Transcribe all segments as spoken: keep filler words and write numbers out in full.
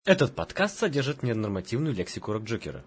Этот подкаст содержит ненормативную лексику рок-джокера.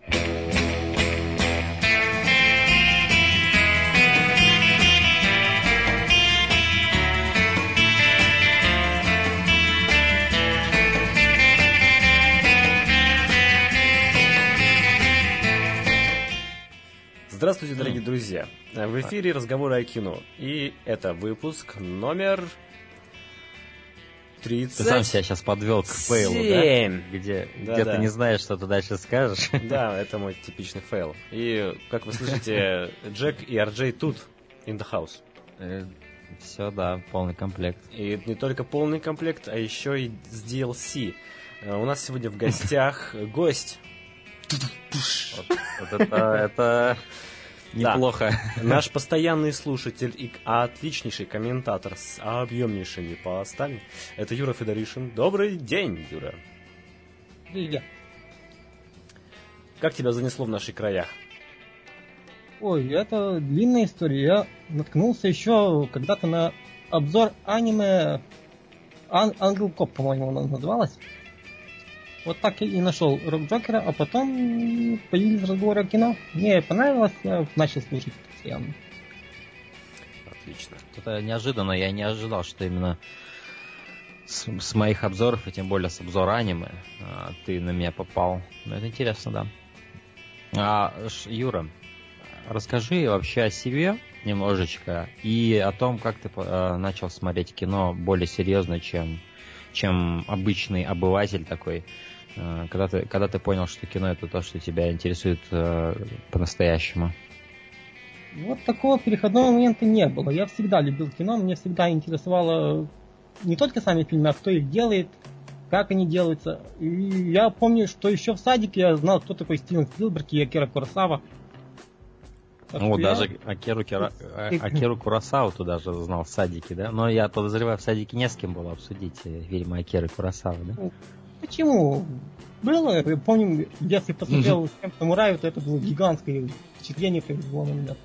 Здравствуйте, дорогие друзья! В эфире разговоры о кино. И это выпуск номер... тридцать. Ты сам себя сейчас подвел к фейлу, да? Где, да, где да. Ты не знаешь, что ты дальше скажешь. Да, это мой типичный фейл. И, как вы слышите, Джек и Ар Джей тут, in the house. Э, все, да, полный комплект. И не только полный комплект, а еще и с ди эл си. У нас сегодня в гостях гость. Вот, вот это, это неплохо. Да. Наш постоянный слушатель и отличнейший комментатор с объемнейшими постами — это Юра Федоришин. Добрый день, Юра. Привет. Как тебя занесло в наши края? Ой, это длинная история. Я наткнулся еще когда-то на обзор аниме Ан- Ангел Коп, по-моему, оно называлось. Вот так и нашел Рок-Джокера, а потом появились разговоры о кино. Мне понравилось, я начал слушать постоянно. Отлично. Это неожиданно, я не ожидал, что именно с, с моих обзоров, и тем более с обзора аниме, ты на меня попал. Ну, это интересно, да. А, Юра, расскажи вообще о себе немножечко и о том, как ты начал смотреть кино более серьезно, чем, чем обычный обыватель такой. Когда ты, когда ты понял, что кино — это то, что тебя интересует э, по-настоящему? Вот такого переходного момента не было. Я всегда любил кино, мне всегда интересовало не только сами фильмы, а кто их делает, как они делаются. И я помню, что еще в садике я знал, кто такой Стивен Спилберг и Акира Куросава. Ну, даже я... Акиру, Кира... Акиру Куросаву ты даже знал в садике, да? Но я подозреваю, в садике не с кем было обсудить фильмы Акиры Куросавы, да? Почему? Было, я помню, если посмотрел «Семь самураев», то это было гигантское впечатление, произвело на меня.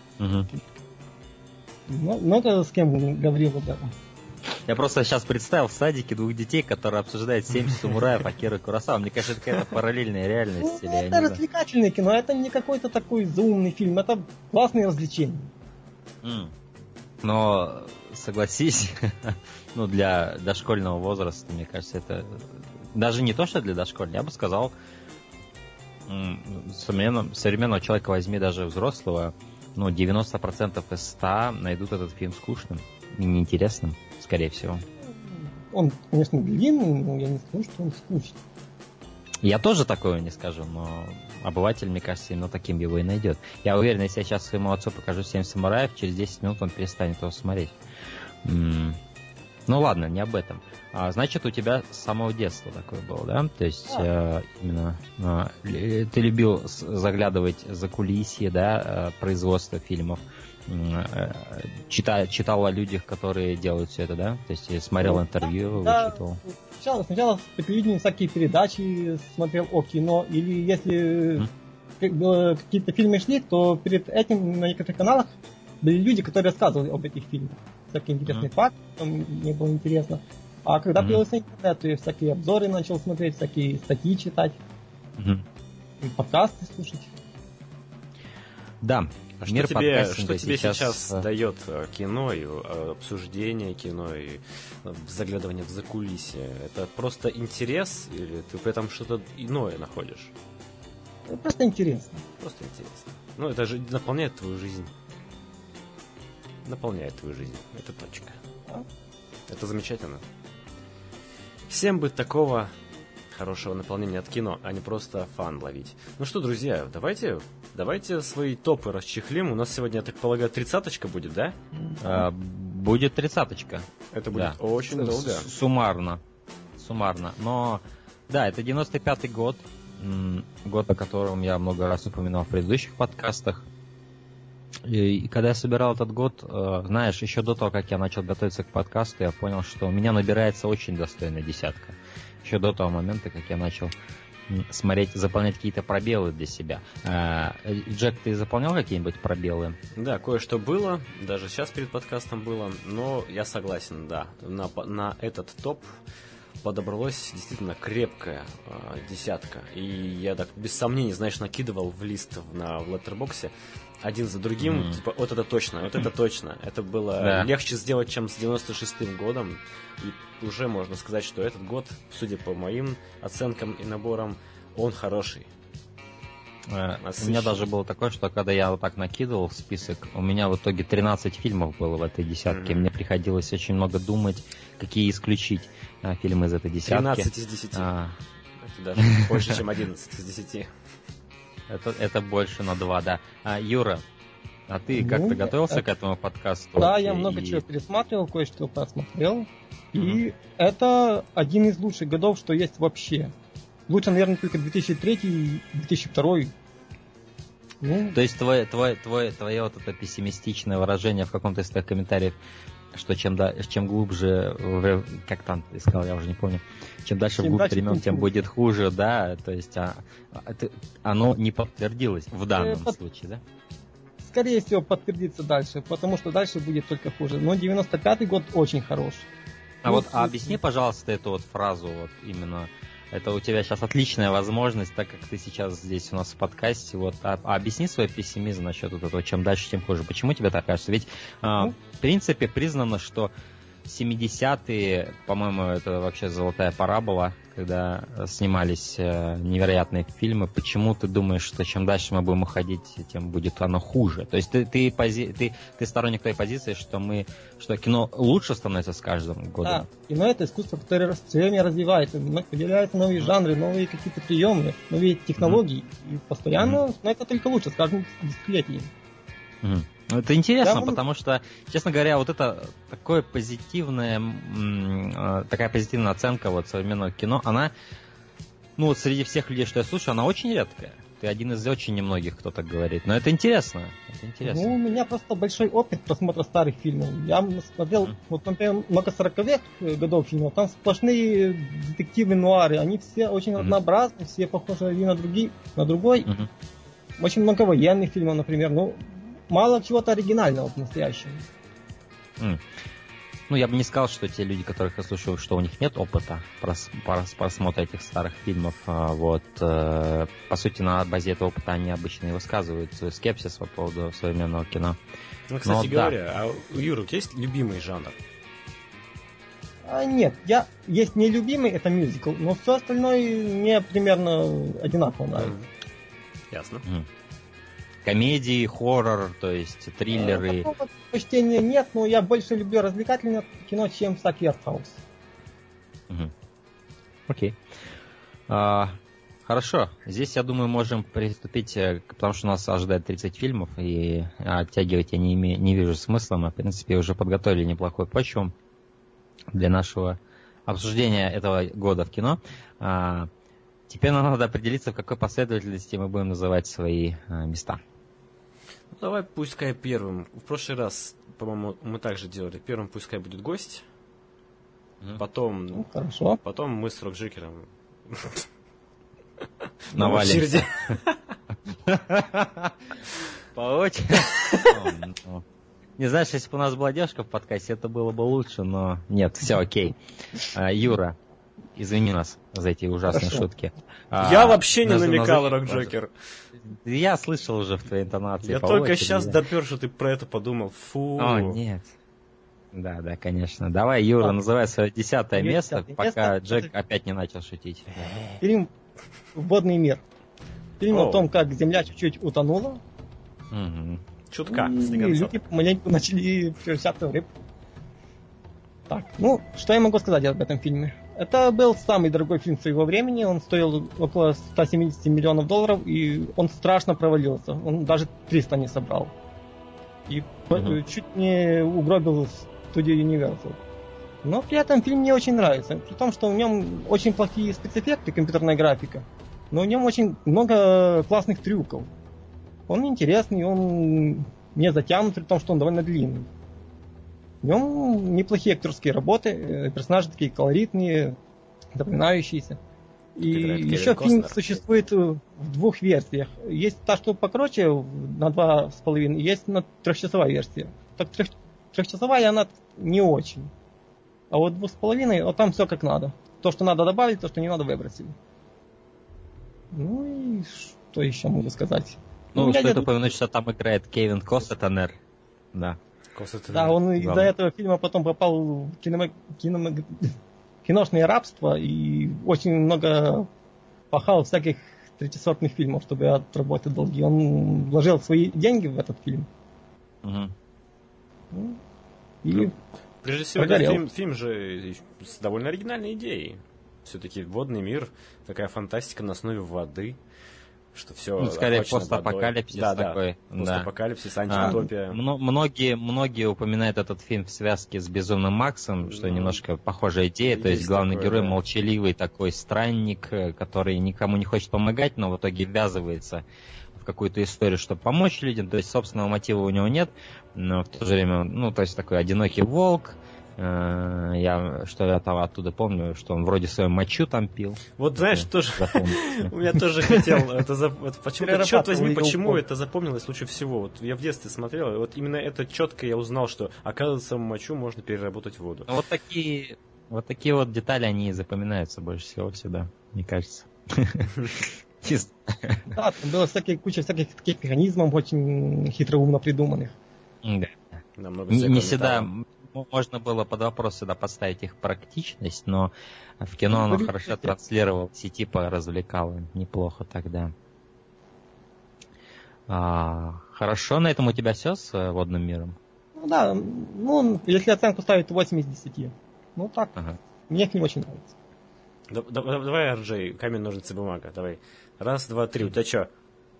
Угу. Много с кем говорил об этом. Я просто сейчас представил в садике двух детей, которые обсуждают «Семь самураев» Акиры Куросава. Мне кажется, это какая-то параллельная реальность. Ну, или это развлекательное кино, это не какой-то такой заумный фильм, это классное развлечение. Mm. Но, согласись, ну, для дошкольного возраста, мне кажется, это... Даже не то, что для дошкольника, я бы сказал, современного, современного человека возьми даже взрослого, ну, девяносто процентов из ста найдут этот фильм скучным и неинтересным, скорее всего. Он, конечно, длинный, но я не скажу, что он скучный. Я тоже такое не скажу, но обыватель, мне кажется, именно таким его и найдет. Я уверен, если я сейчас своему отцу покажу «Семь самураев», через десять минут он перестанет его смотреть. М-м. Ну ладно, не об этом. А, значит, у тебя с самого детства такое было, да? То есть э, именно э, ты любил заглядывать за кулисье, да, э, производства фильмов, э, чита, читал о людях, которые делают все это, да? То есть смотрел интервью, да, вычитывал. Сначала, сначала по телевидению всякие передачи смотрел о кино, или если mm. какие-то фильмы шли, то перед этим на некоторых каналах были люди, которые рассказывали об этих фильмах. Всякие интересные mm. факты, мне было интересно. А когда mm-hmm. появился интернет, я всякие обзоры начал смотреть, всякие статьи читать, mm-hmm. и подкасты слушать. Да. А что тебе, что тебе сейчас, сейчас дает кино и обсуждение кино и заглядывание в закулисье? Это просто интерес или ты при этом что-то иное находишь? Это просто интересно. Просто интересно. Ну, это же наполняет твою жизнь. Наполняет твою жизнь. Это точка. А? Это замечательно. Всем бы такого хорошего наполнения от кино, а не просто фан ловить. Ну что, друзья, давайте, давайте свои топы расчехлим. У нас сегодня, я так полагаю, тридцаточка будет, да? А, будет тридцаточка. Это будет да. очень С- долго. Суммарно. Суммарно. Но, да, это девяносто пятый год. Год, о котором я много раз упоминал в предыдущих подкастах. И, и когда я собирал этот год, э, знаешь, еще до того, как я начал готовиться к подкасту, я понял, что у меня набирается очень достойная десятка. Еще до того момента, как я начал смотреть, заполнять какие-то пробелы для себя. Э, Джек, ты заполнял какие-нибудь пробелы? Да, кое-что было, даже сейчас перед подкастом было, но я согласен, да, на, на этот топ подобралась действительно крепкая э, десятка. И я так без сомнений, знаешь, накидывал в лист на, в Letterboxd один за другим, mm. типа, вот это точно, вот это точно. Это было да. легче сделать, чем с девяносто шестым годом. И уже можно сказать, что этот год, судя по моим оценкам и наборам, он хороший. У меня даже было такое, что когда я вот так накидывал в список, у меня в итоге тринадцать фильмов было в этой десятке. Mm-hmm. Мне приходилось очень много думать, какие исключить а, фильмы из этой десятки. тринадцать из десяти. А... Это даже больше, чем одиннадцать из десяти. Это, это больше на два, да. А, Юра, а ты ну, как-то готовился это... к этому подкасту? Да, я много и... чего пересматривал, кое-что посмотрел. Mm-hmm. И это один из лучших годов, что есть вообще. Лучше, наверное, только две тысячи третий и две тысячи второй. Ну... То есть твое, твое, твое, твое вот это пессимистичное выражение в каком-то из твоих комментариев, что чем, да, чем глубже, как там ты сказал, я уже не помню, чем дальше чем вглубь времен, тем будет хуже, да, то есть а, это, оно не подтвердилось в данном Под... случае, да? Скорее всего, подтвердится дальше, потому что дальше будет только хуже. Но девяносто пятый год очень хорош. А ну, вот а объясни, пожалуйста, эту вот фразу, вот именно. Это у тебя сейчас отличная возможность, так как ты сейчас здесь у нас в подкасте. Вот, а, а объясни свой пессимизм насчет вот этого, чем дальше, тем хуже. Почему тебе так кажется? Ведь, а, в принципе, признано, что семидесятые, по-моему, это вообще золотая пора была, когда снимались э, невероятные фильмы. Почему ты думаешь, что чем дальше мы будем уходить, тем будет оно хуже? То есть ты, ты, пози- ты, ты сторонник той позиции, что мы, что кино лучше становится с каждым годом? Да, кино это искусство, которое все время развивается, появляются новые жанры, новые какие-то приемы, новые технологии. Mm-hmm. И постоянно mm-hmm. становится только лучше с каждым десятилетием. Mm-hmm. Это интересно, да, потому что, честно говоря, вот это такое позитивное, такая позитивная оценка вот современного кино, она, ну вот среди всех людей, что я слушаю, она очень редкая. Ты один из очень немногих, кто так говорит. Но это интересно. Это интересно. Ну, у меня просто большой опыт просмотра старых фильмов. Я смотрел, mm-hmm. вот, например, много сороковых годов фильмов, там сплошные детективы, нуары. Они все очень mm-hmm. однообразны, все похожи один на, другие, на другой. Mm-hmm. Очень много военных фильмов, например. Ну, мало чего-то оригинального по-настоящему. Mm. Ну, я бы не сказал, что те люди, которых я слушаю, что у них нет опыта прос- прос- просмотра этих старых фильмов. Вот. По сути, на базе этого опыта они обычно и высказывают свой скепсис по поводу современного кино. Ну, кстати Но, говоря, да. а у Юры у тебя есть любимый жанр? А, нет, я есть нелюбимый, это мюзикл, но все остальное мне примерно одинаково нравится. Mm. Ясно. Mm. Комедии, хоррор, то есть триллеры. Такого предпочтения нет, но я больше люблю развлекательное кино, чем всякий артхаус. Угу. Окей. А, хорошо. Здесь, я думаю, можем приступить, потому что у нас ожидает тридцать фильмов, и оттягивать я не, име, не вижу смысла. Мы, в принципе, уже подготовили неплохую почву для нашего обсуждения этого года в кино. А, теперь нам надо определиться, в какой последовательности мы будем называть свои а, места. Ну, давай пускай первым. В прошлый раз, по-моему, мы также делали. Первым пускай будет гость. Mm. Потом, ну, хорошо. Потом мы с Рокджекером навалимся. По очереди. Не знаешь, если бы у нас была девушка в подкасте, это было бы лучше, но нет, все окей. Юра, извини нас за эти ужасные Хорошо. шутки. Я а, вообще не намекал, Рокджекер. Я слышал уже в твоей интонации. Я только очереди. Сейчас допер, что ты про это подумал. Фу. О, нет. Да, да, конечно. Давай, Юра, а, называй свое десятое место, пока место, Джек это... опять не начал шутить. Фильм «Водный мир». Фильм о. о том, как Земля чуть-чуть утонула. Угу. Чутка. И люди помаленьку начали превращаться в рыб. Так, ну, что я могу сказать об этом фильме? Это был самый дорогой фильм своего времени, он стоил около сто семьдесят миллионов долларов, и он страшно провалился, он даже триста не собрал. И uh-huh. чуть не угробил студию Universal. Но при этом фильм мне очень нравится, при том, что в нем очень плохие спецэффекты, компьютерная графика, но в нем очень много классных трюков. Он интересный, он не затянут, при том, что он довольно длинный. В нем неплохие актерские работы, персонажи такие колоритные, запоминающиеся. И еще фильм существует в двух версиях. Есть та, что покороче, на два с половиной, есть на трехчасовая версия. Так трех, трехчасовая она не очень. А вот двух с половиной, вот там все как надо. то, что надо добавить, то, что не надо, выбросили. Ну и что еще могу сказать? Ну, ну стоит упомянуть, что там играет Кевин Костнер. Да. Костнер. Да, он из-за Главное. этого фильма потом попал в кино... Кино... киношное рабство и очень много пахал всяких третьесортных фильмов, чтобы отработать долги. Он вложил свои деньги в этот фильм. Угу. Ну, и ну, прежде всего, да, фильм, фильм же с довольно оригинальной идеей. Все-таки водный мир, такая фантастика на основе воды, что все... Ну, скорее постапокалипсис да, такой. Да, постапокалипсис, антиутопия. А, многие, многие упоминают этот фильм в связке с «Безумным Максом», что ну, немножко похожая идея. Есть то есть главный такое, герой да. молчаливый такой странник, который никому не хочет помогать, но в итоге ввязывается в какую-то историю, чтобы помочь людям. То есть собственного мотива у него нет, но в то же время, ну, то есть такой одинокий волк. Я что я там оттуда помню, что он вроде свою мочу там пил. Вот знаешь, тоже у меня тоже хотел это почему черт возьми, почему это запомнилось лучше всего. Вот я в детстве смотрел, и вот именно это четко я узнал, что оказывается мочу можно переработать в воду. Вот такие вот такие вот детали они запоминаются больше всего всегда, мне кажется. Да, там было всякие куча всяких таких механизмов очень хитроумно придуманных. Да. Не всегда можно было под вопрос сюда поставить их практичность, но в кино оно хорошо транслировалось и типа развлекало неплохо тогда. А, хорошо, на этом у тебя все с водным миром? Ну да, ну если оценку ставить, то восемь из десяти. Ну так, ага. Мне к ним очень нравится. Да, да, давай, ар джей, камень, ножницы, бумага, давай. Раз, два, три, у тебя что?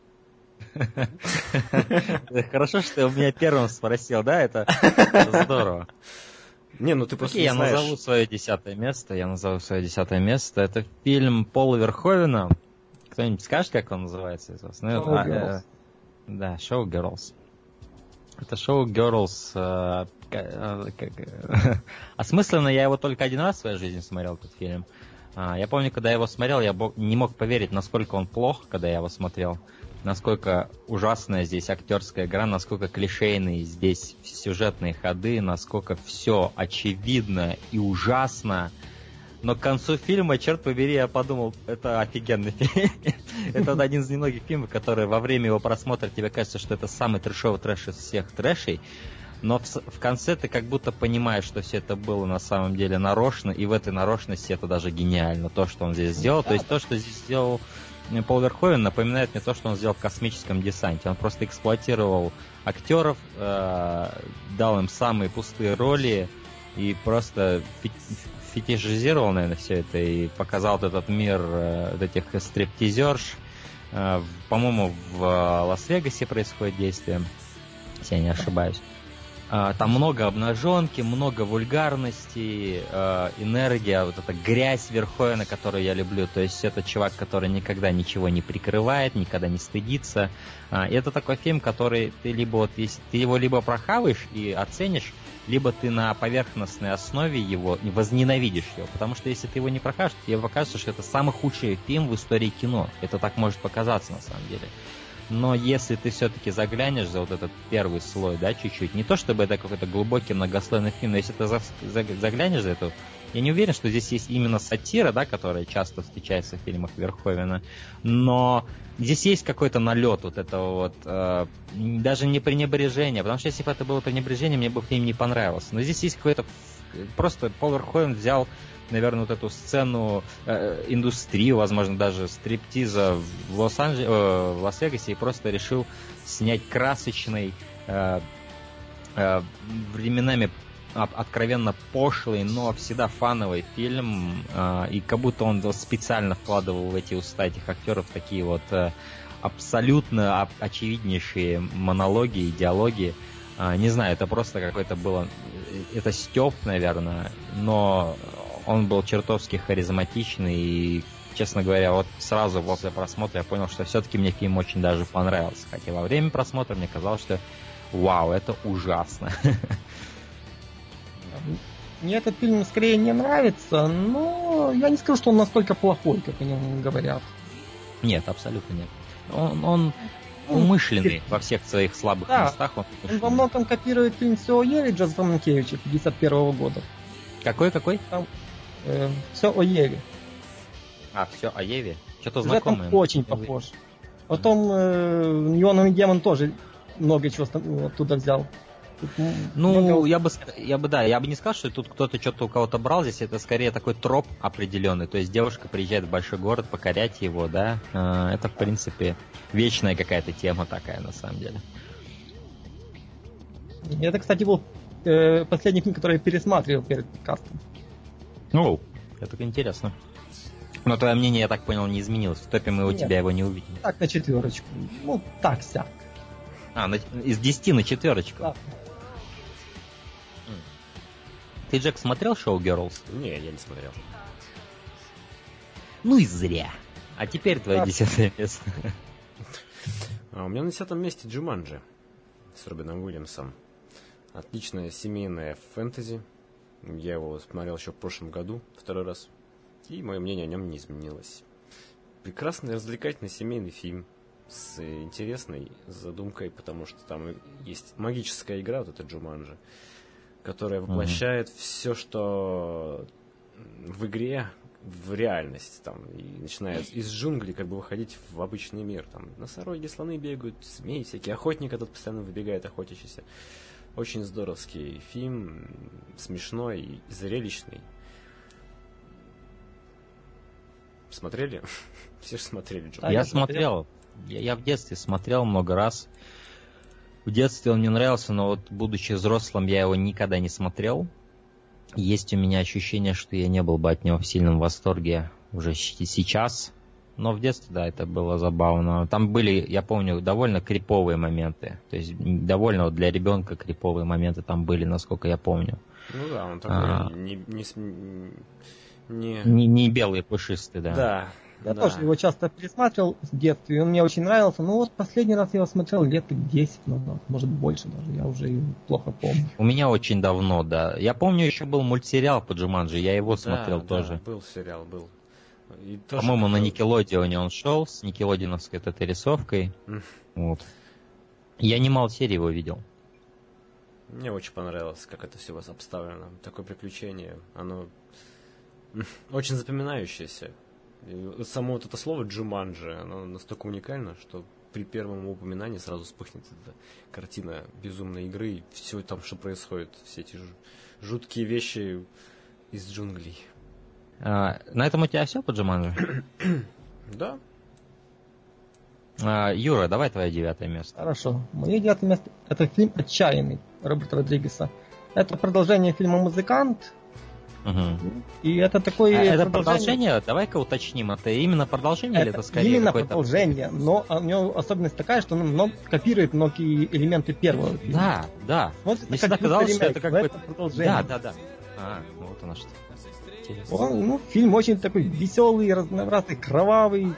Хорошо, что ты у меня первым спросил, да? Это здорово. Не, ну ты просто Окей, не я знаешь. назову свое десятое место. Я назову свое десятое место. Это фильм Пола Верховена. Кто-нибудь скажет, как он называется из вас? Ну, Show это, Girls. Э, да, Show Girls. Это Show Girls. Э, э, как, э, осмысленно я его только один раз в своей жизни смотрел, этот фильм. А, я помню, когда я его смотрел, я не мог поверить, насколько он плох, когда я его смотрел. Насколько ужасная здесь актерская игра, насколько клишейные здесь сюжетные ходы, насколько все очевидно и ужасно. Но к концу фильма, черт побери, я подумал, это офигенный фильм. Это один из немногих фильмов, которые во время его просмотра тебе кажется, что это самый трэшовый трэш из всех трэшей. Но в, в конце ты как будто понимаешь, что все это было на самом деле нарочно, и в этой нарочности это даже гениально, то, что он здесь сделал. То есть то, что здесь сделал Пол Верховен, напоминает мне то, что он сделал в «Космическом десанте». Он просто эксплуатировал актеров, э, дал им самые пустые роли и просто фетишизировал, наверное, все это и показал вот этот мир э, вот этих стриптизерш. Э, по-моему, в Лас-Вегасе происходит действие, если я не ошибаюсь. Там много обнаженки, много вульгарности, э, энергия, вот эта грязь Верховена, которую я люблю. То есть это чувак, который никогда ничего не прикрывает, никогда не стыдится. Э, и это такой фильм, который ты либо вот, если ты его либо прохаваешь и оценишь, либо ты на поверхностной основе его возненавидишь его. Потому что если ты его не прохавишь, тебе покажется, что это самый худший фильм в истории кино. Это так может показаться на самом деле. Но если ты все-таки заглянешь за вот этот первый слой, да, чуть-чуть, не то чтобы это какой-то глубокий многослойный фильм, но если ты за, за, заглянешь за это, я не уверен, что здесь есть именно сатира, да, которая часто встречается в фильмах Верховена, но здесь есть какой-то налет вот этого вот, э, даже не пренебрежения, потому что если бы это было пренебрежение, мне бы фильм не понравился. Но здесь есть какой-то, просто Пол Верховен взял, наверное, вот эту сцену, э, индустрию, возможно, даже стриптиза в, Лос-Анджеле, э, в Лас-Вегасе и просто решил снять красочный, э, э, временами откровенно пошлый, но всегда фановый фильм, э, и как будто он специально вкладывал в эти уста этих актеров такие вот э, абсолютно очевиднейшие монологи, диалоги. Э, не знаю, это просто какой-то было... Это стёб, наверное, но... Он был чертовски харизматичный, и, честно говоря, вот сразу после просмотра я понял, что все-таки мне фильм очень даже понравился. Хотя во время просмотра мне казалось, что вау, это ужасно. Мне этот фильм скорее не нравится, но я не скажу, что он настолько плохой, как о нем говорят. Нет, абсолютно нет. Он, он умышленный во всех своих слабых да, местах. Он, он во многом копирует фильм «Все о Еве» Джозефа Манкевича пятьдесят первого года. Какой-какой? Там Э, все о Еве. А, все о Еве? Что-то Сюжет там знакомое. очень похож. Потом э, Неоновый демон тоже много чего оттуда взял. Тут Ну, много... я бы, я бы, да, я бы не сказал, что тут кто-то что-то у кого-то брал. Здесь это скорее такой троп определенный. То есть девушка приезжает в большой город покорять его, да. Это, в принципе, вечная какая-то тема такая, на самом деле. Это, кстати, был э, последний фильм, который я пересматривал перед подкастом. Ну, это интересно. Но твое мнение, я так понял, не изменилось. В топе мы у Нет. тебя его не увидели. Так, на четверочку. Ну, так-сяк. А, на, из десяти на четверочку. Да. Ты, Джек, смотрел шоу Girls? Не, я не смотрел. Ну и зря. А теперь твое Да. десятое место. А у меня на десятом месте Джуманджи с Робином Уильямсом. Отличное семейное фэнтези. Я его смотрел еще в прошлом году, второй раз. И мое мнение о нем не изменилось. Прекрасный развлекательный семейный фильм с интересной задумкой, потому что там есть магическая игра, вот эта Джуманджи, которая воплощает mm-hmm. все, что в игре, в реальность. Там, и начинает из джунглей как бы выходить в обычный мир. Там носороги, слоны бегают, змеи всякие, охотник этот постоянно выбегает, охотящийся. Очень здоровский фильм, смешной и зрелищный. Смотрели? Все же смотрели Джуманджи. Я смотрел. Я, я в детстве смотрел много раз. В детстве он мне нравился, но вот будучи взрослым, я его никогда не смотрел. Есть у меня ощущение, что я не был бы от него в сильном восторге уже сейчас. Но в детстве, да, это было забавно. Там были, я помню, довольно криповые моменты. То есть довольно вот для ребенка криповые моменты там были, насколько я помню. Ну да, он такой а... не, не, не... Не, не белый пушистый, да. Да. Я да. тоже его часто пересматривал в детстве, и он мне очень нравился. Ну вот последний раз я его смотрел лет десять назад, может больше даже, я уже его плохо помню. У меня очень давно, да. Я помню, еще был мультсериал по Джуманджи, я его да, смотрел да, тоже. был сериал, был. И По-моему, тоже... на Никелодеоне он шел, с никелодеоновской этой рисовкой. Mm. Вот. Я немало серий его видел. Мне очень понравилось, как это все у вас обставлено. Такое приключение, оно очень запоминающееся. И само вот это слово «Джуманджи», оно настолько уникально, что при первом упоминании сразу вспыхнет эта картина безумной игры, и все там, что происходит, все эти жуткие вещи из джунглей. А, на этом у тебя все по Джуманджи? Да. А, Юра, давай твое девятое место. Хорошо. Мое девятое место — это фильм «Отчаянный» Роберта Родригеса. Это продолжение фильма «Музыкант». Угу. И это такое а, это продолжение... продолжение? Давай-ка уточним, это именно продолжение это или это скорее именно какое-то... продолжение, но у него особенность такая, что он много, копирует многие элементы первого фильма. Да, да. Вот Мне всегда казалось, что это как бы... продолжение. Да, да, да. А, ну вот оно что. Он, ну, фильм очень такой веселый, разнообразный, кровавый.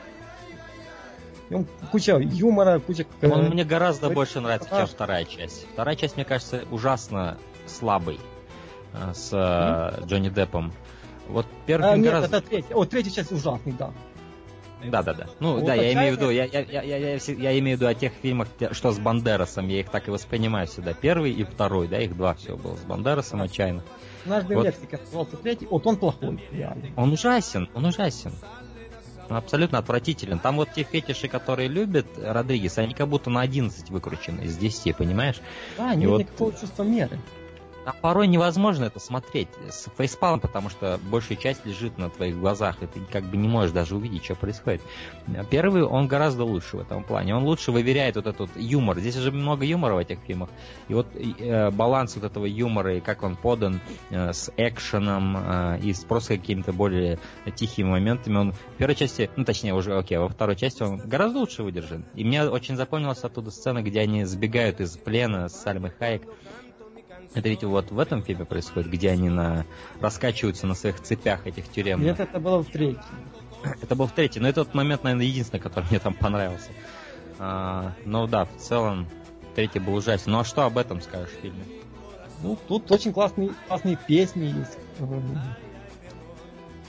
Он куча юмора, куча... Он мне гораздо больше нравится, чем вторая часть. Вторая часть, мне кажется, ужасно слабой. С mm-hmm. Джонни Деппом. Вот первый а, фильм нет, гораздо... это третья. О, третья часть ужасный, да. Да, да, да. Ну, вот да, я имею в виду, я, я, я, я, я, я имею в виду о тех фильмах, что с Бандерасом, я их так и воспринимаю всегда. Первый и второй, да, их два всего было с Бандерасом, отчаянно. Наш вот. Мексика назывался третий, вот он плохой, реально. Он ужасен, он ужасен. Он абсолютно отвратителен. Там вот те фетиши, которые любят Родригес, они как будто на одиннадцать выкручены из десяти, понимаешь? Да, нет вот... никакого чувства меры. А порой невозможно это смотреть с фейспалом, потому что большая часть лежит на твоих глазах, и ты как бы не можешь даже увидеть, что происходит. Первый, он гораздо лучше в этом плане. Он лучше выверяет вот этот юмор. Здесь уже много юмора в этих фильмах. И вот э, баланс вот этого юмора, и как он подан э, с экшеном, э, и с просто какими-то более тихими моментами. Он в первой части, ну точнее уже, окей, во второй части он гораздо лучше выдержан. И мне очень запомнилась оттуда сцена, где они сбегают из плена с Сальмой Хайек. Это ведь вот в этом фильме происходит, где они на... раскачиваются на своих цепях этих тюремных. Нет, это было в третьем. Это был в третьем, но этот момент, наверное, единственный, который мне там понравился. А, но да, в целом, третий был ужасен. Ну а что об этом скажешь в фильме? Ну, тут очень классные, классные песни есть.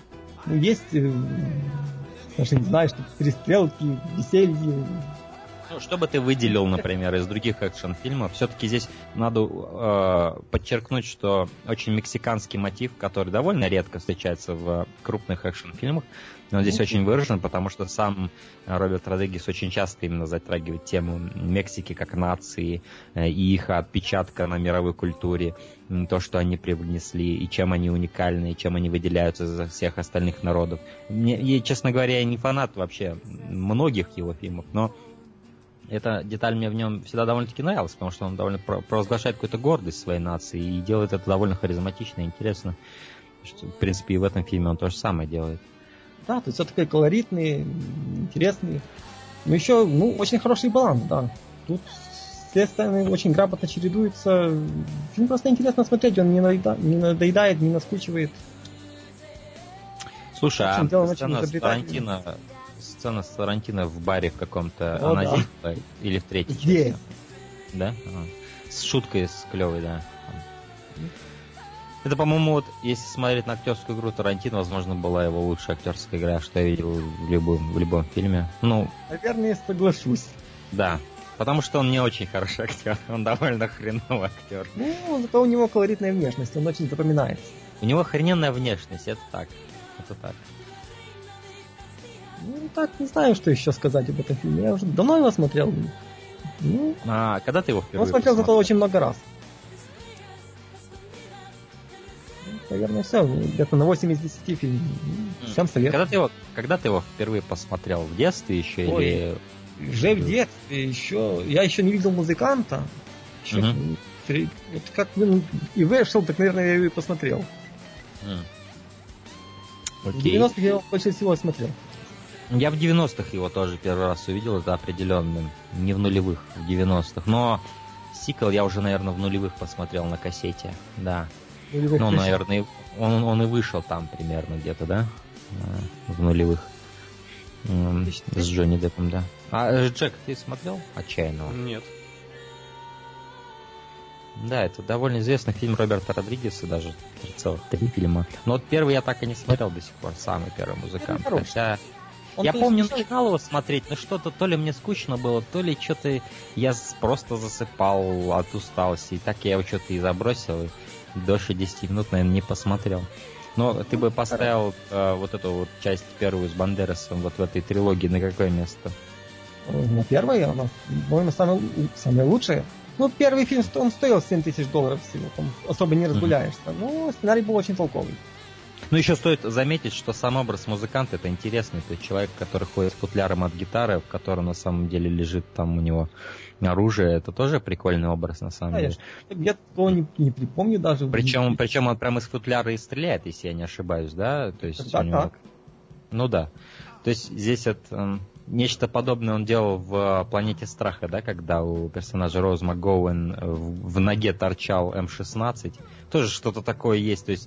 Ну, есть, даже не знаю, что перестрелки, веселье. Ну, что бы ты выделил, например, из других экшн-фильмов? Все-таки здесь надо э, подчеркнуть, что очень мексиканский мотив, который довольно редко встречается в крупных экшн-фильмах, но здесь mm-hmm. очень выражен, потому что сам Роберт Родригес очень часто именно затрагивает тему Мексики как нации э, и их отпечатка на мировой культуре, то, что они привнесли, и чем они уникальны, и чем они выделяются из всех остальных народов. Мне, я, честно говоря, я не фанат вообще многих его фильмов, но эта деталь мне в нем всегда довольно-таки нравилась, потому что он довольно провозглашает какую-то гордость своей нации и делает это довольно харизматично и интересно. Что, в принципе, и в этом фильме он то же самое делает. Да, то есть все такое колоритный, интересный. Но еще, ну, очень хороший баланс, да. Тут все сцены очень грамотно чередуются. Фильм просто интересно смотреть, он не, надоеда... не надоедает, не наскучивает. Слушай, а сцена с Тарантино... Сцена с Тарантино в баре в каком-то, О, она да. здесь была? Или в третьей части? Здесь. Да? Ага. С шуткой, с клевой, да. Это, по-моему, вот, если смотреть на актерскую игру Тарантино, возможно, была его лучшая актерская игра, что я видел в любом, в любом фильме. Ну, наверное, соглашусь. Да, потому что он не очень хороший актер, он довольно хреновый актер. Ну, зато у него колоритная внешность, он очень запоминается. У него охрененная внешность, это так. Это так. Ну, так, не знаю, что еще сказать об этом фильме. Я уже давно его смотрел. Ну, а когда ты его впервые он смотрел посмотрел? зато очень много раз. Ну, наверное, все. Где-то на восемь из десяти фильм. Всем советую. Когда ты его, когда ты его впервые посмотрел? В детстве еще? Ой, или... Уже в детстве. Еще... Я еще не видел «Музыканта». Еще... Угу. Вот как ну, и вышел, так, наверное, я его и посмотрел. М. В девяностых я его больше всего смотрел. Я в девяностых его тоже первый раз увидел, это определенно. Не в нулевых, в девяностых. Но сиквел я уже, наверное, в нулевых посмотрел на кассете. Да. Нулевых ну, пришел. наверное, он, он и вышел там примерно где-то, да? В нулевых. С Джонни Деппом, да. А Джек, ты смотрел «Отчаянного»? Нет. Да, это довольно известный фильм Роберта Родригеса, даже три целых три фильма. Но вот первый я так и не смотрел до сих пор, самый первый «Музыкант». Хотя... Он, я конечно, помню, смешной. начинал его смотреть, но что-то то ли мне скучно было, то ли что-то я просто засыпал от усталости. И так я его что-то и забросил, и дольше десяти минут, наверное, не посмотрел. Но ты бы поставил э, вот эту вот часть первую с Бандерасом вот в этой трилогии на какое место? Ну, первая, она, по-моему, самая, самая лучшая. Ну, первый фильм, он стоил семь тысяч долларов всего, там особо не разгуляешься. Mm-hmm. Но сценарий был очень толковый. Ну, еще стоит заметить, что сам образ музыканта это интересный. То есть человек, который ходит с футляром от гитары, в котором на самом деле лежит там у него оружие, это тоже прикольный образ на самом Конечно. деле. Я такого не, не припомню даже. Причем, причем он прямо из футляра и стреляет, если я не ошибаюсь, да? То есть да, у него... так. Ну да. То есть здесь это... Нечто подобное он делал в «Планете страха», да, когда у персонажа Роуз МакГоуэн в, в ноге торчал эм шестнадцать. Тоже что-то такое есть, то есть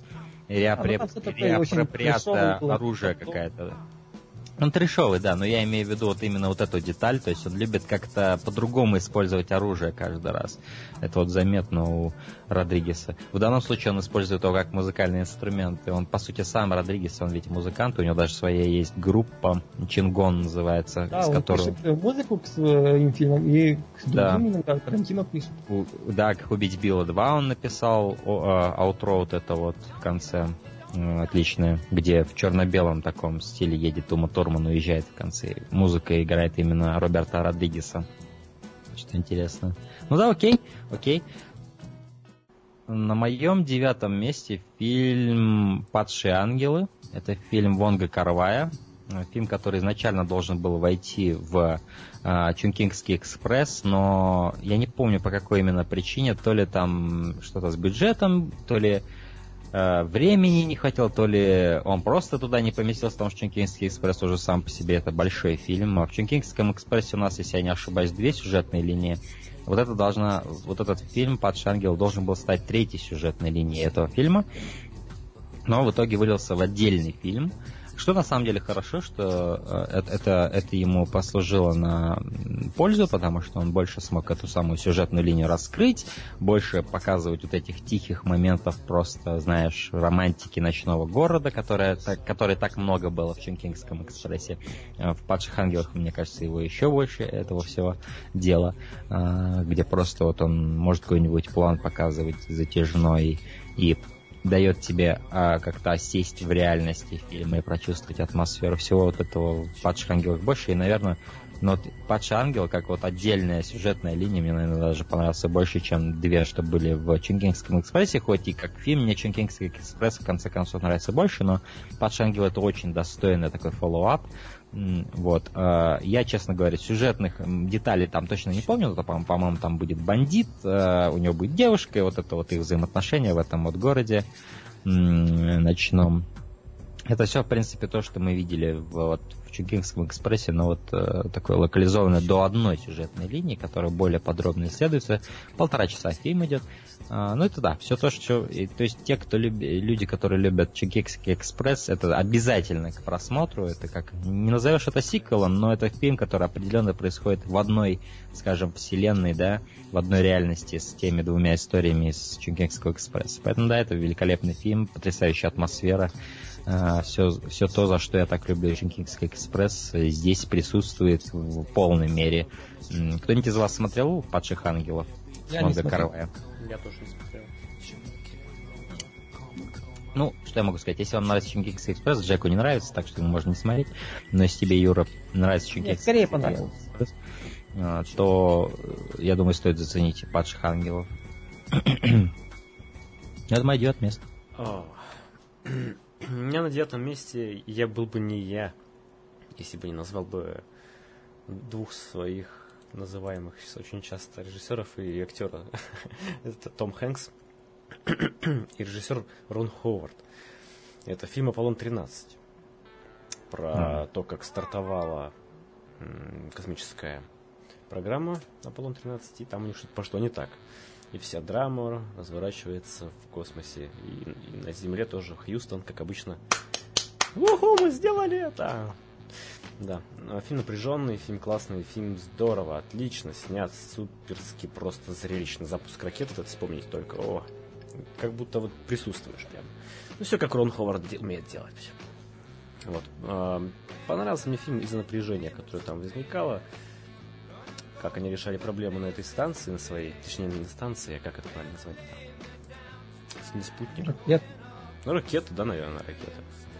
реапроприация оружия какая-то. Он трешовый, да, но я имею в виду вот именно вот эту деталь, то есть он любит как-то по-другому использовать оружие каждый раз. Это вот заметно у Родригеса. В данном случае он использует его как музыкальный инструмент. И он, по сути, сам Родригес, он ведь музыкант, у него даже своя есть группа, Чингон называется, да, с он которой... пишет музыку к своим фильмам и к да. другим, иногда Тарантино пишет. У, да, как «Убить Билла два» он написал, аутро вот это вот в конце. Отличная, где в черно-белом таком стиле едет Ума Турман, уезжает в конце. Музыка играет именно Роберта Родригеса. Что интересно. Ну да, окей, окей. На моем девятом месте фильм «Падшие ангелы». Это фильм Вонга Кар-вая. Фильм, который изначально должен был войти в uh, Чункингский экспресс, но я не помню по какой именно причине. То ли там что-то с бюджетом, то ли времени не хотел, то ли он просто туда не поместился, потому что Чункингский экспресс уже сам по себе это большой фильм. А в Чункингском экспрессе у нас, если я не ошибаюсь, две сюжетные линии. Вот это должна, вот этот фильм «Падший ангел» должен был стать третьей сюжетной линией этого фильма, но в итоге вылился в отдельный фильм. Что на самом деле хорошо, что это, это, это ему послужило на пользу, потому что он больше смог эту самую сюжетную линию раскрыть, больше показывать вот этих тихих моментов просто, знаешь, романтики ночного города, которая, которой так много было в Чонгкингском экспрессе. В «Падших ангелах», мне кажется, его еще больше этого всего дела, где просто вот он может какой-нибудь план показывать затяжной и дает тебе а, как-то осесть в реальности фильма и прочувствовать атмосферу. Всего вот этого в «Падших ангелах» больше. И, наверное, ну, вот «Падший ангел» как вот отдельная сюжетная линия мне, наверное, даже понравился больше, чем две, что были в «Чонгкингском экспрессе». Хоть и как фильм мне «Чонгкингский экспресс» в конце концов нравится больше, но «Падший ангел» — это очень достойный такой фоллоуап. Вот. Я, честно говоря, сюжетных деталей там точно не помню. Это, по-моему, там будет бандит, у него будет девушка, и вот это вот их взаимоотношения в этом вот городе ночном. Это все, в принципе, то, что мы видели в, вот, в Чонгкингском экспрессе, но вот э, такое локализованное до одной сюжетной линии, которая более подробно исследуется. Полтора часа фильм идет. А, ну, это да, все то, что... И, то есть те, кто любит, люди, которые любят Чонгкингский экспресс, это обязательно к просмотру. Это как... Не назовешь это сиквелом, но это фильм, который определенно происходит в одной, скажем, вселенной, да, в одной реальности с теми двумя историями из Чонгкингского экспресса. Поэтому, да, это великолепный фильм, потрясающая атмосфера. Uh, все, все то, за что я так люблю Чонгкингский экспресс, здесь присутствует в полной мере. Кто-нибудь из вас смотрел «Падших ангелов»? Я не смотрел. Я тоже не смотрел. Ну, что я могу сказать? Если вам нравится Чонгкингский экспресс, Джеку не нравится, так что ему можно не смотреть. Но если тебе, Юра, нравится Чонгкингский скорее понравилось. экспресс, то, я думаю, стоит заценить «Падших ангелов». Я думаю, идет место. У меня на девятом месте я был бы не я, если бы не назвал бы двух своих называемых очень часто режиссеров и актера. Это Том Хэнкс и режиссер Рон Ховард. Это фильм «Аполлон тринадцать». Про mm. то, как стартовала м, космическая программа «Аполлон тринадцать», и там у них что-то пошло не так. И вся драма разворачивается в космосе. И, и на Земле тоже Хьюстон, как обычно. Уху, мы сделали это! Да, фильм напряженный, фильм классный, фильм здорово, отлично снят, суперски, просто зрелищно. Запуск ракеты, это вспомнить только. О, как будто вот присутствуешь прям. Ну, все как Рон Ховард де- умеет делать. Вот. Понравился мне фильм из-за напряжения, которое там возникало. Как они решали проблему на этой станции, на своей, точнее, не на станции, а как это правильно назвать? Не спутник. Ракет. Ну, ракета, да, наверное, ракета.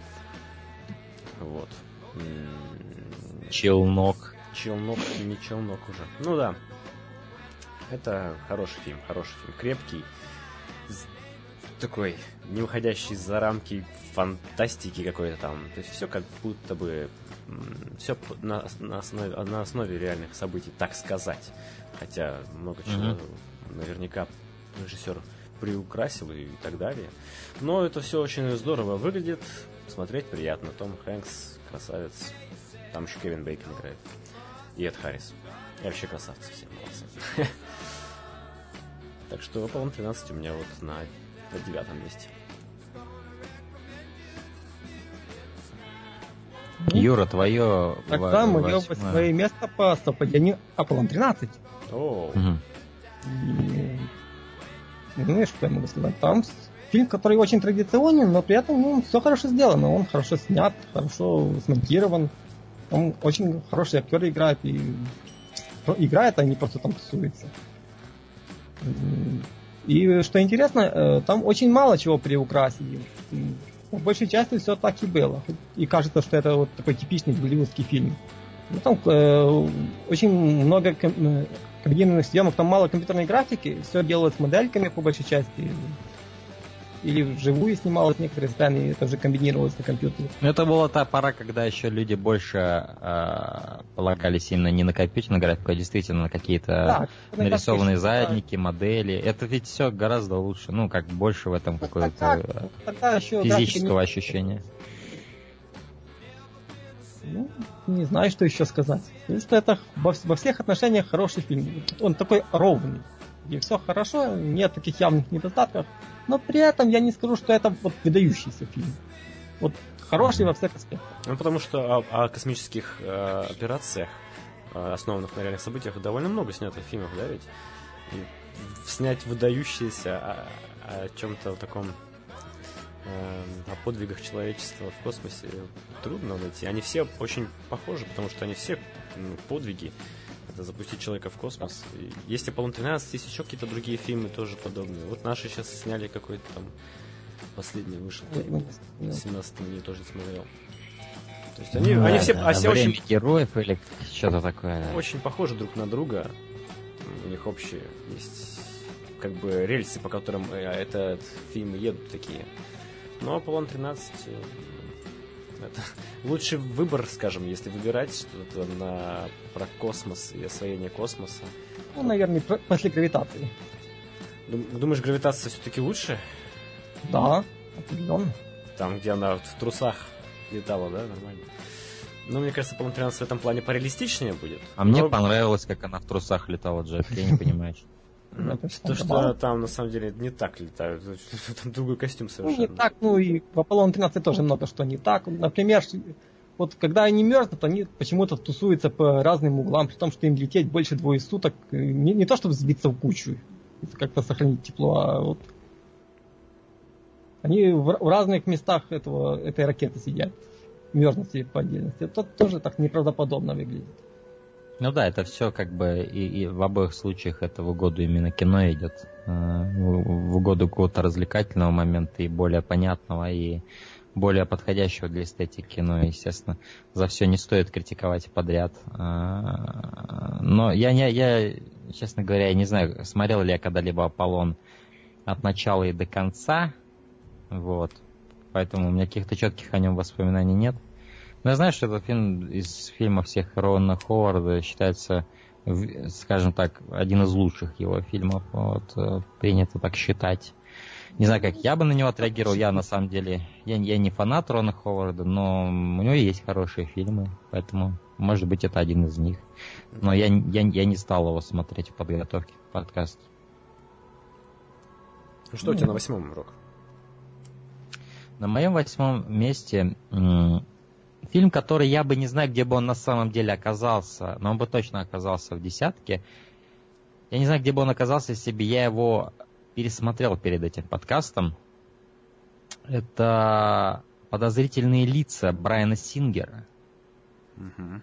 Вот. Челнок. Челнок, не челнок уже. Ну да. Это хороший фильм, хороший фильм. Крепкий. Такой, не выходящий за рамки фантастики какой-то там. То есть все как будто бы... Все на, на, основе, на основе реальных событий, так сказать. Хотя много чего mm-hmm. наверняка режиссер приукрасил и так далее. Но это все очень здорово выглядит. Смотреть приятно. Том Хэнкс красавец. Там еще Кевин Бейкон играет. И Эд Харрис. И вообще красавцы все, молодцы. Так что «Аполлон тринадцать» у меня вот на, на девятом месте. Юра, твое... Тогда мое восьмое место по совпадению «Аполлон тринадцать». О. Ну, что я могу сказать? Там фильм, который очень традиционен, но при этом ну, все хорошо сделано. Он хорошо снят, хорошо смонтирован. Он очень хороший актер играет. И играет, а не просто там тусуется. И что интересно, там очень мало чего приукрасили. По большей части все так и было. И кажется, что это вот такой типичный голливудский фильм. Ну, там э, очень много ком- комедийных съемок, там мало компьютерной графики, все делают с модельками по большей части. Или вживую снималось некоторые сцены, и это уже комбинировалось на компьютере. Это была та пора, когда еще люди больше э, полагались именно не на компьютерную графику, а действительно на какие-то да, нарисованные задники, да. модели. Это ведь все гораздо лучше, ну, как больше в этом какое-то тогда физического ощущения. Ну, не знаю, что еще сказать. Потому что это во, во всех отношениях хороший фильм. Он такой ровный. И все хорошо, нет таких явных недостатков. Но при этом я не скажу, что это вот выдающийся фильм. Вот хороший во всех аспектах. Ну, потому что о, о космических э, операциях, э, основанных на реальных событиях, довольно много снято фильмов, да, ведь? И снять выдающиеся о, о чем-то таком, э, о подвигах человечества в космосе трудно найти. Они все очень похожи, потому что они все ну, подвиги. Это запустить человека в космос. И есть Аполлон тринадцать, есть еще какие-то другие фильмы тоже подобные. Вот наши сейчас сняли какой-то там последний вышел. В семнадцатом я тоже не смотрел. То есть они, да, они все, да, а все время очень героев или что-то такое. Очень похожи друг на друга. У них общие есть как бы рельсы, по которым этот фильм едут такие. Но Аполлон тринадцать это лучший выбор, скажем, если выбирать что-то на про космос и освоение космоса. Ну, наверное, после гравитации. Думаешь, гравитация все-таки лучше? Да, определенно. Там, где она в трусах летала, да, нормально. Ну, мне кажется, Аполлон тринадцать в этом плане пореалистичнее будет. А но... мне понравилось, как она в трусах летала, Джек, я не понимаю. То, что там на самом деле не так летают. Там другой костюм совершенно. Ну, не так, ну и в Аполлон тринадцать тоже много что не так. Например, вот когда они мерзнут, они почему-то тусуются по разным углам, при том, что им лететь больше двое суток. Не, не то, чтобы сбиться в кучу, как-то сохранить тепло, а вот они в, в разных местах этого, этой ракеты сидят. Мерзнут себе по отдельности. Это тоже так неправдоподобно выглядит. Ну да, это все как бы и, и в обоих случаях это в угоду именно кино идет. В, в угоду какого-то развлекательного момента и более понятного, и более подходящего для эстетики кино, естественно. За все не стоит критиковать подряд. Но я, я, я, честно говоря, я не знаю, смотрел ли я когда-либо «Аполлон» от начала и до конца. Вот. Поэтому у меня каких-то четких о нем воспоминаний нет. Но я знаю, что этот фильм из фильмов всех Рона Ховарда считается, скажем так, один из лучших его фильмов. Вот, принято так считать. Не знаю, как я бы на него отреагировал. Я, на самом деле, я, я не фанат Рона Ховарда, но у него есть хорошие фильмы, поэтому, может быть, это один из них. Но я, я, я не стал его смотреть в подготовке к подкасту. Ну что у тебя на восьмом, Рок? На моем восьмом месте м- фильм, который я бы не знаю, где бы он на самом деле оказался, но он бы точно оказался в десятке. Я не знаю, где бы он оказался, если бы я его пересмотрел перед этим подкастом. Это «Подозрительные лица» Брайана Сингера. Угу.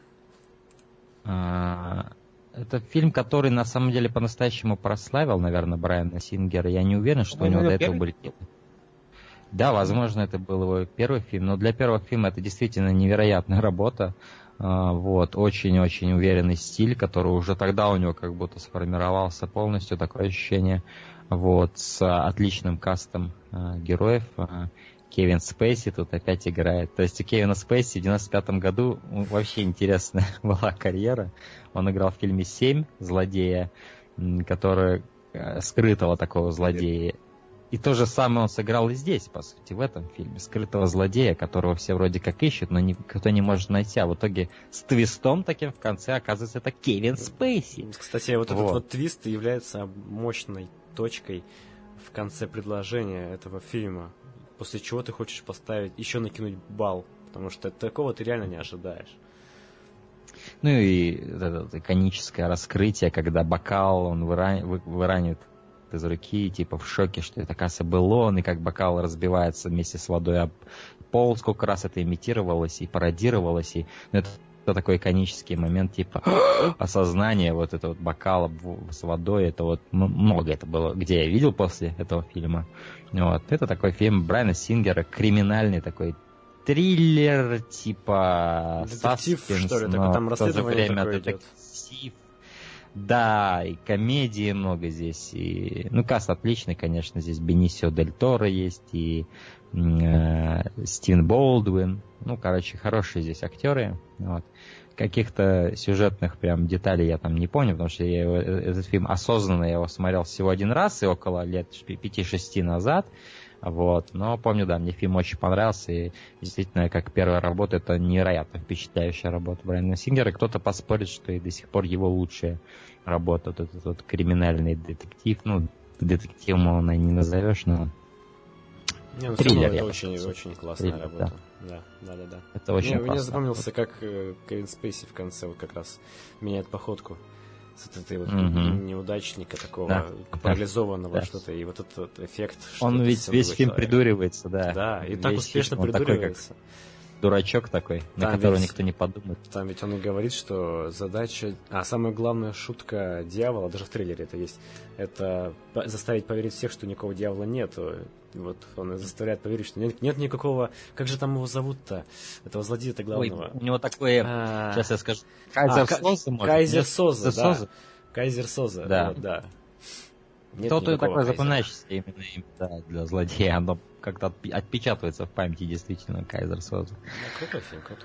А, это фильм, который на самом деле по-настоящему прославил, наверное, Брайана Сингера. Я не уверен, что Вы у него до первый? этого были... Да, возможно, это был его первый фильм, но для первого фильма это действительно невероятная работа. Вот, очень-очень уверенный стиль, который уже тогда у него как будто сформировался полностью, такое ощущение. Вот, с отличным кастом героев. Кевин Спейси тут опять играет. То есть у Кевина Спейси в девяносто пятом году вообще интересная была карьера. Он играл в фильме «Семь», злодея, который скрытого такого злодея. И то же самое он сыграл и здесь, по сути, в этом фильме. Скрытого злодея, которого все вроде как ищут, но никто не может найти. А в итоге с твистом таким в конце оказывается это Кевин Спейси. Кстати, вот, вот. этот вот твист является мощной точкой в конце предложения этого фильма. После чего ты хочешь поставить, еще накинуть балл. Потому что такого ты реально не ожидаешь. Ну и это иконическое раскрытие, когда бокал он выран... выранивает из руки, типа в шоке, что это, оказывается, был он, и как бокал разбивается вместе с водой об пол, сколько раз это имитировалось и пародировалось, и ну, это, это такой иконический момент, типа осознания вот этого вот бокала с водой, это вот много это было, где я видел после этого фильма. Вот. Это такой фильм Брайана Сингера, криминальный такой триллер, типа детектив, саспенс, что ли, но там в то же расследование время такое детектив. Да, и комедии много здесь, и, ну, каст отличный, конечно, здесь Бенисио Дель Торо есть, и э, Стивен Болдуин, ну, короче, хорошие здесь актеры, вот. Каких-то сюжетных прям деталей я там не помню, потому что я его, этот фильм осознанно я его смотрел всего один раз, и около лет пяти-шести назад, вот, но помню, да, мне фильм очень понравился, и действительно, как первая работа, это невероятно впечатляющая работа Брайана Сингера, и кто-то поспорит, что и до сих пор его лучшая работа, вот этот вот криминальный детектив, ну, детективом он и не назовешь, но Не, ну, Триллер, это я очень, бы очень классная Триллер, работа. Да, да, да, да. Это очень мне, классно. Мне запомнился, как э, Кевин Спейси в конце вот как раз меняет походку с вот этой вот Мгм. неудачника такого, Да, парализованного да. что-то, и вот этот вот эффект, что Он это ведь совсем весь другой фильм человек. придуривается, да. Да, и Весь так успешно фильм он такой, как придуривается. дурачок такой, на Там которого ведь- никто не подумает. Там ведь он и говорит, что задача... А самая главная шутка дьявола, даже в трейлере это есть, это по- заставить поверить всех, что никакого дьявола нету. И вот он и заставляет поверить, что нет, нет никакого... Как же там его зовут-то? Этого злодея-то Ой, главного. у него такое, А, сейчас я скажу, а, Кайзер Ка- Соза, может? Кайзер Нет? Соза, Кайзер да. Соза? Кайзер Соза, Да. вот, да. Нет Кто-то никакого такое Кайзера. запоминающееся именно имя, да, для злодея. Оно как-то отпи- отпечатывается в памяти действительно, Кайзер Соза. Ну, крутой фильм, крутой.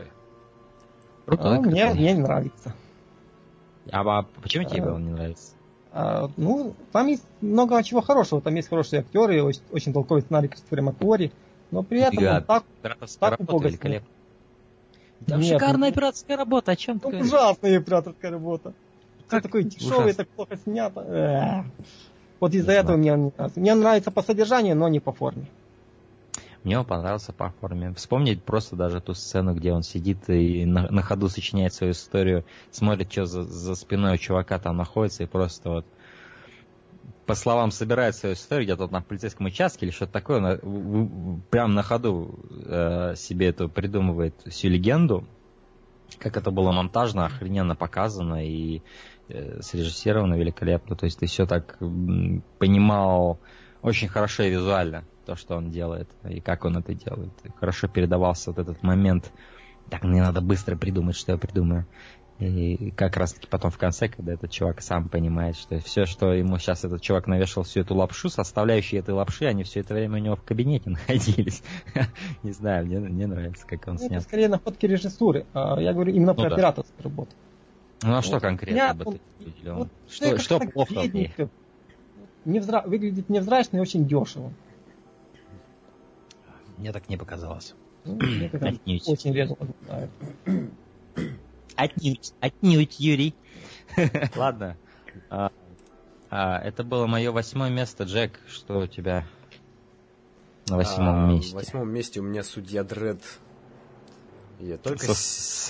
А, мне, крутой. мне не нравится. А, а почему тебе А. он не нравится? А, ну, там есть много чего хорошего. Там есть хорошие актеры, очень, очень толковый сценарий Кристофера Маккуори. Но при этом Да, он так, операторская так работа убого великолепна. снят. Там Нет, шикарная ну, операторская работа, о чем ты ну, говоришь? ужасная операторская работа. Все Как такое дешевое, ужасно? так плохо снято. Эх. Вот из-за Не этого знаю. мне он не нравится. Мне нравится по содержанию, но не по форме. Мне он понравился по форме. Вспомнить просто даже ту сцену, где он сидит и на, на ходу сочиняет свою историю, смотрит, что за, за спиной у чувака там находится, и просто вот по словам собирает свою историю где-то на полицейском участке или что-то такое, на, в- в- прям на ходу э, себе эту придумывает всю легенду, как это было монтажно, охрененно показано и э, срежиссировано великолепно. То есть ты все так м, понимал очень хорошо и визуально то, что он делает, и как он это делает. И хорошо передавался вот этот момент. Так, мне надо быстро придумать, что я придумаю. И как раз таки потом в конце, когда этот чувак сам понимает, что все, что ему сейчас этот чувак навешал, всю эту лапшу, составляющие этой лапши, они все это время у него в кабинете находились. Не знаю, мне, мне нравится, как он Ну, это снят. скорее находки режиссуры. А я говорю именно Ну про да. операторскую работу. Ну а что Вот. конкретно Я- бы ты вот- выделил? вот Что, как-то что так плохо в ней? бедненько. Невзра... Выглядит невзрачно и очень дешево. Мне так не показалось. Ну, мне как-то Отнюдь. очень резво нравится. Отнюдь, отнюдь, Юрий. Ладно. А, а, это было мое восьмое место. Джек, что у тебя на восьмом А, месте? В восьмом месте у меня судья Дред. Я только... Со- с- с-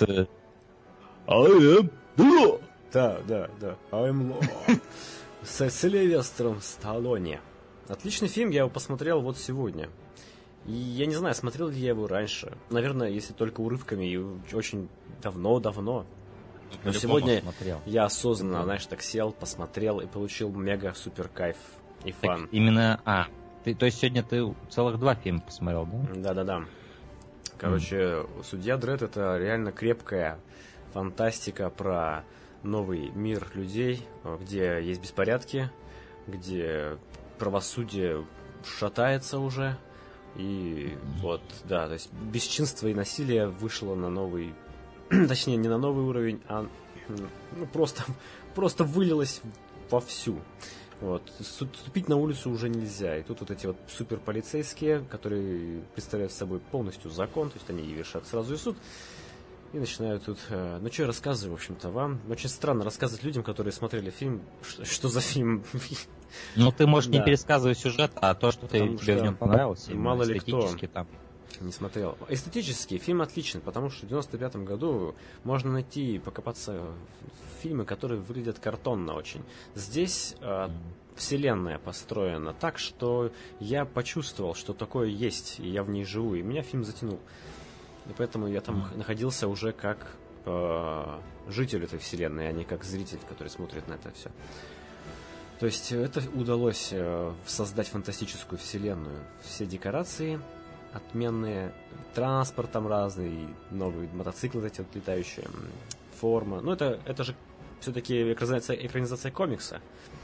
I am law. Да, да, да. I'm Law. С Сильвестром Сталлоне. Отличный фильм, я его посмотрел вот сегодня. И я не знаю, смотрел ли я его раньше. Наверное, если только урывками, и очень давно-давно. Но По-любому сегодня смотрел. я осознанно, знаешь, так сел, посмотрел и получил мега-супер кайф и Так, фан. именно, а, ты, то есть сегодня ты целых два фильма посмотрел, да? Да-да-да. Короче, «Судья Дред» — это реально крепкая фантастика про новый мир людей, где есть беспорядки, где правосудие шатается уже. И вот, да, то есть бесчинство и насилие вышло на новый, точнее, не на новый уровень, а ну, просто, просто вылилось вовсю. Вот. Ступить на улицу уже нельзя. И тут вот эти вот суперполицейские, которые представляют собой полностью закон, то есть они вершат сразу и суд, и начинают тут... Э, ну, что я рассказываю, в общем-то, вам. Очень странно рассказывать людям, которые смотрели фильм, что, что за фильм. Ну, ты можешь не Да. пересказывать сюжет, а то, что ты, Потому тебе что в нем понравилось, именно мало ли кто. эстетически там. Не смотрел. Эстетически фильм отличный, потому что в девяносто пятом году можно найти и покопаться в фильмы, которые выглядят картонно очень. Здесь э, вселенная построена так, что я почувствовал, что такое есть, и я в ней живу, и меня фильм затянул. И поэтому я там Mm. находился уже как э, житель этой вселенной, а не как зритель, который смотрит на это все. То есть это удалось э, создать фантастическую вселенную. Все декорации отменные, транспорт там разный, новые мотоциклы эти вот летающие, форма. Ну, это, это же все-таки экранизация, экранизация комикса.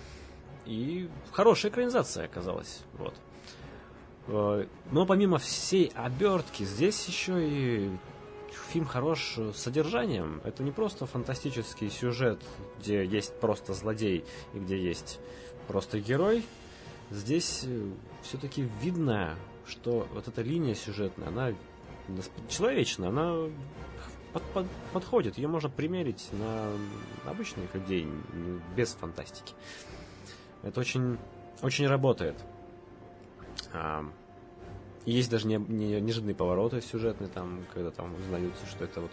И хорошая экранизация оказалась. Вот. Но помимо всей обертки, здесь еще и фильм хорош содержанием. Это не просто фантастический сюжет, где есть просто злодей и где есть просто герой. Здесь все-таки видно, что вот эта линия сюжетная, она человечная, она под, под, подходит. Ее можно примерить на обычных людей без фантастики. Это очень, очень работает. А, Есть даже не, не, неожиданные повороты сюжетные, там, когда там узнаются, что это вот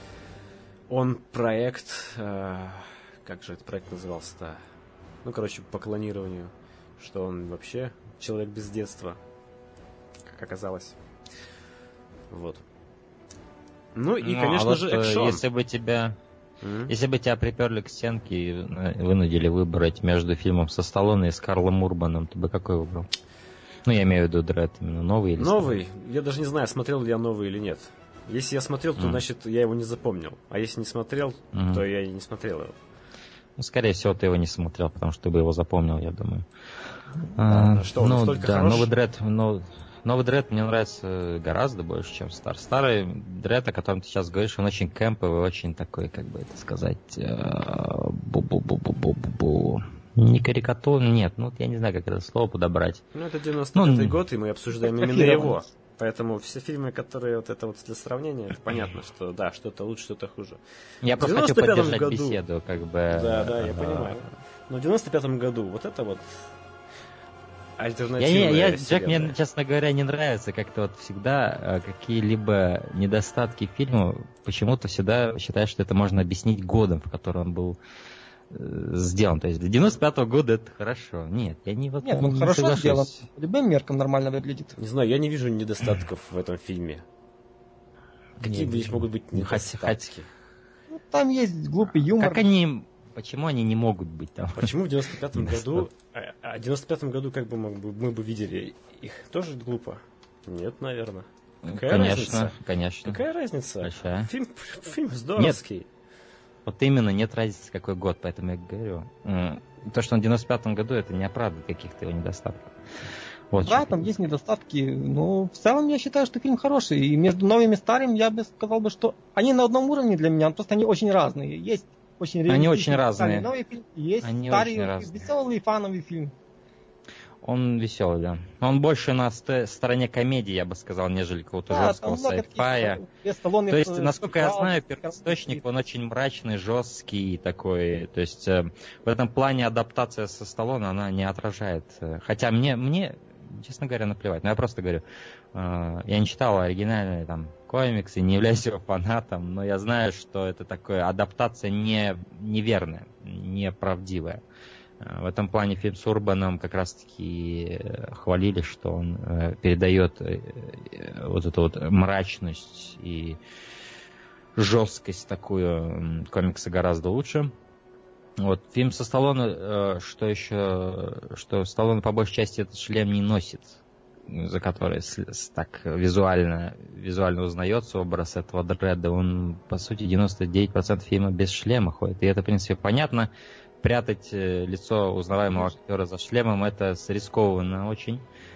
он проект, э, как же этот проект назывался-то? Ну, короче, по клонированию, что он вообще человек без детства, как оказалось. Вот. Ну и, ну, конечно а вот, же, экшон. Если бы тебя... Mm-hmm. Если бы тебя приперли к стенке и вынудили выбрать между фильмом со Сталлоне и с Карлом Урбаном, ты бы какой выбрал? Ну, я имею в виду Дред, именно новый или Новый? старый? Я даже не знаю, смотрел ли я новый или нет. Если я смотрел, то, mm. значит, я его не запомнил. А если не смотрел, mm. то я и не смотрел его. Ну, скорее всего, ты его не смотрел, потому что ты бы его запомнил, я думаю. А, а, что, он ну, настолько да, хорош? Новый Дред, ну, Новый Дред мне нравится гораздо больше, чем старый. Старый Дред, о котором ты сейчас говоришь, он очень кэмповый, очень такой, как бы это сказать, бу-бу-бу-бу-бу-бу-бу. Не карикатурный, нет, ну я не знаю, как это слово подобрать. Ну, это девяносто пятый ну, год, и мы обсуждаем именно его. Поэтому все фильмы, которые вот это вот для сравнения, это понятно, что да, что-то лучше, что-то хуже. Я просто хочу поддержать году, беседу, как бы. Да, да, я понимаю. Но в девяносто пятом году вот это вот альтернативная я, я, Джек, мне, честно говоря, не нравится как-то вот всегда какие-либо недостатки фильма, почему-то всегда считаю, что это можно объяснить годом, в котором он был сделан. То есть для девяносто пятого года это хорошо. Нет, я не вот Нет, он не хорошо соглашусь. сделан. По любым меркам нормально выглядит. Не знаю, я не вижу недостатков в этом фильме. Какие здесь могут быть недостатки? Ну, там есть глупый юмор. Как они... Почему они не могут быть там? Почему в девяносто пятом году... А в девяносто пятом году как бы мы, мы бы видели их? Тоже глупо? Нет, наверное. Какая конечно, разница? Конечно. Какая разница? Большая. Фильм, фильм здоровский. Нет. Вот именно, нет разницы, какой год, поэтому я говорю. То, что он в девяносто пятом году, это не оправдывает каких-то его недостатков. Вот да, там есть недостатки, но в целом я считаю, что фильм хороший. И между новым и старым я бы сказал, бы, что они на одном уровне для меня, просто они очень разные. Есть очень Они очень разные. Новый фильм, есть они старый, веселый, фановый фильм. Он веселый, да. Он больше на ст- стороне комедии, я бы сказал, нежели какого-то да, жесткого сайфая. То есть, насколько я знаю, первоисточник, он очень мрачный, жесткий такой. То есть, э, в этом плане адаптация со Сталлоне, она не отражает. Хотя мне, мне, честно говоря, наплевать. Но я просто говорю, э, я не читал оригинальные там комиксы, не являюсь его фанатом, но я знаю, что это такая адаптация не, неверная, неправдивая. В этом плане фильм с Урбаном как раз-таки хвалили, что он передает вот эту вот мрачность и жесткость такую комикса гораздо лучше. Вот фильм со Сталлоне, что еще, что Сталлоне по большей части этот шлем не носит, за который так визуально, визуально узнается образ этого Дредда. Он, по сути, девяносто девять процентов фильма без шлема ходит. И это, в принципе, понятно. Прятать лицо узнаваемого актера за шлемом — это рискованно очень.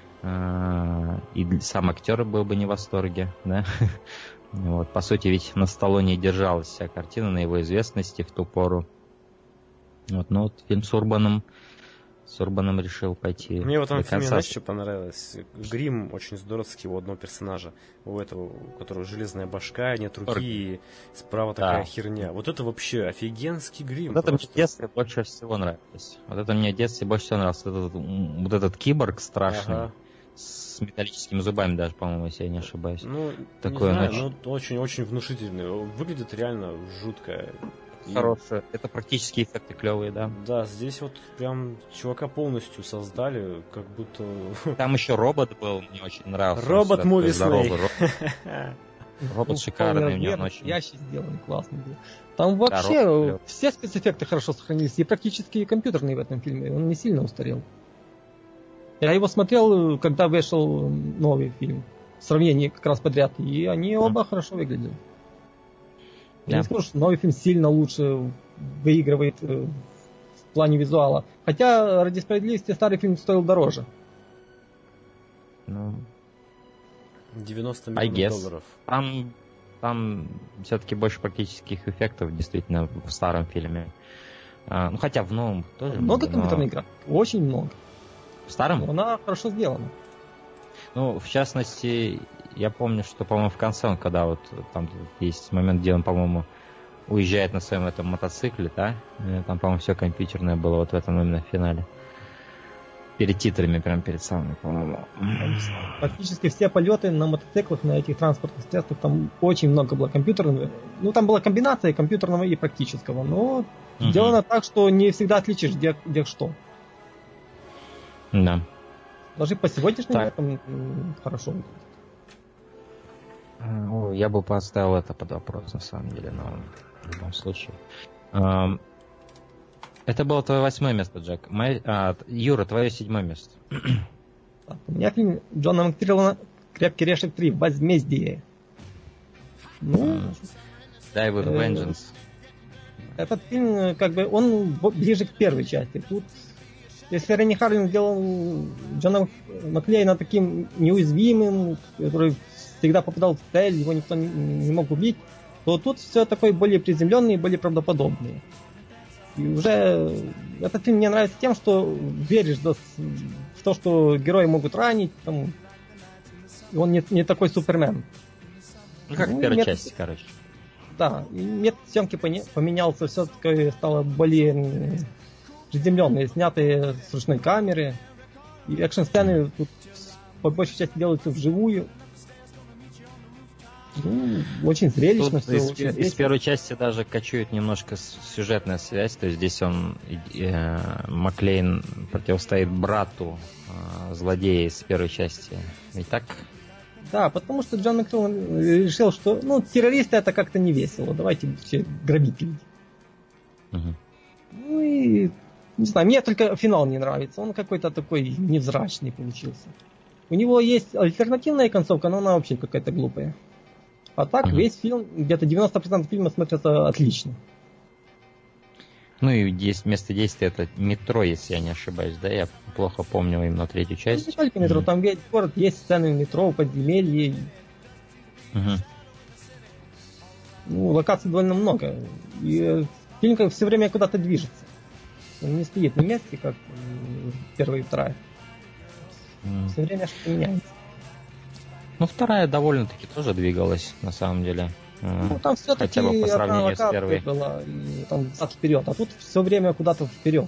И сам актер был бы не в восторге, да? Вот, по сути, ведь на Сталлоне держалась вся картина на его известности в ту пору. Вот, ну вот фильм с Урбаном, с Урбаном решил пойти. Мне в этом фильме, знаешь, что понравилось? Грим очень здоровский у одного персонажа. У этого, у которого железная башка, нет руки, и справа да. такая херня. Вот это вообще офигенский грим. Вот это мне в детстве больше всего нравилось. Вот это мне в детстве больше всего нравилось. Вот этот, вот этот киборг страшный. Ага. С металлическими зубами даже, по-моему, если я не ошибаюсь. Ну, такое, не знаю, но очень-очень внушительный. Выглядит реально жутко. Хорошие. Это практически эффекты клевые, да. Да, здесь вот прям чувака полностью создали, как будто... Там еще робот был, мне очень нравился. Робот мувисный. Робот шикарный, у него очень... Ящик сделан, классный был. Там вообще все спецэффекты хорошо сохранились, и практически компьютерные в этом фильме. Он не сильно устарел. Я его смотрел, когда вышел новый фильм. В сравнении как раз подряд. И они оба mm. хорошо выглядели. Я yeah. не скажу, что новый фильм сильно лучше выигрывает в плане визуала. Хотя, ради справедливости, старый фильм стоил дороже. Ну... девяносто миллионов долларов. Там, там все-таки больше практических эффектов, действительно, в старом фильме. А, ну, хотя в новом тоже много. Много компьютерных игр? Очень много. В старом? Но она хорошо сделана. Ну, в частности, я помню, что, по-моему, в конце он, когда вот там есть момент, где он, по-моему, уезжает на своем этом мотоцикле, да? Там, по-моему, все компьютерное было вот в этом именно финале. перед титрами, прям перед самыми, по-моему. Практически все полеты на мотоциклах, на этих транспортных средствах, там очень много было компьютерного. Ну, там была комбинация компьютерного и практического, но mm-hmm. сделано так, что не всегда отличишь, где, где что. Да. Даже по сегодняшним меркам хорошо. О, я бы поставил это под вопрос, на самом деле, но в любом случае. Это было твое восьмое место, Джек. Мое... А, Юра, твое седьмое место. У меня фильм Джона Мактриллана «Крепкий орешек три. Возмездие». Ну, Die with Vengeance. Этот фильм, как бы, он ближе к первой части. Тут, если Ренни Харлин сделал Джона Маклейна таким неуязвимым, который всегда попадал в цель, его никто не, не мог убить, то тут все такое более приземленное и более правдоподобное. И уже этот фильм мне нравится тем, что веришь в то, что герои могут ранить, там, он не, не такой Супермен. Ну, как ну, в первой метод, части, короче. Да, и метод съемки поменялся, все-таки стало более приземленные, снятые с ручной камеры. И экшн-сцены тут по большей части делаются вживую. Ну, очень зрелищно. Все, из, очень из первой части даже качует немножко сюжетная связь, то есть здесь он, э, Маклейн противостоит брату э, злодея из первой части. Ведь так? Да, потому что Джон Мактриллан решил, что ну, террористы это как-то не весело, давайте все грабить людей. Угу. Ну и, не знаю, мне только финал не нравится, он какой-то такой невзрачный получился. У него есть альтернативная концовка, но она вообще какая-то глупая. А так, mm-hmm. весь фильм, где-то девяносто процентов фильма смотрится отлично. Ну и есть место действия, это метро, если я не ошибаюсь, да? Я плохо помню именно третью часть. Ну, не только метро, mm-hmm. там весь город, есть сцены в метро, подземелье. Mm-hmm. Ну, локаций довольно много. И фильм как все время куда-то движется. Он не стоит на месте, как первая и вторая. Mm-hmm. Все время что-то меняется. Ну, вторая довольно-таки тоже двигалась, на самом деле. Ну, там все-таки хотя бы по сравнению с первой. Была, и, там взад вперед, а тут все время куда-то вперед.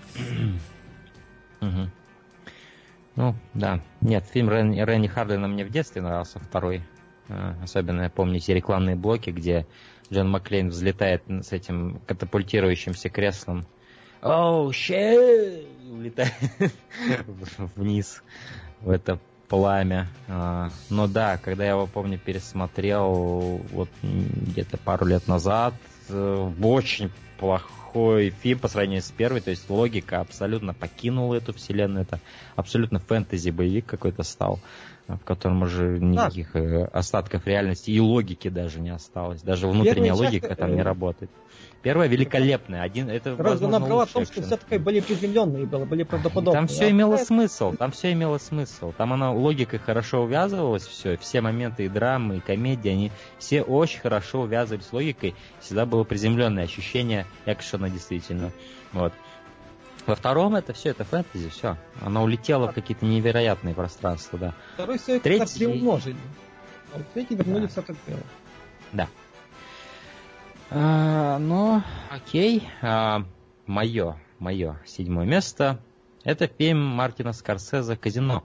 Угу. Ну, да. Нет, фильм Рен, Ренни Харлина мне в детстве нравился, второй. Особенно я помню эти рекламные блоки, где Джон Маклейн взлетает с этим катапультирующимся креслом. Оу, щет! Улетает вниз в это пламя. Но да, когда я его, помню, пересмотрел вот где-то пару лет назад, очень плохой фильм по сравнению с первой, то есть логика абсолютно покинула эту вселенную, это абсолютно фэнтези-боевик какой-то стал, в котором уже никаких а. остатков реальности и логики даже не осталось, даже внутренняя Первая логика часть, там не работает. Первая великолепная. Один, это, возможно, она права в том, что все такое более приземленные было, более правдоподобные. Там все а имело это... смысл, там все имело смысл. Там она логикой хорошо увязывалась, все, все моменты и драмы, и комедии, они все очень хорошо увязывались с логикой. Всегда было приземленное ощущение экшена действительно. Вот. Во втором это все, это фэнтези, все. Она улетела а. в какие-то невероятные пространства, да. Второй все это Третий... приумножили. А вот третий вернули да. все как было. Да. А, ну, окей. А, мое, мое седьмое место — это фильм Мартина Скорсезе «Казино».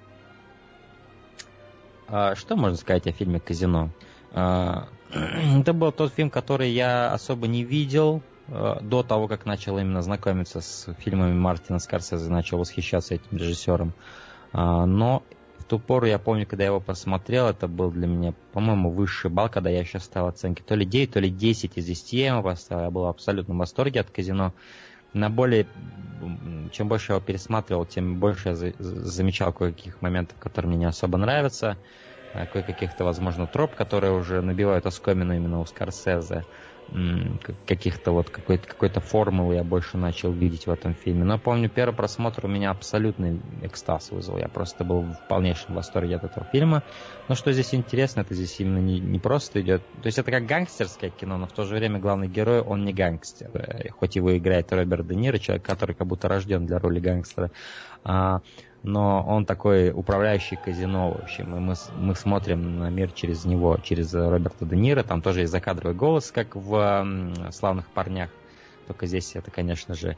А, что можно сказать о фильме «Казино»? А, это был тот фильм, который я особо не видел а, до того, как начал именно знакомиться с фильмами Мартина Скорсезе, начал восхищаться этим режиссером. А, но в ту пору, я помню, когда я его посмотрел, это был для меня, по-моему, высший балл, когда я еще ставил оценки то ли девять, то ли десять из десяти я ему поставил. Я был абсолютно в восторге от «Казино». На более, чем больше я его пересматривал, тем больше я за- замечал кое-каких моментов, которые мне не особо нравятся, кое-каких-то, возможно, троп, которые уже набивают оскомину именно у Скорсезе. Каких-то вот какой-то, какой-то формулы я больше начал видеть в этом фильме. Но помню, первый просмотр у меня абсолютный экстаз вызвал. Я просто был в полнейшем восторге от этого фильма. Но что здесь интересно, это здесь именно не, не просто идет... То есть это как гангстерское кино, но в то же время главный герой, он не гангстер. Хоть его играет Роберт Де Ниро, человек, который как будто рожден для роли гангстера. А, но он такой управляющий казино, в общем, и мы, мы смотрим на мир через него, через Роберта Де Ниро, там тоже есть закадровый голос, как в м, «Славных парнях», Только здесь это, конечно же,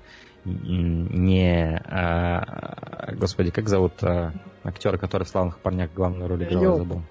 не... А, господи, как зовут а, актера, который в «Славных парнях» главную роль играл, забыл.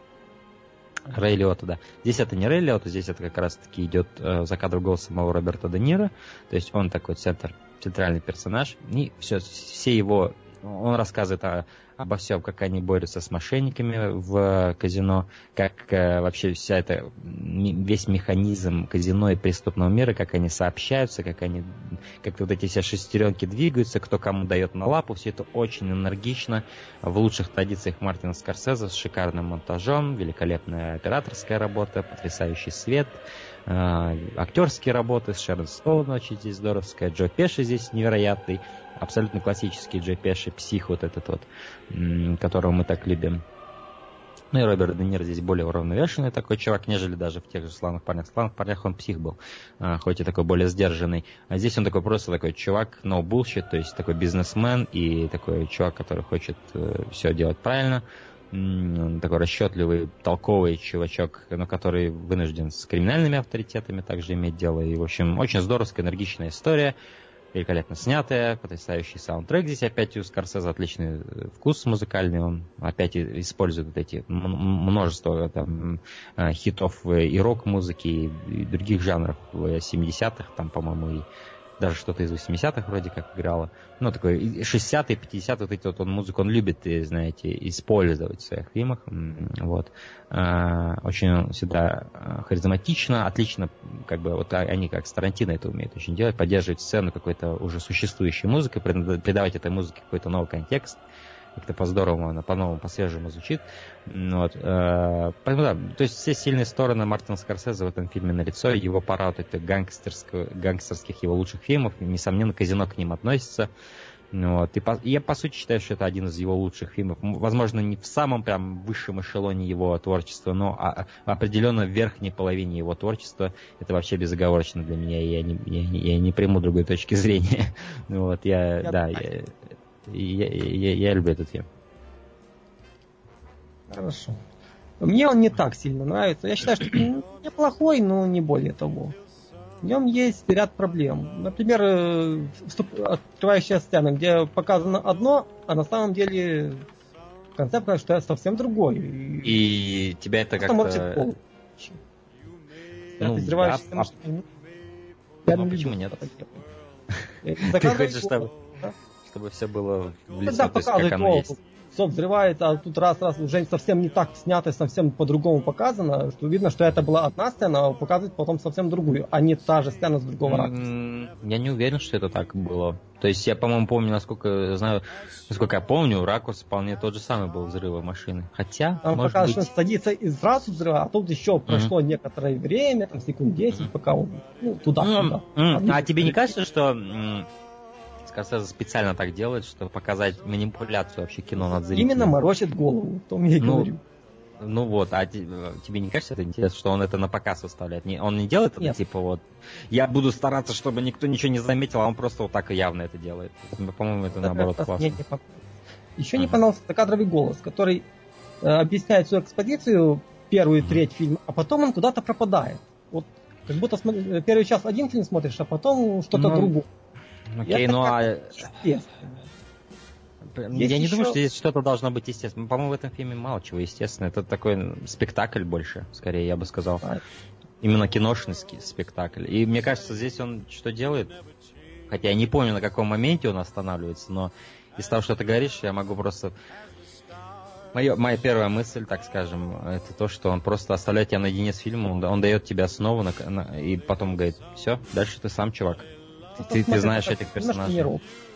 Рэй Лиотта, да. Здесь это не Рэй Лиотта, здесь это как раз-таки идет э, за кадром голос самого Роберта Де Ниро. То есть он такой центр, центральный персонаж. И все, все его... Он рассказывает о, обо всем, как они борются с мошенниками в казино, как э, вообще вся эта, весь механизм казино и преступного мира, как они сообщаются, как они, как вот эти все шестеренки двигаются, кто кому дает на лапу. Все это очень энергично, в лучших традициях Мартина Скорсезе, с шикарным монтажом, великолепная операторская работа, потрясающий свет, э, актерские работы, с Шерон Стоун очень здесь здоровская, Джо Пеши здесь невероятный, абсолютно классический Джо Пеши, псих вот этот вот, которого мы так любим. Ну и Роберт Де Ниро здесь более уравновешенный такой чувак, нежели даже в тех же «Славных парнях». В «Славных парнях» он псих был, хоть и такой более сдержанный. А здесь он такой просто такой чувак, no bullshit, то есть такой бизнесмен и такой чувак, который хочет все делать правильно. Такой расчетливый, толковый чувачок, но который вынужден с криминальными авторитетами также иметь дело. И, в общем, очень здоровская, энергичная история. Великолепно снятая, потрясающий саундтрек. Здесь опять у Скорсезе отличный вкус музыкальный. Он опять использует вот эти множество там, хитов и рок-музыки, и других жанров семидесятых, там, по-моему, и даже что-то из восьмидесятых вроде как играло. Ну, такой шестидесятые, пятидесятые, вот эти вот он музыку, он любит, знаете, использовать в своих фильмах. Вот. Очень всегда харизматично, отлично, как бы, вот они как с Тарантино это умеют очень делать, поддерживать сцену какой-то уже существующей музыкой, придавать этой музыке какой-то новый контекст. Как-то по-здоровому, она по-новому, по-свежему звучит. Вот. Поэтому, да, то есть все сильные стороны Мартина Скорсезе в этом фильме налицо. Его пора вот этих гангстерских его лучших фильмов. Несомненно, «Казино» к ним относится. Вот. И по, я, по сути, считаю, что это один из его лучших фильмов. Возможно, не в самом прям высшем эшелоне его творчества, но а, определенно в верхней половине его творчества. Это вообще безоговорочно для меня, и я не, я, я не приму другой точки зрения. Вот, я, я да, я... Я, я, я люблю этот фильм. Хорошо. Мне он не так сильно нравится. Я считаю, что он неплохой, но не более того. В нем есть ряд проблем. Например, открывающая сцена, где показано одно, а на самом деле в конце показывает, что это совсем другое. И тебя это как-то... Ну, да, а... Я ну, не почему нет? Ты хочешь, чтобы... чтобы все было в лицо, когда то есть, как оно есть. Все взрывается, а тут раз-раз уже совсем не так снято, совсем по-другому показано, что видно, что это была одна сцена, а показывает потом совсем другую, а не та же сцена с другого ракурса. Я не уверен, что это так было. То есть я, по-моему, помню, насколько знаю, насколько я помню, ракурс вполне тот же самый был взрыва машины. Хотя, там может показывает, быть... что он садится и сразу взрыва, а тут еще mm-hmm. прошло некоторое время, там секунд десять, mm-hmm. пока он ну, туда-сюда. Mm-hmm. А, а тебе не кажется, что... Скорсезе специально так делает, чтобы показать манипуляцию вообще кино над зрителем. Именно морочит голову, в том я и ну, говорю. Ну вот, а тебе не кажется это интересно, что он это на показ выставляет? Он не делает это, Нет. типа вот, я буду стараться, чтобы никто ничего не заметил, а он просто вот так и явно это делает. По-моему, это, это наоборот это классно. Не Еще uh-huh. не понравился закадровый голос, который э, объясняет всю экспозицию, первую uh-huh. треть фильма, а потом он куда-то пропадает. Вот как будто смотри, первый час один фильм смотришь, а потом что-то ну... другое. Окей, ну а... Я есть не еще... думаю, что здесь что-то должно быть естественно. По-моему, в этом фильме мало чего естественно. Это такой спектакль больше, скорее, я бы сказал. А. Именно киношный спектакль. И мне кажется, здесь он что делает? Хотя я не помню, на каком моменте он останавливается, но из того, что ты говоришь, я могу просто... Моя, моя первая мысль, так скажем, это то, что он просто оставляет тебя наедине с фильмом, он, он дает тебе основу, на, на, и потом говорит, все, дальше ты сам, чувак. Ты, ты знаешь этих персонажей. Mm.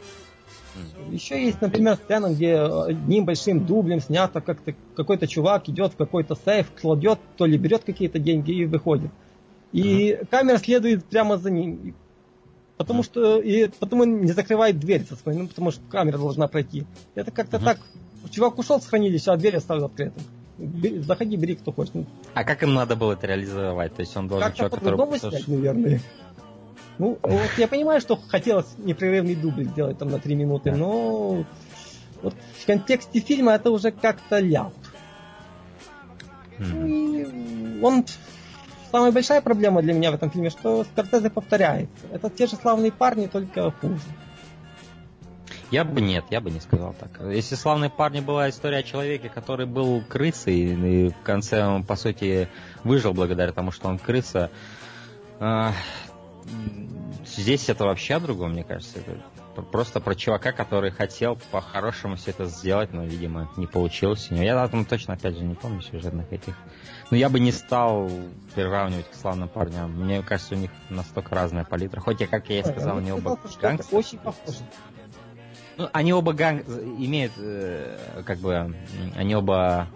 Еще есть, например, сцена, где одним большим дублем снято, как-то какой-то чувак идет в какой-то сейф, кладет, то ли берет какие-то деньги и выходит. И mm-hmm. камера следует прямо за ним. Потому mm-hmm. что и потому он не закрывает дверь со своей, ну, потому что камера должна пройти. Это как-то mm-hmm. так. Чувак ушел с хранилища, а дверь оставил открытой. Бери, заходи, бери, кто хочет. А как им надо было это реализовать? То есть он должен человек, который... Как-то по-другому снять, наверное. Ну, вот я понимаю, что хотелось непрерывный дубль сделать там на три минуты, да. но вот в контексте фильма это уже как-то ляп. Mm-hmm. И он самая большая проблема для меня в этом фильме, что Скорсезе повторяется. Это те же славные парни, только хуже. Я бы нет, я бы не сказал так. Если «Славные парни» была история о человеке, который был крысой, и в конце он, по сути, выжил благодаря тому, что он крыса, э, здесь это вообще о другом, мне кажется. Это просто про чувака, который хотел по-хорошему все это сделать, но, видимо, не получилось. Я там точно, опять же, не помню сюжетных этих. Но я бы не стал приравнивать к «Славным парням». Мне кажется, у них настолько разная палитра. Хоть, я, как я и сказал, они оба гангстеры. Очень похожи. Ну, они оба ганг... имеют, э, как бы, они оба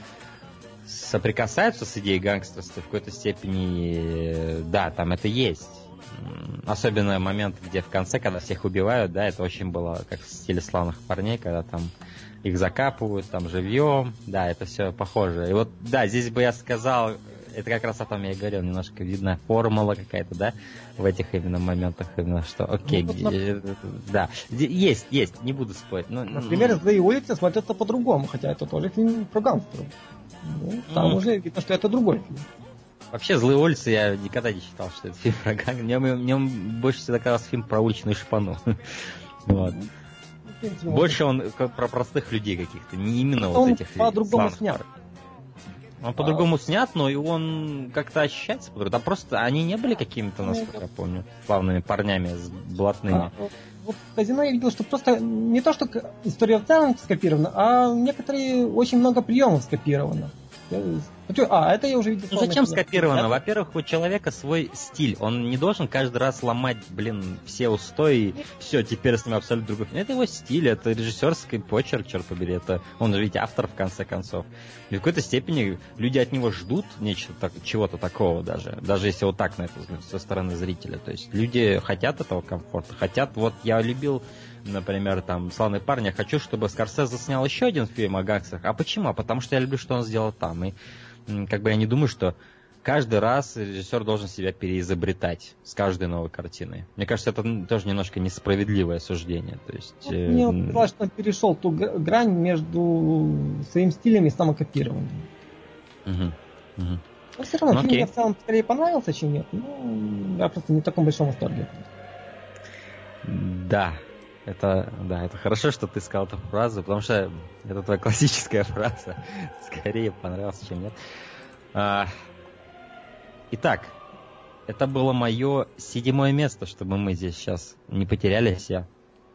соприкасаются с идеей гангстерства в какой-то степени, э, да, там это есть. Особенно момент, где в конце, когда всех убивают, да, это очень было как в стиле «Славных парней», когда там их закапывают, там живьем, да, это все похоже. И вот, да, здесь бы я сказал, это как раз о том я и говорил, немножко видна формула какая-то, да, в этих именно моментах, именно что, окей, ну, вот, где, да, есть, есть, не буду спорить. Но, например, «Злые улицы» смотрятся по-другому, хотя это тоже фильм про гангстеров. Ну, там mm. уже видно, что это другой фильм. Вообще, «Злые улицы» я никогда не считал, что это фильм про гангстеров. Мне, мне он больше всегда казался фильм про уличную шпану. Вот. Больше он про простых людей каких-то, не именно вот этих. По-другому снят. Он по-другому снят, но и он как-то ощущается. Да просто они не были какими-то, насколько я помню, славными парнями с блатными. А, вот в «Казино» я видел, что просто не то, что история в целом скопирована, а некоторые очень много приемов скопировано. А, это я уже видел. Ну зачем скопировано? Во-первых, у человека свой стиль. Он не должен каждый раз ломать, блин, все устои. Все, теперь с ним абсолютно другой. Это его стиль, это режиссерский почерк, черт побери. Это он же ведь автор, в конце концов. И в какой-то степени люди от него ждут нечто, так, чего-то такого даже. Даже если вот так на это взглянуть со стороны зрителя. То есть люди хотят этого комфорта. Хотят, вот я любил, например, там, «Славные парни», я хочу, чтобы Скорсезе снял еще один фильм о гангстерах. А почему? А потому что я люблю, что он сделал там. И как бы я не думаю, что каждый раз режиссер должен себя переизобретать с каждой новой картиной. Мне кажется, это тоже немножко несправедливое суждение. То есть, вот э... мне казалось, что он перешел ту грань между своим стилем и самокопированием. Угу. Угу. Но все равно ну, фильм мне в целом скорее понравился, чем нет. Ну, я просто не в таком большом восторге. Да. Это, да, это хорошо, что ты сказал эту фразу, потому что это твоя классическая фраза. Скорее понравился, чем нет. А, итак, это было мое седьмое место, чтобы мы здесь сейчас не потерялись. Я,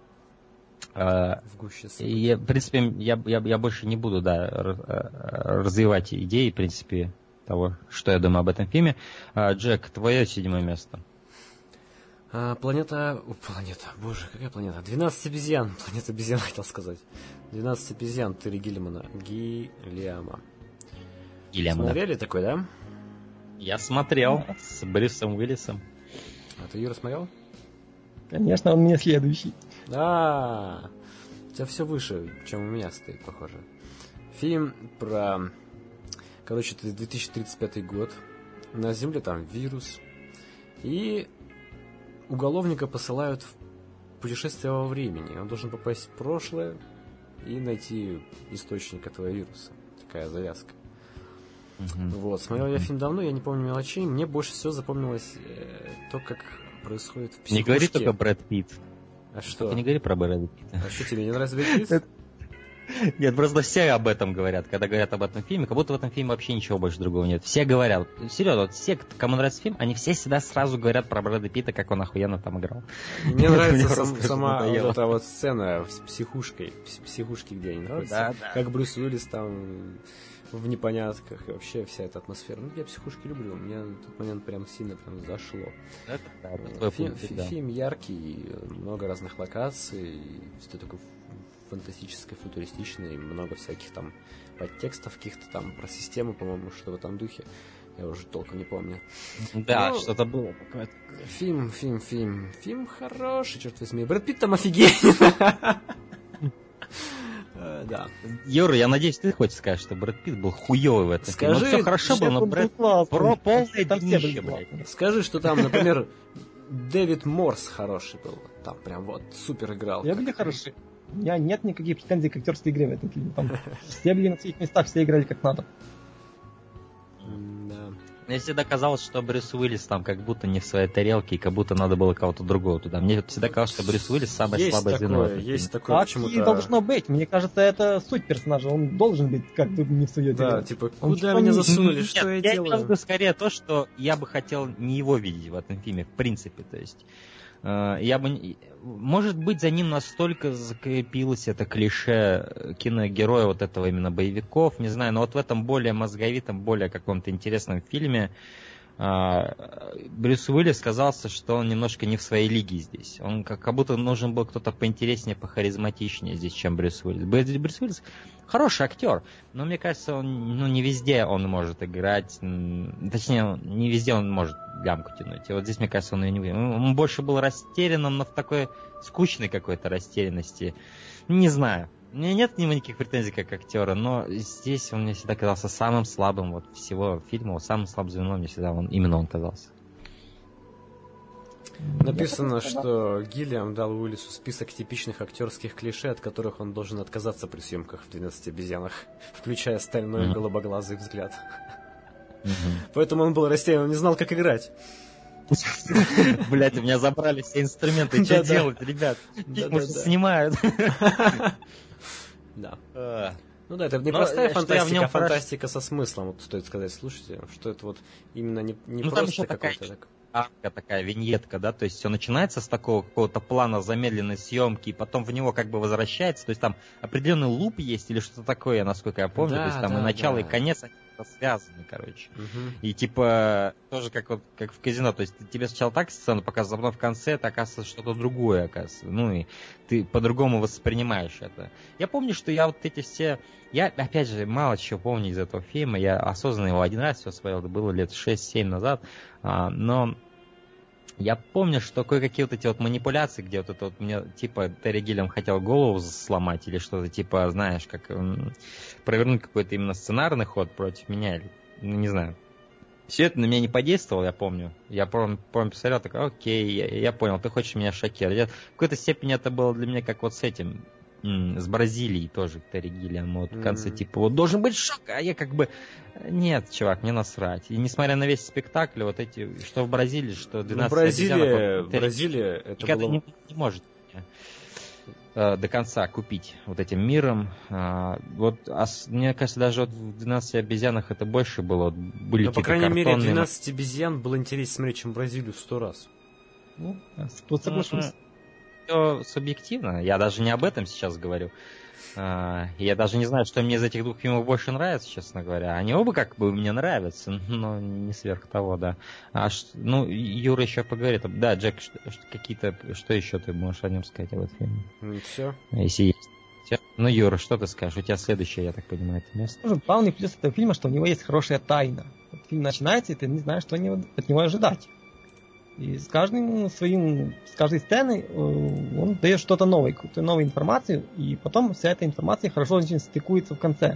а, в гуще я, в принципе, я, я, я больше не буду, да, развивать идеи, в принципе, того, что я думаю об этом фильме. А, Джек, твое седьмое место. А, планета... О, планета, боже, какая планета? двенадцать обезьян. Планета обезьян, хотел сказать. двенадцать обезьян Терри Гиллиама. Гиллиама. Гиллиама, смотрели да. такой, да? Я смотрел с Брюсом Уиллисом. А ты, Юра, смотрел? Конечно, он мне следующий. А, у тебя все выше, чем у меня стоит, похоже. Фильм про... Короче, это две тысячи тридцать пятый год. На Земле там вирус. И... уголовника посылают в путешествие во времени. Он должен попасть в прошлое и найти источник этого вируса. Такая завязка. Uh-huh. Вот. Смотрел я фильм давно, я не помню мелочей. Мне больше всего запомнилось э, то, как происходит в психушке. Не говори только Брэд Питт. А что? Только не говори про Брэда Питта. А что, тебе не нравится Брэд Питт? Нет, просто все об этом говорят, когда говорят об этом фильме, как будто в этом фильме вообще ничего больше другого нет. Все говорят, серьезно, вот все, кому нравится фильм, они все всегда сразу говорят про Брэда Питта, как он охуенно там играл. Мне нравится сам, сама вот эта вот сцена с психушкой, психушки, где они находятся, да, да. Как Брюс Уиллис там в непонятках, и вообще вся эта атмосфера. Ну, я психушки люблю, мне на тот момент прям сильно прям зашло. Это, да, это Фи- пункт, фи- да. Фильм яркий, много разных локаций, все такое фантастическое, футуристичное, много всяких там подтекстов каких-то там про систему, по-моему, что в этом духе. Я уже толком не помню. Да, но... что-то было. Фильм, фильм, фильм. Фильм хороший, черт возьми. Брэд Питт там офигенен. Да. Юра, я надеюсь, ты хочешь сказать, что Брэд Питт был хуёвый в этом фильме. Все хорошо было, но Брэд про полное днище, блядь. Скажи, что там, например, Дэвид Морс хороший был. Там прям вот супер играл. Я были хорошие. У меня нет никаких претензий к актерской игре в этом фильме. Там все были на своих местах, все играли как надо. Да. Мне всегда казалось, что Брюс Уиллис там как будто не в своей тарелке, и как будто надо было кого-то другого туда. Мне всегда казалось, что Брюс Уиллис самое есть слабое такое, звено. Есть такое, так почему-то... и должно быть. Мне кажется, это суть персонажа. Он должен быть как бы не в своей Да, тарелке. типа, Он куда что меня не- засунули, Нет, что я, я делаю? имею в виду скорее то, что я бы хотел не его видеть в этом фильме, в принципе. То есть, э, я бы... не- Может быть, за ним настолько закрепилось это клише киногероя вот этого именно боевиков, не знаю, но вот в этом более мозговитом, более каком-то интересном фильме Брюс Уиллис казался, что он немножко не в своей лиге здесь. Он как, как будто нужен был кто-то поинтереснее, похаризматичнее здесь, чем Брюс Уиллис. Брюс Уиллис хороший актер, но мне кажется, он ну, не везде он может играть. Точнее, не везде он может лямку тянуть. И вот здесь, мне кажется, он ее не выиграл. Он больше был растерянным, но в такой скучной какой-то растерянности. Не знаю. У меня нет к нему никаких претензий как актера, но здесь он мне всегда казался самым слабым вот всего фильма, самым слабым звеном мне всегда он, именно он казался. Написано, что Гиллиам дал Уиллису список типичных актерских клише, от которых он должен отказаться при съемках в «двенадцати обезьянах», включая стальной Mm-hmm. голубоглазый взгляд. Mm-hmm. Поэтому он был растерян, он не знал, как играть. Блять, у меня забрали все инструменты, что делать, ребят? Может, снимают. Да. А. Ну да, это не Но, простая что я в фантастика, нем а фантастика со смыслом, вот стоит сказать. Слушайте, что это вот именно не, не Ну, там просто еще такая какой-то так. арка, такая виньетка, да, то есть все начинается с такого какого-то плана замедленной съемки, и потом в него как бы возвращается, то есть там определенный луп есть или что-то такое, насколько я помню, Да, то есть там да, и начало, да. и конец, они связаны, короче. Мгм. И типа тоже как вот как в казино, то есть тебе сначала так сцену показывают, а потом в конце это оказывается что-то другое, оказывается. Ну и ты по-другому воспринимаешь это. Я помню, что я вот эти все... Я, опять же, мало чего помню из этого фильма. Я осознанно его один раз все смотрел, это было лет шесть-семь назад. А, но я помню, что кое-какие вот эти вот манипуляции, где вот это вот мне, типа, Терри Гиллиам хотел голову сломать или что-то, типа, знаешь, как м, провернуть какой-то именно сценарный ход против меня, или, ну, не знаю. Все это на меня не подействовало, я помню. Я помню, помню посмотрел, такой, окей, я, я понял, ты хочешь меня шокировать. В какой-то степени это было для меня как вот с этим, м, с Бразилией тоже, Терри Гиллиам. Вот в конце, Мгм. типа, вот должен быть шок, а я как бы, нет, чувак, мне насрать. И несмотря на весь спектакль, вот эти, что в Бразилии, что Ну, двенадцать Бразилия, обезьянок, вот, Терри Бразилия, это никогда было... не, не может э, до конца купить вот этим миром. А, вот, а с- мне кажется, даже вот в двенадцати обезьянах это больше было. Вот были Ну, по какие-то крайней мере, картонные двенадцать обезьян было интереснее смотреть, чем Бразилию в сто раз. Ну, тут соглашусь. все субъективно. Я даже не об этом сейчас говорю. А, Я даже не знаю, что мне из этих двух фильмов больше нравится, честно говоря. Они оба как бы мне нравятся, но не сверх того, да. А, ш- ну, Юра еще поговорит. Да, Джек, что, что- какие-то, что еще ты можешь о нем сказать об этом фильме? Все. Если есть. Всё? Ну, Юра, что ты скажешь? У тебя следующее, я так понимаю, это место. Скажу, главный плюс этого фильма, что у него есть хорошая тайна. Вот фильм начинается, и ты не знаешь, что они- от него ожидать. И с каждым своим, с каждой сцены э, он дает что-то новое, какую-то новую информацию, и потом вся эта информация хорошо очень стыкуется в конце.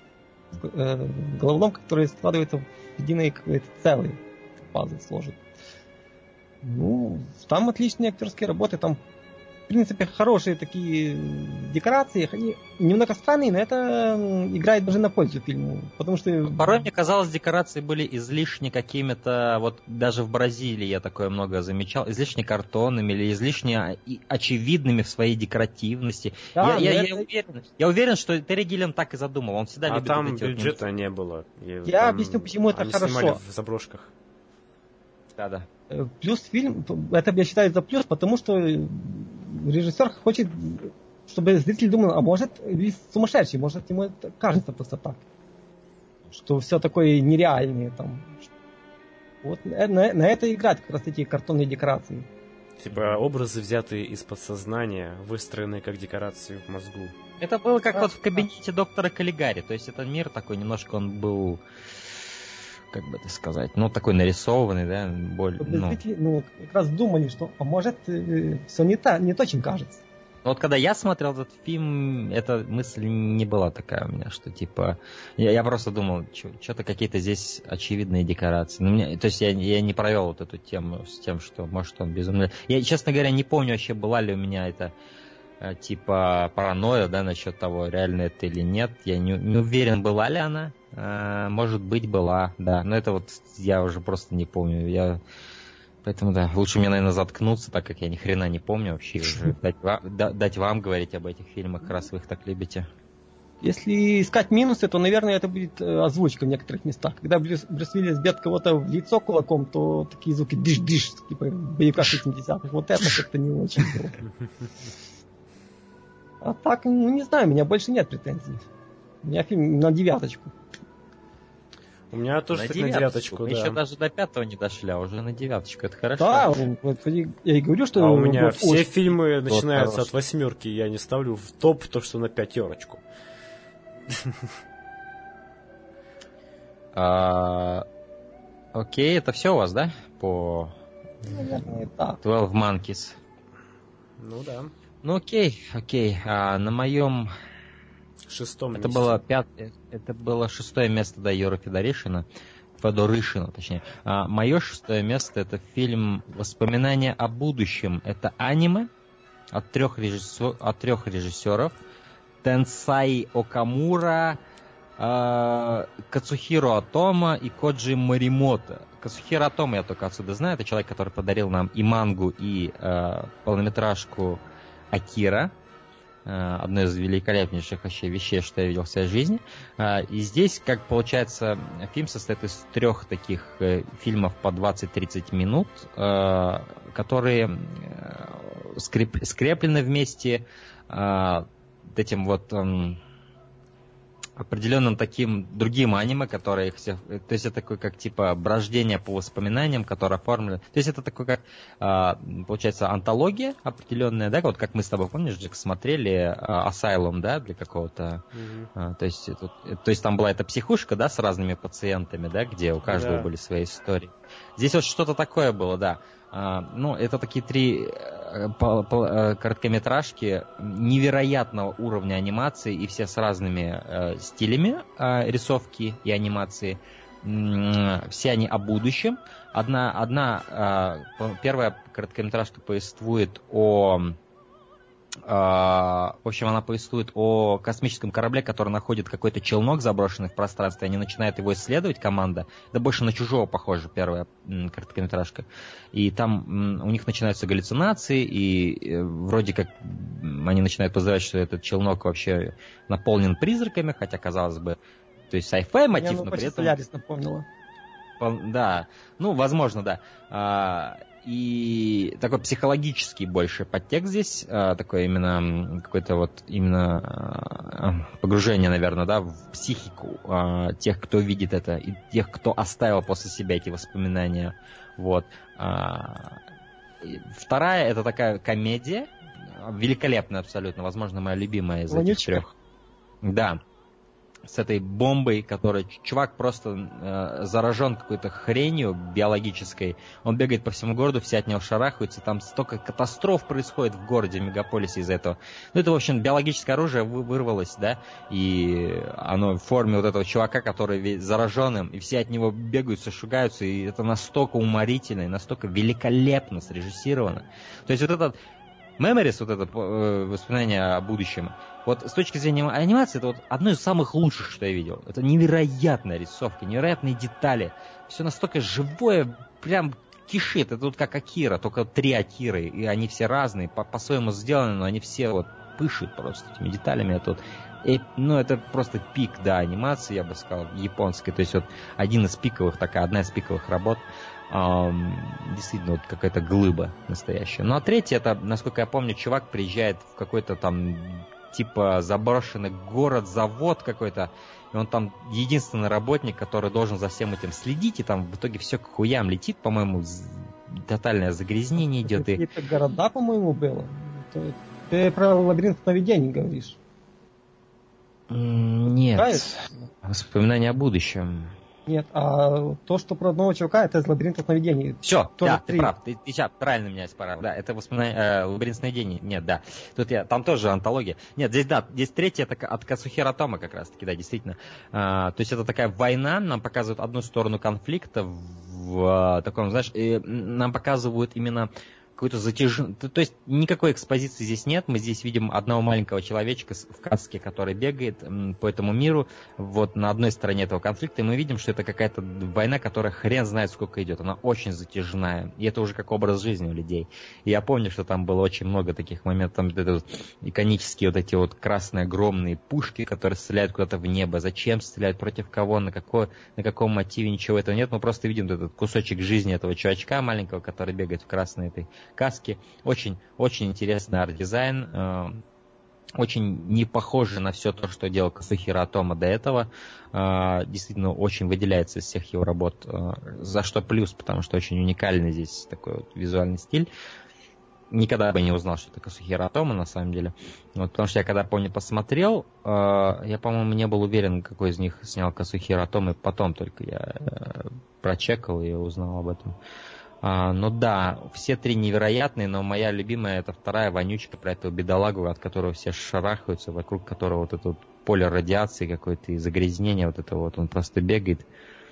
Э, головоломка, которая складывается в единое какое-то целое, пазл сложит. Ну, там отличные актерские работы, там в принципе, хорошие такие декорации. Они немного странные, но это м, играет даже на пользу фильму. Потому что... Порой, мне казалось, декорации были излишне какими-то, вот даже в Бразилии я такое много замечал, излишне картонными или излишне и очевидными в своей декоративности. Да, я, я, но я, это- уверен, я уверен, что Терри Гиллиам так и задумал. Он всегда А любит там вот эти вот бюджета не было. И Я там объясню, почему это они хорошо. снимали в заброшках. Да-да. Э, Плюс фильм, это я считаю за плюс, потому что режиссер хочет, чтобы зритель думал, а может, Лис сумасшедший, может, ему это кажется просто так. Что все такое нереальное там. Вот на, на- на это играют как раз эти картонные декорации. Типа образы, взятые из подсознания, выстроенные как декорации в мозгу. Это было как Да, вот в кабинете доктора Каллигари. То есть это мир такой, немножко он был, как бы это сказать, ну такой нарисованный, да, более, Чтобы ну. зрители ну, как раз думали, что, а может, все не, та, не то, чем кажется. Но вот когда я смотрел этот фильм, эта мысль не была такая у меня, что типа... Я, я просто думал, что-то какие-то здесь очевидные декорации. Ну, мне, то есть я, я не провел вот эту тему с тем, что может он безумно... Я, честно говоря, не помню вообще, была ли у меня это типа паранойя, да, насчет того, реально это или нет. Я не, не уверен, была ли она. А, может быть, была, да. Но это вот я уже просто не помню. Я... Поэтому, да, лучше мне, наверное, заткнуться, так как я ни хрена не помню вообще уже. Дать вам, дать вам говорить об этих фильмах, раз вы их так любите. Если искать минусы, то, наверное, это будет озвучка в некоторых местах. Когда Брюс, Брюс Уиллис бьет кого-то в лицо кулаком, то такие звуки дыш-дыш, типа в боевиках шестидесятых. Вот это как-то не очень было. А так, ну не знаю, у меня больше нет претензий. У меня фильм на девяточку. У меня тоже на так девяточку, на девяточку, мы да. еще даже до пятого не дошли, а уже на девяточку, это хорошо. Да, вот, я и говорю, что... А у меня вот, все очень... фильмы начинаются от восьмерки, я не ставлю в топ то, что на пятерочку. А, окей, это все у вас, да? По Наверное, да. двенадцать Monkeys. Ну да. Ну окей, окей. А, на моем шестом это месте. было пят... это было шестое место, да, Юры Федоришина. Федоришина, точнее. А, мое шестое место — это фильм «Воспоминания о будущем». Это аниме от трех, режиссер... от трех режиссеров. Тенсай Окамура, э, Кацухиро Отома и Коджи Моримото. Кацухиро Отома я только отсюда знаю. Это человек, который подарил нам и мангу, и э, полнометражку Акира. Э, одно из великолепнейших вообще вещей, что я видел в своей жизни. Э, и здесь, как получается, фильм состоит из трех таких э, фильмов по двадцать-тридцать минут, э, которые э, скреп... скреплены вместе э, этим вот эм, определенным таким другим аниме, которые их все... То есть это такое, как типа брождение по воспоминаниям, которое оформлено... То есть это такое, как, э, получается, антология определенная, да, вот как мы с тобой, помнишь, Джек, смотрели э, Asylum, да, для какого-то... Mm-hmm. Э, то, есть, это, то есть там была эта психушка, да, с разными пациентами, да, где у каждого yeah. были свои истории. Здесь вот что-то такое было, да. Uh, ну, это такие три uh, по, по, uh, короткометражки невероятного уровня анимации, и все с разными uh, стилями uh, рисовки и анимации. Mm, все они о будущем. Одна, одна uh, первая короткометражка повествует о... Uh, в общем, она повествует о космическом корабле, который находит какой-то челнок, заброшенный в пространстве. Они начинают его исследовать, команда. Да больше на «Чужого» похоже, первая м, короткометражка. И там м, у них начинаются галлюцинации, и э, вроде как м, они начинают подозревать, что этот челнок вообще наполнен призраками, хотя, казалось бы, то есть sci-fi мотив, Я, ну, но при этом... Солярис напомнила. Да, ну, возможно, да. А, и такой психологический больше подтекст здесь, а, такое именно какое-то вот именно а, погружение, наверное, да, в психику а, тех, кто видит это, и тех, кто оставил после себя эти воспоминания. Вот. А, вторая — это такая комедия, великолепная абсолютно, возможно, моя любимая из Вонючка. Этих трех. Да. С этой бомбой, которая... Чувак просто э, заражен какой-то хренью биологической. Он бегает по всему городу, все от него шарахаются. Там столько катастроф происходит в городе, в мегаполисе из-за этого. Ну, это, в общем, биологическое оружие вырвалось, да, и оно в форме вот этого чувака, который зараженным, и все от него бегаются, шугаются, и это настолько уморительно, и настолько великолепно срежиссировано. То есть вот этот Memories, вот это э, воспоминание о будущем, вот с точки зрения анимации, это вот одно из самых лучших, что я видел. Это невероятная рисовка, невероятные детали. Все настолько живое, прям кишит. Это вот как Акира, только три Акиры, и они все разные, по- по-своему сделаны, но они все вот пышут просто этими деталями. Это вот, и, ну, это просто пик, да, анимации, я бы сказал, японской. То есть вот один из пиковых, такая, одна из пиковых работ. Um, действительно, вот какая-то глыба настоящая. Ну, а третья, это, насколько я помню, чувак приезжает в какой-то там типа заброшенный город, завод какой-то, и он там единственный работник, который должен за всем этим следить, и там в итоге все к хуям летит, по-моему, тотальное загрязнение идет. Какие-то и... города, по-моему, было. Ты, ты про лабиринт сновидений говоришь? Нет. Правильно? Воспоминания о будущем. Нет, а то, что про одного чувака, это из лабиринта сновидений. Все, да, ты прав, ты, ты сейчас правильно меня исправил. Да, это воспоминание, э, лабиринт сновидений. Нет, да. Тут я, там тоже антология. Нет, здесь, да, здесь третья это от Кацухиро Тома как раз таки, да, действительно. А, то есть это такая война, нам показывают одну сторону конфликта в, в таком, знаешь, и нам показывают именно какой-то затяженный... То есть никакой экспозиции здесь нет. Мы здесь видим одного маленького человечка в каске, который бегает по этому миру. Вот на одной стороне этого конфликта. И мы видим, что это какая-то война, которая хрен знает сколько идет. Она очень затяжная. И это уже как образ жизни у людей. И я помню, что там было очень много таких моментов. Там вот это вот иконические вот эти вот красные огромные пушки, которые стреляют куда-то в небо. Зачем стреляют, против кого, на, какой, на каком мотиве, ничего этого нет. Мы просто видим вот этот кусочек жизни этого чувачка маленького, который бегает в красной этой каске. Очень, очень интересный арт-дизайн. Э, очень не похоже на все то, что делал Казухиро Отомо до этого. Э, действительно, очень выделяется из всех его работ. Э, за что плюс, потому что очень уникальный здесь такой вот визуальный стиль. Никогда бы не узнал, что это Казухиро Отомо, на самом деле. Вот, потому что я когда, помню, посмотрел, э, я, по-моему, не был уверен, какой из них снял Казухиро Отомо, и потом только я э, прочекал и узнал об этом. А, ну да, все три невероятные, но моя любимая это вторая вонючка про этого бедолагу, от которого все шарахаются, вокруг которого вот это вот поле радиации какое-то и загрязнение вот это вот, он просто бегает.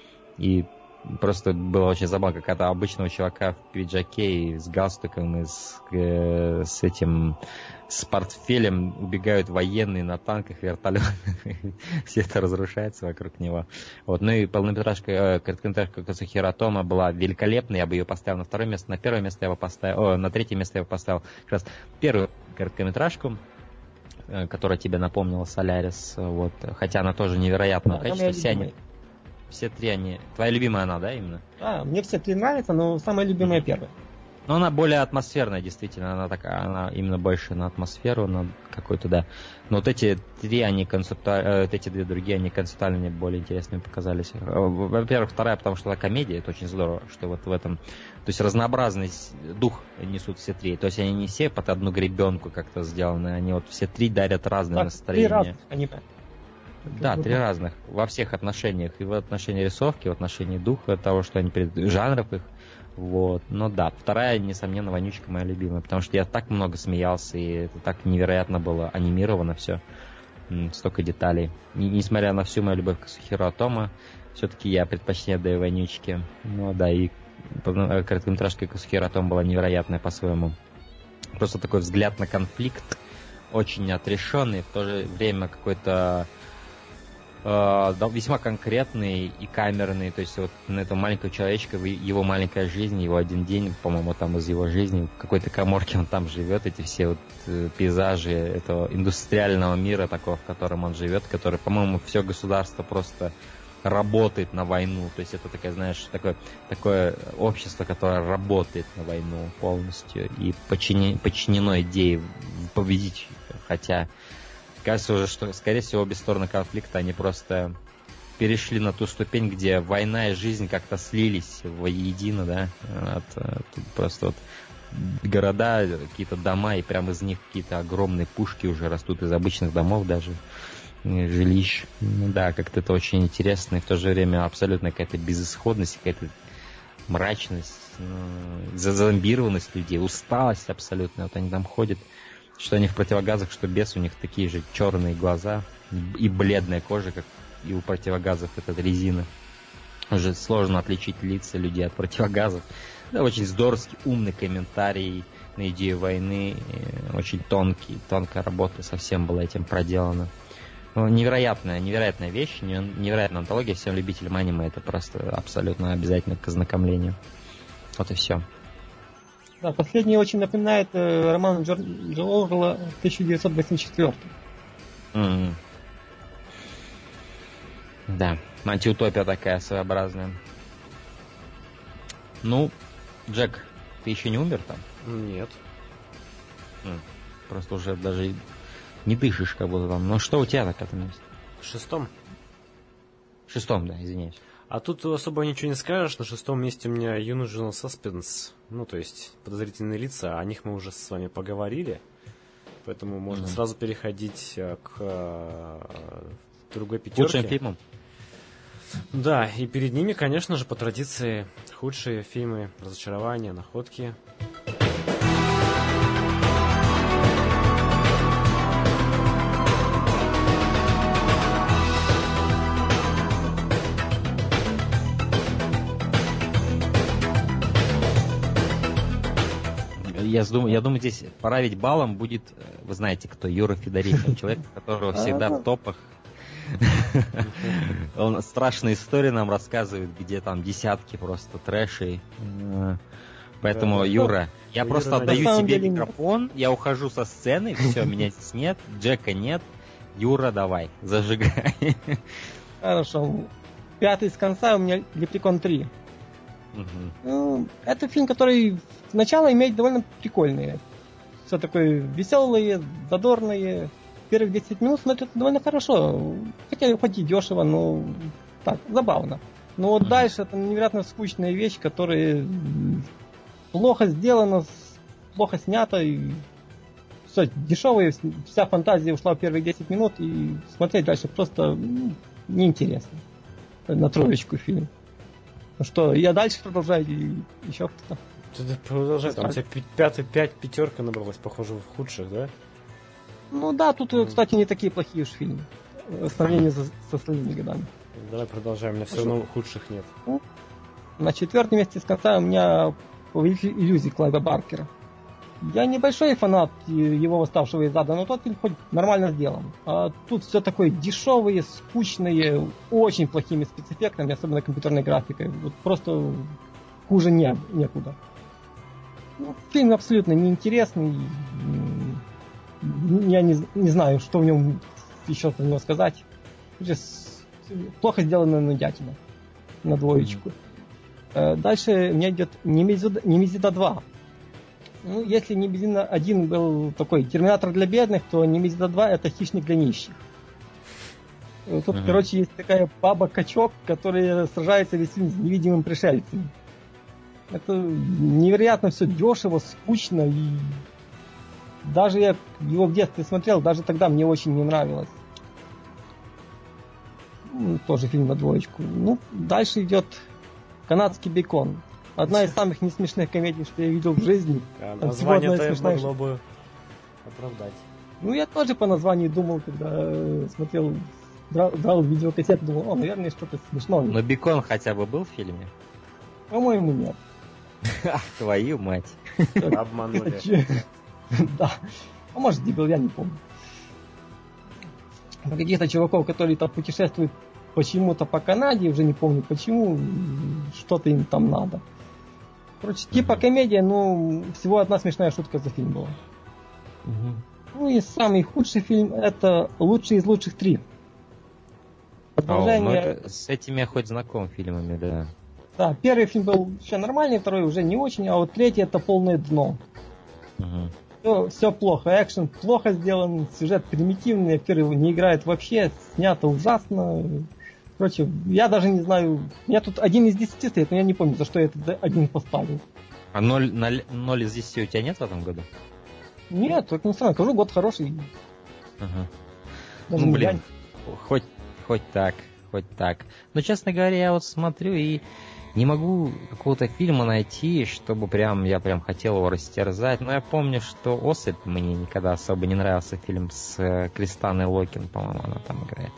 И просто было очень забавно, как от обычного чувака в пиджаке и с галстуком и с, э, с этим с портфелем убегают военные на танках, вертолетах. Все это разрушается вокруг него. Вот. Ну и полнометражка, э, короткометражка Казухиро Отомо была великолепной. Я бы ее поставил на второе место. На первое место я бы поставил... О, на третье место я бы поставил как раз первую короткометражку, э, которая тебе напомнила Солярис. Вот. Хотя она тоже невероятного да, качества. Все они... Все три они... Твоя любимая она, да, именно? А, мне все три нравятся, но самая любимая первая. Но она более атмосферная, действительно. Она такая, она именно больше на атмосферу, на какой-то, да. Но вот эти три, они концептуально... Эти две другие, они концептуально мне более интересными показались. Во-первых, вторая, потому что это комедия, это очень здорово, что вот в этом... То есть разнообразный дух несут все три. То есть они не все под одну гребенку как-то сделаны, они вот все три дарят разные так, настроения. Три разных аниме. Да, три разных. Во всех отношениях. И в отношении рисовки, в отношении духа, того, что они передают, жанров их. Вот. Но да, вторая, несомненно, вонючка моя любимая. Потому что я так много смеялся, и это так невероятно было анимировано все. Столько деталей. И, несмотря на всю мою любовь к Казухиро Отомо, все-таки я предпочтение даю вонючке. Ну да, и короткометражка Казухиро Отомо была невероятная по-своему. Просто такой взгляд на конфликт, очень отрешенный, в то же время какой-то весьма конкретный и камерный, то есть вот на этого маленького человечка, его маленькая жизнь, его один день, по-моему, там из его жизни, в какой-то каморке он там живет, эти все вот пейзажи этого индустриального мира такого, в котором он живет, который, по-моему, все государство просто работает на войну, то есть это такое, знаешь, такое, такое общество, которое работает на войну полностью и подчинено, подчинено идее победить, хотя кажется уже, что, скорее всего, обе стороны конфликта, они просто перешли на ту ступень, где война и жизнь как-то слились воедино, да, от, от, просто вот города, какие-то дома, и прямо из них какие-то огромные пушки уже растут из обычных домов даже, жилищ. Ну, да, как-то это очень интересно, и в то же время абсолютно какая-то безысходность, какая-то мрачность, ну, зазомбированность людей, усталость абсолютно, вот они там ходят, что они в противогазах, что без, у них такие же черные глаза и бледная кожа, как и у противогазов, это резина. Уже сложно отличить лица людей от противогазов. Да, очень здоровский, умный комментарий на идею войны, очень тонкий, тонкая работа совсем была этим проделана. Ну, невероятная, невероятная вещь, невероятная антология, всем любителям аниме это просто абсолютно обязательно к ознакомлению. Вот и все. Да, последний очень напоминает э, роман Джорджа Оруэлла тысяча девятьсот восемьдесят четыре. Mm-hmm. Да, антиутопия такая своеобразная. Ну, Джек, ты еще не умер там? Нет. Mm. Просто уже даже не дышишь, как будто там. Ну что у тебя на пятом месте? В шестом. В шестом, да, извиняюсь. А тут особо ничего не скажешь. На шестом месте у меня Unusual Suspense. Ну, то есть подозрительные лица. О них мы уже с вами поговорили. Поэтому можно mm-hmm. сразу переходить к э, другой пятерке. Лучшим фильмом? Да, и перед ними, конечно же, по традиции, худшие фильмы, разочарования, находки. я, думаю, я думаю, здесь править балом будет, вы знаете, кто, Юра Федорихин, человек, которого всегда в топах. Он страшные истории нам рассказывает, где там десятки просто трэшей. Поэтому, да, Юра, я просто Юра, отдаю тебе деле... микрофон, я ухожу со сцены, все, меня здесь нет, Джека нет. Юра, давай, зажигай. Хорошо. Пятый с конца у меня Лепрекон три. Угу. Ну, это фильм, который сначала имеет довольно прикольные. Все такое веселое, задорное. Первых десять минут смотрят довольно хорошо. Хотя хоть и дешево, но так, забавно. Но вот угу. дальше это невероятно скучная вещь, которая плохо сделано, плохо снято, и все дешевые, вся фантазия ушла в первые десять минут, и смотреть дальше просто ну, неинтересно. На троечку фильм. Ну что, я дальше продолжаю, или еще кто-то? Ты продолжай, там у тебя пятый, пять, пятерка набралась, похоже, в худших, да? Ну да, тут, mm. кстати, не такие плохие уж фильмы. В сравнении с, с остальными годами. Давай продолжаем, у меня все равно худших нет. Ну, на четвертом месте с конца у меня «Повелитель иллюзий» Клайва Баркера. Я небольшой фанат его «Восставшего из ада», но тот фильм хоть нормально сделан. А тут все такое дешевое, скучное, очень плохими спецэффектами, особенно компьютерной графикой. Вот просто хуже не, некуда. Ну, фильм абсолютно неинтересный. Я не, не знаю, что в нем еще про него сказать. Плохо сделано нудятина на двоечку. Mm-hmm. Дальше у меня идет Немезида два. Ну, если Немезида один был такой терминатор для бедных, то Немезида два это хищник для нищих. Тут, mm-hmm. короче, есть такая баба-качок, которая сражается весь фильм с невидимым пришельцем. Это невероятно все дешево, скучно, и даже я его в детстве смотрел, даже тогда мне очень не нравилось. Ну, тоже фильм на двоечку. Ну, дальше идет «Канадский бекон». Одна из самых несмешных комедий, что я видел в жизни. А, название-то могло бы оправдать. Ну, я тоже по названию думал, когда смотрел, брал, брал видеокассету, думал, о, наверное, что-то смешное. Но бекон хотя бы был в фильме? По-моему, нет. Твою мать. Обманули. Да. А может, дебил, я не помню. Каких-то чуваков, которые там путешествуют почему-то по Канаде, уже не помню почему, что-то им там надо. Короче, типа комедия, но всего одна смешная шутка за фильм была. Угу. Ну и самый худший фильм это «Лучший из лучших три». Продолжение... О, ну с этими я хоть знаком фильмами, да. Да, первый фильм был еще нормальный, второй уже не очень, а вот третий это полное дно. Угу. Все, все плохо, экшен плохо сделан, сюжет примитивный, актер не играет вообще, снято ужасно. Короче, я даже не знаю, у меня тут один из десяти стоит, но я не помню, за что я этот один поставил. А ноль, ноль, ноль из десяти у тебя нет в этом году? Нет, только не странно, скажу, год хороший. Ага. Ну, блин, хоть, хоть так, хоть так. Но, честно говоря, я вот смотрю и не могу какого-то фильма найти, чтобы прям я прям хотел его растерзать. Но я помню, что «Особь» мне никогда особо не нравился, фильм с Кристаной Локин, по-моему, она там играет.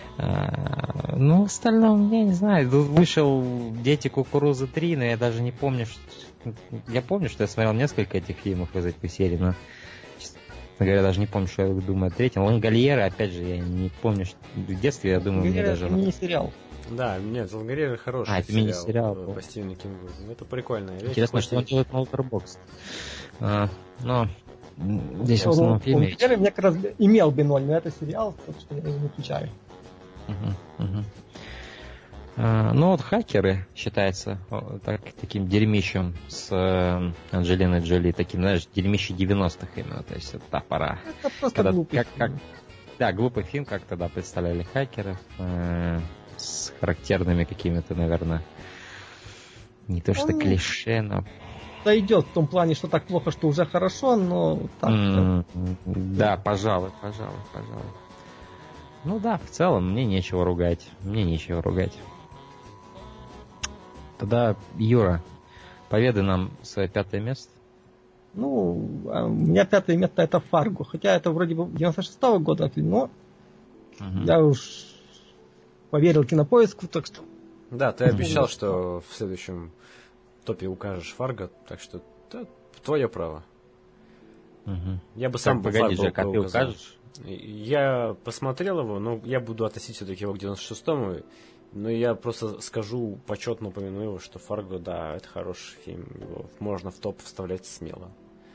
А, ну, в остальном, я не знаю. Вышел «Дети кукурузы три», но я даже не помню, что... Я помню, что я смотрел несколько этих фильмов из этой серии, но, честно говоря, даже не помню, что я думаю о третьем. «Лангольеры», опять же, я не помню, что в детстве, я думаю, мне даже... Это мини-сериал. Да, нет, «Лангольеры» хороший а, это сериал, мини-сериал по Стивену Кингу. Это прикольная вещь. Интересно, что он делает на Letterboxd. А, но здесь в основном фильме... «Лангольеры» мне как раз имел бы ноль, но это сериал, так что я его не включаю. Uh-huh, uh-huh. Uh, ну вот «Хакеры» считается так, таким дерьмищем с э, Анджелиной Джоли, таким, знаешь, дерьмище девяностых именно, то есть это та пора. Это просто когда, глупый как, фильм. Как, да, глупый фильм, как тогда представляли хакеров, э, с характерными какими-то, наверное, не то что Он клише, но... Дойдет в том плане, что так плохо, что уже хорошо, но так... Mm, да, пожалуй, пожалуй, пожалуй. Ну да, в целом, мне нечего ругать. Мне нечего ругать. Тогда, Юра, поведай нам свое пятое место. Ну, у меня пятое место это «Фарго». Хотя это вроде бы девяносто шестого года фильм, но угу. я уж поверил Кинопоиску, так что... Да, ты обещал, что в следующем топе укажешь «Фарго», так что это твое право. Угу. Я бы сам так, погоди, Фарго Жек, а ты укажешь? Я посмотрел его, но я буду относить все-таки его к девяносто шестому. Но я просто скажу, почетно упомяну его, что Фарго, да, это хороший фильм. Его можно в топ вставлять смело.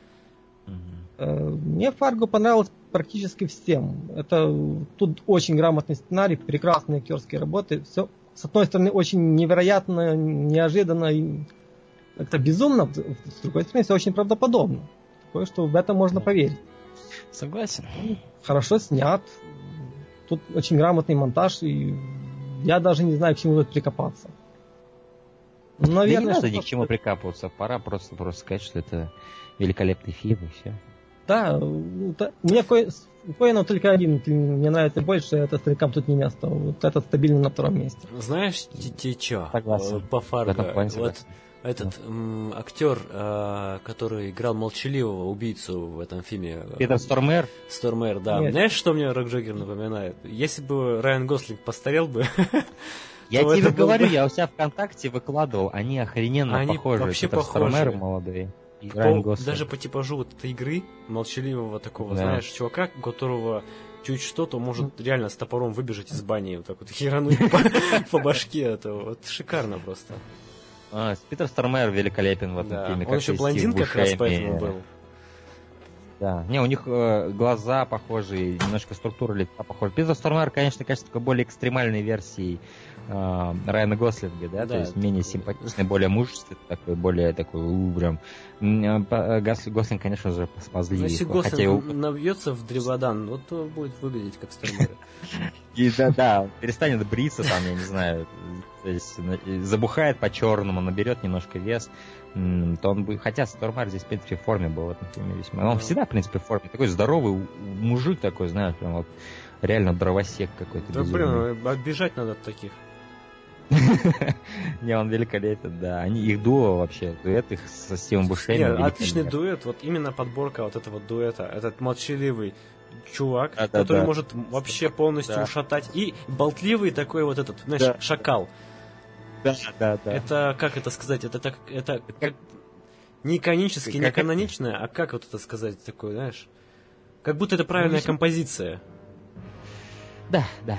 Мне Фарго понравилось практически всем. Это тут очень грамотный сценарий, прекрасные актерские работы. Все, с одной стороны, очень невероятно, неожиданно и как-то безумно, с другой стороны, все очень правдоподобно. Такое, что в это можно поверить. Согласен. Хорошо снят. Тут очень грамотный монтаж, и я даже не знаю, к чему тут прикопаться. Наверное, да не надо ни к чему прикапываться. Пора просто, просто сказать, что это великолепный фильм, и все. Да, мне у Коэна только один фильм мне нравится больше, это «Старикам тут не место». Вот этот стабильно на втором месте. Знаешь, тебе что? По Фарго. Вот этот м, актер, э, который играл молчаливого убийцу в этом фильме. Питер Стормэр? Стормэр, да. Нет. Знаешь, что мне Рок Джокер напоминает? Если бы Райан Гослинг постарел бы... Я тебе говорю, я у себя ВКонтакте выкладывал, они охрененно они похожи. Вообще Питер похожи. Стормэр молодые. И по, Райан Гослинг. Даже по типажу вот этой игры, молчаливого такого, да. знаешь, чувака, которого чуть что-то может реально с топором выбежать из бани, вот так вот херануть по башке. Это вот шикарно просто. А, Питер Стормэр великолепен в этом да. фильме. Он еще блондин как раз поэтому был. Да, не, у них э, глаза похожие, немножко структура лица похожа. Питер Стормэр, конечно, кажется такой более экстремальной версией э, Райана Гослинга, да? да, то есть менее симпатичный, более мужественный, такой, более такой, у, прям. Гос, Гослинг, конечно же, смазливый. Если Гослинг его... набьется в древодан, вот то будет выглядеть как Стормэр. И да, да, перестанет бриться там, я не знаю, то есть забухает по-черному, наберет немножко вес, то он бы... Хотя Стормэр здесь, в принципе, в форме был в этом фильме весьма. Он всегда, в принципе, в форме. Такой здоровый мужик такой, знаешь, прям вот реально дровосек какой-то. Да, блин, отбежать надо от таких. Не, он великолепен, да. Они, их дуо вообще, дуэт их со Стивом Бушеми. Отличный дуэт, вот именно подборка вот этого дуэта. Этот молчаливый чувак, а, который да. может вообще полностью да. ушатать. И болтливый такой вот этот, знаешь, да. шакал. Да, да, да. Это, как это сказать, это так, это как, не иконически, не каноничное, а как вот это сказать такое, знаешь? Как будто это правильная ну, композиция. Да, да.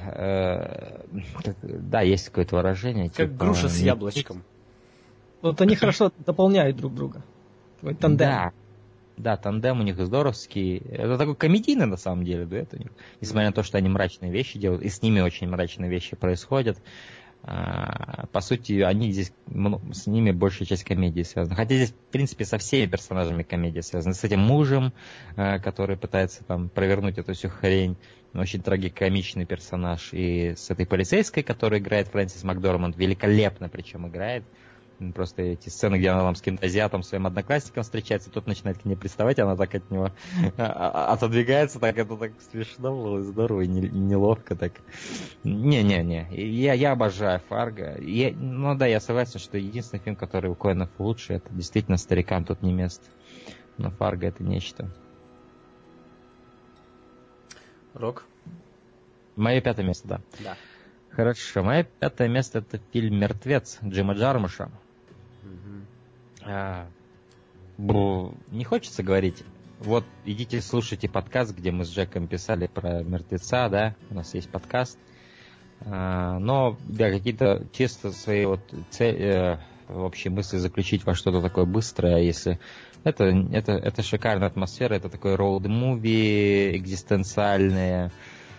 Да, есть какое-то выражение. Как типа, груша с яблочком. Вот они хорошо дополняют друг друга. Твой тандем. Да. Да, тандем у них здоровский. Это такой комедийный, на самом деле, дуэт у них. Несмотря на то, что они мрачные вещи делают, и с ними очень мрачные вещи происходят. По сути, они здесь, с ними большая часть комедии связана. Хотя здесь, в принципе, со всеми персонажами комедия связана. С этим мужем, который пытается там провернуть эту всю хрень. Очень трагикомичный персонаж. И с этой полицейской, которую играет Фрэнсис Макдорманд. Великолепно причем играет. Просто эти сцены, где она там с каким-то азиатом, своим одноклассником встречается, тот начинает к ней приставать, она так от него отодвигается, так это так смешно было, здорово, и неловко так. Не-не-не, я, я обожаю Фарго. Я, ну да, я согласен, что единственный фильм, который у Коэнов лучше, это действительно «Старикам тут не место». Но Фарго это нечто. Рок? Мое пятое место, да. Да. Хорошо, мое пятое место это фильм «Мертвец» Джима Джармуша. А, бу, не хочется говорить. Вот идите слушайте подкаст, где мы с Джеком писали про мертвеца, да, у нас есть подкаст. А, но да, какие-то чисто свои вот цели, э, в общем, мысли заключить во что-то такое быстрое, если это, это, это шикарная атмосфера, это такой роуд-муви экзистенциальное,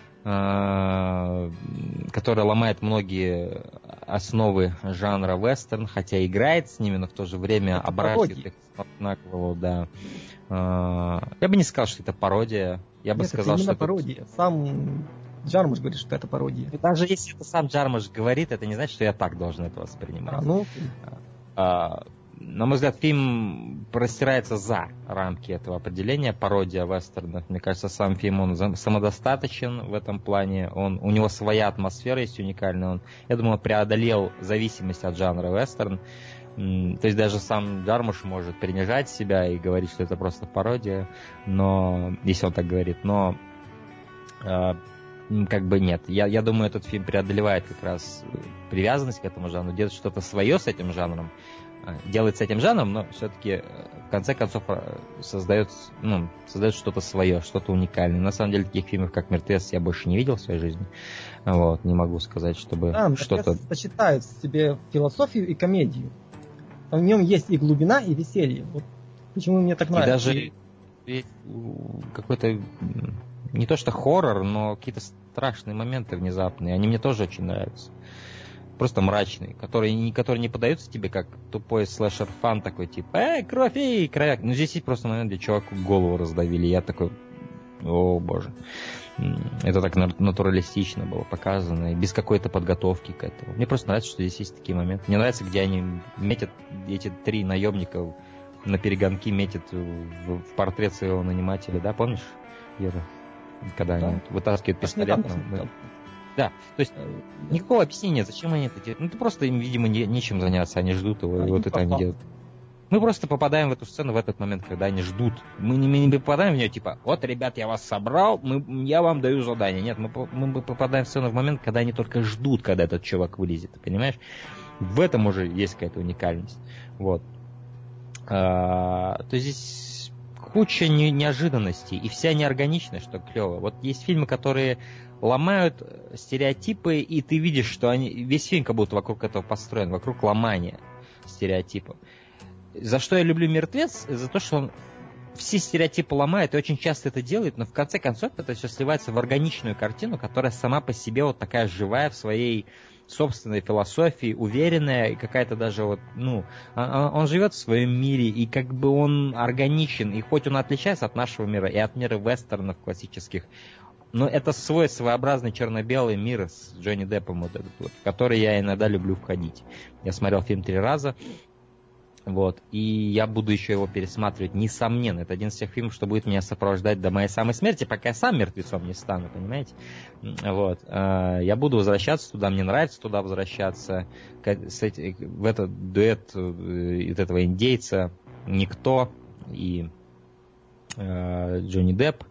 которая ломает многие основы жанра вестерн, хотя играет с ними, но в то же время это обращает их на голову, да. Я бы не сказал, что это пародия. Я бы Нет, сказал, это что пародия. Это... Сам Джармуш говорит, что это пародия. И даже если это сам Джармуш говорит, это не значит, что я так должен это воспринимать. А, ну... На мой взгляд, фильм простирается за рамки этого определения, пародия вестернов. Мне кажется, сам фильм, он самодостаточен в этом плане. Он, у него своя атмосфера есть уникальная. Он, я думаю, преодолел зависимость от жанра вестерн. То есть даже сам Джармуш может принижать себя и говорить, что это просто пародия. Но, если он так говорит. Но э, как бы нет. Я, я думаю, этот фильм преодолевает как раз привязанность к этому жанру, делает что-то свое с этим жанром. делает с этим жанром, но все-таки в конце концов создает, ну, создает что-то свое, что-то уникальное. На самом деле таких фильмов, как «Мертвец», я больше не видел в своей жизни. Вот, не могу сказать, чтобы да, что-то... сочетает в себе философию и комедию. В нем есть и глубина, и веселье. Вот почему мне так нравится. И даже какой-то, не то что хоррор, но какие-то страшные моменты внезапные, они мне тоже очень нравятся. Просто мрачные, которые, которые не подаются тебе как тупой слэшер-фан такой, типа, эй, кровь, эй, кровяк. Ну, здесь есть просто момент, где чуваку голову раздавили. Я такой, о, боже. Это так натуралистично было показано, и без какой-то подготовки к этому. Мне просто нравится, что здесь есть такие моменты. Мне нравится, где они метят, эти три наемника на перегонки метят в, в портрет своего нанимателя, да, помнишь, Ера? Когда да. Они вытаскивают пистолет. Ну, да, то есть никакого объяснения, зачем они это делают. Ну, это просто им, видимо, не, нечем заняться, они ждут его, и вот это они делают. Мы просто попадаем в эту сцену в этот момент, когда они ждут. Мы не, мы не попадаем в нее, типа, вот, ребят, я вас собрал, мы, я вам даю задание. Нет, мы, мы попадаем в сцену в момент, когда они только ждут, когда этот чувак вылезет, понимаешь? В этом уже есть какая-то уникальность. Вот. А, то есть здесь куча не, неожиданностей, и вся неорганичность, что клево. Вот есть фильмы, которые ломают стереотипы, и ты видишь, что они весь фильм как будто вокруг этого построен, вокруг ломания стереотипов. За что я люблю «Мертвец»? За то, что он все стереотипы ломает и очень часто это делает, но в конце концов это все сливается в органичную картину, которая сама по себе вот такая живая в своей собственной философии, уверенная, и какая-то даже вот, ну, он живет в своем мире, и как бы он органичен, и хоть он отличается от нашего мира и от мира вестернов классических, но это свой своеобразный черно-белый мир с Джонни Деппом, вот этот вот, в который я иногда люблю входить. Я смотрел фильм три раза, вот, и я буду еще его пересматривать, несомненно. Это один из тех фильмов, что будет меня сопровождать до моей самой смерти, пока я сам мертвецом не стану, понимаете? Вот. Я буду возвращаться туда, мне нравится туда возвращаться. В этот дуэт вот этого индейца «Никто» и Джонни Депп.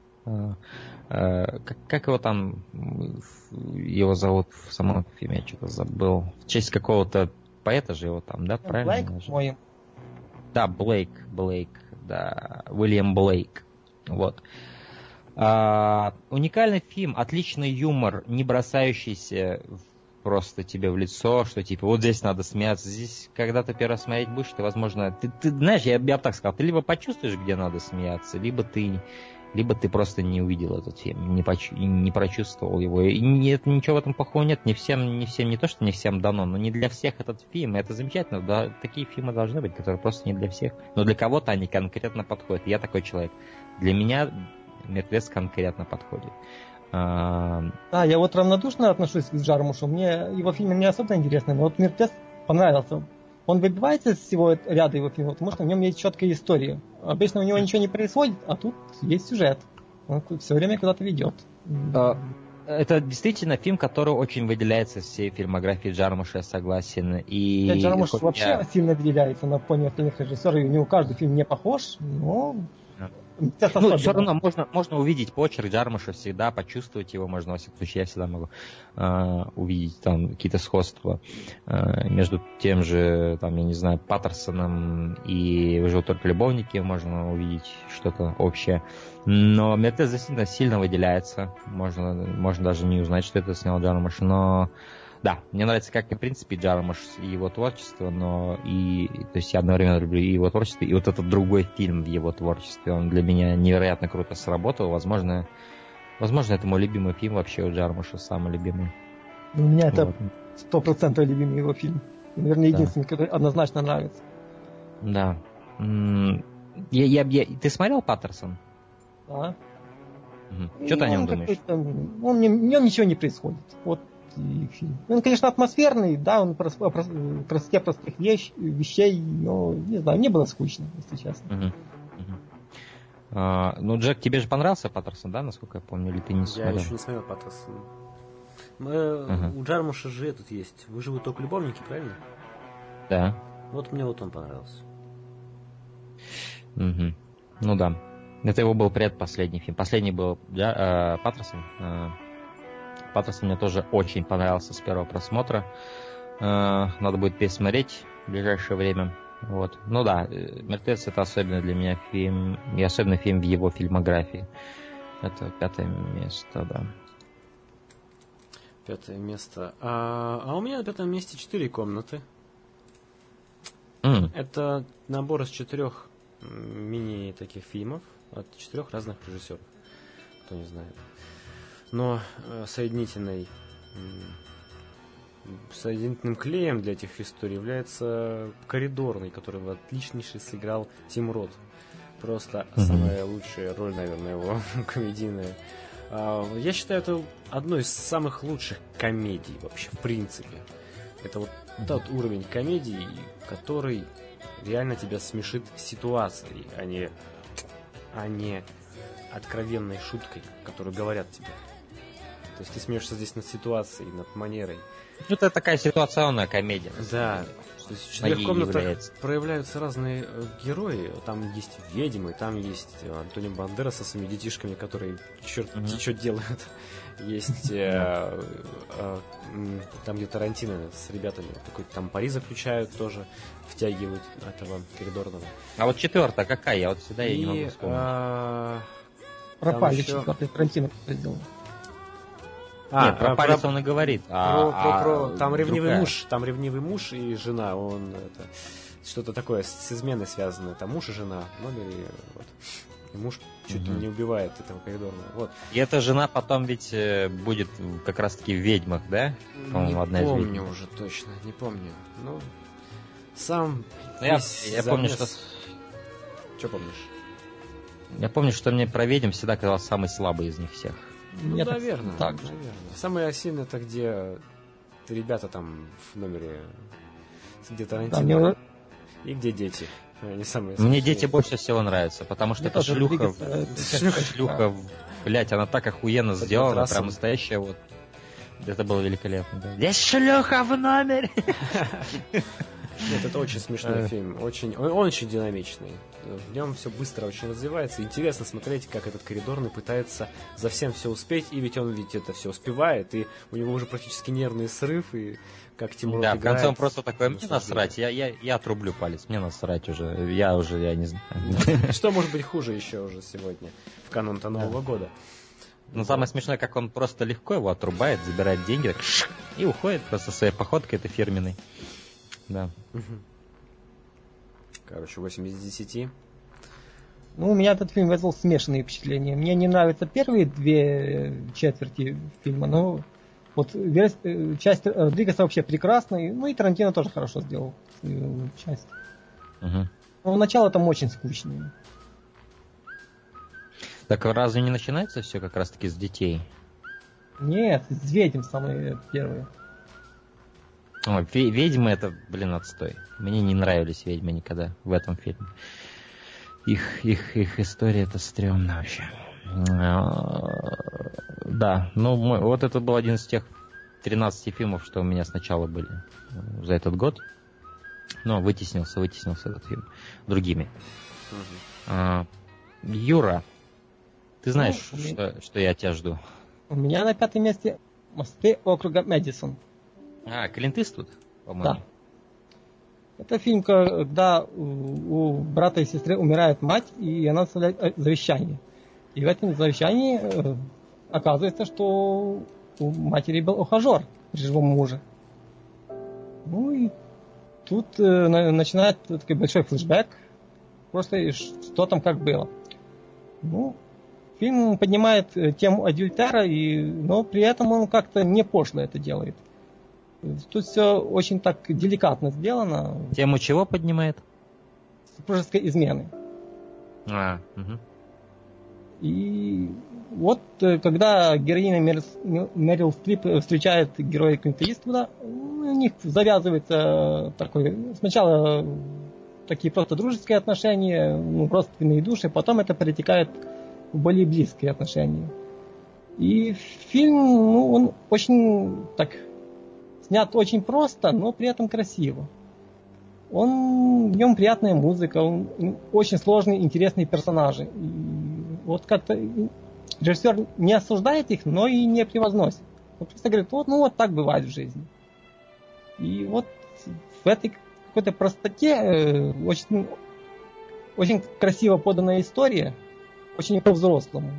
Как, как его там, его зовут в самом фильме, я что-то забыл. В честь какого-то поэта же его там, да, правильно? Блейк, мой. Да, Блейк, Блейк, да, Уильям Блейк. Вот. А, уникальный фильм, отличный юмор, не бросающийся просто тебе в лицо, что типа вот здесь надо смеяться. Здесь, когда ты первый раз смотреть будешь, ты, возможно, ты, ты знаешь, я, я бы так сказал, ты либо почувствуешь, где надо смеяться, либо ты либо ты просто не увидел этот фильм, не, почу- не прочувствовал его. И нет, ничего в этом плохого нет, не всем, не всем, не то, что не всем дано, но не для всех этот фильм. Это замечательно, да, такие фильмы должны быть, которые просто не для всех. Но для кого-то они конкретно подходят. Я такой человек. Для меня «Мертвец» конкретно подходит. А... Да, я вот равнодушно отношусь к Джармушу. Мне его фильмы не особо интересны, но вот «Мертвец» понравился. Он выбивается из всего ряда его фильмов, потому что в нем есть четкая история. Обычно у него ничего не происходит, а тут есть сюжет. Он все время куда-то ведет. Это действительно фильм, который очень выделяется из всей фильмографии Джармуша, я согласен. И да, Джармуш вообще я... сильно выделяется на фоне остальных режиссеров, и у него каждый фильм не похож, но... Ну, все равно можно, можно увидеть почерк Джармуша всегда, почувствовать его можно, во всяком случае, я всегда могу э, увидеть там какие-то сходства э, между тем же, там, я не знаю, Паттерсоном и «Выживут только любовники», можно увидеть что-то общее. Но «Мертвец» действительно сильно выделяется, можно, можно даже не узнать, что это снял Джармуш, но... Да, мне нравится, как и в принципе Джармуш и его творчество, но и, то есть я одновременно люблю и его творчество, и вот этот другой фильм в его творчестве, он для меня невероятно круто сработал, возможно, возможно, это мой любимый фильм вообще у Джармуша, самый любимый. У меня это сто процентов любимый его фильм, наверное, единственный, да. Который однозначно нравится. Да. Я, я, я... Ты смотрел «Паттерсон»? Да. Угу. Что ты о нем думаешь? Он, в нем ничего не происходит. Вот. Фильм. Он, конечно, атмосферный, да, он про, про, простоте простых вещ, вещей, но, не знаю, мне было скучно, если честно. Uh-huh. Uh-huh. Uh, ну, Джек, тебе же понравился Паттерсон, да, насколько я помню, или ты не смотрел? Я еще не смотрел Паттерсон. Мы, uh-huh. У Джармуша же этот есть, «Выживут только любовники», правильно? Да. Вот мне вот он понравился. Uh-huh. Ну да. Это его был предпоследний фильм. Последний был да, uh, Паттерсон. Uh, Паттерсон мне тоже очень понравился с первого просмотра. Надо будет пересмотреть в ближайшее время. Вот. Ну да, «Мертвец» — это особенно для меня фильм, и особенно фильм в его фильмографии. Это пятое место, да. Пятое место. А, а у меня на пятом месте четыре комнаты. Mm. Это набор из четырех мини таких фильмов от четырех разных режиссеров, кто не знает. Но э, соединительной соединительным клеем для этих историй является «Коридорный», который отличнейший сыграл Тим Рот. Просто mm-hmm. самая лучшая роль, наверное, его комедийная. А, я считаю, это одной из самых лучших комедий вообще, в принципе. Это вот mm-hmm. тот уровень комедии, который реально тебя смешит ситуацией, а не, а не откровенной шуткой, которую говорят тебе. То есть ты смеешься здесь над ситуацией, над манерой. Это такая ситуационная комедия. Да. То есть в четырех комнатах является. Проявляются разные э, герои. Там есть ведьмы, там есть Антонио Бандерас со своими детишками, которые черт uh-huh. что делают. Есть э, э, э, там, где Тарантино с ребятами какой-то там пари заключают тоже, втягивают этого Коридорного. А вот четвертая какая? Я вот всегда И, ее не могу вспомнить. А... Пропали еще... четвертый, Тарантино сделал. А, Нет, про, про палец он и говорит. Про, а, про, про, там ревнивый другая. муж, там ревнивый муж и жена, он это, что-то такое с изменой связано. Там муж и жена, ну или вот. И муж чуть ли угу. не убивает этого Коридорного. Вот. И эта жена потом ведь будет как раз-таки в «Ведьмах», да? По-моему, одна из ведьм. Не помню уже точно, не помню. Ну, сам. Я, я помню, что. Что помнишь? Я помню, что мне про ведьм всегда казалось самый слабый из них всех. Ну, Нет, наверное, так. наверное. Самое сильное это где ребята там в номере, где Тарантино, да, мне... и где дети. Они самые мне смешные. Дети больше всего нравятся, потому что это шлюха, шлюха, шлюха, блять, она так охуенно это сделана, прям настоящая вот. Это было великолепно. Да. Здесь шлюха в номере. Нет, это очень смешной фильм, очень, он, он очень динамичный. В нем все быстро очень развивается. Интересно смотреть, как этот Коридорный пытается за всем все успеть, и ведь он ведь это все успевает, и у него уже практически нервный срыв, и как Тим Рот да, играет. Да, в конце он просто такой, мне насрать, я, я, я отрублю палец, мне насрать уже, я уже, я не знаю. Что может быть хуже еще уже сегодня, в канун-то Нового года? Но самое смешное, как он просто легко его отрубает, забирает деньги, и уходит просто своей походкой, это фирменной. Да. Короче, восемь из десяти. Ну, у меня этот фильм вызвал смешанные впечатления. Мне не нравятся первые две четверти фильма, но вот часть Родригеса вообще прекрасная, ну и Тарантино тоже хорошо сделал свою часть. Угу. Но начало там очень скучное. Так разве не начинается все как раз таки с детей? Нет, с ведьм самые первые. О, ведьмы это, блин, отстой. Мне не нравились ведьмы никогда в этом фильме. Их, их, их история это стрёмно вообще. Да, ну мой, вот это был один из тех тринадцати фильмов, что у меня сначала были за этот год. Но вытеснился, вытеснился этот фильм другими. Угу. А, Юра, ты знаешь, ну, что, что я от тебя жду? У меня на пятом месте «Мосты округа Мэдисон». А, Клинт Иствуд, по-моему. Да. Это фильм, когда у брата и сестры умирает мать, и она оставляет завещание. И в этом завещании оказывается, что у матери был ухажер при живом муже. Ну и тут начинается такой большой флешбэк. Просто что там как было. Ну, фильм поднимает тему адюльтера, и, но при этом он как-то не пошло это делает. Тут все очень так деликатно сделано. Тему чего поднимает? Супружеской измены. А, угу. И вот когда героиня Мерил, Мерил Стрип встречает героя Клинта Иствуда, у них завязывается такой... Сначала такие просто дружеские отношения, ну, родственные души, потом это перетекает в более близкие отношения. И фильм, ну, он очень так... снят очень просто, но при этом красиво. Он, в нем приятная музыка, он, очень сложные, интересные персонажи. И вот как-то режиссер не осуждает их, но и не превозносит. Он просто говорит, вот, ну вот так бывает в жизни. И вот в этой какой-то простоте, э, очень, очень красиво поданная история, очень по-взрослому.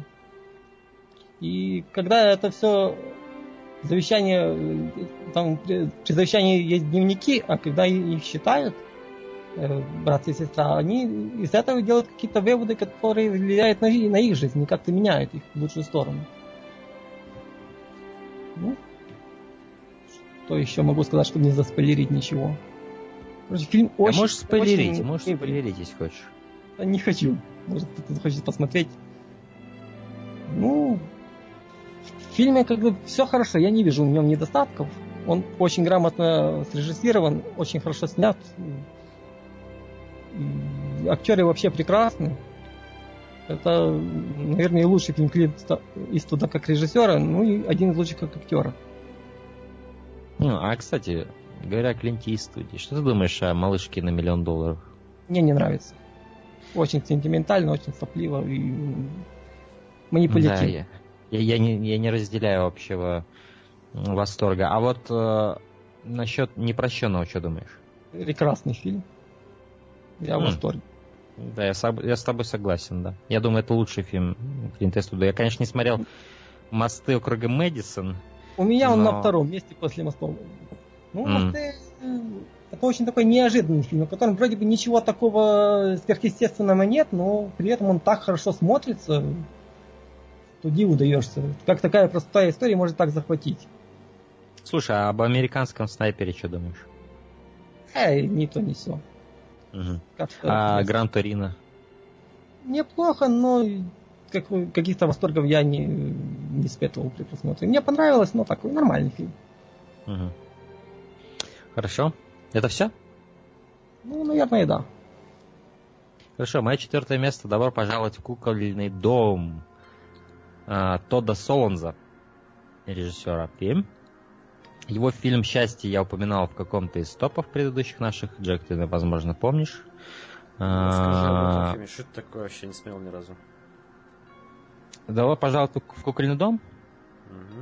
И когда это все завещание, там при завещании есть дневники, а когда их считают, э, брат и сестра, они из этого делают какие-то выводы, которые влияют на, на их жизнь, и как-то меняют их в лучшую сторону. Ну, что еще могу сказать, чтобы не заспойлерить ничего. Короче, фильм а очень... можешь спойлерить, очень... можешь спойлерить, если хочешь. Не хочу. Может, кто-то захочет посмотреть. Ну, в фильме как бы все хорошо, я не вижу в нем недостатков. Он очень грамотно срежиссирован, очень хорошо снят. И актеры вообще прекрасны. Это, наверное, лучший фильм Клинта Иствуда как режиссера, ну и один из лучших как актера. Ну, а, кстати, говоря о Клинте Иствуде, что ты думаешь о «Малышке на миллион долларов»? Мне не нравится. Очень сентиментально, очень сопливо и манипулятивно. Да, я, я, я, не, я не разделяю общего восторга. А вот э, насчет «Непрощенного» что думаешь? Прекрасный фильм. Я в М. восторге. Да, я с, я с тобой согласен, да. Я думаю, это лучший фильм Клинта Иствуда. Я, конечно, не смотрел «Мосты округа Мэдисон». У меня он но... на втором месте после «Мостов». Ну, Mm. «Мосты» это очень такой неожиданный фильм, в котором вроде бы ничего такого сверхъестественного нет, но при этом он так хорошо смотрится, что диву даешься. Как такая простая история может так захватить? Слушай, а об «Американском снайпере» что думаешь? Эй, ни то, ни сё. Угу. Как-то А «Гран-Торино»? неплохо, но как, каких-то восторгов я не, не испытывал при просмотре. Мне понравилось, но такой нормальный фильм. Угу. Хорошо. Это все? Ну, наверное, да. Хорошо, мое четвертое место. Добро пожаловать в кукольный дом а, Тодда Солонза, режиссера фильм. Его фильм «Счастье» я упоминал в каком-то из топов предыдущих наших. Джек, ты, возможно, помнишь. Расскажи об этом фильме. Что это такое? Вообще не смотрел ни разу. Добро пожаловать в кукольный дом. Угу.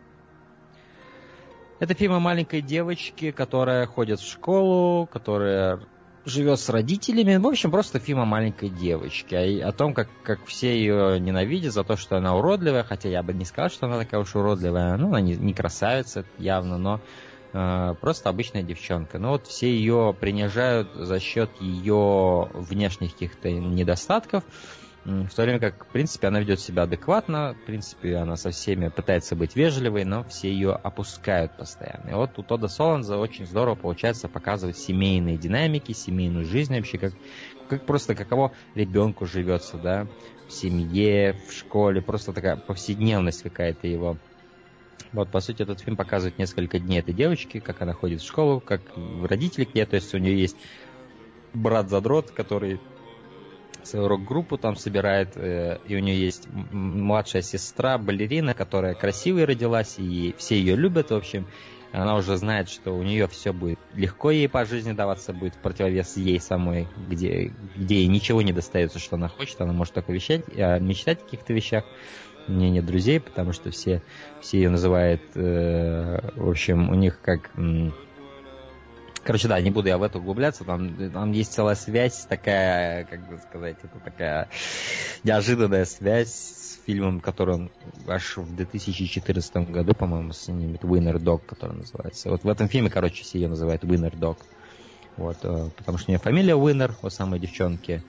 Это фильм о маленькой девочке, которая ходит в школу, которая живет с родителями. В общем, просто фильм о маленькой девочке. О том, как, как все ее ненавидят за то, что она уродливая. Хотя я бы не сказал, что она такая уж уродливая. Ну, она не, не красавица явно, но э, просто обычная девчонка. Но вот все ее принижают за счет ее внешних каких-то недостатков. В то время как, в принципе, она ведет себя адекватно, в принципе, она со всеми пытается быть вежливой, но все ее опускают постоянно. И вот у Тодда Солонза очень здорово получается показывать семейные динамики, семейную жизнь вообще, как, как просто каково ребенку живется, да, в семье, в школе, просто такая повседневность какая-то его. Вот, по сути, этот фильм показывает несколько дней этой девочки, как она ходит в школу, как родители к ней, то есть у нее есть брат-задрот, который свою рок-группу там собирает, э, и у нее есть младшая сестра, балерина, которая красивой родилась, и все ее любят, в общем. Она уже знает, что у нее все будет легко ей по жизни даваться, будет в противовес ей самой, где, где ей ничего не достается, что она хочет, она может только вещать, э, мечтать о каких-то вещах. У нее нет друзей, потому что все, все ее называют, э, в общем, у них как... М- Короче, да, не буду я в это углубляться, там, там есть целая связь такая, как бы сказать, это такая неожиданная связь с фильмом, который он аж в две тысячи четырнадцатом году, по-моему, снимет, Winner Dog, который называется. Вот в этом фильме, короче, все ее называют Winner Dog. Вот, потому что у нее фамилия Winner, у самой девчонки,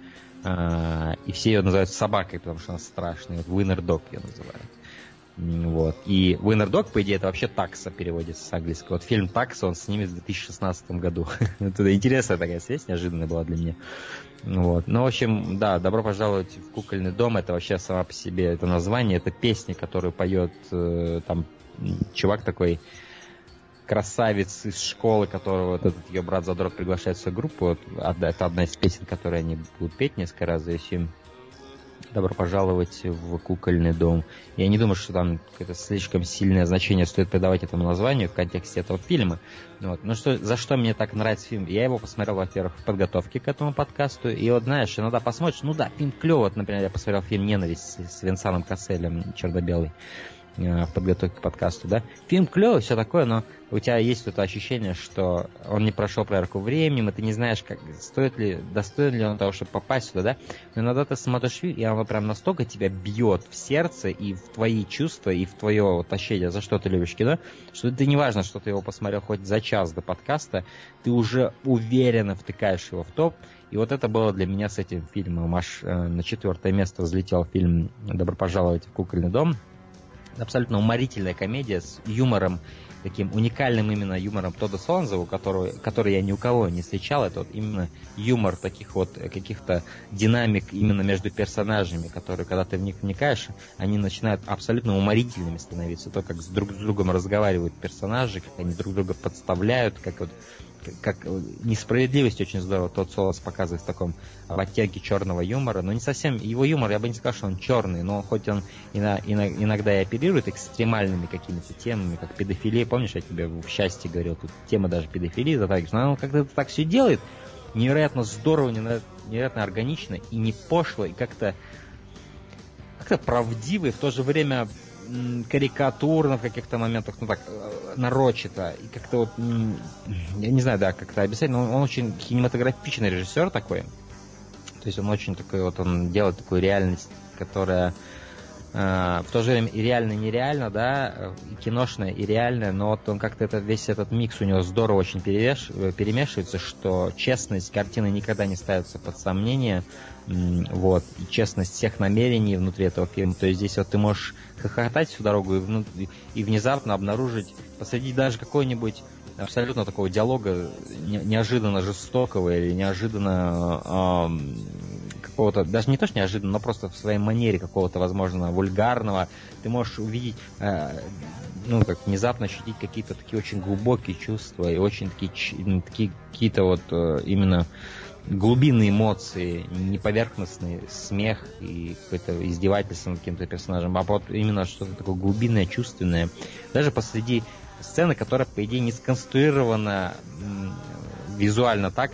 и все ее называют собакой, потому что она страшная. Вот Winner Dog ее называют. Вот. И Winner Dog, по идее, это вообще такса переводится с английского. Вот фильм «Такса» он снимет в две тысячи шестнадцатом году. Это интересная такая связь, неожиданная была для меня. Вот. Ну, в общем, да, «Добро пожаловать в кукольный дом». Это вообще сама по себе это название. Это песня, которую поет э, там чувак такой, красавец из школы, которого вот этот ее брат-задрот приглашает в свою группу. Вот, это одна из песен, которые они будут петь несколько раз за весь фильм. Добро пожаловать в кукольный дом. Я не думаю, что там какое-то слишком сильное значение стоит придавать этому названию в контексте этого фильма. Вот. Ну что, за что мне так нравится фильм? Я его посмотрел, во-первых, в подготовке к этому подкасту. И вот, знаешь, иногда посмотришь, ну да, фильм клёвый. Вот, например, я посмотрел фильм «Ненависть» с Венсаном Касселем, черно-белый. в подготовке к подкасту, да. Фильм клевый, все такое, но у тебя есть это ощущение, что он не прошел проверку временем, и ты не знаешь, как, стоит ли, достоин ли он того, чтобы попасть сюда, да. Но иногда ты смотришь фильм, и оно прям настолько тебя бьет в сердце и в твои чувства, и в твое вот ощущение, за что ты любишь кино, что ты, неважно, что ты его посмотрел хоть за час до подкаста, ты уже уверенно втыкаешь его в топ. И вот это было для меня с этим фильмом. Аж на четвертое место взлетел фильм «Добро пожаловать в кукольный дом». Абсолютно уморительная комедия с юмором, таким уникальным именно юмором Тодда Солонза, который, который я ни у кого не встречал. Это вот именно юмор таких вот каких-то динамик именно между персонажами, которые, когда ты в них вникаешь, они начинают абсолютно уморительными становиться. То, как с друг с другом разговаривают персонажи, как они друг друга подставляют, как вот как несправедливость очень здорово Тодд Солонз показывает в таком в оттенке черного юмора, но не совсем его юмор, я бы не сказал, что он черный, но хоть он иногда и оперирует экстремальными какими-то темами, как педофилия, помнишь, я тебе в «Счастье» говорил, тут тема даже педофилии затрагивается, но он как-то так все делает, невероятно здорово, невероятно органично и не пошло, и как-то как-то правдиво, и в то же время карикатурно в каких-то моментах, ну так, нарочито, и как-то вот, я не знаю, да, как-то объяснять, но он очень кинематографичный режиссер такой, то есть он очень такой, вот он делает такую реальность, которая э, в то же время и реально, и нереально, да, и киношная, и реальная, но вот он как-то это, весь этот микс у него здорово очень перевеш, перемешивается, что честность картины никогда не ставится под сомнение, вот, и честность всех намерений внутри этого фильма, то есть здесь вот ты можешь хохотать всю дорогу и, вну... и внезапно обнаружить посреди даже какой-нибудь абсолютно такого диалога не... неожиданно жестокого или неожиданно э, какого-то, даже не то, что неожиданно, но просто в своей манере какого-то, возможно, вульгарного, ты можешь увидеть, э, ну, как внезапно ощутить какие-то такие очень глубокие чувства и очень такие, такие какие-то вот э, именно глубинные эмоции, не поверхностный смех и какое-то издевательство над каким-то персонажем, а вот именно что-то такое глубинное, чувственное. Даже посреди сцены, которая, по идее, не сконструирована м, визуально так,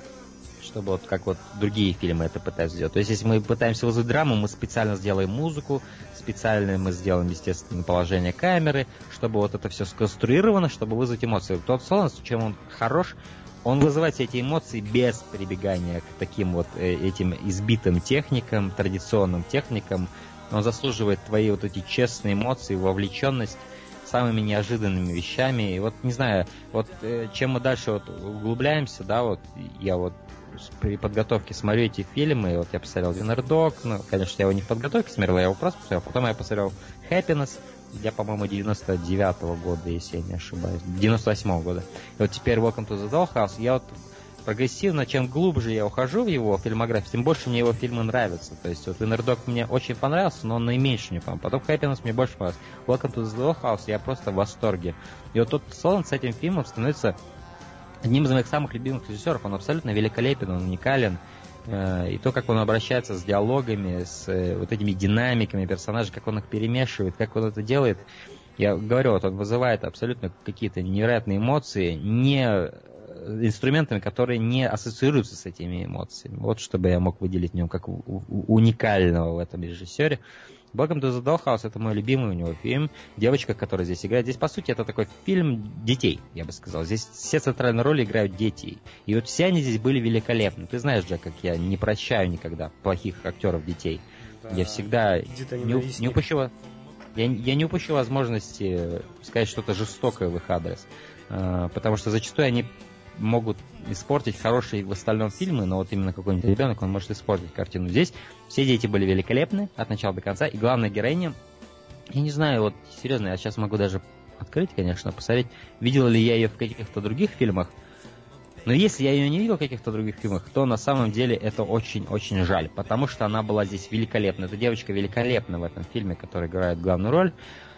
чтобы вот как вот другие фильмы это пытаются сделать. То есть, если мы пытаемся вызвать драму, мы специально сделаем музыку, специально мы сделаем, естественно, положение камеры, чтобы вот это все сконструировано, чтобы вызвать эмоции. Тодд Солонз, чем он хорош, он вызывает все эти эмоции без прибегания к таким вот э, этим избитым техникам, традиционным техникам. Он заслуживает твои вот эти честные эмоции, вовлеченность самыми неожиданными вещами. И вот, не знаю, вот э, чем мы дальше вот углубляемся, да, вот я вот при подготовке смотрю эти фильмы, и вот я посмотрел «Dinner Dog», ну, конечно, я его не в подготовке смотрел, я его просто посмотрел, потом я посмотрел «Happiness», я, по-моему, девяносто девятого года, если я не ошибаюсь, девяносто восьмого года. И вот теперь «Welcome to the Dollhouse», я вот прогрессивно, чем глубже я ухожу в его фильмографию, тем больше мне его фильмы нравятся. То есть вот «Dinner Dog» мне очень понравился, но он наименьше мне понравился. Потом «Happiness» мне больше понравился. «Welcome to the Dollhouse» я просто в восторге. И вот тут Солонз с этим фильмом становится одним из моих самых любимых режиссеров. Он абсолютно великолепен, он уникален. И то, как он обращается с диалогами, с вот этими динамиками персонажей, как он их перемешивает, как он это делает. Я говорю, вот он вызывает абсолютно какие-то невероятные эмоции, не инструментами, которые не ассоциируются с этими эмоциями. Вот чтобы я мог выделить в нем как уникального в этом режиссере. «Welcome to the Dollhouse» — это мой любимый у него фильм. Девочка, которая здесь играет. Здесь, по сути, это такой фильм детей, я бы сказал. Здесь все центральные роли играют дети. И вот все они здесь были великолепны. Ты знаешь, Джек, как я не прощаю никогда плохих актеров детей. Да. Я всегда не, не упущу... Я, я не упущу возможности сказать что-то жестокое в их адрес. Потому что зачастую они могут испортить хорошие в остальном фильмы, но вот именно какой-нибудь ребенок, он может испортить картину. Здесь все дети были великолепны от начала до конца, и главная героиня, я не знаю, вот серьезно, я сейчас могу даже открыть, конечно, посмотреть, видел ли я ее в каких-то других фильмах, но если я ее не видел в каких-то других фильмах, то на самом деле это очень-очень жаль, потому что она была здесь великолепна. Эта девочка великолепна в этом фильме, которая играет главную роль.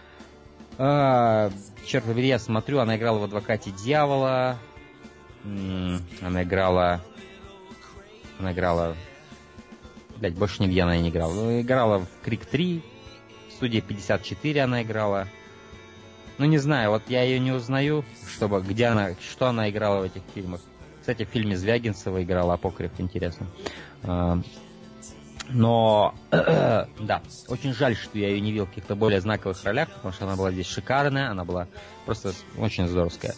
А, черт побери, я смотрю, она играла в «Адвокате дьявола», Она играла... Она играла... Блять, больше нигде она не играла. Ну, играла в «Крик три», в «Студия пятьдесят четыре» она играла. Ну, не знаю, вот я ее не узнаю, чтобы, где она, что она играла в этих фильмах. Кстати, в фильме Звягинцева играла «Апокриф», интересно. Но, да, очень жаль, что я ее не видел в каких-то более знаковых ролях, потому что она была здесь шикарная, она была просто очень здоровская.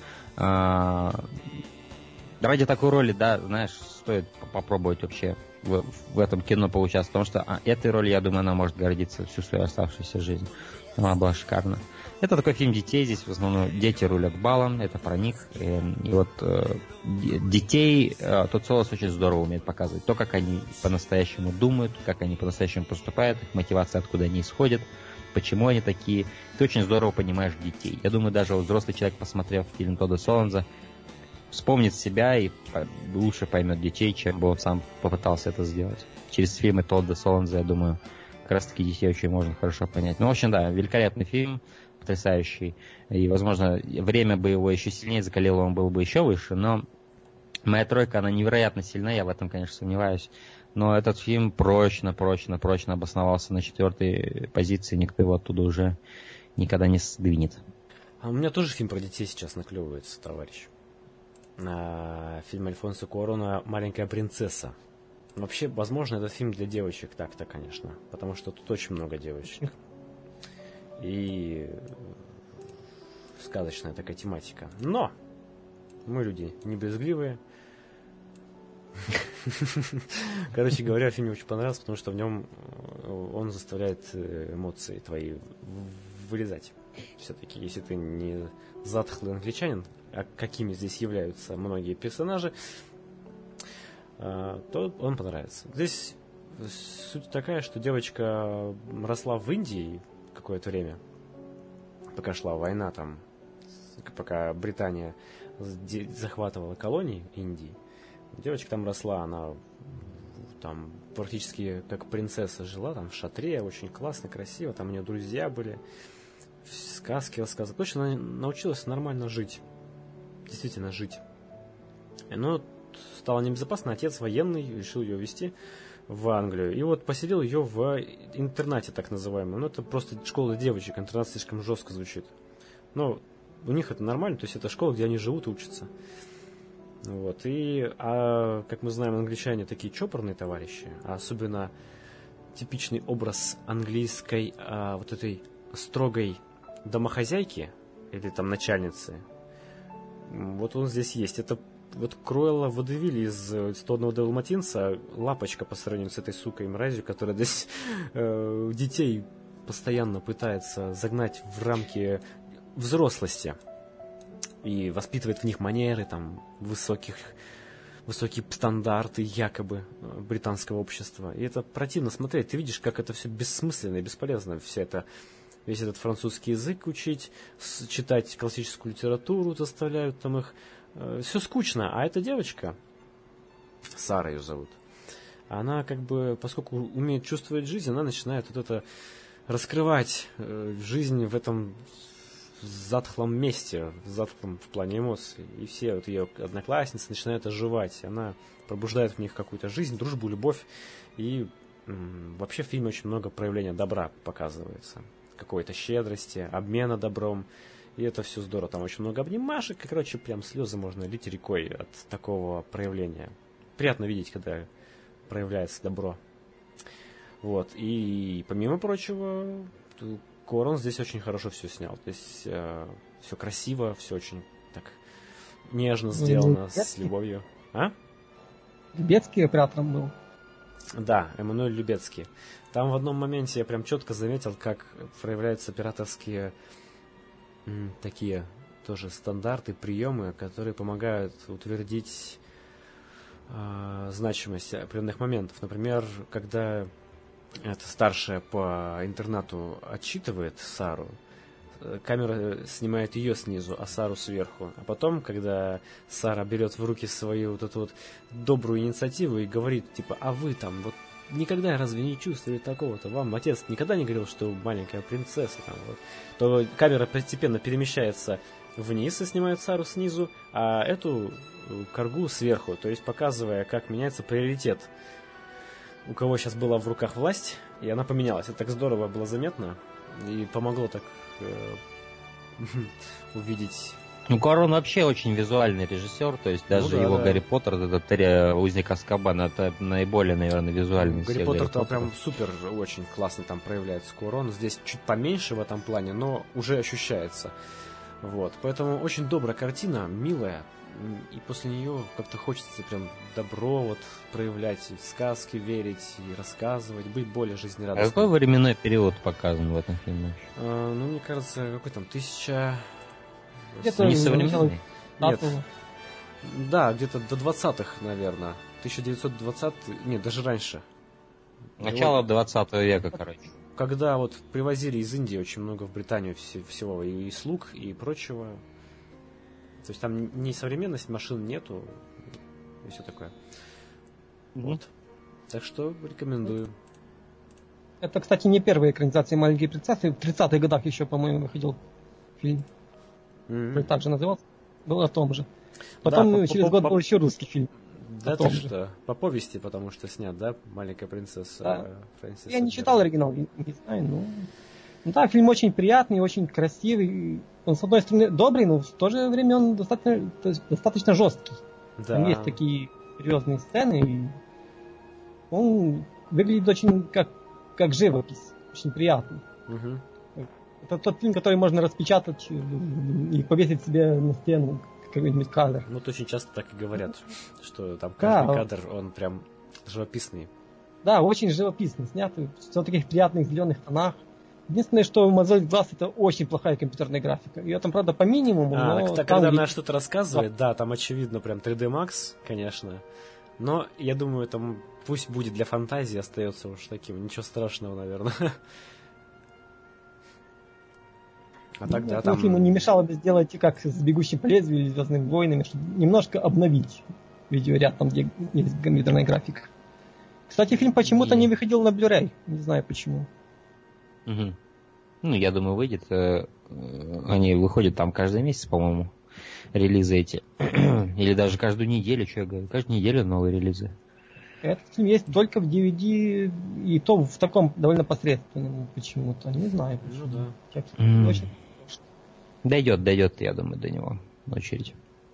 Ради такой роли, да, знаешь, стоит попробовать вообще в, в этом кино поучаствовать, потому что а, этой роли, я думаю, она может гордиться всю свою оставшуюся жизнь. Она была шикарна. Это такой фильм детей, здесь в основном дети рулят балом, это про них. И, и вот э, детей э, тот Солос очень здорово умеет показывать. То, как они по-настоящему думают, как они по-настоящему поступают, их мотивация, откуда они исходят, почему они такие. Ты очень здорово понимаешь детей. Я думаю, даже вот взрослый человек, посмотрев фильм Тодда Солонза, вспомнит себя и лучше поймет детей, чем бы он сам попытался это сделать. Через фильмы Тодда Солонза, я думаю, как раз таки детей очень можно хорошо понять. Ну, в общем, да, великолепный фильм, потрясающий. И, возможно, время бы его еще сильнее закалило, он был бы еще выше, но моя тройка, она невероятно сильна, я в этом, конечно, сомневаюсь. Но этот фильм прочно, прочно, прочно обосновался на четвертой позиции, никто его оттуда уже никогда не сдвинет. А у меня тоже фильм про детей сейчас наклевывается, товарищ. Фильм Альфонсо Куарона «Маленькая принцесса». Вообще, возможно, этот фильм для девочек так-то, конечно, потому что тут очень много девочек. И сказочная такая тематика. Но мы люди не брезгливые. Короче говоря, фильм мне очень понравился, потому что в нем он заставляет эмоции твои вылезать. Все-таки, если ты не затхлый англичанин, а какими здесь являются многие персонажи, то он понравится. Здесь суть такая, что девочка росла в Индии какое-то время, пока шла война там, пока Британия захватывала колонии Индии. Девочка там росла, она там практически как принцесса жила, там в шатре, очень классно, красиво, там у нее друзья были, сказки рассказывали. Точно она научилась нормально жить. Действительно жить. Но стало небезопасно. Отец военный решил ее везти в Англию. И вот поселил ее в интернате, так называемом. Ну, это просто школа девочек. Интернат слишком жестко звучит. Но у них это нормально. То есть это школа, где они живут и учатся. Вот. И, а, как мы знаем, англичане такие чопорные товарищи. А особенно типичный образ английской а, вот этой строгой домохозяйки или там начальницы. Вот он здесь есть. Это вот Круэлла Водевиль из «Стодного Далматинца», лапочка по сравнению с этой сукой мразью, которая здесь э, детей постоянно пытается загнать в рамки взрослости и воспитывает в них манеры, там, высоких, высокие стандарты якобы британского общества. И это противно смотреть. Ты видишь, как это все бессмысленно и бесполезно. Вся эта Весь этот французский язык учить, читать классическую литературу заставляют там их. Э, все скучно. А эта девочка, Сара ее зовут, она как бы, поскольку умеет чувствовать жизнь, она начинает вот это раскрывать э, жизнь в этом затхлом месте, затхлом в плане эмоций. И все вот ее одноклассницы начинают оживать. Она пробуждает в них какую-то жизнь, дружбу, любовь. И м- вообще в фильме очень много проявления добра показывается. Какой-то щедрости, обмена добром. И это все здорово. Там очень много обнимашек. И, короче, прям слезы можно лить рекой от такого проявления. Приятно видеть, когда проявляется добро. Вот. И, помимо прочего, Куарон здесь очень хорошо все снял. То есть э, все красиво, все очень так нежно сделано, ну, с любовью. А? Любецкий оператором был. Да, Эммануэль Любецкий. Там в одном моменте я прям четко заметил, как проявляются операторские м, такие тоже стандарты, приемы, которые помогают утвердить э, значимость определенных моментов. Например, когда эта старшая по интернату отчитывает Сару, камера снимает ее снизу, а Сару сверху. А потом, когда Сара берет в руки свою вот эту вот добрую инициативу и говорит, типа, а вы там, вот никогда разве не чувствовали такого-то? Вам отец никогда не говорил, что маленькая принцесса там, вот. То камера постепенно перемещается вниз и снимает Сару снизу, а эту каргу сверху, то есть показывая, как меняется приоритет. У кого сейчас была в руках власть, и она поменялась. Это так здорово было заметно, и помогло так э, увидеть Ну, Куарон вообще очень визуальный режиссер, то есть даже ну, да, его да. Гарри Поттер, этот э, узник Азкабана, это наиболее, наверное, визуальный. Гарри Поттер-то прям супер очень классно там проявляется Куарон. Здесь чуть поменьше в этом плане, но уже ощущается. Вот, поэтому очень добрая картина, милая, и после нее как-то хочется прям добро вот проявлять, и в сказки верить, и рассказывать, быть более жизнерадостным. А какой временной период показан в этом фильме? А, ну, мне кажется, какой там, тысяча... Где-то не современный? Нет. Да, где-то до двадцатых, наверное. тысяча девятьсот двадцатый, нет, даже раньше. Начало двадцатого века, короче. Когда вот привозили из Индии очень много в Британию всего, и слуг, и прочего. То есть там не современность, машин нету, и все такое. Mm-hmm. Вот. Так что рекомендую. Это, кстати, не первая экранизация «Маленькой принцессы». В тридцатых годах еще, по-моему, выходил фильм. Mm-hmm. Так же назывался. Был о том же. Потом да, через по, год по, был еще русский фильм. Да, ты что? По повести, потому что снят, да? «Маленькая принцесса». Да. Фрэнсиса Я не читал оригинал, не, не знаю, но... Ну да, фильм очень приятный, очень красивый. Он, с одной стороны, добрый, но в то же время он достаточно, достаточно жесткий. Да. Там есть такие серьезные сцены, и он выглядит очень как, как живопись, очень приятный. Угу. Это тот фильм, который можно распечатать и повесить себе на стену, какой-нибудь кадр. Ну, очень часто так и говорят, что там каждый да, кадр, он прям живописный. Да, очень живописно снятый, все в таких приятных зеленых тонах. Единственное, что в «Мозоль глаз» это очень плохая компьютерная графика. Ее там, правда, по минимуму, а, но... Так, там когда есть... она что-то рассказывает, да. да, там очевидно прям три дэ Max, конечно. Но я думаю, там пусть будет для фантазии, остается уж таким. Ничего страшного, наверное. А так, да, там... Фильму не мешало бы сделать, как с «Бегущим по лезвию» или «Звездными войнами», чтобы немножко обновить видеоряд, там, где есть компьютерная графика. Кстати, фильм почему-то не выходил на Blu-ray. Не знаю почему. Угу. Ну, я думаю, выйдет. Они выходят там каждый месяц, по-моему, релизы эти. Или даже каждую неделю, что я говорю. Каждую неделю новые релизы. Этот фильм есть только в ди ви ди, и то в таком довольно посредственном почему-то. Не знаю почему. Ну да. Mm. Очень... Дойдет, дойдет, я думаю, до него очередь.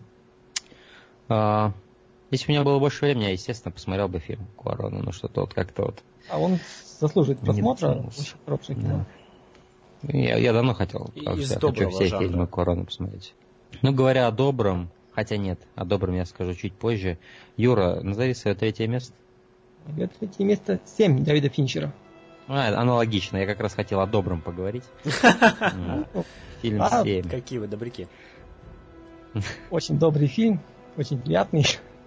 А, если бы у меня было больше времени, я, естественно, посмотрел бы фильм Куарона, но что-то вот как-то вот... А он заслуживает просмотра. Очень хорошее кино. Да. Я, я давно хотел. И, я хочу все жанра. фильмы Куарона посмотреть. Ну, говоря о добром, хотя нет, о добром я скажу чуть позже. Юра, назови свое третье место. Мое третье место «Семь» Дэвида Финчера. А, аналогично, я как раз хотел о добром поговорить. Фильм «Семь». Какие вы добряки. Очень добрый фильм, очень приятный.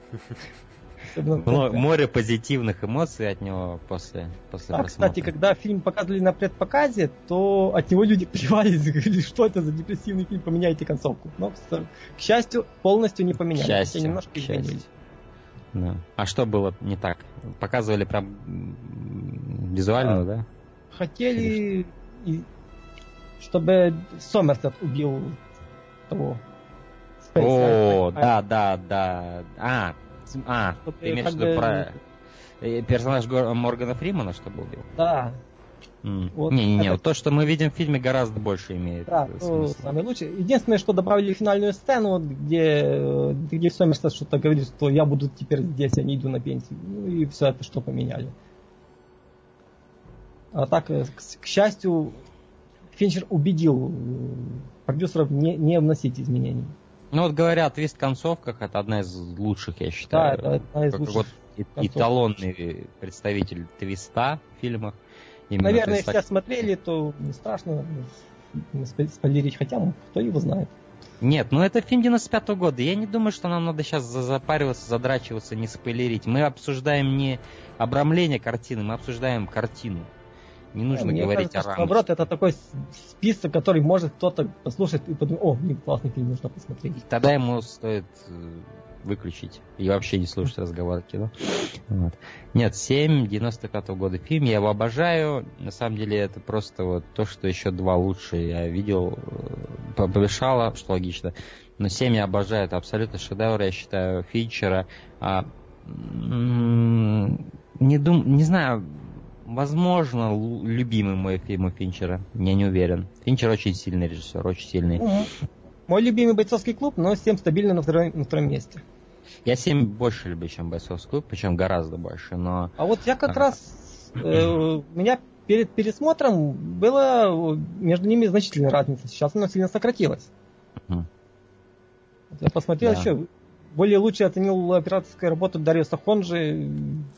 Море позитивных эмоций от него после, после а, просмотра. Кстати, когда фильм показывали на предпоказе, то от него люди плевались и говорили, что это за депрессивный фильм, поменяйте концовку. Но, к счастью, полностью не поменяли. К счастью, немножко к счастью. Да. А что было не так? Показывали прям визуально, а, да? Хотели, и, чтобы Сомерсет убил того. Space, О, а, да, да, да. А, А, чтобы ты имеешь в виду бы... про персонаж Моргана Фримана, чтобы убил? Да. Mm. Вот Не-не-не, это... вот то, что мы видим в фильме, гораздо больше имеет да, смысла. Самое лучшее. Единственное, что добавили финальную сцену, где, где Сомерсет что-то говорит, что я буду теперь здесь, я не иду на пенсию. Ну и все это, что поменяли. А так, к, к счастью, Финчер убедил продюсеров не, не вносить изменений. Ну вот говорят, твист в концовках это одна из лучших, я считаю. Да, это одна из как лучших. Вот эталонный представитель твиста в фильмах. Именно, Наверное, есть, все так... смотрели, то не страшно спойлерить, хотя кто его знает. Нет, ну это фильм девяносто пятого года. Я не думаю, что нам надо сейчас запариваться, задрачиваться, не спойлерить. Мы обсуждаем не обрамление картины, мы обсуждаем картину. Не нужно Мне говорить кажется, о рамке. Наоборот, это такой список, который может кто-то послушать и подумать, о, блин, классный фильм, нужно посмотреть. Тогда ему стоит выключить и вообще не слушать разговор кино. Вот. Нет, «Семь» девяносто пятого года фильм, я его обожаю. На самом деле это просто вот то, что еще два лучше я видел. Помешало, что логично. Но «Семь» я обожаю, это абсолютно шедевр, я считаю, Финчера. А, не, дум, не знаю... Возможно, любимый мой фильм у Финчера. Я не уверен. Финчер очень сильный режиссер, очень сильный. Угу. Мой любимый бойцовский клуб, но семь стабильно на втором, на втором месте. Я семь больше люблю, чем бойцовский клуб, причем гораздо больше, но... А вот я как а... раз... Э, у меня перед пересмотром была между ними значительная разница. Сейчас она сильно сократилась. Uh-huh. Я посмотрел да. еще. Более лучше оценил операторскую работу Дариуса Хонджи.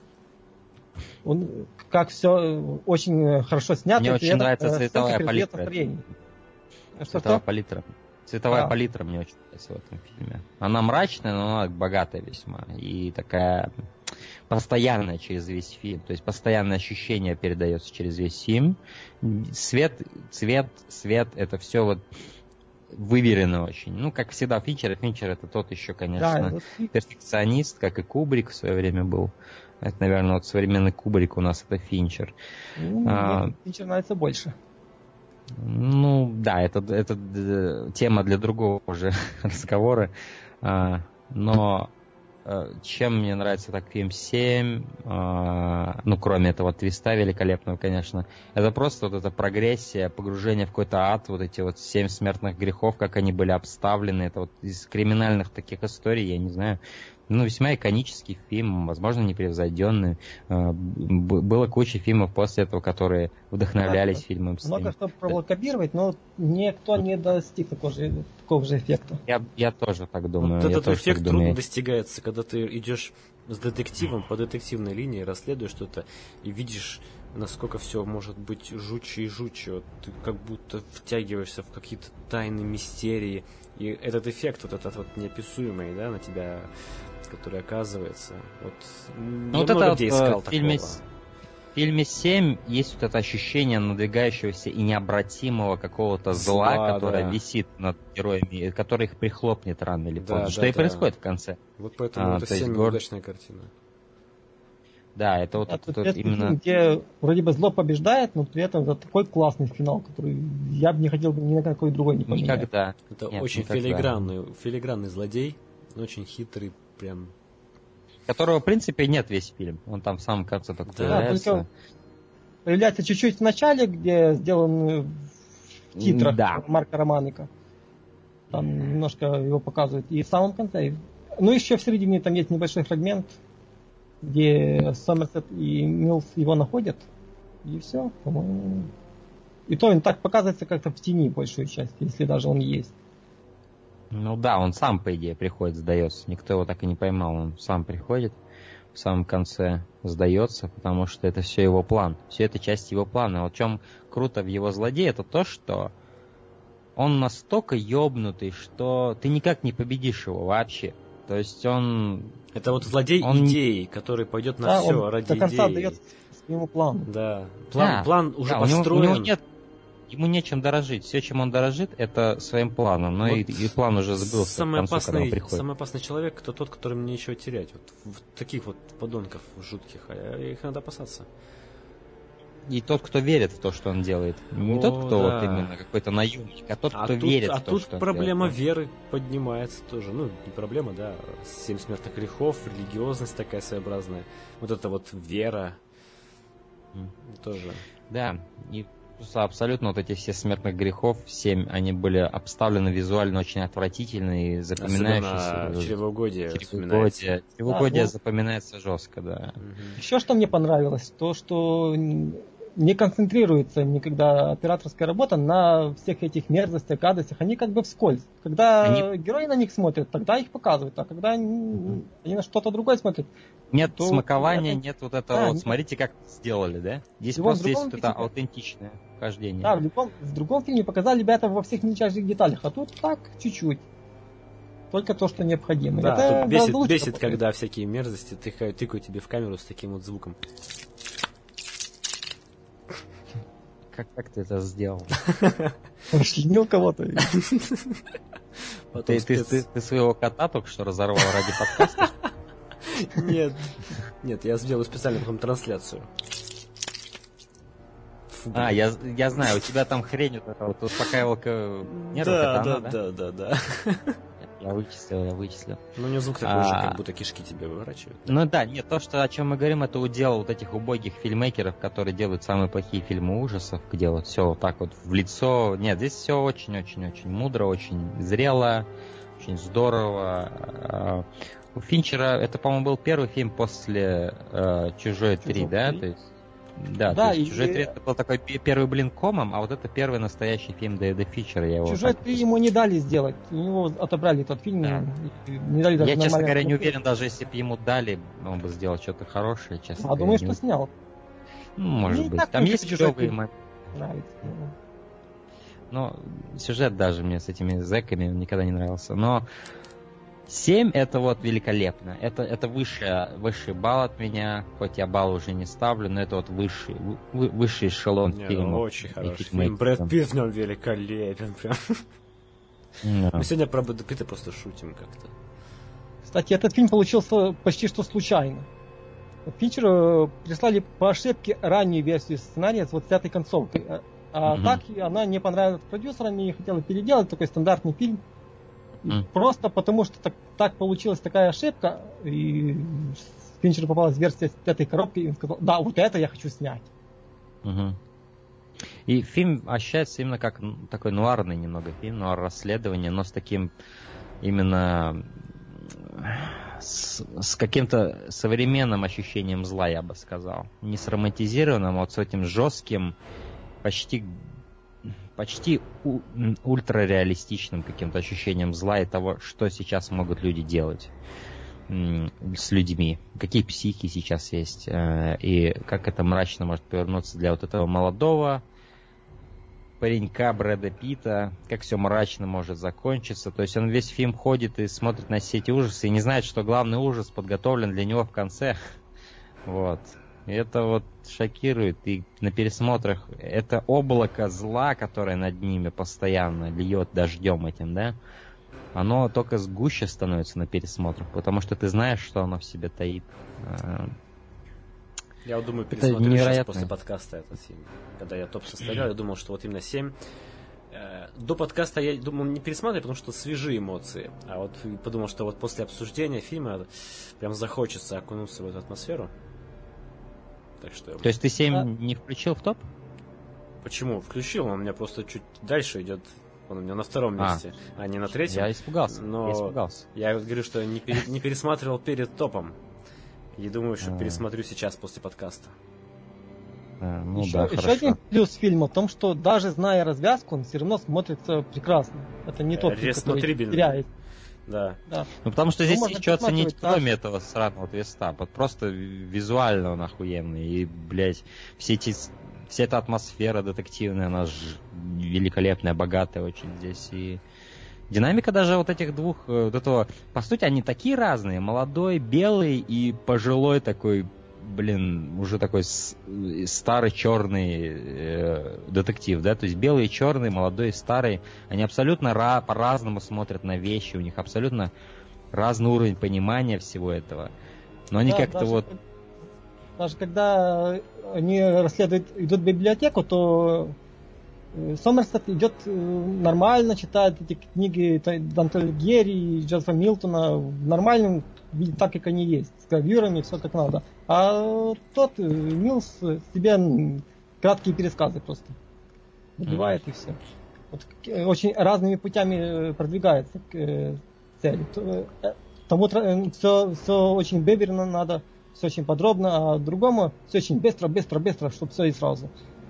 Он, как все очень хорошо снято. Мне очень нравится это, цветовая палитра. Цветовая палитра. Цветовая а. палитра мне очень нравится в этом фильме. Она мрачная, но она богатая весьма. И такая постоянная через весь фильм. То есть постоянное ощущение передается через весь фильм. Свет, цвет, свет, это все вот выверено очень. Ну, как всегда, Финчер. Финчер это тот еще, конечно, да, перфекционист, как и Кубрик в свое время был. Это, наверное, вот современный Кубрик у нас это Финчер. Ну, а, Финчер нравится больше. Ну, да, это, это тема для другого уже разговора. А, но чем мне нравится так фильм семь, а, ну, кроме этого твиста великолепного, конечно, это просто вот эта прогрессия, погружение в какой-то ад, вот эти вот семь смертных грехов, как они были обставлены, это вот из криминальных таких историй, я не знаю, ну, весьма иконический фильм, возможно, непревзойденный. Было куча фильмов после этого, которые вдохновлялись да, фильмом. Много кто пробовал копировать, но никто не достиг такого же, такого же эффекта. Я, я тоже так думаю. Вот я этот эффект трудно думаю. достигается, когда ты идешь с детективом по детективной линии, расследуешь что-то и видишь, насколько все может быть жутче и жутче. Вот ты как будто втягиваешься в какие-то тайны, мистерии. И этот эффект, вот этот вот неописуемый, да, на тебя, который оказывается. Вот, ну, вот это вот искал в фильме, в фильме семь есть вот это ощущение надвигающегося и необратимого какого-то зла, зла которое да. висит над героями, который их прихлопнет рано или поздно. Да, что да, и да. происходит в конце. Вот поэтому а, это семь гор... удачная картина. Да, это вот это это, это именно... фильм, где вроде бы зло побеждает, но при этом это такой классный финал, который я бы не хотел ни на какой другой не поменять. Никогда. Это Нет, очень никогда. филигранный, филигранный злодей, очень хитрый, прям... Которого, в принципе, нет весь фильм. Он там в самом конце только да, появляется. Только появляется чуть-чуть в начале, где сделан в титрах да. Марка Романика. Там немножко его показывают. И в самом конце. Ну, еще в середине там есть небольшой фрагмент, где Сомерсет и Милс его находят. И все, по-моему. И то он так показывается как-то в тени большую часть, если даже он есть. Ну да, он сам, по идее, приходит, сдается. Никто его так и не поймал. Он сам приходит, в самом конце сдается, потому что это все его план. Все это часть его плана. Вот в чем круто в его злодее, это то, что он настолько ёбнутый, что ты никак не победишь его вообще. То есть он... Это вот злодей он... идеи, который пойдет на да, все ради идеи. До конца отдает своему плану. Да, план, да. план уже да, построен. У него, у него нет... Ему нечем дорожить. Все, чем он дорожит, это своим планом. Но вот и, и план уже сбылся самый к концу, опасный, когда он приходит. Самый опасный человек, это тот, которому нечего терять. Вот в таких вот подонков жутких. А их надо опасаться. И тот, кто верит в то, что он делает. Не О, тот, кто да. вот именно какой-то наемник, а тот, а кто тут, верит а в то, тут что проблема он делает. веры поднимается тоже. Ну, не проблема, да. Семь смертных грехов, религиозность такая своеобразная. Вот это вот вера. Mm. Тоже. Да, и абсолютно вот эти все смертных грехов, семь, они были обставлены визуально очень отвратительно и запоминающиеся. Особенно чревоугодие. Чревоугодие, чревоугодие а, ну, запоминается жестко, да. Угу. Еще что мне понравилось, то что не концентрируется никогда операторская работа на всех этих мерзостях, гадостях, они как бы вскользь. Когда они... герои на них смотрят, тогда их показывают, а когда они, они на что-то другое смотрят, нет то смакования, это... нет вот этого, да, вот нет. Смотрите, как сделали, да? Здесь Его просто есть вот фильме... это аутентичное вхождение. Да, в, любом, в другом фильме показали ребята во всех мельчайших деталях, а тут так, чуть-чуть. Только то, что необходимо. Да, это тут бесит, бесит когда всякие мерзости тыкают, тыкают тебе в камеру с таким вот звуком. Как, как ты это сделал? Расчленил кого-то. Ты, ты, ты, ты своего кота только что разорвал ради подкаста? Нет, нет, я сделаю специально потом трансляцию. Фу, а, я, я знаю, у тебя там хрень вот эта вот успокаивалка нервов, да, это да, она, да, да, да, да. Я вычислил, я вычислил. Ну, у него звук такой же, А. как будто кишки тебе выворачивают. Ну да, нет, то, что, о чем мы говорим, это удел вот этих убогих фильммейкеров, которые делают самые плохие фильмы ужасов, где вот все вот так вот в лицо. Нет, здесь все очень-очень-очень мудро, очень зрело, очень здорово. У Финчера это, по-моему, был первый фильм после э, «Чужой три», да? То есть, да, Да, то есть и- «Чужой три» это был такой пе- первый блин комом, а вот это первый настоящий фильм Дэвида Финчера. Я его Чужой так- три ему не дали сделать. У него отобрали этот фильм. Да. и Не дали даже Я, честно нормально говоря, не смотреть. уверен, даже если бы ему дали, он бы сделал что-то хорошее, честно А говоря. думаю, не что снял. Ну, может Мне и быть. так Там не есть «Чужой клевые фильм». моменты. Нравится. Но сюжет даже мне с этими зэками никогда не нравился. Но семь это вот великолепно. Это, это высший, высший балл от меня. Хоть я балл уже не ставлю, но это вот высший, вы- высший эшелон Не, фильма. ну, очень хороший фильм. Брэд Питт в нем великолепен. Прям. Мы сегодня про Брэда Питта просто шутим как-то. Кстати, этот фильм получился почти что случайно. Финчеру прислали по ошибке раннюю версию сценария с вот с этой концовкой. А, а Мгм. так она не понравилась продюсерам и хотела переделать такой стандартный фильм. И Мгм. Просто потому, что так, так получилась такая ошибка, и Финчеру попалась версия с этой коробкой, и он сказал, да, вот это я хочу снять. Мгм. И фильм ощущается именно как м, такой нуарный немного фильм, нуар расследование, но с таким именно с, с каким-то современным ощущением зла, я бы сказал. Не с романтизированным, а вот с этим жестким, почти почти у, м, ультрареалистичным каким-то ощущением зла и того, что сейчас могут люди делать м, с людьми, какие психи сейчас есть, э, и как это мрачно может повернуться для вот этого молодого паренька Брэда Питта, как все мрачно может закончиться. То есть он весь фильм ходит и смотрит на все эти ужасы и не знает, что главный ужас подготовлен для него в конце. Вот. И это вот шокирует. И на пересмотрах это облако зла, которое над ними постоянно льет дождем этим, да, оно только сгуще становится на пересмотрах, потому что ты знаешь, что оно в себе таит. Я вот думаю, Это пересмотрю сейчас невероятно. после подкаста этот фильм. Когда я топ составлял, я думал, что вот именно семь. Э, До подкаста я думал не пересматривать, потому что свежие эмоции. А вот подумал, что вот после обсуждения фильма прям захочется окунуться в эту атмосферу. Так что... То есть ты семь А- не включил в топ? Почему? Включил, он у меня просто чуть дальше идет. Он у меня на втором А. месте, а, не на третьем. Я испугался. Но Я испугался. я вот говорю, что не, пере- не пересматривал перед топом. И думаю, что А. пересмотрю сейчас после подкаста. А, ну еще, да, еще хорошо. один плюс фильма в том, что даже зная развязку, он все равно смотрится прекрасно. Это не тот фильм, который Ресмотрибельный. теряет. Да. Да. Ну, потому что Ну, здесь можно есть что оценить, пересматривать, кроме этого сраного твиста. Вот просто визуально он охуенный. И, блядь, все эти, вся эта атмосфера детективная, она же великолепная, богатая очень здесь. И динамика даже вот этих двух, э, вот этого... По сути, они такие разные. Молодой, белый и пожилой такой, блин, уже такой с- старый черный э, детектив, да, то есть белый и черный, молодой и старый, они абсолютно ра- по-разному смотрят на вещи, у них абсолютно разный уровень понимания всего этого, но они Да, как-то даже вот... как- Даже когда они расследуют, идут в библиотеку, то э, Сомерсет идет э, нормально, читает эти книги Т- Данте Алигьери и Джозефа Милтона в нормальном виде, так как они есть, с гравюрами, все как надо. А тот э, Милс э, себе м, краткие пересказы просто набивает и все. Вот, э, очень разными путями э, продвигается к э, цели. То, э, Тому все, все очень беберно надо, все очень подробно, а другому все очень быстро, быстро, быстро, чтобы все и сразу.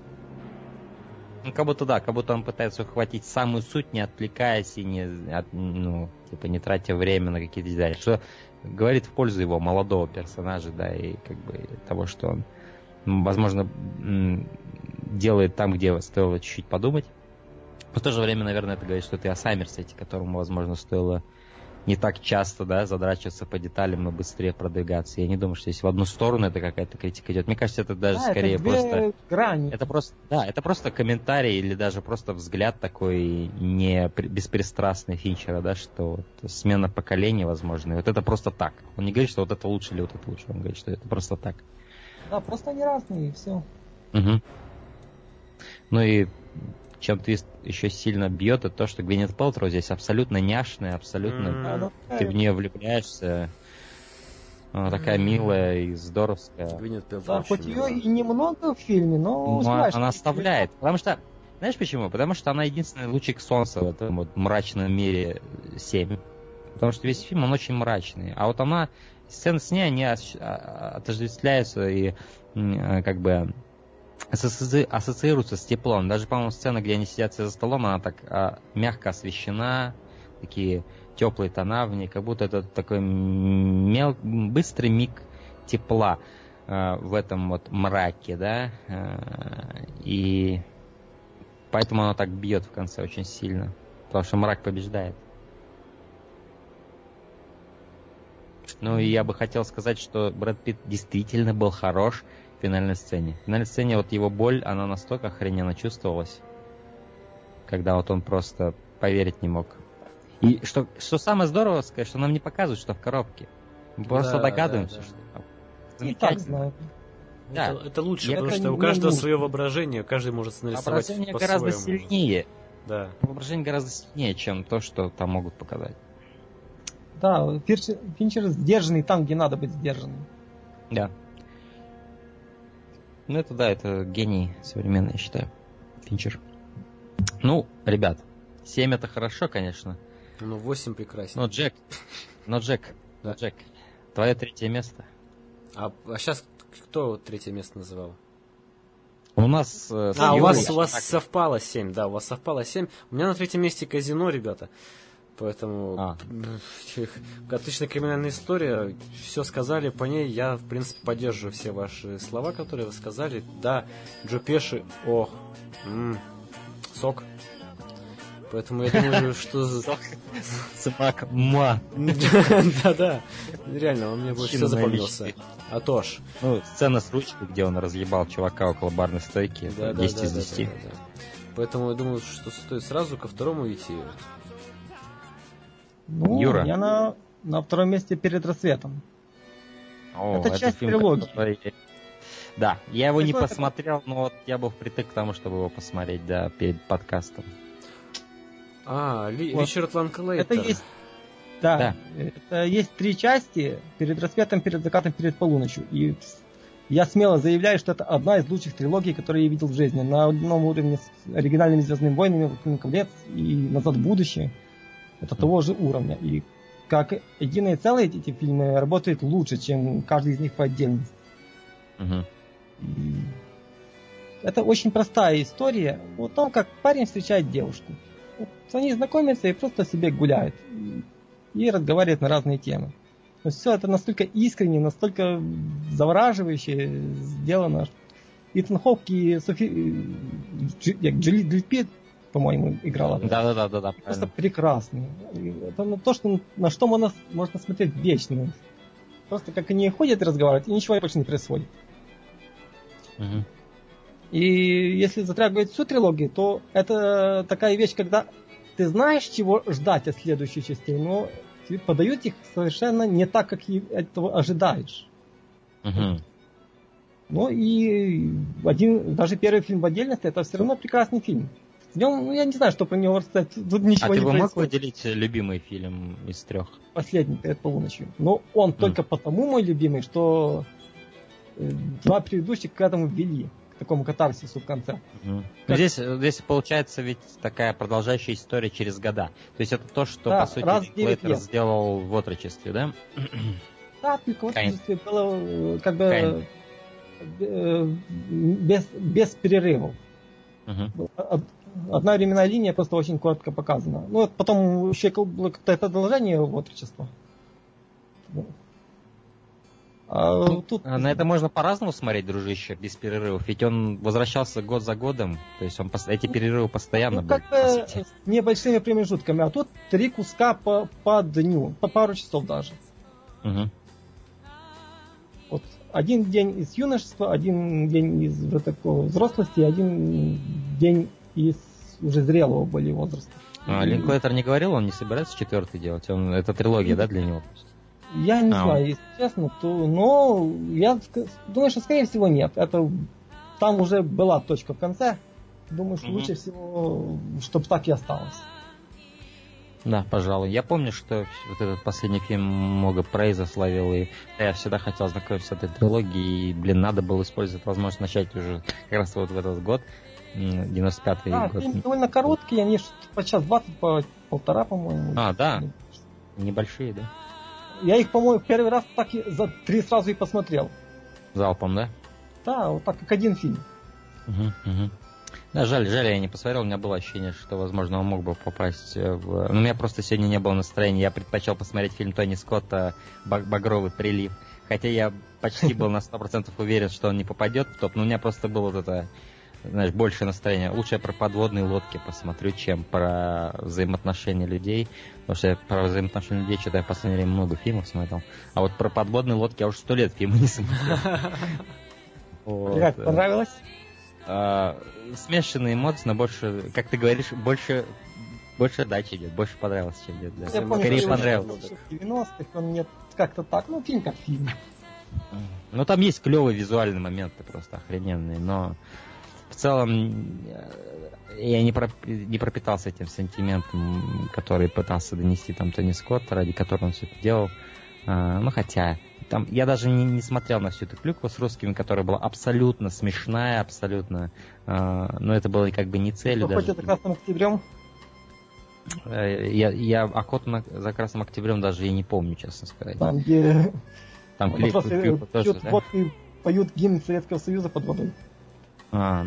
Ну, как будто да, как будто он пытается ухватить самую суть, не отвлекаясь и не, от- ну, типа, не тратя время на какие-то детали. Что говорит в пользу его молодого персонажа, да, и как бы того, что он, м, возможно, м, делает там, где стоило чуть-чуть подумать. Но в то же время, наверное, это говорит что-то и о Саммерсете, которому, возможно, стоило не так часто, да, задрачиваться по деталям, но быстрее продвигаться. Я не думаю, что если в одну сторону это какая-то критика идет. Мне кажется, это даже Да, скорее это две просто... грани. Это просто, да, это просто комментарий или даже просто взгляд такой не при- беспристрастный Финчера, да, что вот смена поколений, возможно, и вот это просто так. Он не говорит, что вот это лучше или вот это лучше, он говорит, что это просто так. Да, просто они разные, и все. Угу. Ну и чем твист еще сильно бьет, это то, что Гвинет Пэлтроу здесь абсолютно няшная, абсолютно Mm. ты в нее влюбляешься. Она такая милая и здоровская. Гвинет Пэлтроу Да, очень хоть ее мила. и немного в фильме, но Но успеваешь. она оставляет. Потому что, знаешь почему? Потому что она единственный лучик солнца в этом вот мрачном мире семь. Потому что весь фильм, он очень мрачный. А вот она, сцены с ней, они отождествляются и как бы асоци... ассоциируются с теплом. Даже, по-моему, сцена, где они сидят за столом, она так а, мягко освещена, такие теплые тона в ней, как будто это такой мел... быстрый миг тепла э, в этом вот мраке, да, э, и поэтому оно так бьет в конце очень сильно, потому что мрак побеждает. Ну и я бы хотел сказать, что Брэд Питт действительно был хорош в финальной сцене. В финальной сцене вот его боль, она настолько охрененно чувствовалась, когда вот он просто поверить не мог. И что, что самое здоровое, сказать, что нам не показывают, что в коробке. Мы просто Да, догадываемся, да, да. что там. И так Замечательно. знаю. Да. Это, это лучше, Я потому это что у не каждого нужно. свое воображение, каждый может нарисовать Воображение по-своему. гораздо сильнее. Да. Воображение гораздо сильнее, чем то, что там могут показать. Да, Финчер, Финчер сдержанный там, где надо быть сдержанным. Да. Ну это да, это гений современный, я считаю. Финчер. Ну, ребят, семь это хорошо, конечно. Ну, восемь прекраснее. Но Джек, но Джек, Да. но Джек, твое третье место. А, а сейчас кто третье место называл? У нас... э, с А, у Юрой вас, у вас так- совпало семь, да, у вас совпало семь. У меня на третьем месте казино, ребята. Поэтому А. эх, отличная криминальная история. Все сказали по ней. Я, в принципе, поддерживаю все ваши слова, которые вы сказали. Да, Джо Пеши, о, м, сок. Поэтому я думаю, что... Собака, ма. Да-да, реально, он мне больше всего запомнился. А то ж. Ну, сцена с ручкой, где он разъебал чувака около барной стойки, это Да, да, десять да, из да, десяти. да, да. Поэтому я думаю, что стоит сразу ко второму идти. Ну, Юра. я на, на втором месте перед рассветом. О, Это часть фильм, трилогии. который- Да, я его не Какой это- посмотрел, но вот я был впритык к тому, чтобы его посмотреть, да, перед подкастом. А, Ли- Вот. Ричард Ланклейтер. Это есть, да, Да. это есть три части: перед рассветом, перед закатом, перед полуночью. И я смело заявляю, что это одна из лучших трилогий, которые я видел в жизни. На одном уровне с оригинальными Звездными войнами, Властелин колец и Назад в будущее. Это того же уровня. И как единое целое эти фильмы работают лучше, чем каждый из них по отдельности. Мгм. И это очень простая история о том, как парень встречает девушку. Вот они знакомятся и просто себе гуляют. И разговаривают на разные темы. Но все это настолько искренне, настолько завораживающе сделано. Итан Хоук и Софи... Дж- як, Джоли Дельпит, по-моему, играла. Да-да-да, да, Просто правильно. прекрасно. И это на то, что, на что можно, можно смотреть вечно. Просто как они ходят и разговаривают, и ничего больше не происходит. Мгм. И если затрагивать всю трилогию, то это такая вещь, когда ты знаешь, чего ждать от следующей частей, но тебе подают их совершенно не так, как и этого ожидаешь. Мгм. Ну и один, даже первый фильм в отдельности, это все равно прекрасный фильм. В нем, ну, я не знаю, что про него рассказать. Тут А ничего ты не бы мог происходит. выделить любимый фильм из трех? Последний перед полуночью. Но он только потому мой любимый, что э, два предыдущих к этому ввели, к такому катарсису в конце. Мгм. Как- Здесь, здесь получается ведь такая продолжающая история через года. То есть это то, что, Да, по сути, раз в девять Линклейтер лет. сделал в отрочестве, да? Да, только в Кайн. обществе было э, как бы Кайн. э, без, без перерывов. Мгм. Од- Одна временная линия просто очень коротко показана. Ну, вот потом еще было какое-то продолжение в отрочества. А Ну, тут а на это можно по-разному смотреть, дружище, без перерывов. Ведь он возвращался год за годом, то есть он пос- эти перерывы постоянно ну, были. как по бы сути. с небольшими промежутками, а тут три куска по, по дню, по пару часов даже. Мгм. Вот один день из юношества, один день из уже такого взрослости, один день из уже зрелого более возраста. А Линклейтер не говорил, он не собирается четвертый делать? Он, это трилогия, да, для него? Я не А, знаю, если честно, то, но я ск- думаю, что скорее всего нет. Это там уже была точка в конце. думаю, что Мгм. лучше всего, чтобы так и осталось. Да, пожалуй. Я помню, что вот этот последний фильм много прейза словил, и я всегда хотел знакомиться с этой трилогией, и, блин, надо было использовать возможность начать уже как раз вот в этот год, м, девяносто пятый Да, год. фильмы довольно короткие, они ж по час двадцать, по полтора, по-моему. А, да, небольшие, да? Я их, по-моему, первый раз так и за три сразу и посмотрел. Залпом, да? Да, вот так как один фильм. Угу, угу. Да, жаль, жаль, я не посмотрел, у меня было ощущение, что, возможно, он мог бы попасть в... Ну, у меня просто сегодня не было настроения, я предпочел посмотреть фильм Тони Скотта «Багровый прилив», хотя я почти был на сто процентов уверен, что он не попадет в топ, но у меня просто было вот это, знаешь, больше настроения. Лучше я про подводные лодки посмотрю, чем про взаимоотношения людей, потому что я про взаимоотношения людей что-то я в последнее время много фильмов смотрел, а вот про подводные лодки я уже сто лет фильмы не смотрел. Как, понравилось? А, смешанные эмоции, но больше, как ты говоришь, больше, больше отдачи идет, больше понравилось, чем идет. Да. Я помню, Скорее что понравилось. в девяностых он мне как-то так, ну, фильм как фильм. Ну, там есть клевые визуальные моменты, просто охрененные, но в целом я не, проп... не пропитался этим сентиментом, который пытался донести там Тони Скотт, ради которого он все это делал. А, ну, хотя... Там, я даже не, не смотрел на всю эту клюкву с русскими, которая была абсолютно смешная, абсолютно... Э, но это было как бы не целью. Охота за Красным Октябрем? Э, я, я охоту на, за Красным Октябрем даже и не помню, честно сказать. Там, где Там клюква, клюква тоже, пьют да? водку и поют гимн Советского Союза под водой. А,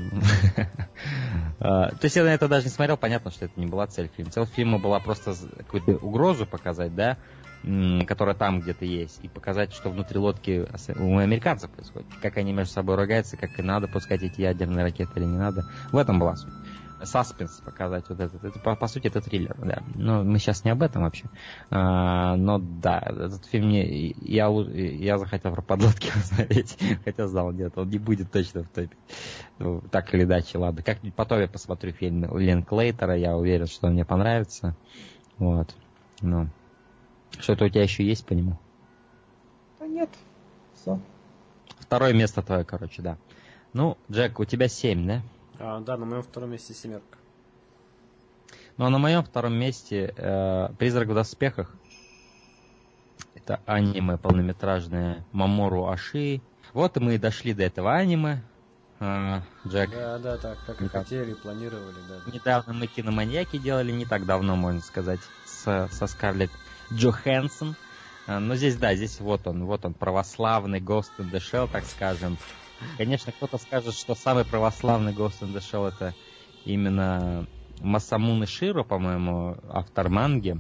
то есть я на это даже не смотрел, понятно, что это не была цель фильма. Цель фильма была просто какую-то угрозу показать, да, которая там где-то есть, и показать, что внутри лодки у американцев происходит, как они между собой ругаются, как и надо пускать эти ядерные ракеты или не надо. В этом была суть. Саспенс показать вот этот. Это, по, по сути, это триллер, да. Но мы сейчас не об этом вообще. А, но да, этот фильм мне... Я, я захотел про подлодки посмотреть, хотя знал, нет, он не будет точно в топе. Ну, так или иначе, ладно. Как-нибудь потом я посмотрю фильм Линклейтера, я уверен, что он мне понравится. Вот. Ну... Что-то у тебя еще есть по нему? Да нет, все. Второе место твое, короче, да. Ну, Джек, у тебя семь, да? А, да, на моем втором месте семерка. Ну, а на моем втором месте э, «Призрак в доспехах». Это аниме полнометражное Мамору Аши. Вот и мы и дошли до этого аниме. Э, Джек. Да, да, так, как и хотели, планировали, да. Недавно мы «Киноманьяки» делали, не так давно, можно сказать, с, со Скарлетт Джоханссон. Но здесь, да, здесь вот он, вот он, православный Ghost in the Shell, так скажем. Конечно, кто-то скажет, что самый православный Ghost in the Shell это именно Масамуне Широ, по-моему, автор манги.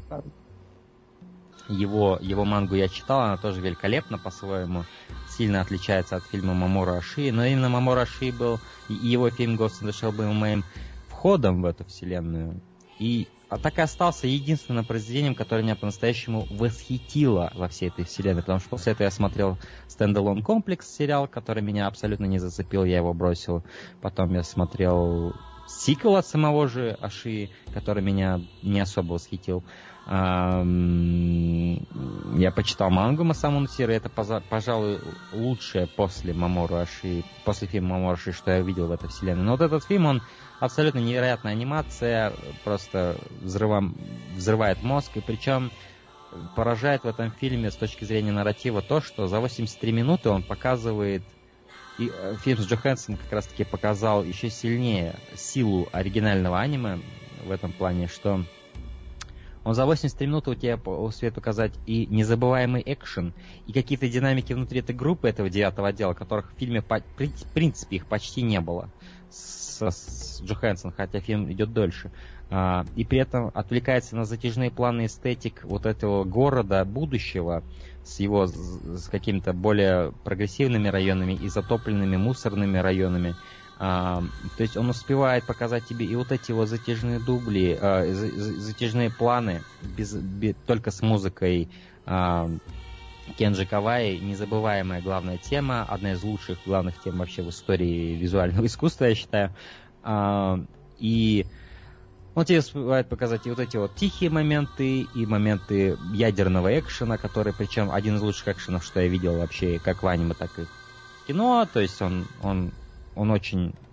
Его, его мангу я читал, она тоже великолепна по-своему. Сильно отличается от фильма Мамору Аши. Но именно Мамору Аши был, и его фильм Ghost in the Shell был моим входом в эту вселенную. И а так и остался единственным произведением, которое меня по-настоящему восхитило во всей этой вселенной. Потому что после этого я смотрел Standalone Complex сериал, который меня абсолютно не зацепил, я его бросил. Потом я смотрел сиквел от самого же Аши, который меня не особо восхитил. Я почитал мангу Масамуне Широ, это, пожалуй, лучшее после Мамору Аши, после фильма Мамору Аши, что я увидел в этой вселенной. Но вот этот фильм, он абсолютно невероятная анимация, просто взрывом, взрывает мозг, и причем поражает в этом фильме с точки зрения нарратива то, что за восемьдесят три минуты он показывает, и фильм с Джоханссон как раз таки показал еще сильнее силу оригинального аниме в этом плане, что он за восемьдесят три минуты у тебя успеет показать и незабываемый экшен, и какие-то динамики внутри этой группы, этого девятого отдела, которых в фильме, в принципе, их почти не было с, с Джоханссон, хотя фильм идет дольше. А, и при этом отвлекается на затяжные планы эстетик вот этого города будущего с его с, с какими-то более прогрессивными районами и затопленными мусорными районами. А, то есть он успевает показать тебе и вот эти вот затяжные дубли, а, за, за, затяжные планы, без, без, только с музыкой а, Кенджи Каваи, незабываемая главная тема, одна из лучших главных тем вообще в истории визуального искусства, я считаю. А, и он тебе успевает показать и вот эти вот тихие моменты, и моменты ядерного экшена, который, причем, один из лучших экшенов, что я видел вообще, как в аниме, так и в кино. То есть он, он, он очень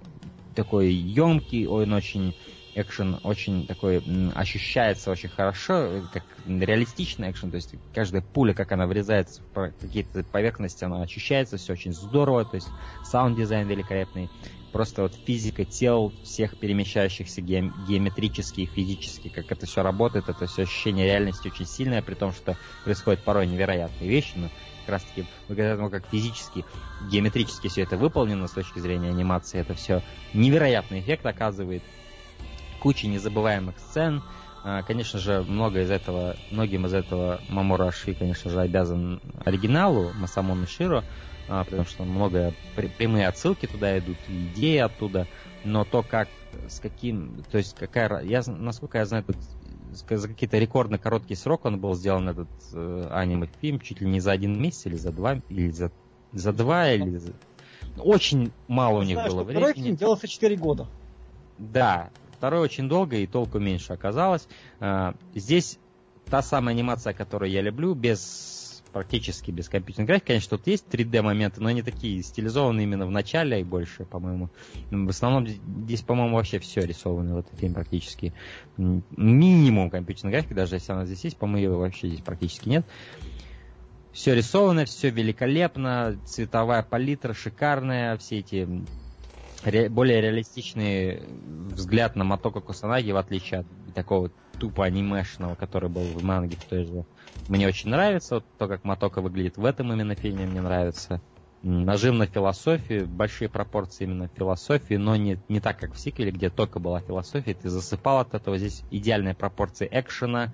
такой емкий, он очень экшен, очень такой м, ощущается очень хорошо, как реалистичный экшен, то есть каждая пуля, как она врезается в какие-то поверхности, она ощущается, все очень здорово, то есть саунд-дизайн великолепный. Просто вот физика тел всех перемещающихся ге- геометрически и физически, как это все работает, это все ощущение реальности очень сильное, при том, что происходят порой невероятные вещи, но как раз таки благодаря тому, как физически, геометрически все это выполнено с точки зрения анимации, это все невероятный эффект оказывает, куча незабываемых сцен. Конечно же, много из этого, многим из этого Маморо Оши, конечно же, обязан оригиналу Масамуне Широ, потому что много прямые отсылки туда идут, идеи оттуда, но то, как, с каким, то есть какая, я, насколько я знаю, за какие-то рекордно короткий срок он был сделан, этот э, аниме-фильм, чуть ли не за один месяц, или за два, или за, за два, или за... Очень мало у них знаю, было что второй времени. фильм делался четыре года. Да, второй очень долго, и толку меньше оказалось. А, здесь та самая анимация, которую я люблю, без практически без компьютерной графики. Конечно, тут есть три дэ-моменты, но они такие стилизованные именно в начале и больше, по-моему. В основном здесь, по-моему, вообще все рисовано в этом фильме практически. Минимум компьютерной графики, даже если она здесь есть, по-моему, ее вообще здесь практически нет. Все рисовано, все великолепно, цветовая палитра шикарная, все эти ре- более реалистичный взгляд на Матоко Кусанаги, в отличие от такого тупо анимешного, который был в манге в той же. Мне очень нравится вот то, как Матоко выглядит в этом именно фильме, мне нравится. Нажим на философию, большие пропорции именно философии, но не, не так, как в сиквеле, где только была философия, ты засыпал от этого. Здесь идеальные пропорции экшена,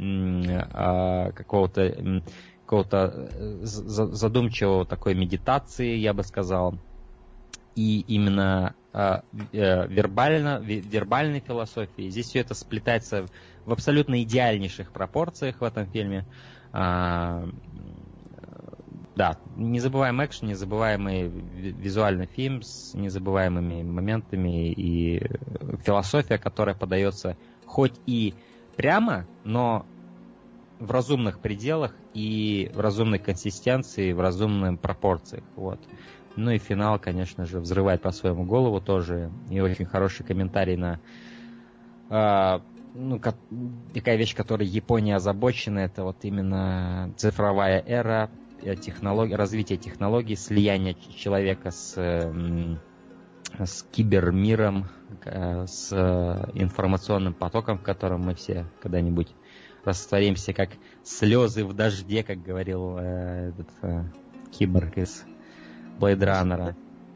какого-то, какого-то задумчивого такой медитации, я бы сказал. И именно э, э, вербально, вербальной философии. Здесь все это сплетается в абсолютно идеальнейших пропорциях в этом фильме. А, да, незабываемый экшен, незабываемый визуальный фильм с незабываемыми моментами и философия, которая подается хоть и прямо, но в разумных пределах и в разумной консистенции, в разумных пропорциях. Вот. Ну и финал, конечно же, взрывает по-своему голову тоже. И очень хороший комментарий на э, ну, как, такая вещь, которой Япония озабочена, это вот именно цифровая эра, технология, развитие технологий, слияние человека с, э, с кибермиром, э, с информационным потоком, в котором мы все когда-нибудь растворимся, как слезы в дожде, как говорил э, этот э, киборг из Blade Runner.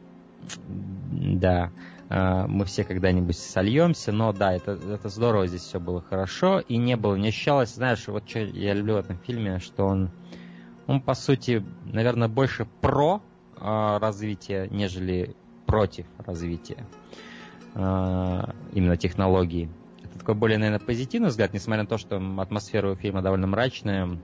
Да, мы все когда-нибудь сольемся, но да, это, это здорово, здесь все было хорошо, и не было, не ощущалось, знаешь, вот что я люблю в этом фильме, что он, он по сути, наверное, больше про э, развитие, нежели против развития э, именно технологий. Это такой более, наверное, позитивный взгляд, несмотря на то, что атмосфера у фильма довольно мрачная,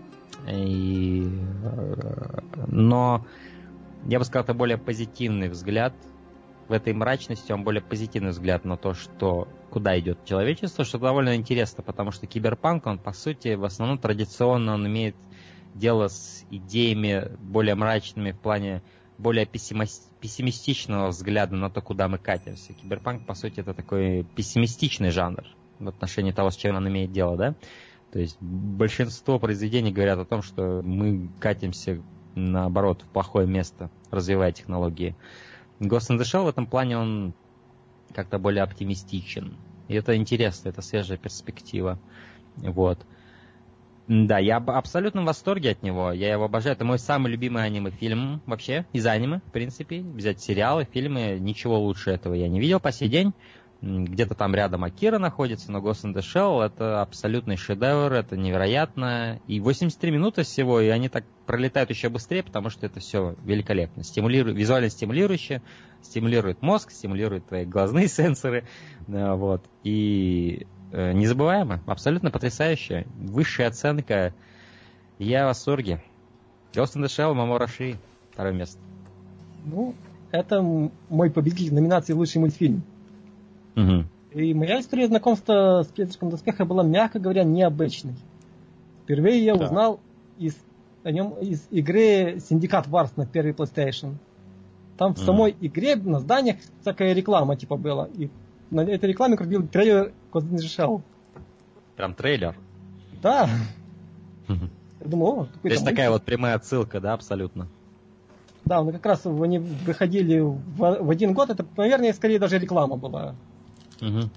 и, э, но я бы сказал, это более позитивный взгляд. В этой мрачности он более позитивный взгляд на то, что куда идет человечество, что довольно интересно, потому что киберпанк, он по сути, в основном традиционно он имеет дело с идеями более мрачными в плане более пессимистичного взгляда на то, куда мы катимся. Киберпанк, по сути, это такой пессимистичный жанр в отношении того, с чем он имеет дело, да? То есть большинство произведений говорят о том, что мы катимся наоборот, в плохое место, развивая технологии. Ghost in the Shell в этом плане он как-то более оптимистичен. И это интересно, это свежая перспектива. Вот. Да, я абсолютно в восторге от него. Я его обожаю. Это мой самый любимый аниме-фильм вообще, из аниме, в принципе. Взять сериалы, фильмы, ничего лучше этого я не видел по сей день. Где-то там рядом Акира находится, но Ghost in the Shell это абсолютный шедевр, это невероятно. И восемьдесят три минуты всего, и они так пролетают еще быстрее, потому что это все великолепно. Стимулирует, визуально стимулирующе, стимулирует мозг, стимулирует твои глазные сенсоры. Вот. И э, незабываемо, абсолютно потрясающе. Высшая оценка. Я в восторге. Ghost in the Shell, Маморо Оши, второе место. Ну, это мой победитель номинации «Лучший мультфильм». Угу. И моя история знакомства с «Призраком доспеха» была, мягко говоря, необычной. Впервые я да. узнал из, о нем из игры Syndicate Wars на первый PlayStation. Там в самой игре на зданиях всякая реклама типа была. И на этой рекламе крутил трейлер Ghost in the Shell. Прям трейлер? Да. Я думал, о, то есть такая вот прямая отсылка, да, абсолютно. Да, ну как раз они выходили в, в один год, это, наверное, скорее даже реклама была. Угу.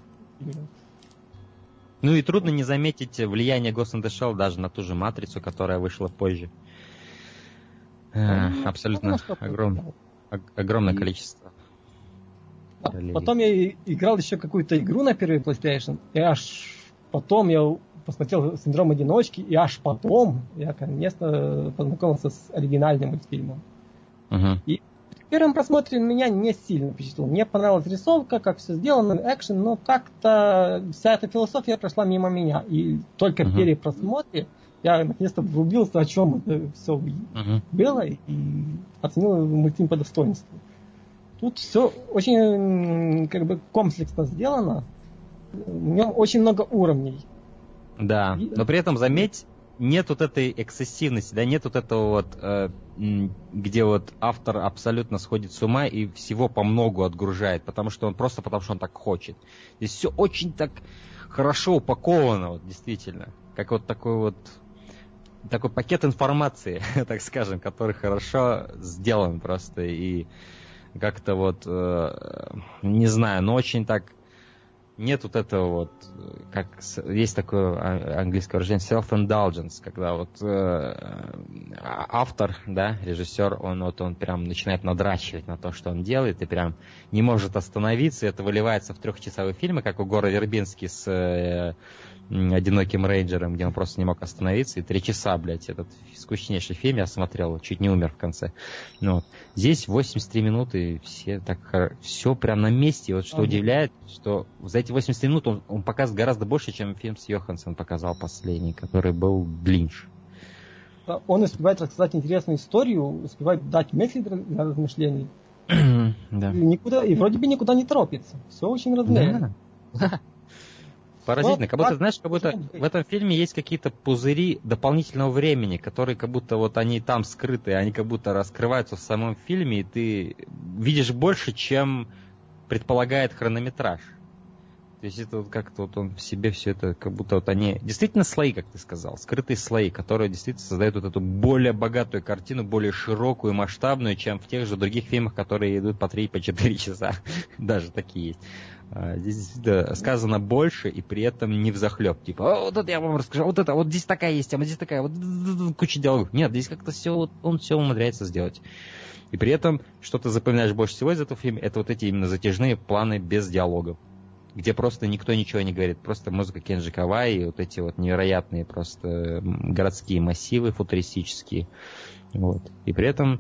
Ну и трудно не заметить влияние Ghost in the Shell даже на ту же Матрицу, которая вышла позже. Ну, абсолютно огром... огромное и... количество. А потом я играл еще какую-то игру на первый PlayStation, и аж потом я посмотрел «Синдром одиночки», и аж потом я наконец-то познакомился с оригинальным мультфильмом. Uh-huh. И в первом просмотре меня не сильно впечатлило. Мне понравилась рисовка, как все сделано, экшен, но как-то вся эта философия прошла мимо меня. И только uh-huh. в перепросмотре я наконец-то врубился, о чем это все uh-huh. было, и оценил мультфильм по достоинству. Тут все очень как бы комплексно сделано. В нем очень много уровней. Да, и... но при этом, заметь, нет вот этой эксцессивности, да, нет вот этого вот, э, где вот автор абсолютно сходит с ума и всего по многу отгружает, потому что он просто потому что он так хочет. Здесь все очень так хорошо упаковано, вот, действительно, как вот такой вот такой пакет информации, так скажем, который хорошо сделан просто и как-то вот, э, не знаю, но очень так. Нет вот этого вот, как есть такое английское выражение self-indulgence, когда вот э, автор, да, режиссер, он вот он прям начинает надрачивать на то, что он делает, и прям не может остановиться, и это выливается в трехчасовые фильмы, как у Гора Вербински с э, «Одиноким рейнджером», где он просто не мог остановиться, и три часа, блядь, этот скучнейший фильм я смотрел, чуть не умер в конце. Ну, вот. Здесь восемьдесят три минуты, все так, все прям на месте, и вот что ага. удивляет, что за эти восемьдесят три минуты он, он показывает гораздо больше, чем фильм с Йоханссон показал последний, который был длиннее. Он успевает рассказать интересную историю, успевает дать мысли для размышлений. Да. И, никуда, и вроде бы никуда не торопится. Все очень размеренно. Да. Поразительно, как будто, знаешь, как будто в этом фильме есть какие-то пузыри дополнительного времени, которые как будто вот они там скрыты, они как будто раскрываются в самом фильме, и ты видишь больше, чем предполагает хронометраж. То есть это вот как-то вот он в себе все это, как будто вот они действительно слои, как ты сказал, скрытые слои, которые действительно создают вот эту более богатую картину, более широкую, масштабную, чем в тех же других фильмах, которые идут по три, по четыре часа. Даже такие есть. Здесь действительно сказано больше, и при этом не взахлеб. Типа, вот это я вам расскажу, вот это, вот здесь такая есть, а вот здесь такая, вот куча диалогов. Нет, здесь как-то все, вот, он все умудряется сделать. И при этом, что ты запоминаешь больше всего из этого фильма, это вот эти именно затяжные планы без диалогов, где просто никто ничего не говорит, просто музыка Кенджи Кавай и вот эти вот невероятные просто городские массивы футуристические. Вот. И при этом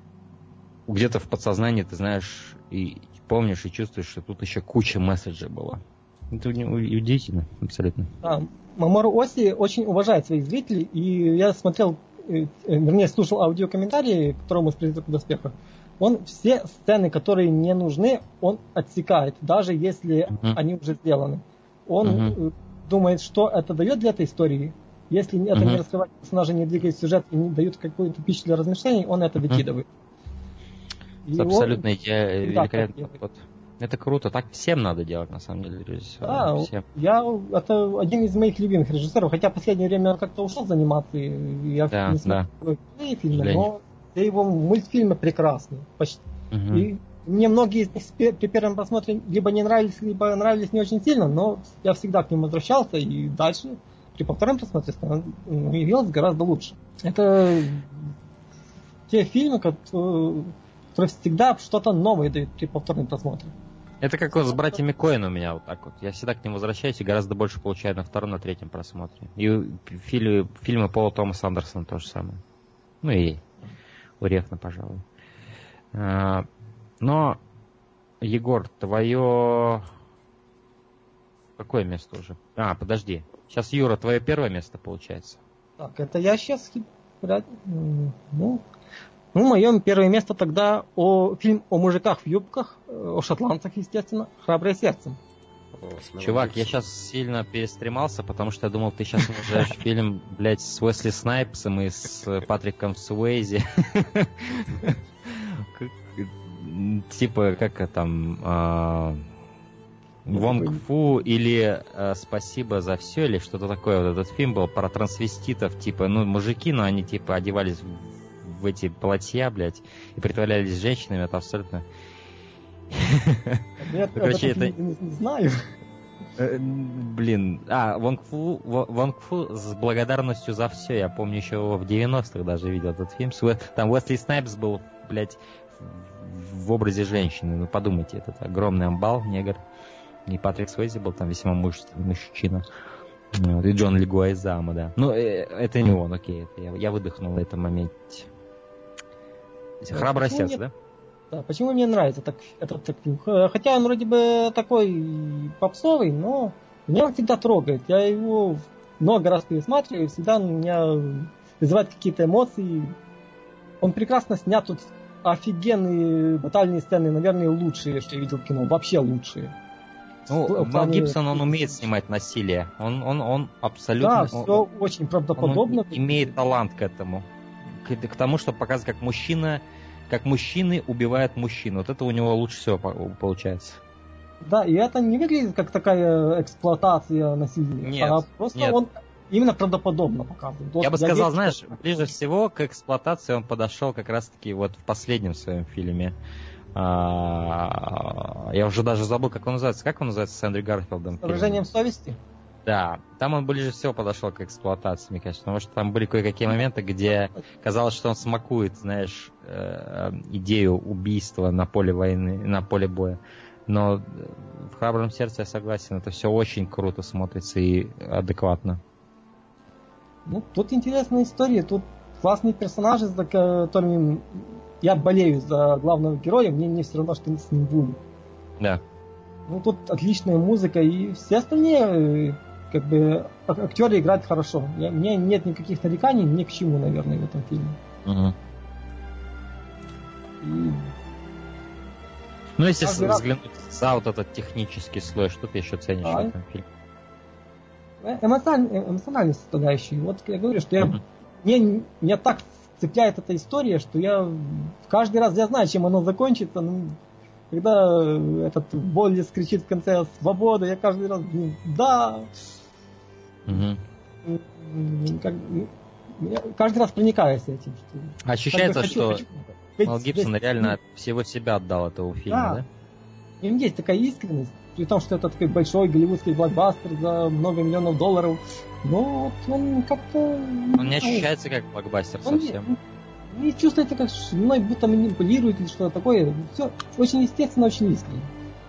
где-то в подсознании ты знаешь и помнишь и чувствуешь, что тут еще куча месседжей было. Это удивительно, абсолютно. Да, Мамору Оси очень уважает своих зрителей, и я смотрел, вернее, слушал аудиокомментарии, которые мы с «Призраком в доспехах». Он все сцены, которые не нужны, он отсекает, даже если uh-huh. они уже сделаны. Он uh-huh. думает, что это дает для этой истории. Если это uh-huh. не раскрывает персонажа, не двигает сюжет и не дает какую-то пищу для размышлений, он это выкидывает. Uh-huh. Абсолютно он... великолепно. Вот. Это круто. Так всем надо делать, на самом деле, режиссерам. Да, всем. Я, это один из моих любимых режиссеров, хотя в последнее время он как-то ушел заниматься. Я да, не смотрю да. фильмы, но все его мультфильмы прекрасны. Почти. Угу. И мне многие из них при первом просмотре либо не нравились, либо нравились не очень сильно, но я всегда к ним возвращался, и дальше при повторном просмотре явилось гораздо лучше. Это те фильмы, которые всегда что-то новое дают при повторном просмотре. Это как вот с братьями Коэн у меня вот так вот. Я всегда к ним возвращаюсь и гораздо больше получаю на втором, на третьем просмотре. И фильмы, фильмы Пола Томаса Андерсона то же самое. Ну и у Рефна, пожалуй. Но, Егор, твое... Какое место уже? А, подожди. Сейчас, Юра, твое первое место получается. Так, это я сейчас... Ну... Ну, мое первое место тогда о, фильм о мужиках в юбках, о шотландцах, естественно, «Храброе сердце». О, Чувак, я сейчас сильно перестремался, потому что я думал, ты сейчас назовешь фильм, блядь, с Уэсли Снайпсом и с Патриком Суэйзи. типа, как там... Э, Вонг Фу или э, «Спасибо за все» или что-то такое. Вот этот фильм был про трансвеститов, типа, ну, мужики, но они, типа, одевались в, в эти платья, блядь, и притворялись женщинами. Это абсолютно... Нет, короче, это... Не знаю. Блин, а, Вонг Фу, Вонг Фу с благодарностью за все. Я помню, еще в девяностых даже видел этот фильм. Там Уэсли Снайпс был, блядь, в образе женщины. Ну, подумайте, этот огромный амбал, негр. И Патрик Суэйзи был там весьма мужественный мужчина. Вот, и Джон Легуайзамо, да. Ну, э, это не он, окей. Это я, я выдохнул в этом моменте. Храброе сердце, мне... да? Да, почему мне нравится так, этот так, фильм? Хотя он вроде бы такой попсовый, но меня он всегда трогает. Я его много раз пересматриваю, и всегда у меня вызывает какие-то эмоции. Он прекрасно снят, тут офигенные батальные сцены, наверное, лучшие, что я видел в кино. Вообще лучшие. Ну, Мел Гибсон, он умеет снимать насилие. Он, он, он абсолютно... Да, все он, очень правдоподобно. Он имеет талант к этому. К, к тому, чтобы показывать, как мужчина, как мужчины убивают мужчин. Вот это у него лучше всего получается. Да, и это не выглядит как такая эксплуатация насилия. Нет, а просто нет. он именно правдоподобно показывает. Вот я бы я сказал, верю, знаешь, что... ближе всего к эксплуатации он подошел как раз-таки вот в последнем своем фильме. А, я уже даже забыл, как он называется. Как он называется с Эндрю Гарфилдом? С выражением совести? Да, там он ближе всего подошел к эксплуатации, мне кажется, потому что там были кое-какие моменты, где казалось, что он смакует, знаешь, идею убийства на поле войны, на поле боя. Но в «Храбром сердце» я согласен, это все очень круто смотрится и адекватно. Ну, тут интересная история, тут классные персонажи, за которыми я болею за главного героя, мне не все равно, что с ним будет. Да. Ну, тут отличная музыка, и все остальные, как бы, актеры играют хорошо. Я, у меня нет никаких нареканий ни к чему, наверное, в этом фильме. Угу. И... Ну, если Каждый взглянуть раз... за вот этот технический слой, что ты еще ценишь а, в этом фильме? Эмоциональная, эмоциональная составляющая. Вот я говорю, что я, mm-hmm. мне, меня так цепляет эта история, что я каждый раз, я знаю, чем оно закончится, но когда этот Боллис кричит в конце «Свобода», я каждый раз, да, mm-hmm. как, я каждый раз проникаюсь этим. Что, ощущается, хочу, что хочу, Мел Гибсон здесь, реально всего себя отдал этому фильму, да? да? В нем есть такая искренность, при том, что это такой большой голливудский блокбастер за много миллионов долларов, но вот он как-то... Он не ощущается как блокбастер он совсем. Не, не чувствуете, как мной будто манипулирует или что-то такое. Все очень естественно, очень искренне.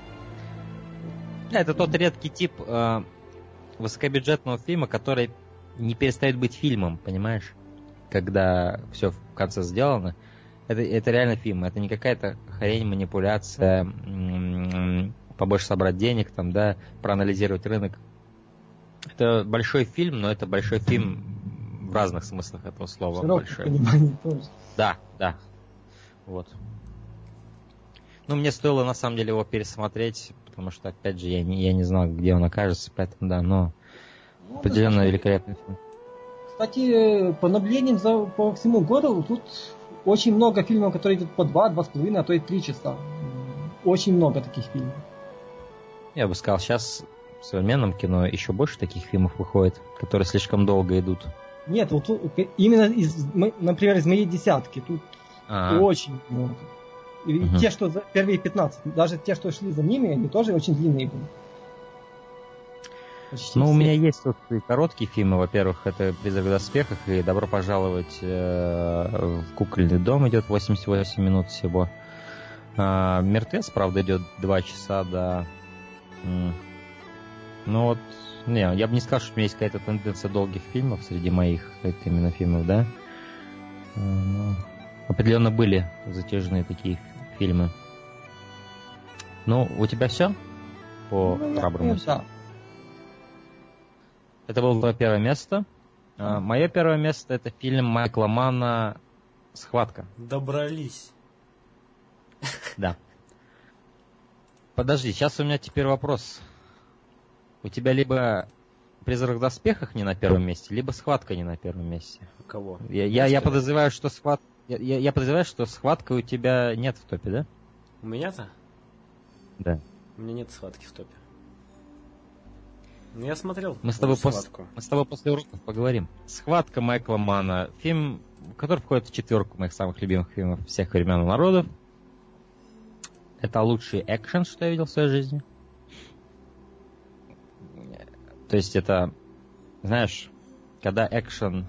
Это тот редкий тип э, высокобюджетного фильма, который не перестает быть фильмом, понимаешь? Когда все в конце сделано. Это, это реально фильм, это не какая-то хрень, манипуляция, м-м, побольше собрать денег, там, да, проанализировать рынок. Это большой фильм, но это большой фильм в разных смыслах этого слова. Большой. Тоже. Да, да. Вот. Ну, мне стоило на самом деле его пересмотреть, потому что, опять же, я не, я не знал, где он окажется, поэтому да, но ну, определенно великолепный фильм. Кстати, по наблюдениям за, по всему городу тут очень много фильмов, которые идут по два, два с половиной, а то и три часа. Очень много таких фильмов. Я бы сказал, сейчас в современном кино еще больше таких фильмов выходит, которые слишком долго идут. Нет, вот именно из, например, из моей десятки тут А-а. очень много. И угу. те, что за первые пятнадцать, даже те, что шли за ними, они тоже очень длинные были. Почти ну, все. У меня есть тут и короткие фильмы. Во-первых, это «Призрак в доспехах» и «Добро пожаловать э, в кукольный дом» идет восемьдесят восемь минут всего. А, «Мертвец», правда, идет два часа, да. Ну вот, не, я бы не сказал, что у меня есть какая-то тенденция долгих фильмов среди моих, это именно фильмов, да. Но определенно были затяжные такие фильмы. Ну, у тебя все по ну, «Храброму сердцу»? Это было твое первое место. А, мое первое место — это фильм Майкла Манна «Схватка». Добрались. Да. Подожди, сейчас у меня теперь вопрос. У тебя либо «Призрак в доспехах» не на первом месте, либо «Схватка» не на первом месте. У кого? Я, я, я подозреваю, что схват... я, я подозреваю, что «Схватка» у тебя нет в топе, да? У меня-то? Да. У меня нет схватки в топе. Ну, я смотрел. Мы с тобой, пос... Мы с тобой после уроков поговорим. «Схватка» Майкла Манна. Фильм, который входит в четверку моих самых любимых фильмов всех времен и народов. Это лучший экшен, что я видел в своей жизни. То есть это, знаешь, когда экшен...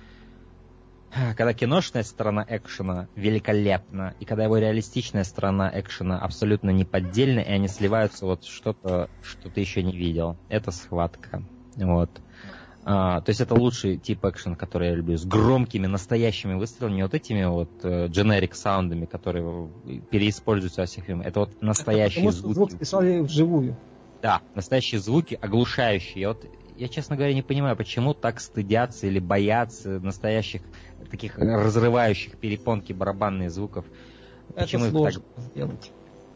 Когда киношная сторона экшена великолепна, и когда его реалистичная сторона экшена абсолютно неподдельна, и они сливаются вот что-то, что ты еще не видел. Это «Схватка». Вот. А, то есть это лучший тип экшена, который я люблю. С громкими, настоящими выстрелами, не вот этими вот generic саундами, которые переиспользуются во всех фильмах. Это вот настоящие это звуки. Звук писали вживую. Да, настоящие звуки, оглушающие. Вот я, честно говоря, не понимаю, почему так стыдятся или боятся настоящих таких разрывающих перепонки барабанных звуков. Это почему сложно так... сделать.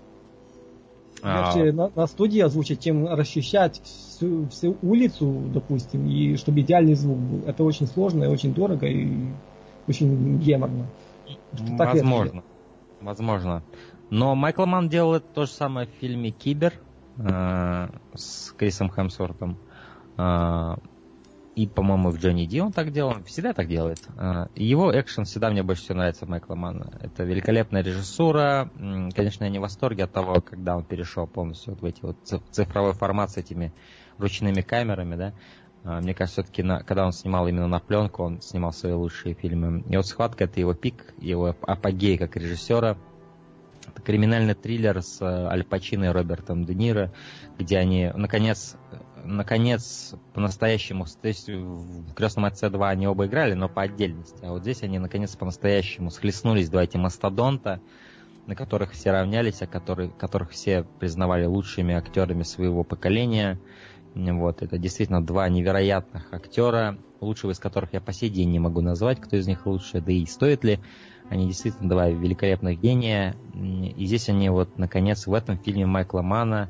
А... Легче на, на студии озвучить, чем расчищать всю, всю улицу, допустим, и чтобы идеальный звук был. Это очень сложно и очень дорого и очень геморно. Возможно. Возможно. Но Майкл Манн делал это то же самое в фильме «Кибер» э, с Крисом Хемсвортом. Э, и, по-моему, в «Джонни Ди» он так делал. Он всегда так делает. Э, его экшен всегда мне больше всего нравится Майкла Манна. Это великолепная режиссура. Конечно, я не в восторге от того, когда он перешел полностью вот в эти вот цифровой формат с этими ручными камерами, да. Мне кажется, все-таки, на, когда он снимал именно на пленку, он снимал свои лучшие фильмы. И вот «Схватка» — это его пик, его апогей как режиссера. Это криминальный триллер с Аль Пачино и Робертом Де Ниро, где они, наконец, наконец, по-настоящему, то есть в «Крестном отце два» они оба играли, но по отдельности. А вот здесь они, наконец, по-настоящему схлестнулись, два эти мастодонта, на которых все равнялись, а которых, которых все признавали лучшими актерами своего поколения. Вот, это действительно два невероятных актера, лучшего из которых я по сей день не могу назвать, кто из них лучше, да и стоит ли. Они действительно два великолепных гения. И здесь они вот, наконец, в этом фильме Майкла Манна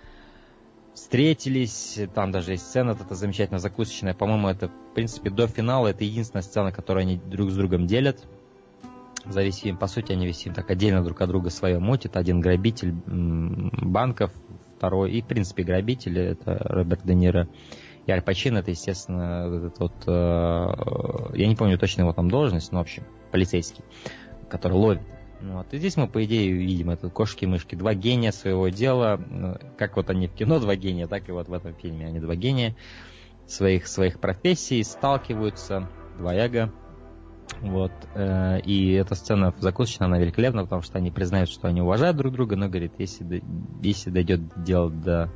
встретились. Там даже есть сцена эта замечательно закусочная. По-моему, это, в принципе, до финала это единственная сцена, которую они друг с другом делят. За весь фильм, по сути, они весь фильм так отдельно друг от друга свое мутят. Один грабитель банков, второй, и, в принципе, грабитель, это Роберт Де Ниро. И Аль Пачино, это, естественно, этот вот, э, я не помню точно его там должность, но, в общем, полицейский, который ловит. Вот. И здесь мы, по идее, видим это кошки-мышки, два гения своего дела, как вот они в кино два гения, так и вот в этом фильме они два гения своих, своих профессий, сталкиваются, два эго. Вот. И эта сцена закусочная, она великолепна, потому что они признают, что они уважают друг друга, но говорит, если, если дойдет дело до,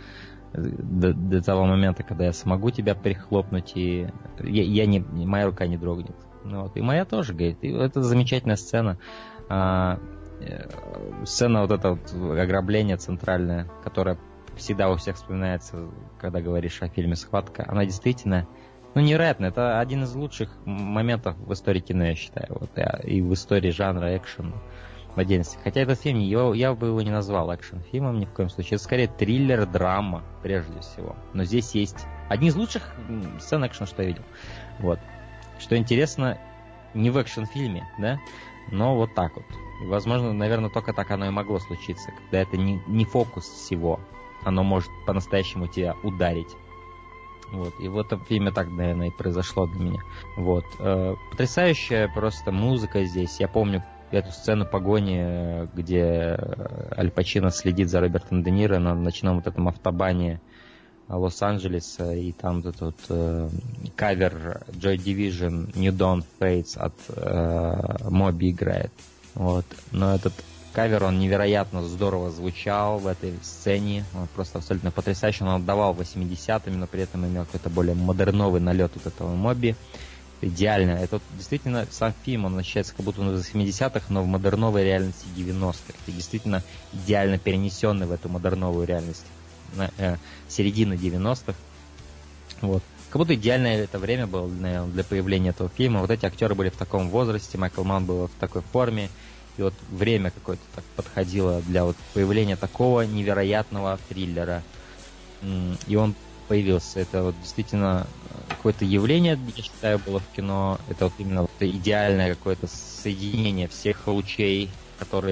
до, до того момента, когда я смогу тебя перехлопнуть, и я, я не, моя рука не дрогнет. Ну, вот. И моя тоже, говорит. И это замечательная сцена. А, сцена вот это вот ограбление центральное, которое всегда у всех вспоминается, когда говоришь о фильме «Схватка». Она действительно... Ну, невероятно, это один из лучших моментов в истории кино, я считаю, вот, и в истории жанра экшен в отдельности. Хотя этот фильм, его, я бы его не назвал экшен-фильмом ни в коем случае. Это скорее триллер, драма, прежде всего. Но здесь есть одни из лучших сцен экшена, что я видел. Вот. Что интересно, не в экшен-фильме, да, но вот так вот. И, возможно, наверное, только так оно и могло случиться, когда это не, не фокус всего. Оно может по-настоящему тебя ударить. Вот. И в этом фильме так, наверное, и произошло для меня. Вот. Э, потрясающая просто музыка здесь. Я помню эту сцену погони, где Аль Пачино следит за Робертом Де Ниро на ночном вот этом автобане Лос-Анджелеса, и там вот этот вот, э, кавер Joy Division New Dawn Fades от э, Моби играет. Вот. Но этот кавер, он невероятно здорово звучал в этой сцене. Он просто абсолютно потрясающий. Он отдавал восьмидесятыми, но при этом имел какой-то более модерновый налет вот этого Моби. Идеально. Это вот, действительно сам фильм, он ощущается как будто он из восьмидесятых, но в модерновой реальности девяностых. И действительно идеально перенесенный в эту модерновую реальность на, э, середины девяностых. Вот. Как будто идеальное это время было, наверное, для появления этого фильма. Вот эти актеры были в таком возрасте, Майкл Манн был в такой форме. И вот время какое-то так подходило для вот появления такого невероятного триллера. И он появился. Это вот действительно какое-то явление, я считаю, было в кино. Это вот именно вот идеальное какое-то соединение всех лучей, которые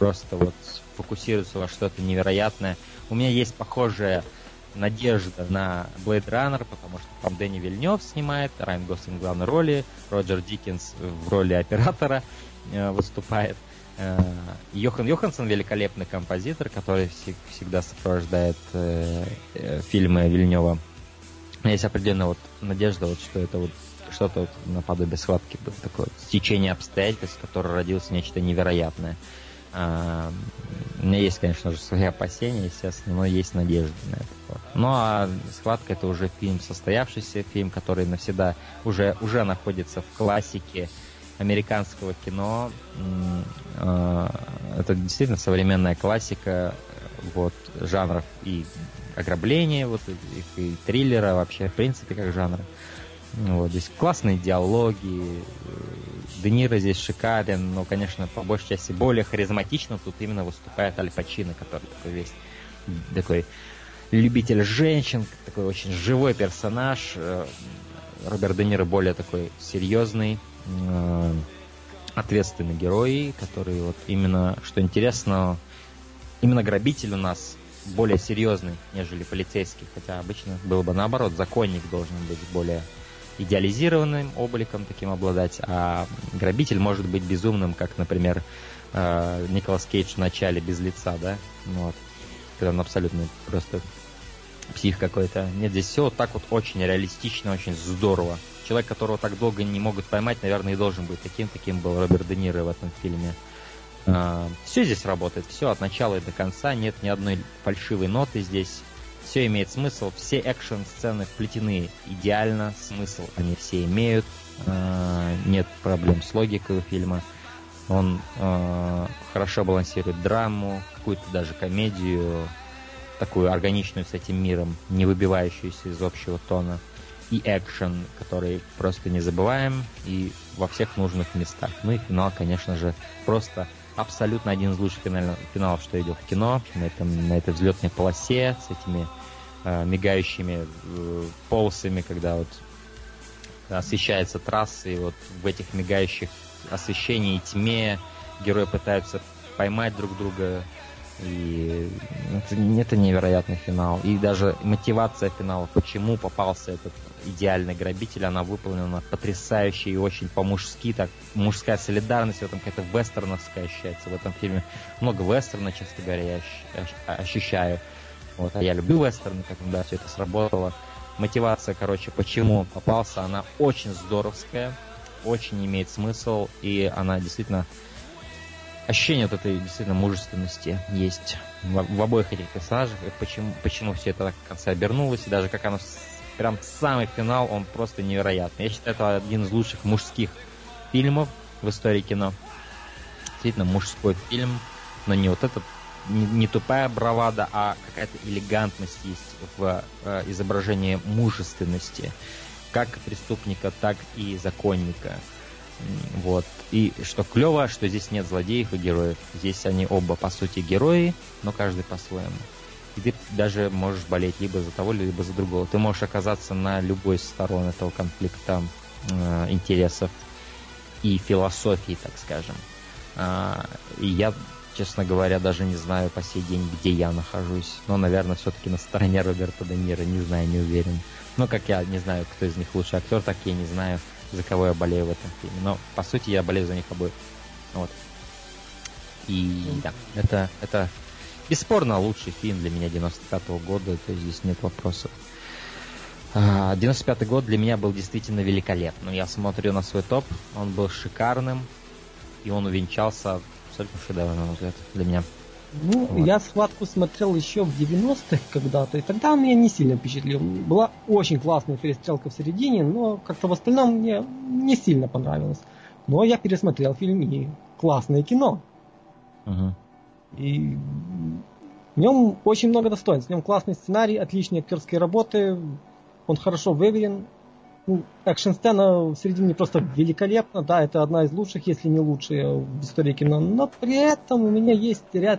просто вот фокусируется во что-то невероятное. У меня есть похожая надежда на Blade Runner, потому что там Дэнни Вильнёв снимает, Райан Гослинг в главной роли, Роджер Диккенс в роли оператора э, выступает. Э, Йохан Йоханссон великолепный композитор, который вс- всегда сопровождает э, э, фильмы Вильнёва. У меня есть определенная вот надежда, вот, что это вот что-то вот наподобие схватки, такое вот стечение обстоятельств, которое родилось нечто невероятное. Uh, у меня есть, конечно же, свои опасения, естественно, но есть надежда на это. Ну а «Схватка» — это уже фильм состоявшийся, фильм, который навсегда уже, уже находится в классике американского кино. Uh, это действительно современная классика вот, жанров и ограбления, вот, и, и триллера вообще, в принципе, как жанра. Вот, здесь классные диалоги, Де Ниро здесь шикарен, но, конечно, по большей части более харизматично тут именно выступает Аль Пачино, который такой весь такой любитель женщин, такой очень живой персонаж. Роберт Де Ниро более такой серьезный, ответственный герой, который вот именно, что интересно, именно грабитель у нас более серьезный, нежели полицейский, хотя обычно было бы наоборот, законник должен быть более идеализированным обликом таким обладать, а грабитель может быть безумным, как, например, Николас Кейдж в начале «Без лица», да, вот, когда он абсолютно просто псих какой-то. Нет, здесь все вот так вот очень реалистично, очень здорово. Человек, которого так долго не могут поймать, наверное, и должен быть таким, таким был Роберт Де Ниро в этом фильме. Все здесь работает, все от начала и до конца, нет ни одной фальшивой ноты здесь. Все имеет смысл, все экшн-сцены вплетены идеально, смысл они все имеют, э, нет проблем с логикой у фильма. Он э, хорошо балансирует драму, какую-то даже комедию, такую органичную с этим миром, не выбивающуюся из общего тона. И экшен, который просто не забываем, и во всех нужных местах. Ну и финал, конечно же, просто абсолютно один из лучших финальных, финалов, что я видел в кино, на, этом, на этой взлетной полосе, с этими э, мигающими э, полосами, когда вот освещается трасса, и вот в этих мигающих освещении и тьме герои пытаются поймать друг друга, и это, это невероятный финал. И даже мотивация финала, почему попался этот идеальный грабитель, она выполнена потрясающе и очень по-мужски, так, мужская солидарность в этом какая-то вестерновская ощущается в этом фильме. Много вестерна, честно говоря, я ощущаю. Вот, а я люблю вестерны, как да, все это сработало. Мотивация, короче, почему попался, она очень здоровская, очень имеет смысл, и она действительно... Ощущение вот этой действительно мужественности есть в, в обоих этих персонажах, и почему, почему все это так в конце обернулось, и даже как оно, прям самый финал, он просто невероятный. Я считаю, это один из лучших мужских фильмов в истории кино. Действительно мужской фильм, но не вот этот, не, не тупая бравада, а какая-то элегантность есть в э, изображении мужественности, как преступника, так и законника. Вот. И что клево, что здесь нет злодеев и героев. Здесь они оба, по сути, герои, но каждый по-своему. И ты даже можешь болеть либо за того, либо за другого. Ты можешь оказаться на любой из сторон этого конфликта э, интересов и философии, так скажем. Э, и я, честно говоря, даже не знаю по сей день, где я нахожусь. Но, наверное, все-таки на стороне Роберта Де Ниро, не знаю, не уверен. Но как я не знаю, кто из них лучший актер, так я не знаю, за кого я болею в этом фильме. Но, по сути, я болею за них обоих. Вот. И, да, это, это бесспорно лучший фильм для меня девяносто пятого года, то есть здесь нет вопросов. девяносто пятый год для меня был действительно великолепным. Я смотрю на свой топ, он был шикарным, и он увенчался абсолютно шедевром, на мой взгляд, для меня. Ну, вот. Я «Схватку» смотрел еще в девяностых когда-то, и тогда он меня не сильно впечатлил. Была очень классная перестрелка в середине, но как-то в остальном мне не сильно понравилось. Но я пересмотрел фильм, и классное кино. Uh-huh. И в нем очень много достоинств. В нем классный сценарий, отличные актерские работы, он хорошо выверен. Ну, экшн-сцена в середине просто великолепна, да, это одна из лучших, если не лучшая в истории кино, но при этом у меня есть ряд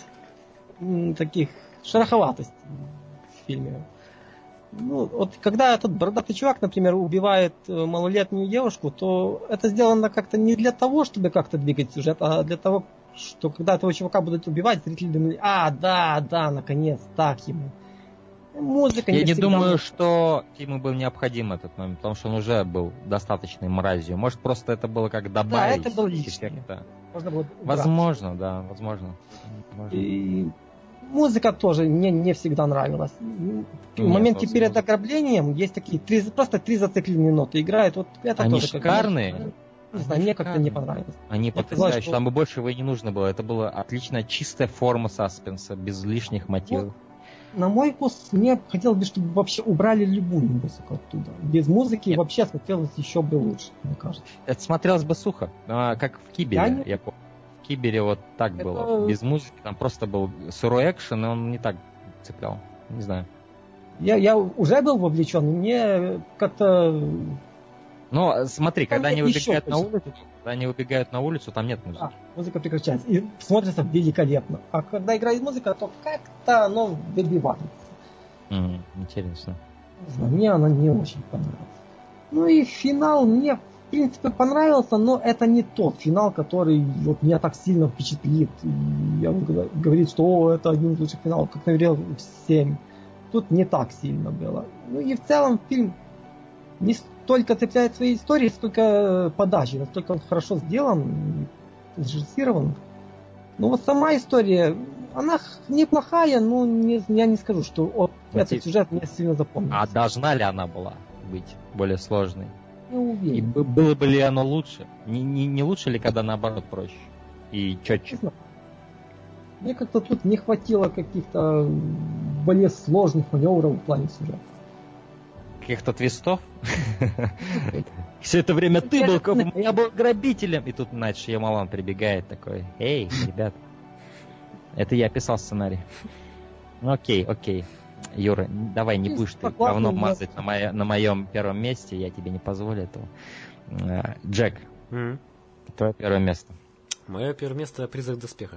м, таких шероховатостей в фильме. Ну, вот когда этот бородатый чувак, например, убивает малолетнюю девушку, то это сделано как-то не для того, чтобы как-то двигать сюжет, а для того, что когда этого чувака будут убивать, зрители думали, а, да, да, наконец, так ему. Музыка Я не, не всегда... думаю, что ему был необходим этот момент, потому что он уже был достаточной мразью. Может, просто это было как добавить да, это было лишнее. эффекта. Можно было возможно, да, возможно. возможно. И музыка тоже мне не всегда нравилась. В моменте возможно. перед ограблением есть такие три, просто три зацикленные ноты играют. Вот это Они тоже шикарные. Как, не знаю, мне как-то не понравилось. Они Я потрясающие. что... Там бы больше его и не нужно было. Это была отличная чистая форма саспенса, без лишних мотивов. Ну, на мой вкус, мне хотелось бы, чтобы вообще убрали любую музыку оттуда. Без музыки Нет. вообще смотрелось еще бы лучше, мне кажется. Это смотрелось бы сухо, как в Кибере, я, не... я помню. В Кибере вот так это... было, без музыки. Там просто был сырой экшен, и он не так цеплял. Не знаю. Я, я уже был вовлечен, мне как-то... Ну, смотри, когда они выбегают на улицу, когда они выбегают на улицу, там нет музыки. А, музыка прекращается. И смотрится великолепно. А когда играет музыка, то как-то оно выбивается. Mm, интересно. Не знаю, мне она не очень понравилась. Ну и финал мне, в принципе, понравился, но это не тот финал, который вот, меня так сильно впечатлит. И я буду говорить, что о, это один из лучших финалов, как наверное, в семь. Тут не так сильно было. Ну и в целом фильм не столько цепляет своей историей, сколько подачи. Настолько он хорошо сделан, срежиссирован. Ну вот сама история, она неплохая, но не, я не скажу, что вот этот сюжет мне сильно запомнился. А должна ли она была быть более сложной? Не уверен. И было бы ли оно лучше? Не, не, не лучше ли, когда наоборот проще и четче? Мне как-то тут не хватило каких-то более сложных маневров в плане сюжета. Каких-то твистов? Все это время ты был копом, я был грабителем. И тут Найт Шьямалан прибегает такой: эй, ребят, это я писал сценарий. Ну окей, окей. Юра, давай не будешь ты говно мазать на, моя, на моем первом месте, я тебе не позволю этого. Джек, mm-hmm. твое первое место. Мое первое место — «Призрак в доспехах».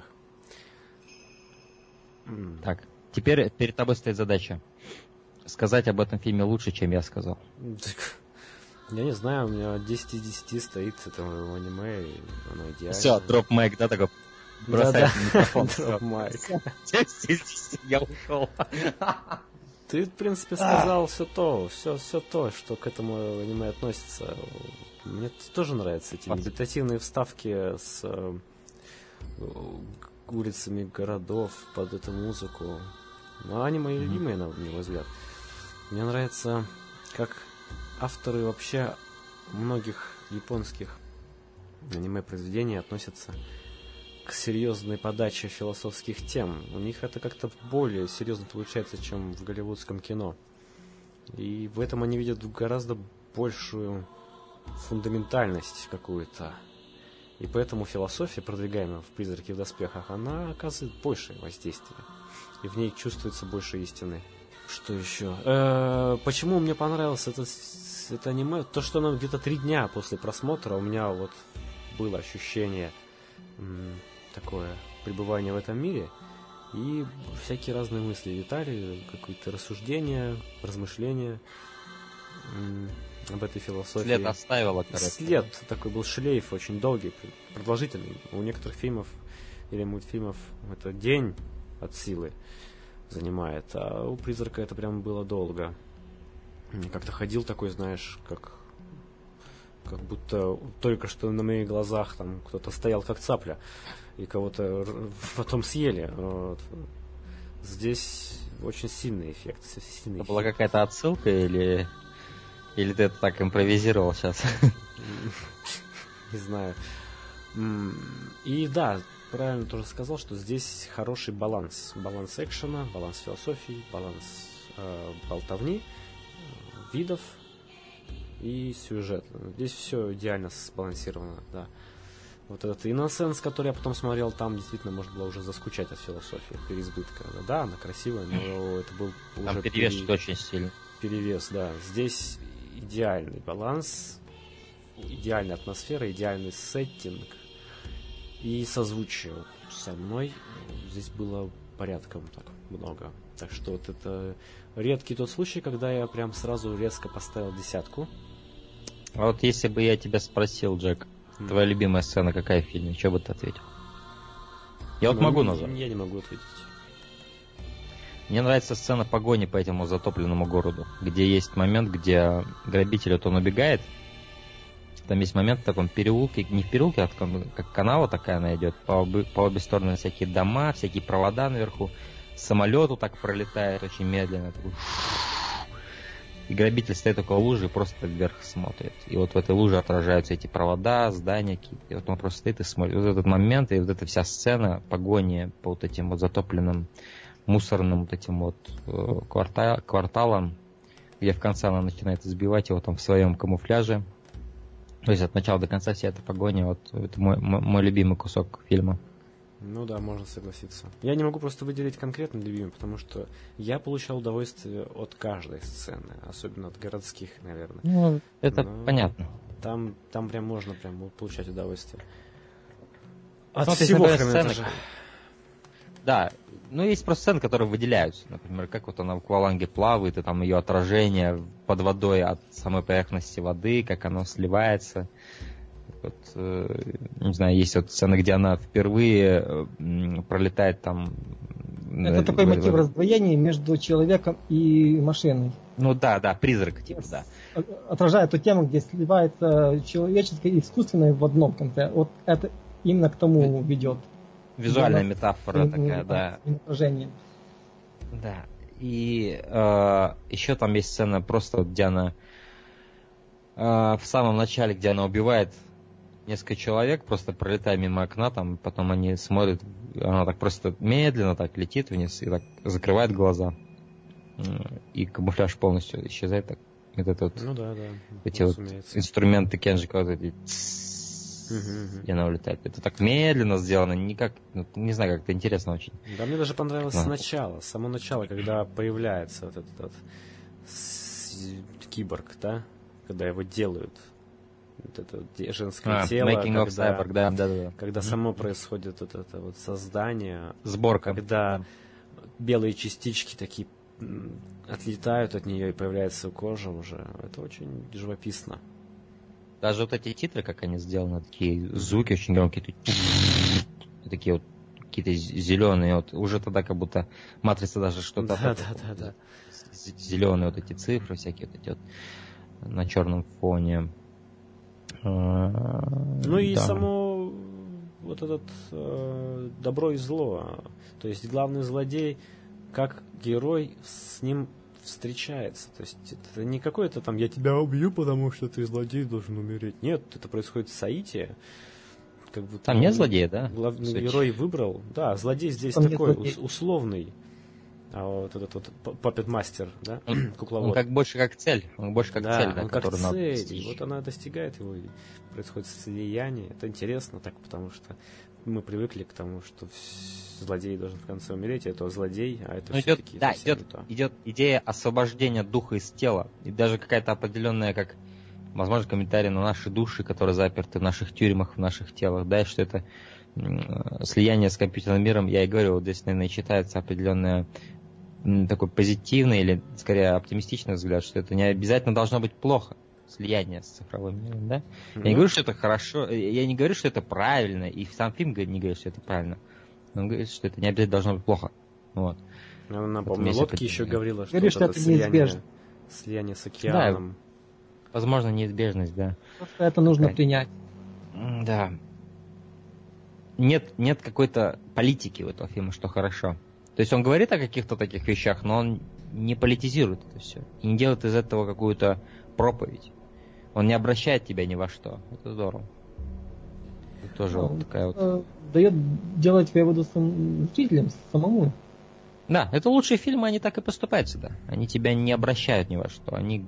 Mm. Так, теперь перед тобой стоит задача сказать об этом фильме лучше, чем я сказал. Я не знаю, у меня десять из десяти стоит это аниме, и оно идеально. Все, дроп майк, да, такой бросает микрофон. Дроп майк. десять из десяти, я ушел. Ты, в принципе, сказал все то, все, все то, что к этому аниме относится. Мне тоже нравятся эти медитативные вставки с улицами городов под эту музыку. Но они мои любимые, на мой взгляд. Мне нравится, как авторы вообще многих японских аниме-произведений относятся к серьезной подаче философских тем. У них это как-то более серьезно получается, чем в голливудском кино. И в этом они видят гораздо большую фундаментальность какую-то. И поэтому философия, продвигаемая в «Призраке в доспехах», она оказывает большее воздействие. И в ней чувствуется больше истины. Что еще? Э-э, почему мне понравилось это, это аниме? То, что оно где-то три дня после просмотра у меня вот было ощущение м- такое пребывание в этом мире. И всякие разные мысли, детали, какие-то рассуждения, размышления м- об этой философии. След оставила, короче. След такой был, шлейф очень долгий, продолжительный. У некоторых фильмов или мультфильмов это день от силы занимает, а у «Призрака» это прям было долго. Как-то ходил такой, знаешь, как как будто только что на моих глазах там кто-то стоял как цапля, и кого-то потом съели. Вот. Здесь очень сильный эффект. Сильный это эффект. Была какая-то отсылка или или ты это так импровизировал сейчас? Не знаю. И да, правильно тоже сказал, что здесь хороший баланс. Баланс экшена, баланс философии, баланс э, болтовни, э, видов и сюжета. Здесь все идеально сбалансировано, да. Вот этот Innocence, который я потом смотрел, там действительно можно было уже заскучать от философии, переизбытка. Да, она красивая, но это был там уже перевес пере... очень сильный. Перевес, да. Здесь идеальный баланс, идеальная атмосфера, идеальный сеттинг. И созвучие со мной здесь было порядком так много. Так что вот это редкий тот случай, когда я прям сразу резко поставил десятку. А вот если бы я тебя спросил, Джек, mm. твоя любимая сцена какая в фильме, что бы ты ответил? Я вот Ну, могу не- назвать. Я не могу ответить. Мне нравится сцена погони по этому затопленному городу, где есть момент, где грабитель, вот он убегает. Там есть момент в таком переулке, не в переулке, а в таком, как канава такая она идет, по обе, по обе стороны всякие дома, всякие провода наверху. Самолет вот так пролетает очень медленно. Такой. И грабитель стоит около лужи и просто вверх смотрит. И вот в этой луже отражаются эти провода, здания какие-то. И вот он просто стоит и смотрит. Вот этот момент и вот эта вся сцена погони по вот этим вот затопленным мусорным вот этим вот э, квартал, кварталам, где в конце она начинает избивать его там в своем камуфляже. То есть от начала до конца вся эта погоня, вот это мой, мой, мой любимый кусок фильма. Ну да, можно согласиться. Я не могу просто выделить конкретно любимый, потому что я получал удовольствие от каждой сцены, особенно от городских, наверное. Ну, это Но понятно. Там, там прям можно прям получать удовольствие. От Ну, вот есть, всего например, хронометража. сцены, Да, ну есть просто сцены, которые выделяются. Например, как вот она в акваланге плавает, и там ее отражение под водой от самой поверхности воды, как оно сливается. Вот, э, не знаю, есть вот сцена, где она впервые э, пролетает там... Это э, такой в- мотив в- раздвоения между человеком и машиной. Ну да, да, призрак, типа, да. Отражает ту тему, где сливается человеческое и искусственное в одном конце. Вот это именно к тому ведет. Визуальная Именно- метафора именно- такая, да. именно отражение. Да. И э, еще там есть сцена просто, вот, где она э, в самом начале, где она убивает несколько человек, просто пролетая мимо окна, там потом они смотрят, она так просто медленно так летит вниз и так закрывает глаза. И камуфляж полностью исчезает. Так, вот это вот, Ну да, да. эти вот разумеется. инструменты Кенжика, вот эти, Мгм, мгм. и она улетает. Это так медленно сделано, никак, ну, не знаю, как-то интересно очень. Да, мне даже понравилось Да. сначала, само начало, когда появляется вот этот вот с- киборг, да, когда его делают. Вот это вот де- женское А, тело, Making of когда, Cyborg, да, да, да. когда само происходит вот это вот создание, Сборка. когда белые частички такие м, отлетают от нее и появляется кожа уже. Это очень живописно. Даже вот эти титры, как они сделаны, такие звуки очень громкие, такие, такие вот какие-то зеленые, вот уже тогда как будто матрица даже что-то. Да, да, да, да. Зеленые вот эти цифры всякие вот эти вот на черном фоне. Ну и Да. само вот этот э, добро и зло. То есть главный злодей, как герой, с ним встречается. То есть это не какое-то там «я тебя убью, потому что ты злодей, должен умереть». Нет, это происходит в соитии. Как будто Там нет злодея, да? Главный Суть. герой выбрал. Да, злодей здесь Там нет такой злодея. ус- условный. А вот этот вот папет-мастер, да, Он, кукловод. он как больше как цель. Он больше как да, цель, да, он как которую надо цель, и достичь. вот она достигает его, и происходит слияние. Это интересно так, потому что мы привыкли к тому, что вс- злодей должен в конце умереть, а это злодей, а это Ну, идет, все-таки да, совсем идет, не то. идет идея освобождения духа из тела. И даже какая-то определенная, как, возможно, комментарий на наши души, которые заперты в наших тюрьмах, в наших телах, да, и что это м, слияние с компьютерным миром. Я и говорю, вот здесь, наверное, читается определенная м, такой позитивный или, скорее, оптимистичный взгляд, что это не обязательно должно быть плохо, слияние с цифровым миром, да? Я не Ну, говорю, что это хорошо, я не говорю, что это правильно, и сам фильм не говорит, что это правильно. Он говорит, что это не обязательно должно быть плохо. Вот. Она на Вот помню, есть лодке определенное. еще говорила, что, Говорит, вот что это это слияние, неизбежно. слияние с океаном. Возможно, неизбежность, да. Просто это нужно Такая. принять. М, Да. Нет, нет какой-то политики у этого фильма, что хорошо. То есть он говорит о каких-то таких вещах, но он не политизирует это все. И не делает из этого какую-то проповедь. Он не обращает тебя ни во что. Это здорово. Это тоже вот такая вот... Э, Дает делать выводы сам- зрителям самому. Да, это лучшие фильмы, они так и поступают всегда. Они тебя не обращают ни во что. Они,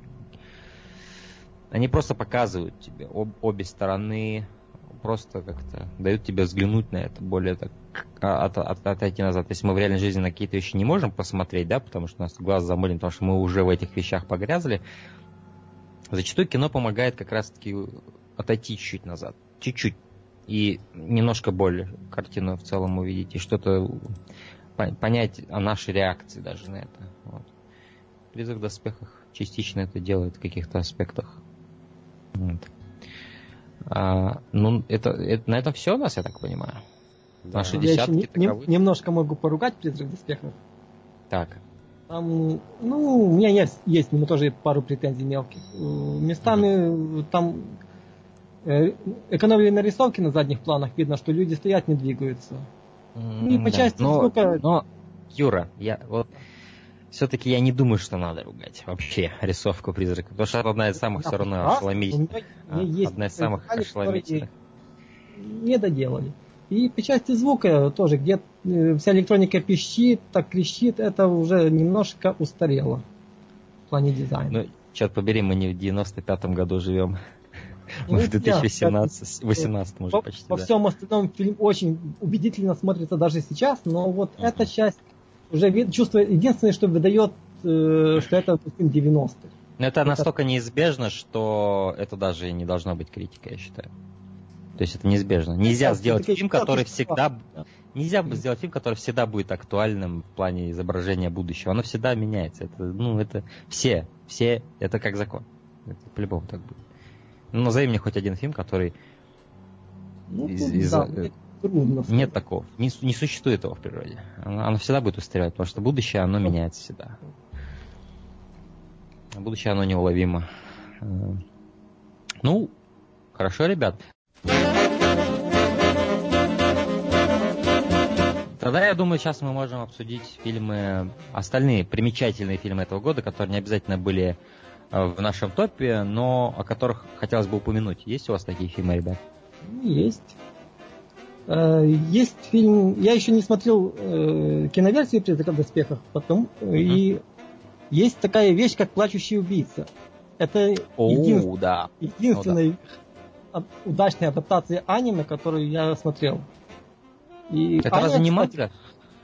они просто показывают тебе об, обе стороны, просто как-то дают тебе взглянуть на это более так, от, от, отойти назад. Если мы в реальной жизни на какие-то вещи не можем посмотреть, да, потому что у нас глаз замылен, потому что мы уже в этих вещах погрязли, зачастую кино помогает как раз-таки отойти чуть-чуть назад. Чуть-чуть. И немножко более картину в целом увидеть. И что-то понять о нашей реакции даже на это. Вот. «Призрак в доспехах» частично это делает в каких-то аспектах. Вот. А, ну, это, это, на этом все у нас, я так понимаю. Да. Наши Я десятки еще не- таковы. не- немножко могу поругать «Призрак в доспехах». Так. Там, ну, у меня есть, есть к нему тоже пару претензий мелких. Э, Местами там э, экономили на рисовке на задних планах, видно, что люди стоят, не двигаются. Ну и по Да. части но, звука... но, Юра, я вот все-таки я не думаю, что надо ругать вообще рисовку «Призрака», потому что это одна из самых Да, все равно прекрасно. ошеломительных. У меня- у А, меня есть Одна из самых детали, которые ошеломительных. Не доделали. И по части звука тоже, где э, вся электроника пищит, так кричит, это уже немножко устарело в плане дизайна. Ну, черт побери, мы не в девяносто пятом году живем. Ну, Мы в да, две тысячи восемнадцатом, восемнадцатом уже Во, почти, во да. всем остальном фильм очень убедительно смотрится даже сейчас, но вот Мгм. эта часть уже вид- чувство единственное, что выдает, э, что это фильм девяностых. Но это это- настолько неизбежно, что это даже не должно быть критикой, я считаю. То есть это неизбежно. Нельзя Да, сделать всё-таки фильм, это который что-то всегда... да. Нельзя сделать фильм, который всегда будет актуальным в плане изображения будущего. Оно всегда меняется. Это, ну, это все, все, это как закон. Это по-любому так будет. Ну, назови мне хоть один фильм, который... Ну, из- тут, из- да, э, мне трудно сказать. Нет такого. Не, не существует его в природе. Оно, оно всегда будет устаревать, потому что будущее, оно меняется всегда. А будущее, оно неуловимо. Э, Ну, хорошо, ребят. Тогда, я думаю, сейчас мы можем обсудить фильмы, остальные примечательные фильмы этого года, которые не обязательно были э, в нашем топе, но о которых хотелось бы упомянуть. Есть у вас такие фильмы, ребят? Ну, Есть. Э, Есть фильм, я еще не смотрел э, киноверсию «Призрака в доспехах», потом, и есть такая вещь, как «Плачущий убийца». Это един- О, да. единственная а- удачная адаптация аниме, которую я смотрел. И Это аниме, разве не кстати, манга?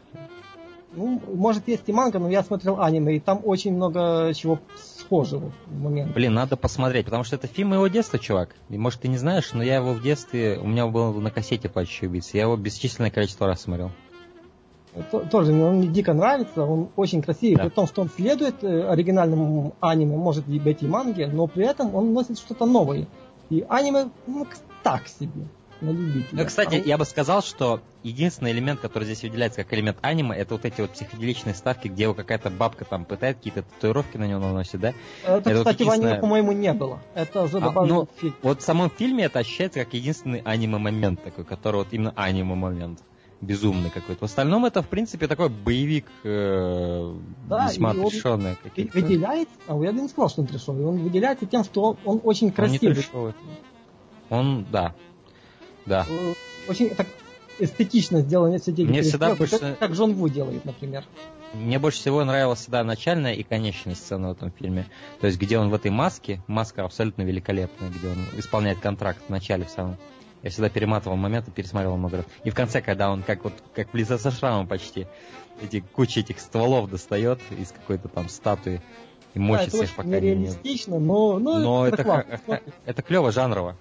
Ну, может, есть и манга, но я смотрел аниме, и там очень много чего схожего в момент. Блин, надо посмотреть, потому что это фильм моего детства, чувак. И может ты не знаешь, но я его в детстве, у меня был на кассете «Плачущий убийца». Я его бесчисленное количество раз смотрел. То- Тоже мне он мне дико нравится, он очень красивый, Да. при том, что он следует э, оригинальному аниме, может быть и манге, но при этом он носит что-то новое. И аниме, ну, к- так себе, на любителя. Ну, кстати, А я бы сказал, что единственный элемент, который здесь выделяется как элемент аниме, это вот эти вот психоделичные ставки, где его какая-то бабка там пытает, какие-то татуировки на него наносит, да? Это, это вот кстати, в аниме, единственное- по-моему, не было. Это уже А, добавлено ну, в фильм. Вот в самом фильме это ощущается как единственный аниме-момент такой, который вот именно аниме-момент. Безумный какой-то. В остальном это, в принципе, такой боевик э, Да, весьма и он отрешенный. И какие-то. выделяется, а я бы не сказал, что он трешовый, он выделяется тем, что он, он очень Он не красивый. трешовый. Он, да. Да. Э, Очень так эстетично сделаны все эти Мне всегда перестрелки, больше- как, как Джон Ву делает, например. Мне больше всего нравилась всегда начальная и конечная сцена в этом фильме. То есть, где он в этой маске, маска абсолютно великолепная, где он исполняет контракт в начале в самом. Я всегда перематывал момент и пересматривал много раз. И в конце, когда он как вот как в лице со шрамом почти, эти куча этих стволов достает из какой-то там статуи и Да, мочит это всех, очень пока не... нереалистично, но, но, Но это, классно. х- х- это клево, жанрово.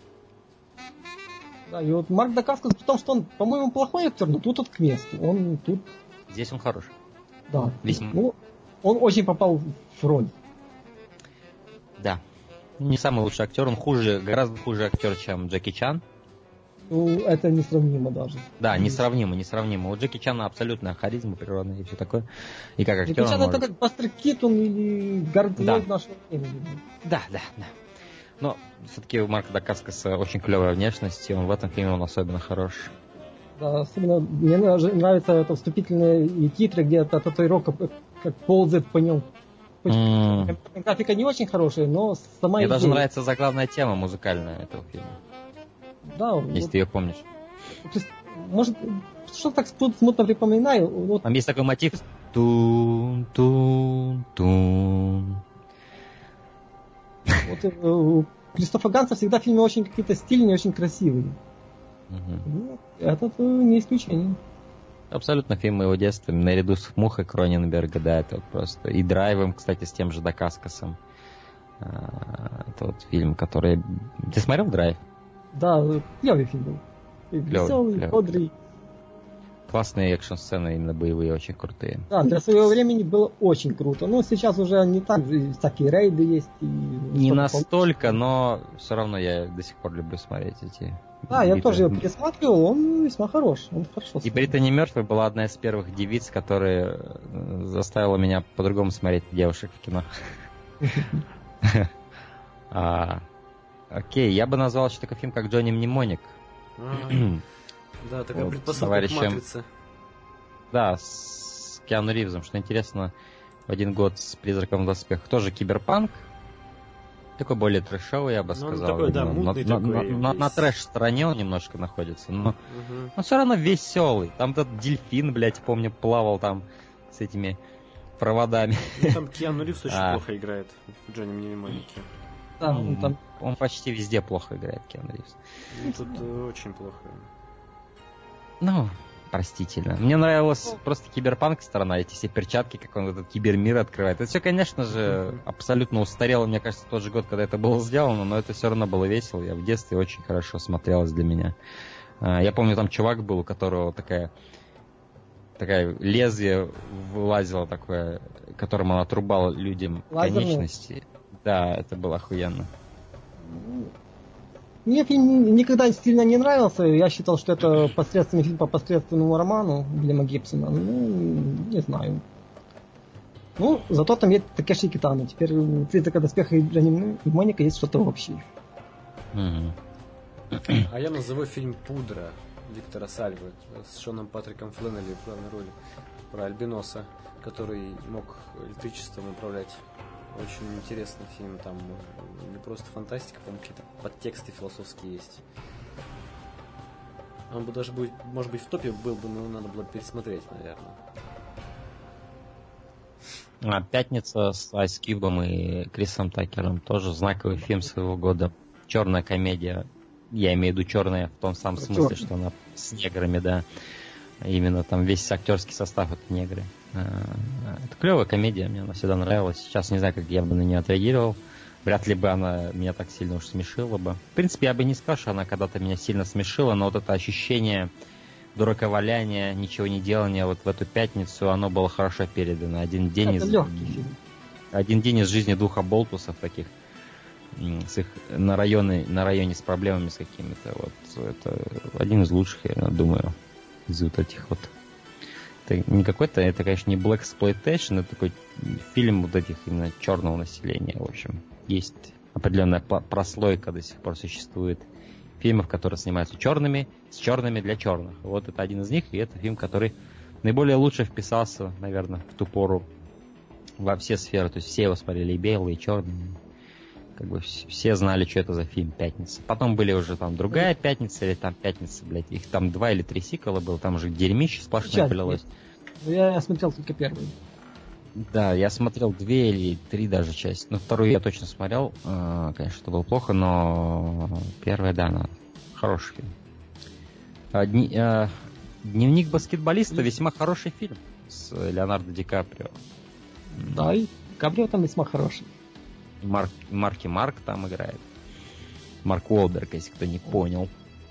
Да, и вот Марк Дакаскос, при том, что он, по-моему, плохой актер, но тут он к месту. Он тут, Здесь он хорош. да. Весьма. Ну, он очень попал в роль. Да. Не самый лучший актер, он хуже, гораздо хуже актер, чем Джеки Чан. Ну, это несравнимо даже. Да, несравнимо, несравнимо. У Джеки Чана абсолютная харизма природная и все такое. И как актер Джеки Чан он это может- как Бастер Китон или Гард Да. Ллойд нашего времени. Да, да, да. Но все-таки у Марка Дакаскоса очень клевая внешность, и он в этом фильме он особенно хорош. Да, особенно мне даже нравятся это вступительные титры, где эта татуировка как- как ползает по нему. М. Графика не очень хорошая, но сама Мне идея. даже нравится заглавная тема музыкальная этого фильма, Да, если вот, ты ее помнишь. то есть, может, что так смут- смутно припоминаю. Вот, Там есть такой мотив. Тун-тун-тун. вот, э, у Кристофа Ганса всегда фильмы очень какие-то стильные, очень красивые. Мгм. Ну, этот э, не исключение. Абсолютно фильм моего детства, наряду с «Мухой» Кроненберга, да, это вот просто. И «Драйвом», кстати, с тем же Дакаскосом. А, Это вот фильм, который... Ты смотрел «Драйв»? Да, клевый фильм был. И Клёвый, веселый, клёвый, бодрый. классные экшн-сцены, именно боевые, очень крутые. Да, для своего времени было очень круто. Но сейчас уже не так, всякие рейды есть. И не настолько, но все равно я до сих пор люблю смотреть эти... Да, я тоже его пересматривал, он весьма хорош. Он хорошо и Британи Мёрфи была одна из первых девиц, которая заставила меня по-другому смотреть девушек в кино. Окей, я бы назвал еще такой фильм, как «Джонни Мнемоник». Да, такая предпосылка к «Матрице». Да, с Киану Ривзом, что интересно, в один год с «Призраком в доспехах» тоже киберпанк. Такой более трэшовый, я бы сказал. Ну, такой, да, мутный на, такой. На, на, на трэш-стороне он немножко находится, но, угу. но все равно веселый. Там этот дельфин, блядь, помню, плавал там с этими проводами. Ну, там Киану Ривз очень а. плохо играет в «Джонни Мнемонике». Да, он, там... он почти везде плохо играет, Киану Ривз. Ну, тут э, очень плохо. Ну, простительно. Мне нравилась ну, просто киберпанк сторона, эти все перчатки, как он этот кибермир открывает. Это все, конечно же, абсолютно устарело, мне кажется, тот же год, когда это было сделано, но это все равно было весело. Я в детстве очень хорошо смотрелось для меня. Я помню, там чувак был, у которого такая, такая лезвие вылазило такое, которым он отрубал людям Лазерный. конечности. Да, это было охуенно. Мне фильм никогда сильно не нравился. Я считал, что это посредственный фильм по посредственному роману Вильяма Гибсона. Ну, не знаю. Ну, зато там есть Такеши Китано. Теперь у «Призрака доспеха» и «Джонни Мнемоника» есть что-то общее. Mm-hmm. А я назову фильм «Пудра» Виктора Сальвы с Шоном Патриком Фленнелли в главной роли. Про альбиноса, который мог электричеством управлять. Очень интересный фильм, там не просто фантастика, по-моему, какие-то подтексты философские есть. Он бы даже, будет, может быть, в топе был бы, но надо было пересмотреть, наверное. А «Пятница» с Айс Кьюбом и Крисом Такером тоже знаковый фильм своего года. Черная комедия. Я имею в виду черная в том самом смысле, Черный. что она с неграми, да. Именно там весь актерский состав это негры. Это клевая комедия, мне она всегда нравилась. Сейчас не знаю, как я бы на нее отреагировал. Вряд ли бы она меня так сильно уж смешила бы. В принципе, я бы не сказал, что она когда-то меня сильно смешила, но вот это ощущение дураковаляния, ничего не делания вот в эту пятницу, оно было хорошо передано. Один день это из... легкий фильм. Один день из жизни двух оболтусов таких, с их на районе, на районе с проблемами с какими-то. Вот это один из лучших, я думаю, из вот этих вот. Это не какой-то, это, конечно, не blaxploitation, это такой фильм вот этих именно черного населения, в общем. Есть определенная прослойка до сих пор существует фильмов, которые снимаются черными, с черными для черных. Вот это один из них, и это фильм, который наиболее лучше вписался, наверное, в ту пору во все сферы. То есть все его смотрели, и белые, и черные. Как бы все знали, что это за фильм «Пятница». Потом были уже там другая «Пятница» или там «Пятница», блядь. Их там два или три сиквела было, там уже дерьмище сплошное полилось. Я смотрел только первый. Да, я смотрел две или три даже части. Ну, вторую я точно смотрел. Конечно, это было плохо, но первая, да, она хороший фильм. Дни... «Дневник баскетболиста» весьма хороший фильм с Леонардо Ди Каприо. Да, и Каприо там весьма хороший. Марк, Марки Марк там играет. Марк Уолберг, если кто не понял.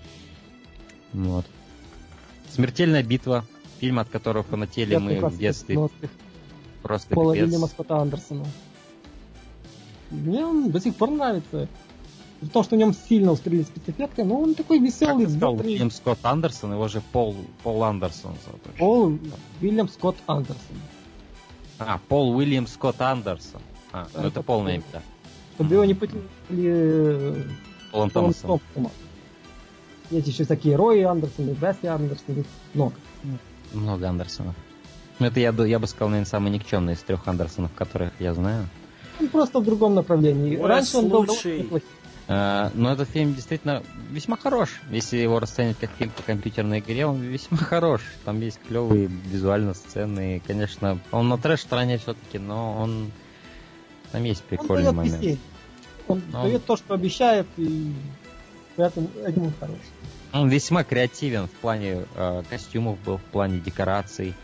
Вот. «Смертельная битва». Фильм, от которого фанатели мы в детстве. Просто Пола Вильяма Скотта Андерсона. Мне он до сих пор нравится. При том, что в нем сильно устроили спецэффекты, но он такой веселый. Как ты сказал, Вильям Скотт Андерсон, его же Пол, Пол Андерсон. Пол Вильям Скотт Андерсон. А, Пол Уильям Скотт Андерсон. А, ну это, это полное имя, да. Чтобы его не путали Полом Томасом. Есть еще такие Рои Андерсон, Бесси Андерсон, много. Много Андерсонов. Ну это я, я бы сказал, наверное, самый никчемный из трех Андерсонов, которых я знаю. Он просто в другом направлении. Уэс Раньше он был лучший. А, но этот фильм действительно весьма хорош. Если его расценивать как фильм по компьютерной игре, он весьма хорош. Там есть клевые визуально сцены. И, конечно, он на трэш-стороне все-таки, но он... Там есть прикольный он момент. Веселье. Он но дает он... то, что обещает, и поэтому один он хороший. Он весьма креативен в плане э, костюмов, был в плане декораций.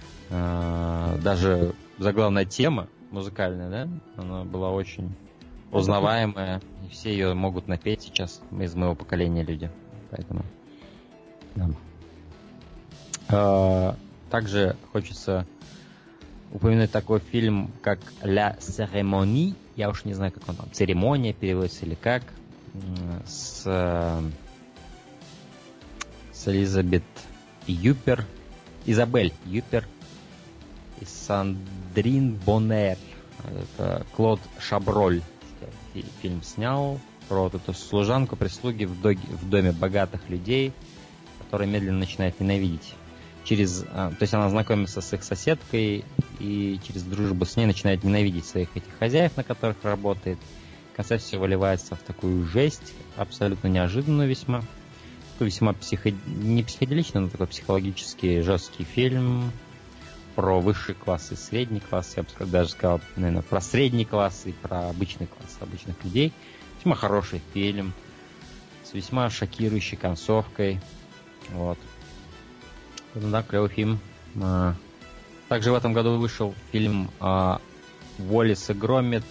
Э, даже заглавная тема музыкальная, да, она была очень узнаваемая. И все ее могут напеть сейчас из моего поколения люди. Поэтому, да. Также хочется упомянуть такой фильм, как «La Cérémonie». Я уж не знаю, как он там, «Церемония» переводится или как. С, с Элизабет Юпер. Изабель Юпер. И Сандрин Боннер. Это Клод Шаброль фильм снял про вот эту служанку прислуги в, доге, в доме богатых людей, которая медленно начинает ненавидеть. Через, то есть она знакомится с их соседкой и через дружбу с ней начинает ненавидеть своих этих хозяев, на которых работает. В конце все выливается в такую жесть, абсолютно неожиданную весьма. Весьма психо... не психоделичный, но такой психологический жесткий фильм про высший класс и средний класс. Я бы даже сказал, наверное, про средний класс и про обычный класс обычных людей. Весьма хороший фильм с весьма шокирующей концовкой. Вот. Ну да, клевый фильм. Также в этом году вышел фильм Уоллес и Громит.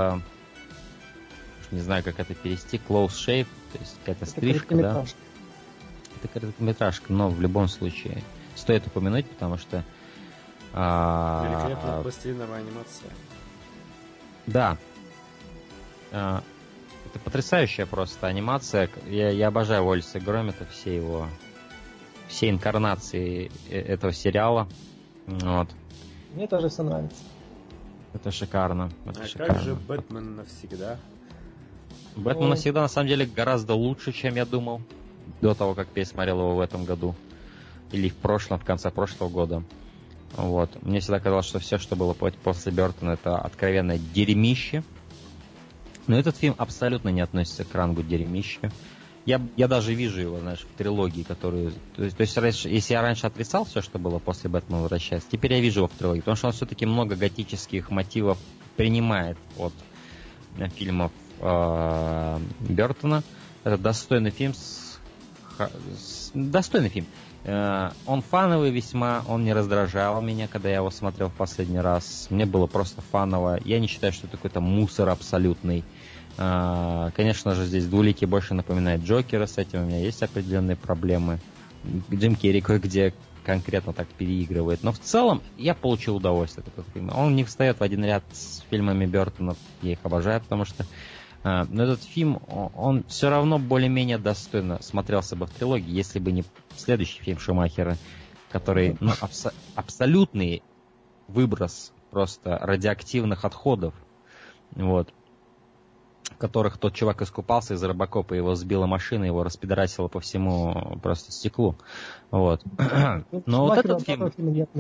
Не знаю, как это перевести. Close Shave, то есть какая-то стрижка, да? Это короткометражка, но в любом случае стоит упомянуть, потому что... Великолепная пластилиновая анимация. Да. Это потрясающая просто анимация. Я, я обожаю Уоллеса и Громита, все его... все инкарнации этого сериала. Вот. Мне тоже все нравится. Это шикарно. Это а шикарно. Как же Бэтмен навсегда? Бэтмен Ой. навсегда на самом деле гораздо лучше, чем я думал. До того, как пересмотрел его в этом году. Или в прошлом, в конце прошлого года. Вот. Мне всегда казалось, что все, что было после Бёртона, это откровенное дерьмище. Но этот фильм абсолютно не относится к рангу дерьмища. Я, я даже вижу его, знаешь, в трилогии, которую... То есть, то есть раньше, если я раньше отрицал все, что было после «Бэтмена возвращается», теперь я вижу его в трилогии, потому что он все-таки много готических мотивов принимает от фильмов э, Бёртона. Это достойный фильм. С, с, достойный фильм. Э, он фановый весьма, он не раздражал меня, когда я его смотрел в последний раз. Мне было просто фаново. Я не считаю, что это какой-то мусор абсолютный. Конечно же, здесь Двуликий больше напоминает Джокера, с этим у меня есть определенные проблемы. Джим Керри кое-где конкретно так переигрывает. Но в целом я получил удовольствие от этого фильма. Он не встает в один ряд с фильмами Бёртона, я их обожаю, потому что но этот фильм, он все равно более-менее достойно смотрелся бы в трилогии, если бы не следующий фильм Шумахера, который ну, абсо- абсолютный выброс просто радиоактивных отходов. Вот. В которых тот чувак искупался из Робокопа, его сбила машина, его распидорасило по всему просто стеклу. Вот. Но вот этот фильм...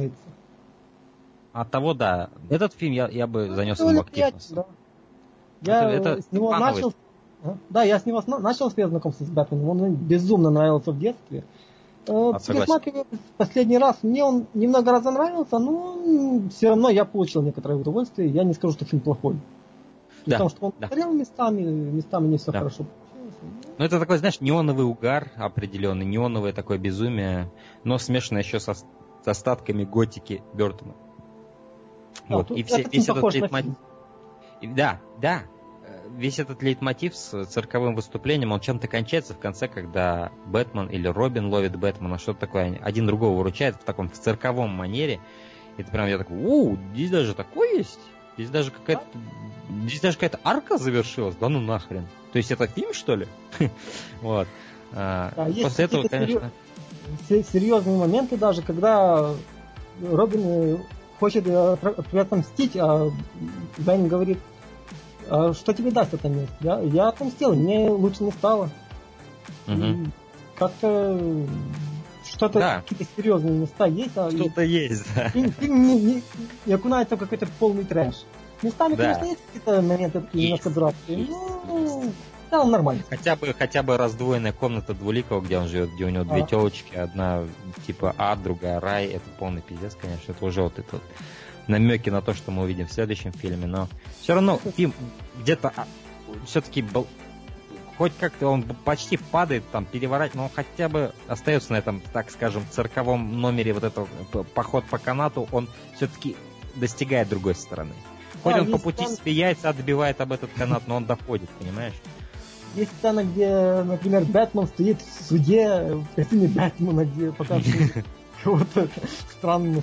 От того, да. Этот фильм я, я бы занес ему активность. Да. Я это, это с него фановый. начал... Да, я с него начал свое знакомство с Бэтменом. Он мне безумно нравился в детстве. А, Пересматривая последний раз, мне он немного разонравился, но все равно я получил некоторое удовольствие. Я не скажу, что фильм плохой. Да, потому что он да. смотрел местами, местами не все да. хорошо. Ну, это такой, знаешь, неоновый угар определенный, неоновое такое безумие, но смешанное еще со, с остатками готики Бёртона. Да, вот. И все, весь этот лейтмотив... Да, да. Весь этот лейтмотив с цирковым выступлением, он чем-то кончается в конце, когда Бэтмен или Робин ловит Бэтмена, что-то такое, один другого выручает в таком в цирковом манере. И ты прям я такой, у, здесь даже такое есть? Здесь даже какая-то здесь даже какая-то арка завершилась, да ну нахрен. То есть это фильм, что ли? Вот. Да, после этого, конечно... серьезные моменты даже, когда Робин хочет отомстить, а Бэйн говорит, а что тебе даст эта месть? Я, я отомстил, мне лучше не стало. Угу. Как-то что-то, да. Какие-то серьезные места есть. А что-то и, есть, да. Фильм, фильм не, не, не окунается в какой-то полный трэш. Местами, да. Конечно, есть какие-то моменты такие немножко дурацкие, но да, он нормально. Хотя бы, хотя бы раздвоенная комната Двуликого, где он живет, где у него а. две телочки, одна типа ад, другая рай. Это полный пиздец, конечно. Это уже вот это вот намеки на то, что мы увидим в следующем фильме, но все равно фильм где-то все-таки был, хоть как-то он почти падает, там, переворачивает, но он хотя бы остается на этом, так скажем, цирковом номере вот этого поход по канату, он все-таки достигает другой стороны. Хоть да, он по пути там... себе яйца отбивает об этот канат, но он доходит, понимаешь? Есть сцена, где, например, Бэтмен стоит в суде в костюме Бэтмена, где показывают Вот это странно.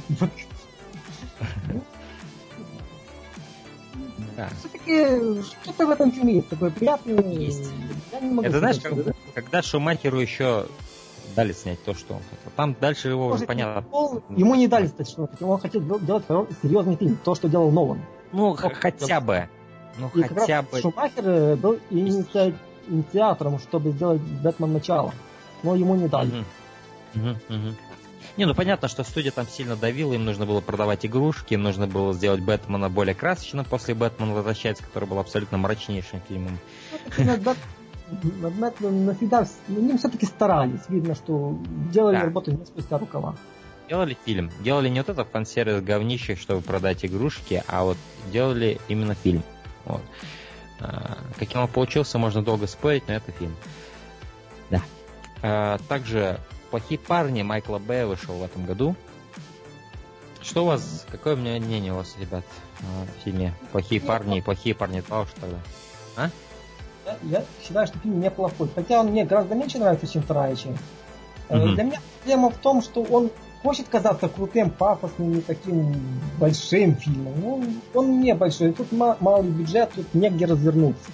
Да. Все-таки что-то в этом фильме есть такое приятное. Есть. Я не могу Это знаешь, сказать, когда, когда Шумахеру еще дали снять то, что он хотел. Там дальше его уже понятно. Он, ему не дали снять, что он хотел делать серьезный фильм, то, что делал Нолан. Ну, х- хотя бы. Ну, И хотя как бы. раз Шумахер был иници... инициатором, чтобы сделать «Бэтмен. Начало». Но ему не дали. Угу. Угу, угу. Не, ну понятно, что студия там сильно давила, им нужно было продавать игрушки, им нужно было сделать Бэтмена более красочным после «Бэтмен возвращается», который был абсолютно мрачнейшим фильмом. Над Бэтменом навсегда над ним все-таки старались. Видно, что делали Да. работу не спустя рукава. Делали фильм. Делали не вот этот фан-сервис говнище, чтобы продать игрушки, а вот делали именно фильм. Вот. А, каким он получился, можно долго спорить, но это фильм. Да. А, также «Плохие парни» Майкла Бэя вышел в этом году. Что у вас, какое мнение у вас, ребят, о фильме «Плохие парни» и «Плохие парни два» уж тогда? А? Я, я считаю, что фильм неплохой. Хотя он мне гораздо меньше нравится, чем вторая часть. Мгм. Для меня проблема в том, что он хочет казаться крутым, пафосным и таким большим фильмом. Но он, он не большой. Тут ма- малый бюджет, тут негде развернуться.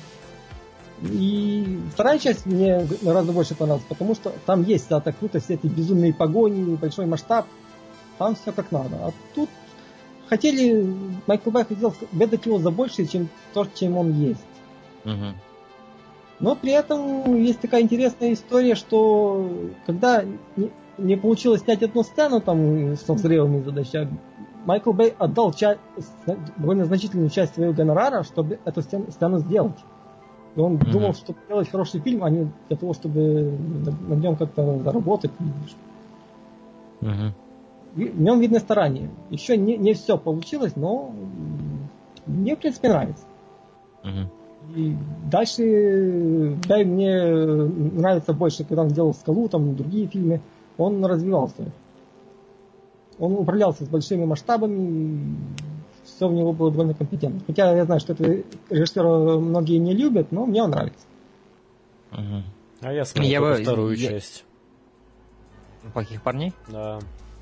И вторая часть мне гораздо больше понравилась, потому что там есть вся эта крутость, все эти безумные погони, большой масштаб. Там все как надо. А тут хотели, Майкл Бэй хотел выдать его за больше, чем то, чем он есть. Мгм. Но при этом есть такая интересная история, что когда не, не получилось снять одну сцену там со взрывами задача, Майкл Бэй отдал часть, довольно значительную часть своего гонорара, чтобы эту сцену, сцену сделать. И он Мгм. думал, что сделать хороший фильм, а не для того, чтобы на, на нем как-то заработать. Мгм. Ви- В нем видно старание. Еще не, не все получилось, но мне, в принципе, нравится. Мгм. И дальше, да, и мне нравится больше, когда он делал «Скалу», там другие фильмы, он развивался. Он управлялся с большими масштабами, все в него было довольно компетентно. Хотя я знаю, что это режиссера многие не любят, но мне он нравится. Мгм. А я смотрел Я только бы- вторую я- часть. «Плохих парней»? Да.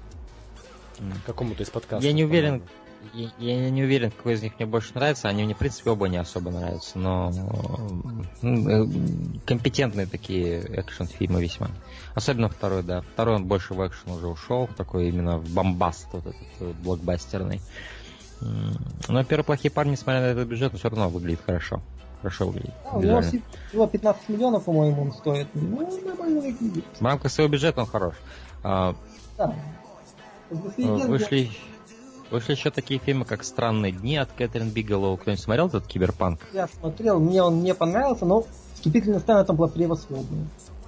М. Какому-то из подкастов. Я не уверен, по-моему. я, я не уверен, какой из них мне больше нравится. Они мне, в принципе, оба не особо нравятся, но м, э, компетентные такие экшн-фильмы весьма. Особенно второй, да. Второй он больше в экшен уже ушел, в такой именно в бомбаст, вот этот вот блокбастерный. М, Но первые «Плохие парни», несмотря на этот бюджет, все равно выглядит хорошо. Хорошо выглядит. Да, у него визуально. всего пятнадцать миллионов, по-моему, он стоит. Ну, нормально выглядит. В рамках своего бюджета он хорош. А, Да. Э, Вышли, вышли еще такие фильмы, как «Странные дни» от Кэтрин Бигелоу. Кто-нибудь смотрел этот киберпанк? Я смотрел, мне он не понравился, но вступительная сцена там была превосходная.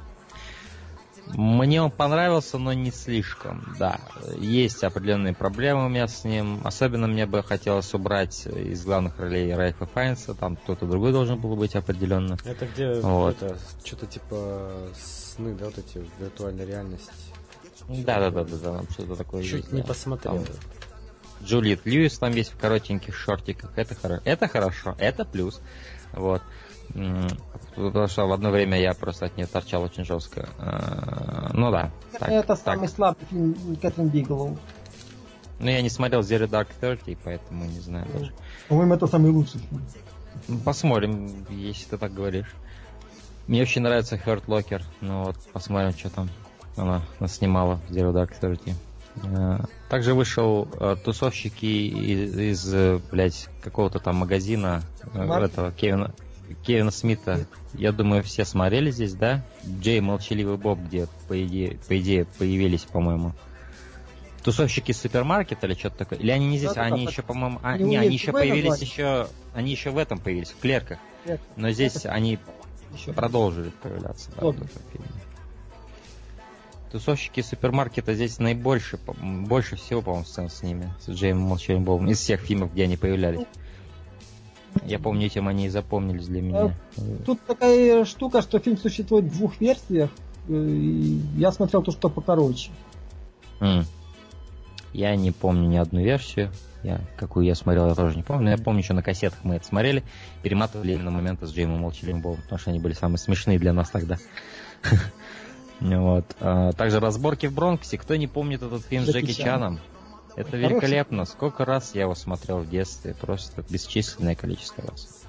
Мне он понравился, но не слишком, да. Есть определенные проблемы у меня с ним. Особенно мне бы хотелось убрать из главных ролей Райфа Файнса. Там кто-то другой должен был быть определенно. Это где Вот. это что-то типа сны, да, вот эти виртуальная реальность. Да-да-да, там что-то такое Чуть есть. не да. посмотрел. Там Джулиет Льюис там есть в коротеньких шортиках. Это, хоро... это хорошо, это плюс. Вот. М, Потому что в одно время я просто от нее торчал очень жестко. А, Ну да. Так, Это так. самый слабый фильм Кэтрин Бигелоу. Ну, я не смотрел Zero Dark Thirty, поэтому не знаю даже. По-моему, это самый лучший фильм. Ну, посмотрим, если ты так говоришь. Мне очень нравится Hurt Locker. Ну вот, посмотрим, что там она снимала в Zero Dark Thirty. А, Также вышел а, тусовщики из, из, э, блядь, какого-то там магазина э, Марк? этого Кевина, Кевина Смита. Я думаю, все смотрели здесь, да? Джей Молчаливый Боб, где, по идее, по идее появились, по-моему. Тусовщики супермаркета или что-то такое? Или они не здесь, Да, а да, они да. еще, по-моему, а, Они не, у они них еще другое появились название. еще, они еще в этом появились, в клерках. Нет, Но здесь это они еще. продолжили появляться. Да, Вот. в этом фильме. Тусовщики супермаркета здесь наибольше, по- больше всего, по-моему, сцен с ними, с Джеймом Молчаливым Бобом, из всех фильмов, где они появлялись. Я помню, этим они и запомнились для меня. Тут такая штука, что фильм существует в двух версиях. э, и Я смотрел то, что покороче. М. Я не помню ни одну версию. Я, какую я смотрел, я тоже не помню. Но я помню, что на кассетах мы это смотрели, перематывали именно моменты с Джеймом Молчаливым Бобом, потому что они были самые смешные для нас тогда. Вот. А, также «Разборки в Бронксе». Кто не помнит этот фильм с Джеки Чаном? Это Хороший. великолепно. Сколько раз я его смотрел в детстве. Просто бесчисленное количество раз.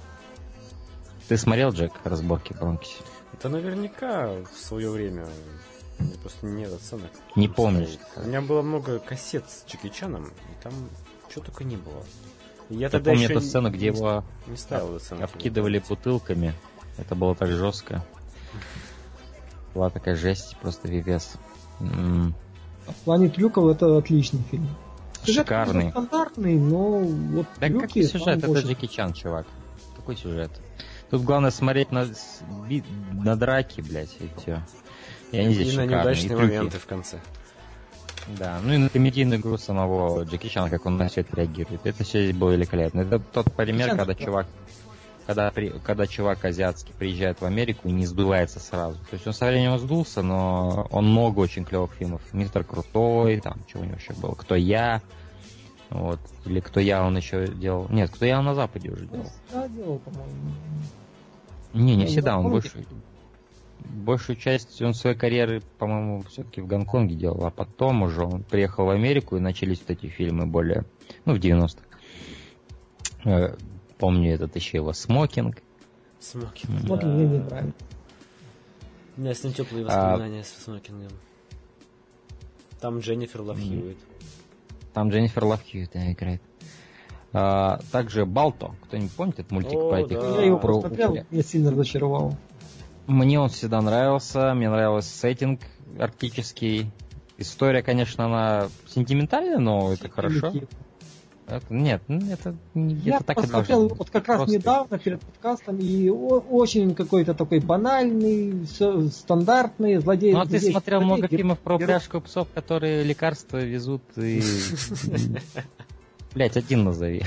Ты смотрел, Джек, «Разборки в Бронксе»? Это наверняка в свое время. Мне просто нет оценок. Не помнишь. У меня было много кассет с Джеки Чаном, и там что только не было. И я Я тогда помню еще эту не- сцену, где не- его не ставил оценки. обкидывали бутылками. Это было так жестко. Была такая жесть, просто вивес. М, В плане трюков это отличный фильм. Сюжет, Шикарный. конечно, стандартный, но вот Да трюки какой сюжет? там Это очень- Джеки Чан, чувак. Какой сюжет? Тут главное смотреть на, с- би- на драки, блядь, и все. И они здесь И на шикарные, неудачные и трюки. моменты в конце. Да, ну и на комедийную игру самого Джеки Чана, как он на все это реагирует. Это все здесь было великолепно. Это тот пример, Чан, когда да. чувак, когда, при- когда чувак азиатский приезжает в Америку и не сдувается сразу. То есть он со временем сдулся, но он много очень клевых фильмов. «Мистер Крутой», там, что у него еще было, «Кто я?», вот, или «Кто я» он еще делал. Нет, «Кто я» он на Западе уже Ну, делал. да, делал, по-моему. Не, не Ну, всегда, он Гонконге. больше, большую часть он своей карьеры, по-моему, все-таки в Гонконге делал, а потом уже он приехал в Америку и начались вот эти фильмы более, ну, в девяностых. Э, Помню этот еще его «Смокинг». Смокинг. Смотри, да. мне не нравится. У меня с ним теплые А- воспоминания с Смокингом. Там Дженнифер Лав Хьюитт. Там Дженнифер Лав Хьюитт да, играет. А, также «Балто». Кто-нибудь помнит этот мультик О, по этих? да. Я его про- посмотрел, меня сильно разочаровал. Мне он всегда нравился, мне нравился сеттинг арктический. История, конечно, она сентиментальная, но это хорошо. Это- нет, ну, это, не- Я это так и посмотрел должно его быть. вот как раз Просто- недавно перед подкастом, и о- очень какой-то такой банальный, все стандартный, злодей. Ну, а ты злодей- смотрел злодей, много герой. фильмов про герой. упряжку псов, которые лекарства везут и... Блять, один назови.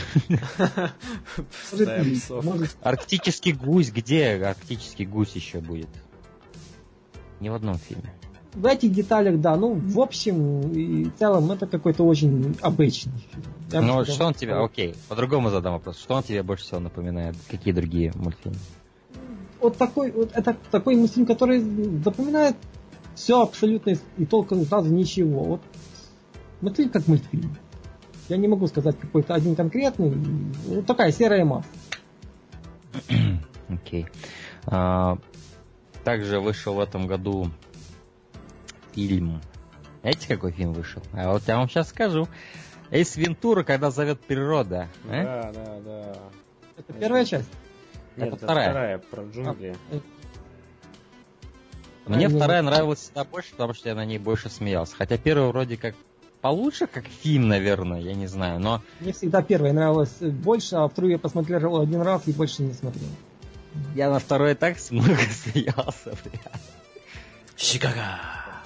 Может, Да, и- псов. может, Арктический гусь. Где арктический гусь еще будет? Ни в одном фильме. в этих деталях, да, ну, в общем и целом, это какой-то очень обычный фильм. Я бы Ну, вот сказал, что он тебе... Окей, по-другому задам вопрос. Что он тебе больше всего напоминает? Какие другие мультфильмы? Вот такой, вот это такой мультфильм, который запоминает все абсолютно и- и толком сразу ничего. Вот мультфильм как мультфильм. Я не могу сказать какой-то один конкретный. Вот такая серая масса. Окей. А, Также вышел в этом году фильм. Знаете, какой фильм вышел? А вот я вам сейчас скажу. Эйс Вентура, когда зовет природа. А? Да, да, да. Это первая часть. Нет, Это это вторая. вторая, про джунгли. Мне А, ну, вторая нравилась всегда больше, потому что я на ней больше смеялся. Хотя первая вроде как получше, как фильм, наверное, я не знаю. Но Мне всегда первая нравилась больше, а вторую я посмотрел один раз и больше не смотрел. я на второй так много смеялся, блядь. Чикаго.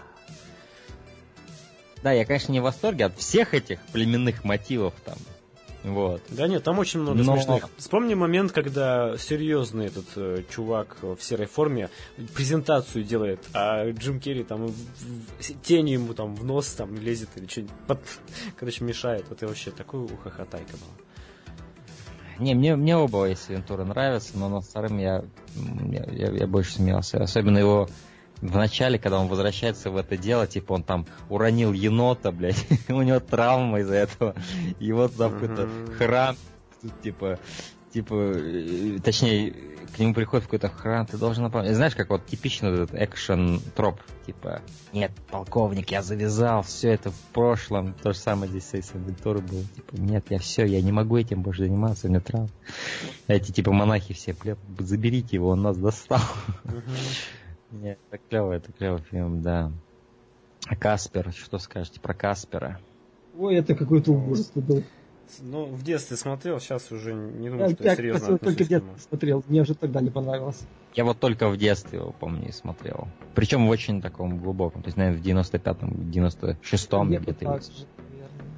Да, я, конечно, не в восторге от всех этих племенных мотивов там. Вот. Да нет, там очень много Но- смешных. Вспомни момент, когда серьезный этот э, чувак в серой форме презентацию делает, а Джим Керри там в- в- тенью ему там в нос там лезет или что-нибудь, под... короче, мешает. Вот и вообще такой ухахатайка была. Не, мне, мне оба Эйс Вентура нравятся, но над вторым я, я, я, я больше смеялся. Особенно его в начале, когда он возвращается в это дело, типа он там уронил енота, блядь, у него травма из-за этого. И вот там Мгм. какой-то храм, тут, типа, типа, э, точнее, к нему приходит какой-то храм, ты должен напомнить. Знаешь, как вот типичный этот экшен-троп, типа, нет, полковник, я завязал, все это в прошлом. То же самое здесь с Эйсом Вентурой было. Типа, нет, я все, я не могу этим больше заниматься, у меня травма. Эти, типа, монахи все, бля, заберите его, он нас достал. Нет, это клево, это клевый фильм, да. А Каспер, что скажете про Каспера? Ой, это какой-то ужас был. Ну, в детстве смотрел, сейчас уже не Я, думаю, что я я серьезно красиво только отношусь к детство нему. смотрел, мне уже тогда не понравилось. Я вот только в детстве его, помню, и смотрел. Причем в очень таком глубоком. То есть, наверное, в девяносто пятом, девяносто шестом Где-то где-то. так есть. же, наверное.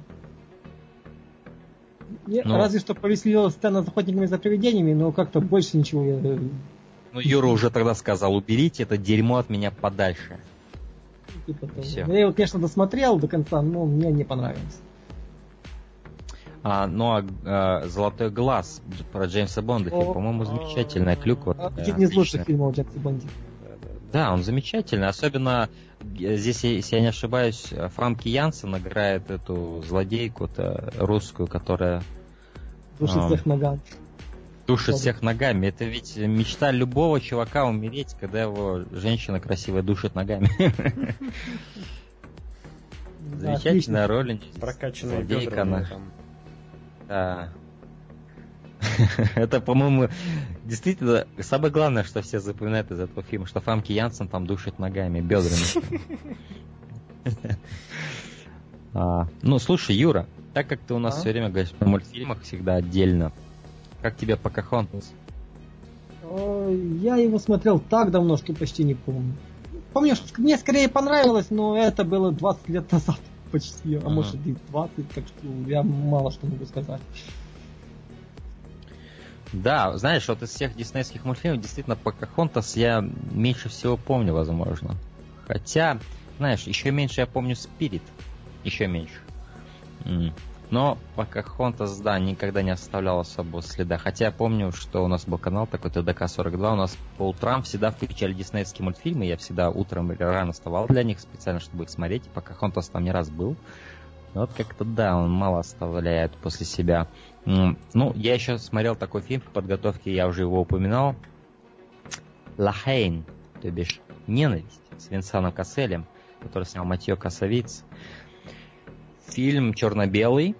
Не, Ну. Разве что повеселила сцена с охотниками за привидениями, но как-то больше ничего я... э, Ну, Юра уже тогда сказал, уберите это дерьмо от меня подальше. типа того. Всё. Я его, конечно, досмотрел до конца, но мне не понравилось. А, ну, а, а, «Золотой глаз» про Джеймса Бонда, фильм, О, по-моему, замечательная клюква. А, такая, Один из лучших отличная. фильмов Джекса Бонди. Да, да. Да, он замечательный. Особенно здесь, если я не ошибаюсь, Франки Янсен играет эту злодейку-то русскую, которая... Душит а, всех ногами. Душит всех ногами. Это ведь мечта любого чувака умереть, когда его женщина красивая душит ногами. Замечательная роль. Прокачанная бедрами. Да. Это, по-моему, действительно самое главное, что все запоминают из этого фильма, что Франки Янсен там душит ногами, бедрами. а, ну, слушай, Юра, так как ты у нас а? все время говоришь о мультфильмах всегда отдельно, как тебе Покахонтас? Я его смотрел так давно, что почти не помню. Помню, что мне скорее понравилось, но это было двадцать лет назад почти, а, а может и двадцать, так что я мало что могу сказать. Да, знаешь, вот из всех диснейских мультфильмов действительно Покахонтас я меньше всего помню, возможно. Хотя, знаешь, еще меньше я помню Спирит. Еще меньше. Mm. Но Покахонтас, да, никогда не оставлял особого следа. Хотя я помню, что у нас был канал такой Тэ Дэ Ка сорок два. У нас по утрам всегда включали диснейские мультфильмы. Я всегда утром или рано вставал для них специально, чтобы их смотреть. И Покахонтас там не раз был. Но вот как-то, да, он мало оставляет после себя. Ну, я еще смотрел такой фильм по подготовке, я уже его упоминал. «Ла Хейн», то бишь «Ненависть» с Венсаном Касселем, который снял Матьё Кассавиц. Фильм черно-белый,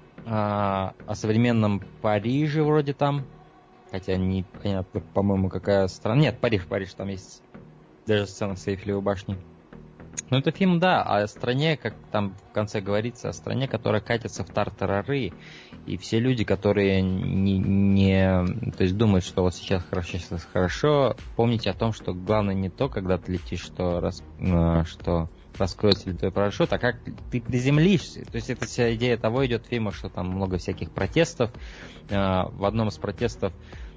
о современном Париже вроде там. Хотя непонятно, по-моему, какая страна. Нет, Париж, Париж, там есть даже сцена с Эйфелевой башней. Ну, это фильм, да, о стране, как там в конце говорится, о стране, которая катится в тартарары, и все люди, которые не, не то есть думают, что вот сейчас хорошо, сейчас хорошо, помните о том, что главное не то, когда ты летишь, что, рас, что раскроется ли твой парашют, а как ты приземлишься. То есть это вся идея того идет фильма, что там много всяких протестов. В одном из протестов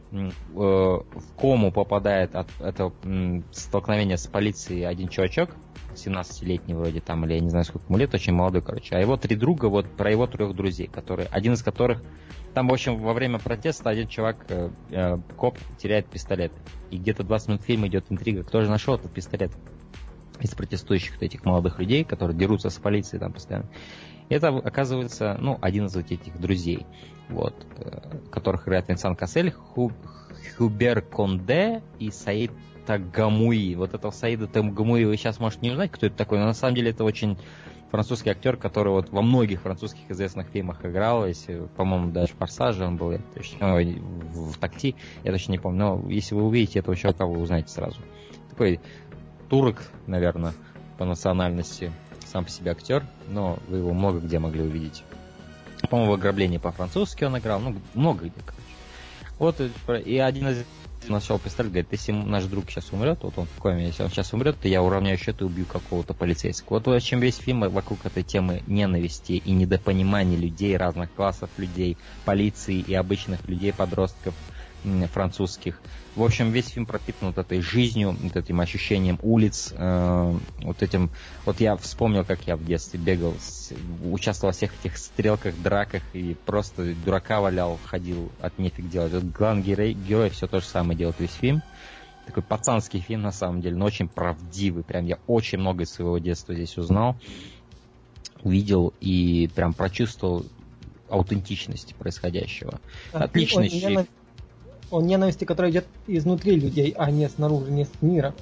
в кому попадает от этого столкновения с полицией один чувачок, семнадцатилетний вроде там, или я не знаю сколько ему лет, очень молодой, короче. А его три друга, вот про его трех друзей, которые, один из которых, там, в общем, во время протеста один чувак, э, э, коп, теряет пистолет. И где-то двадцать минут фильма идет интрига, кто же нашел этот пистолет из протестующих этих молодых людей, которые дерутся с полицией там постоянно. И это, оказывается, ну, один из вот этих друзей, вот, э, которых играет Венсан Кассель, Ху, Хубер Конде и Саид Тагамуи. Вот этого Саида Тагамуи вы сейчас можете не узнать, кто это такой, но на самом деле это очень французский актер, который вот во многих французских известных фильмах играл, если, по-моему, даже в «Форсаже» он был, точно, ой, в «Такси», я точно не помню, но если вы увидите этого чувака, вы узнаете сразу. Такой турок, наверное, по национальности, сам по себе актер, но вы его много где могли увидеть. По-моему, в «Ограблении» по-французски он играл, ну, много где, короче. Вот, и один из нашел пистолет, говорит, если наш друг сейчас умрет, вот он в коме, если он сейчас умрет, то я уравняю счеты и убью какого-то полицейского. Вот в общем весь фильм вокруг этой темы ненависти и недопонимания людей, разных классов людей, полиции и обычных людей, подростков французских. В общем, весь фильм пропитан вот этой жизнью, вот этим ощущением улиц, э, вот этим... Вот я вспомнил, как я в детстве бегал, с, участвовал во всех этих стрелках, драках и просто дурака валял, ходил, от нефиг делать. Вот главный герой, герой все то же самое делает весь фильм. Такой пацанский фильм, на самом деле, но очень правдивый. Прям я очень много из своего детства здесь узнал, увидел и прям прочувствовал аутентичность происходящего. А Отличный фильм. О ненависти, которая идет изнутри людей, а не снаружи, не с мира.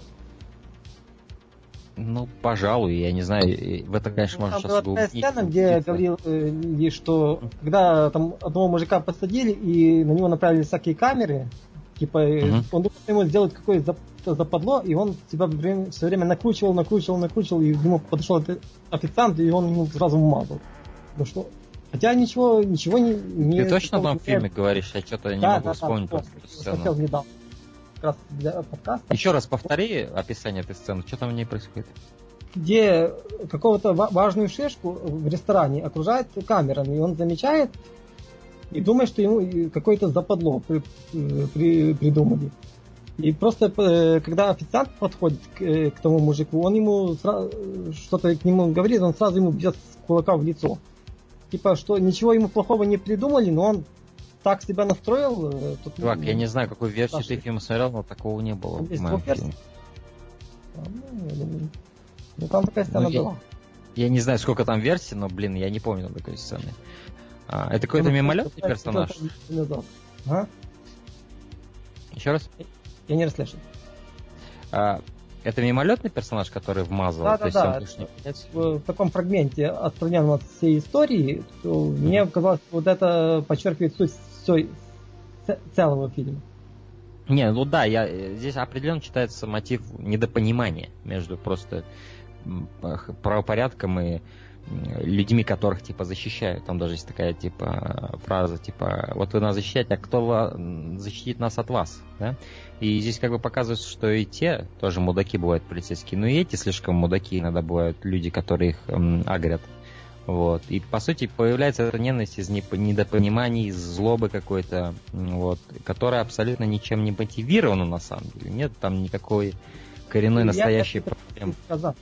Ну, пожалуй, я не знаю. В это, конечно, можно сейчас была сцена, где говорил, э, что когда там одного мужика посадили и на него направили всякие камеры, типа uh-huh. он думал, что ему сделать какое-то западло, и он себя все время накручивал, накручивал, накручивал, и к нему подошел официант, и он ему сразу вмазал. Ну что? Хотя ничего, ничего не... не Ты точно в том фильме говоришь? Я что-то не да, могу да, вспомнить да, эту сцену. Хотел недавно. Как раз для подкаста. Еще раз повтори описание этой сцены. Что там в ней происходит? Где какого-то важную шишку в ресторане окружает камерами, и он замечает и думает, что ему какое-то западло при, при, придумали. И просто, когда официант подходит к, к тому мужику, он ему сразу, что-то к нему говорит, он сразу ему бьет с кулака в лицо. Типа, что ничего ему плохого не придумали, но он так себя настроил. Тут, Чувак, я не знаю, какую версию ты фильма смотрел, но такого не было. Есть двух версий. Ну, я думаю, ну там такая сцена ну, была. Я, я не знаю, сколько там версий, но, блин, я не помню такой сцены. А, это какой-то мимолетный персонаж? А? Еще раз? Я не расслышал. А, это мимолетный персонаж, который вмазал? Да, то да, есть да. Он... В, в таком фрагменте, отстраненном от всей истории, то mm-hmm. мне казалось, вот это подчеркивает суть всей, целого фильма. Не, ну да, я, здесь определенно читается мотив недопонимания между просто правопорядком и людьми, которых, типа, защищают. Там даже есть такая, типа, фраза, типа, вот вы нас защищаете, а кто защитит нас от вас, да? И здесь как бы показывается, что и те тоже мудаки бывают полицейские, но и эти слишком мудаки иногда бывают люди, которые их м, агрят. Вот. И, по сути, появляется эта ненависть из недопониманий, из злобы какой-то, вот, которая абсолютно ничем не мотивирована, на самом деле. Нет там никакой коренной, настоящей проблемы.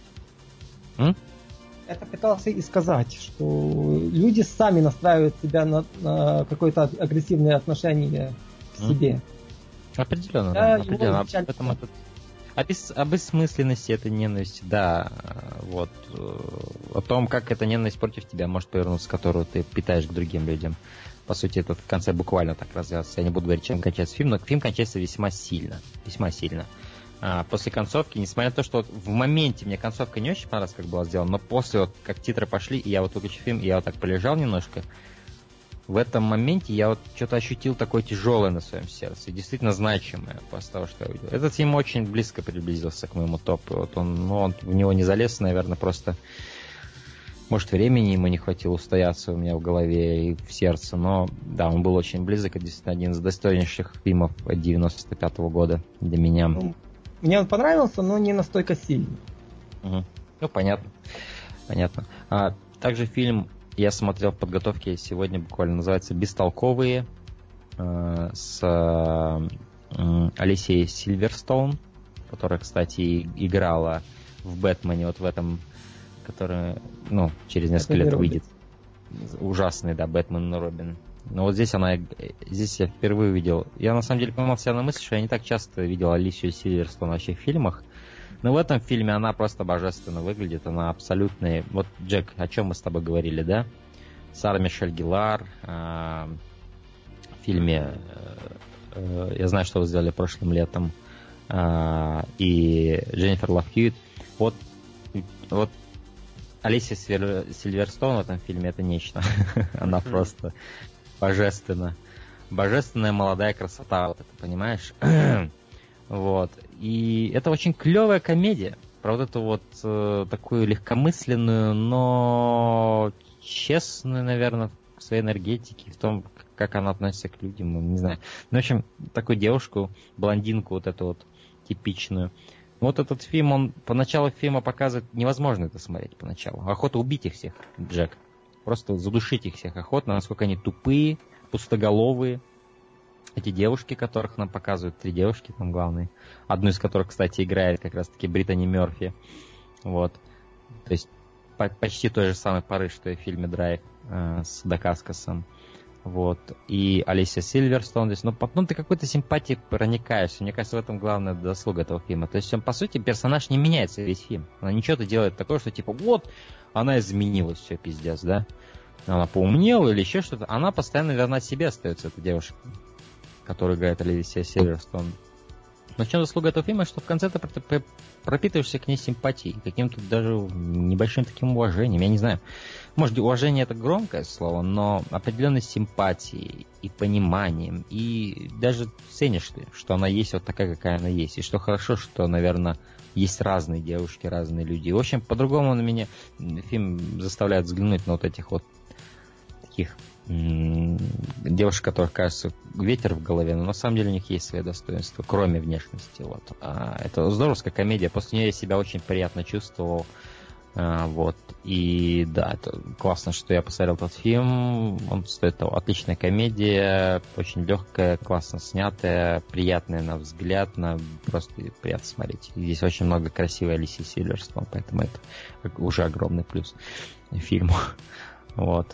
Это пытался и сказать, что люди сами настраивают себя на, на какое-то агрессивное отношение к себе. Определенно, да, определенно. Об, этом это... о, бес... о бессмысленности этой ненависти, да. Вот. О том, как эта ненависть против тебя может повернуться, которую ты питаешь к другим людям. По сути, это в конце буквально так развязывается. Я не буду говорить, чем кончается фильм, но фильм кончается весьма сильно. Весьма сильно. А, после концовки, несмотря на то, что вот в моменте мне концовка не очень понравилась, как была сделана, но после, вот, как титры пошли, и я вот выключил фильм, и я вот так полежал немножко, в этом моменте я вот что-то ощутил такое тяжелое на своем сердце, и действительно значимое после того, что я увидел. Этот фильм очень близко приблизился к моему топу. Вот он, ну, он в него не залез, наверное, просто... Может, времени ему не хватило устояться у меня в голове и в сердце, но да, он был очень близок, и действительно один из достойнейших фильмов девяносто пятого года для меня. Ну, мне он понравился, но не настолько сильно. Угу. Ну, понятно. Понятно. А, также фильм я смотрел в подготовке сегодня, буквально называется «Бестолковые», э, с э, Алисией Сильверстоун, которая, кстати, играла в «Бэтмене», вот в этом, который, ну, через несколько Это лет выйдет. Ужасный, да, «Бэтмен и Робин». Но вот здесь она, здесь я впервые видел. Я на самом деле поймал себя на мысли, что я не так часто видел Алисию Сильверстоун вообще в фильмах. Но в этом фильме она просто божественно выглядит. Она абсолютная. Вот, Джек, о чем мы с тобой говорили, да? Сара Мишель Геллар э, в фильме э, «Я знаю, что вы сделали прошлым летом» э, и Дженнифер Лав Хьюитт. Вот, вот Алисия Сильверстоун в этом фильме — это нечто. Она просто божественно. Божественная молодая красота, вот это, понимаешь? Вот. И это очень клевая комедия. Про вот эту вот э, такую легкомысленную, но честную, наверное, в своей энергетике, в том, как она относится к людям, не знаю. Ну, в общем, такую девушку, блондинку вот эту вот типичную. Вот этот фильм, он поначалу фильма показывает, невозможно это смотреть поначалу. Охота убить их всех, Джек. Просто задушить их всех охотно, насколько они тупые, пустоголовые. Эти девушки, которых нам показывают, три девушки там главные, одну из которых, кстати, играет как раз-таки Бриттани Мерфи. Вот. То есть по- почти той же самой поры, что и в фильме «Драйв» э, с Дакаскосом. Вот. И Алисия Сильверстоун здесь. Но потом ты какой-то симпатией проникаешься. Мне кажется, в этом главная заслуга этого фильма. То есть, он, по сути, персонаж не меняется весь фильм. Она ничего-то делает такое, что типа, вот, она изменилась, все, пиздец, да? Она поумнела или еще что-то. Она постоянно верна себе остается, эта девушка, которую играет Алисия Сильверстоун. Но в чем заслуга этого фильма, что в конце ты пропитываешься к ней симпатией, каким-то даже небольшим таким уважением. Я не знаю, может, уважение — это громкое слово, но определенной симпатией и пониманием. И даже ценишь ты, что она есть вот такая, какая она есть. И что хорошо, что, наверное, есть разные девушки, разные люди. В общем, по-другому на меня фильм заставляет взглянуть на вот этих вот таких девушек, которых кажется ветер в голове, но на самом деле у них есть свои достоинства, кроме внешности. Вот. А, это здоровская комедия, после нее я себя очень приятно чувствовал. А, вот. И да, это классно, что я посмотрел этот фильм. Он стоит того. Отличная комедия, очень легкая, классно снятая, приятная на взгляд, на просто приятно смотреть. И здесь очень много красивой Алисии Сильверстоун, поэтому это уже огромный плюс фильму. Вот.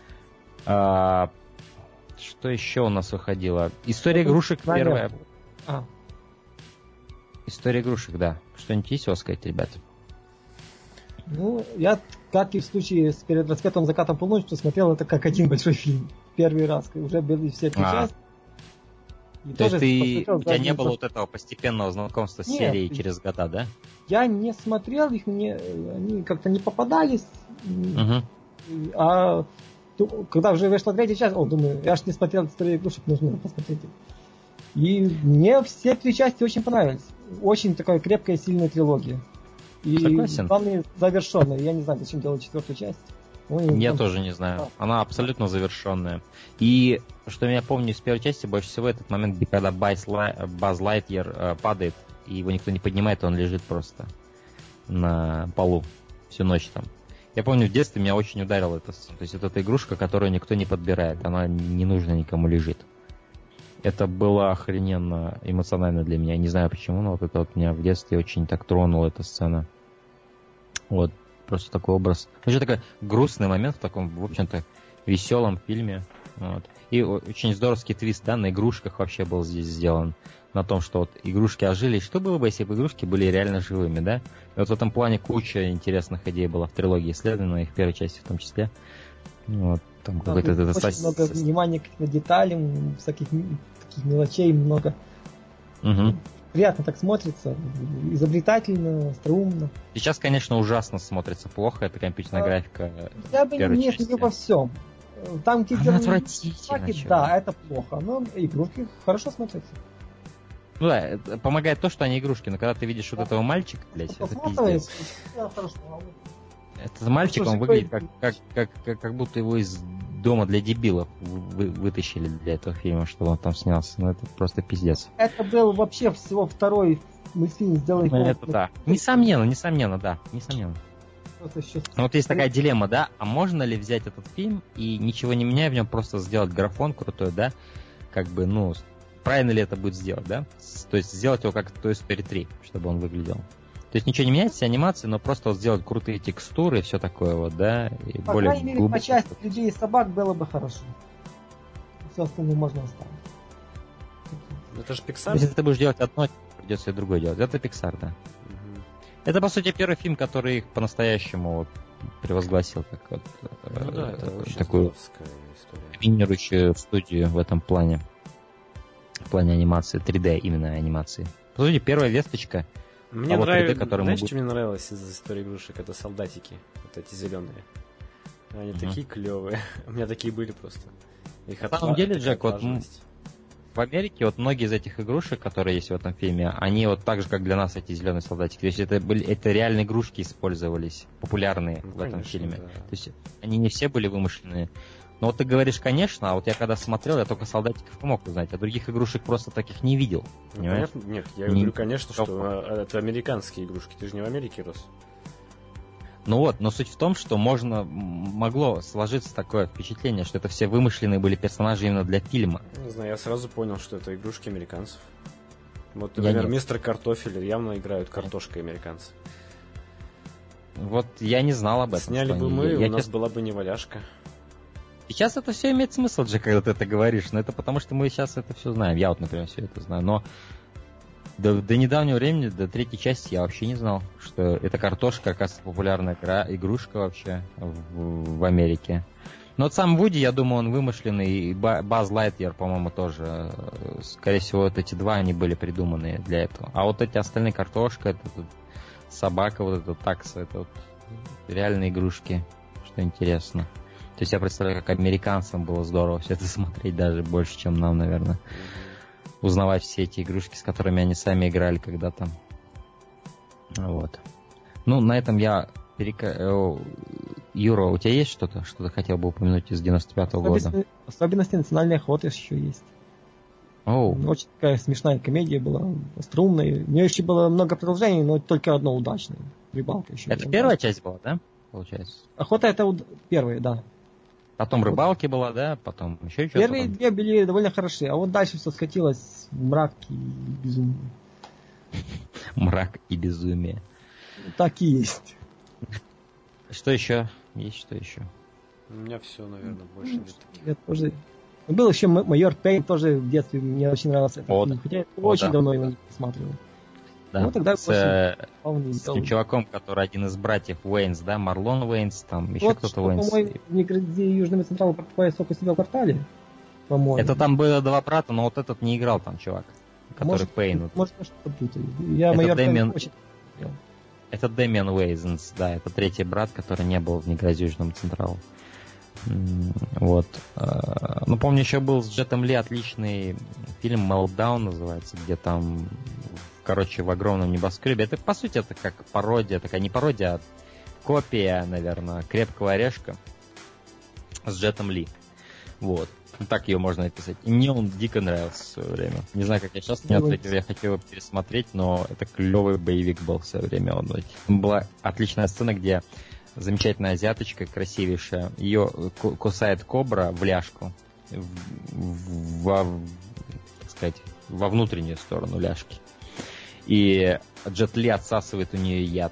А, что еще у нас выходило? История игрушек первая. А. История игрушек, да. Что-нибудь есть у вас сказать, ребята? Ну, я, как и в случае с «Перед рассветом, закатом, полночью», смотрел это как один большой фильм. Первый раз. Уже были все три части. И То есть ты, у тебя не было вот этого постепенного знакомства с Нет, серией через года, да? Я не смотрел их, мне они как-то не попадались. Угу. А когда уже вышла третья часть, о, думаю, я ж не смотрел «Историю игрушек», нужно посмотреть. И мне все три части очень понравились. Очень такая крепкая, сильная трилогия. И Согласен. главное, завершенная. Я не знаю, зачем делать четвертую часть. Ну, я там... тоже не знаю. А. Она абсолютно завершенная. И что я помню из первой части, больше всего этот момент, где когда Баз, Баз Лайтьер э, падает, и его никто не поднимает, он лежит просто на полу всю ночь там. Я помню, в детстве меня очень ударило это. То есть это, это игрушка, которую никто не подбирает. Она не нужна никому, лежит. Это было охрененно эмоционально для меня. Не знаю почему, но вот это вот меня в детстве очень так тронула эта сцена. Вот, просто такой образ. Вообще такой грустный момент в таком, в общем-то, веселом фильме. Вот. И очень здоровский твист, да, на игрушках вообще был здесь сделан. На том, что вот игрушки ожили. Что было бы, если бы игрушки были реально живыми, да? И вот в этом плане куча интересных идей была в трилогии исследована, и в первой части в том числе. Вот. Там да, какой-то очень это... много внимания к деталям, всяких таких мелочей много. Угу. Приятно так смотрится, изобретательно, остроумно. Сейчас, конечно, ужасно смотрится плохо, это компьютерная а, графика. Я бы не, не во всем. Там какие-то... Отвратительно. Да, это плохо, но игрушки хорошо смотрятся. Ну да, это помогает то, что они игрушки, но когда ты видишь вот этого мальчика, блядь, это пиздец. Этот мальчик, он выглядит как, как, как, как, как будто его из дома для дебилов вы, вытащили для этого фильма, чтобы он там снялся. Ну это просто пиздец. Это был вообще всего второй мультфильм, сделанный... Ну, это да. Несомненно, несомненно, да. Несомненно. Но вот есть такая дилемма, да, а можно ли взять этот фильм и ничего не меняя в нем, просто сделать графон крутой, да, как бы, ну, правильно ли это будет сделать, да? То есть сделать его как Toy Story три, чтобы он выглядел. То есть ничего не меняется, анимации, но просто вот сделать крутые текстуры и все такое вот, да, и по более крайней мере, глубоко. по части людей и собак было бы хорошо. Все остальное можно оставить. Это же Pixar? Если ты будешь делать одно, придется и другое делать. Это Pixar, да. Угу. Это, по сути, первый фильм, который их по-настоящему вот превозгласил как вот, ну, да, это э, очень такую доминирующую студию в этом плане. В плане анимации, три дэ именно анимации. По сути, первая весточка. Мне а нравится, вот три дэ, знаешь, мы... что мне нравилось из истории игрушек? Это солдатики, вот эти зеленые. Они uh-huh. такие клевые. У меня такие были просто. Их На самом деле, Джек, вот в Америке вот многие из этих игрушек, которые есть в этом фильме, они вот так же, как для нас эти зеленые солдатики. То есть это были, это реальные игрушки использовались, популярные ну, в конечно, этом фильме. Да. То есть они не все были вымышленные. Но вот ты говоришь, конечно, а вот я когда смотрел, я только солдатиков мог узнать, а других игрушек просто таких не видел. Ну, понятно? Нет, я не... говорю, конечно, что это американские игрушки. Ты же не в Америке рос. Ну вот, но суть в том, что можно, могло сложиться такое впечатление, что это все вымышленные были персонажи именно для фильма. Не знаю, я сразу понял, что это игрушки американцев. Вот, например, мистер Картофель явно играют картошкой американцы. Вот я не знал об этом. Сняли бы мы, я, у я нас честно... была бы неваляшка. Сейчас это все имеет смысл, Джек, когда ты это говоришь, но это потому, что мы сейчас это все знаем. Я вот, например, все это знаю, но до, до недавнего времени, до третьей части я вообще не знал, что эта картошка, оказывается, популярная игра, игрушка вообще в, в Америке. Но вот сам Вуди, я думаю, он вымышленный, и Баз Лайтьер, по-моему, тоже. Скорее всего, вот эти два, они были придуманы для этого. А вот эти остальные, картошка, это тут собака, вот эта такса, это вот реальные игрушки, что интересно. То есть я представляю, как американцам было здорово все это смотреть, даже больше, чем нам, наверное. Узнавать все эти игрушки, с которыми они сами играли когда-то. Вот. Ну, на этом я перека... Юра, у тебя есть что-то, что ты хотел бы упомянуть из девяносто пятого года? Особенности национальной охоты еще есть. Oh. Очень такая смешная комедия была, остроумная. У нее еще было много продолжений, но только одно удачное. Рыбалка еще. Это первая удачная. Часть была, да? Получается. Охота это уд... первая, да. Потом рыбалки вот. Была, да? Потом еще что-то. Первые две были довольно хороши, а вот дальше все скатилось в мрак и безумие. Мрак и безумие. Так и есть. Что еще? Есть что еще? У меня все, наверное, больше нет. Я тоже... Был еще майор Пейн, тоже в детстве мне очень нравился этот О, фильм, хотя О, очень да. давно его не посматривал. Да, Ну, тогда с, э, с делал. тем чуваком, который один из братьев Уэйнс, да, Марлон Уэйнс, там еще Вот, кто-то что, Уэйнс. по-моему, не грози Южному Централу покупая сок у себя в квартале, по-моему. Это там было два брата, но вот этот не играл там чувак, который может, Пейн. Может, я что-то путаю. Я Это майор Дэмиан- очень... Это Дэмиан Уэйнс, да, это третий брат, который не был в «Не грози Южному Централу». М, Вот. Э, Ну, помню, еще был с Джетом Ли отличный фильм «Meltdown» называется, где там, короче, в огромном небоскребе. Это, по сути, это как пародия, такая не пародия, а копия, наверное, «Крепкого орешка» с Джетом Ли. Вот. Так ее можно описать. И мне он дико нравился в свое время. Не знаю, как я сейчас не ответил, я хотел его пересмотреть, но это клевый боевик был в свое время. Он, там была отличная сцена, где замечательная азиаточка, красивейшая, ее кусает кобра в ляжку, в, во, так сказать, во внутреннюю сторону ляжки. И Джет Ли отсасывает у нее яд.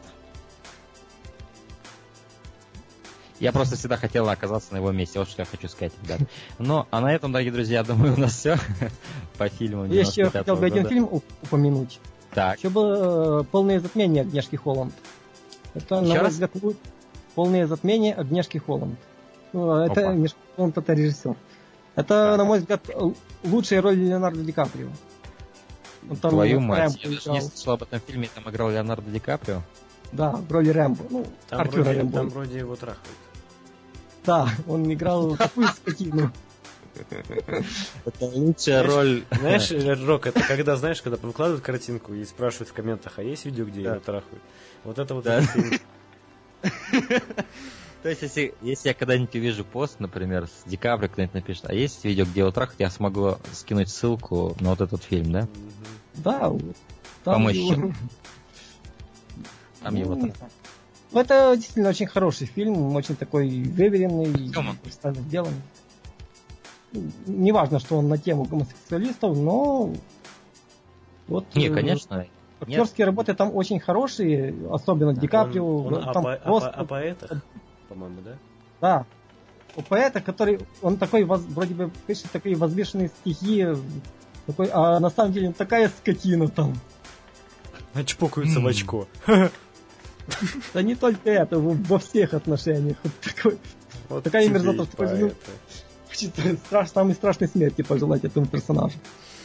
Я просто всегда хотел оказаться на его месте. Вот что я хочу сказать, ребят. Ну, а на этом, дорогие друзья, думаю, у нас все по фильму. Я еще хотел бы один фильм упомянуть. Так. Еще было «Полное затмение» Агнешки Холланд. Это, на мой взгляд, «Полное затмение» Агнешки Холланд. Ну, это Агнешка Холланд, это режиссер. Это, так. на мой взгляд, лучшая роль Леонардо Ди Каприо. Там Твою мать, я даже не слышал об этом фильме, там играл Леонардо Ди Каприо. Да, в роли Рэмбо. Ну, там, Артура вроде, Рэмбо. Там вроде его трахают. Да, он играл такую скотину. Это лучшая роль. Знаешь, Рок, это когда, знаешь, когда выкладывают картинку и спрашивают в комментах, а есть видео, где его трахают? Вот это вот фильм. То есть, если, если я когда-нибудь увижу пост, например, с Ди Каприо, кто-нибудь напишет, а есть видео, где его трахают, я смогу скинуть ссылку на вот этот фильм, да? Да. Помочь. Там его трахают. Ну, это действительно очень хороший фильм, очень такой выверенный, специально сделанный. Неважно, что он на тему гомосексуалистов, но вот не, конечно. актерские Нет. работы там очень хорошие, особенно да, Ди Каприо. Он, он там о, просто... о, о поэтах, по-моему, да? Да. У поэта, который, он такой, вроде бы пишет такие возвышенные стихи, такой, а на самом деле он такая скотина там. Очпокаются в очко. Да не только это, во всех отношениях. Вот такой, вот такая мерзота, что ну, страш, самой страшной смерти пожелать этому персонажу.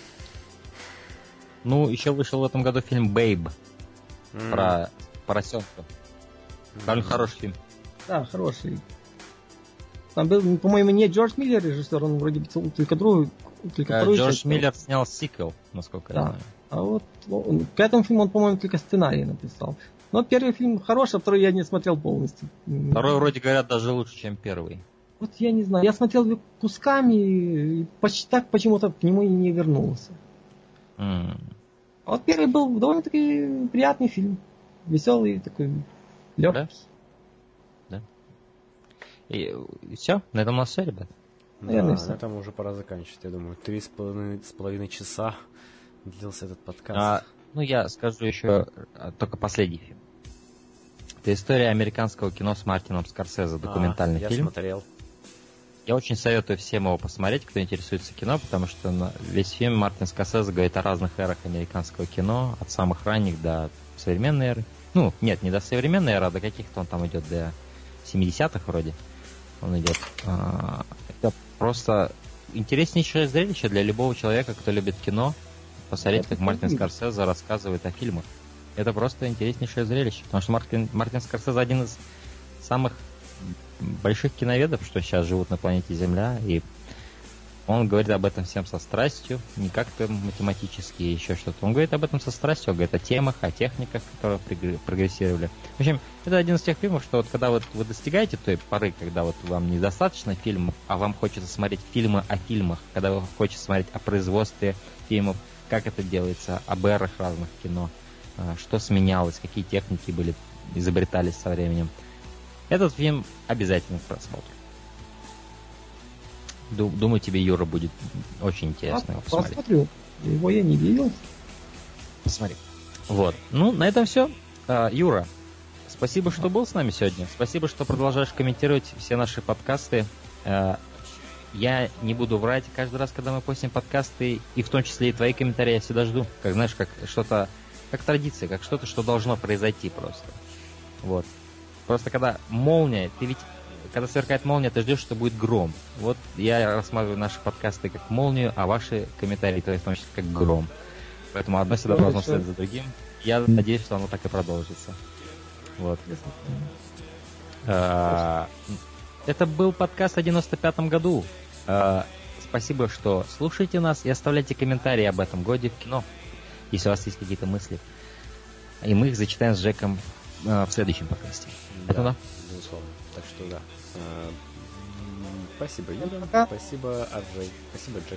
Ну, еще вышел в этом году фильм «Бэйб» mm. про поросенка. Довольно mm. хороший фильм. Да, хороший. Там был, по-моему, не Джордж Миллер режиссер, он вроде бы только другой. Только а, Джордж часть, Миллер снял сиквел, насколько да. я знаю. А вот он, к этому фильму он, по-моему, только сценарий написал. Но первый фильм хороший, а второй я не смотрел полностью. Второй, вроде говорят, даже лучше, чем первый. Вот я не знаю. Я смотрел его кусками и почти так почему-то к нему и не вернулся. Mm. А вот первый был довольно-таки приятный фильм. Веселый, такой легкий. Да? Да. И, и все? На этом у нас все, ребят? Наверное, да, все. На этом уже пора заканчивать. Я думаю, три с половиной, с половиной часа длился этот подкаст. А, ну, я скажу еще только последний фильм. Это история американского кино с Мартином Скорсезе, документальный а, я фильм. Я смотрел. Я очень советую всем его посмотреть, кто интересуется кино, потому что весь фильм Мартин Скорсезе говорит о разных эрах американского кино, от самых ранних до современной эры. Ну, нет, не до современной эры, а до каких-то он там идет, до семидесятых вроде он идет. Это просто интереснейшее зрелище для любого человека, кто любит кино, посмотреть, как Мартин Скорсезе рассказывает о фильмах. Это просто интереснейшее зрелище, потому что Мартин, Мартин Скорсезе один из самых больших киноведов, что сейчас живут на планете Земля, и он говорит об этом всем со страстью, не как-то математически еще что-то. Он говорит об этом со страстью, он говорит о темах, о техниках, которые прогрессировали. В общем, это один из тех фильмов, что вот когда вот вы достигаете той поры, когда вот вам недостаточно фильмов, а вам хочется смотреть фильмы о фильмах, когда вам хочется смотреть о производстве фильмов, как это делается, об эрах разных кино, что сменялось, какие техники были, изобретались со временем. Этот фильм обязательно к просмотру. Думаю, тебе, Юра, будет очень интересно а, его посмотреть. Посмотрю. Его я не видел. Посмотри. Вот. Ну, на этом все. Юра, спасибо, что был с нами сегодня. Спасибо, что продолжаешь комментировать все наши подкасты. Я не буду врать. Каждый раз, когда мы постим подкасты, и в том числе и твои комментарии, я всегда жду. Как, знаешь, как что-то как традиция, как что-то, что должно произойти просто. Вот. Просто когда молния, ты ведь, когда сверкает молния, ты ждешь, что будет гром. Вот я рассматриваю наши подкасты как молнию, а ваши комментарии, то есть, в том числе, как гром. Поэтому одно всегда должно следовать за другим. Я надеюсь, что оно так и продолжится. Вот. Это был подкаст о девяносто пятом году. Спасибо, что слушаете нас и оставляйте комментарии об этом годе в кино, если у вас есть какие-то мысли. И мы их зачитаем с Джеком в следующем подкасте. Да, Это да? Безусловно. Так что да. Спасибо, Юра. Пока. Спасибо, Арджей. Спасибо, Джек.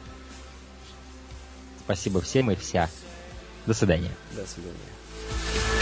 Спасибо всем и вся. До свидания. До свидания.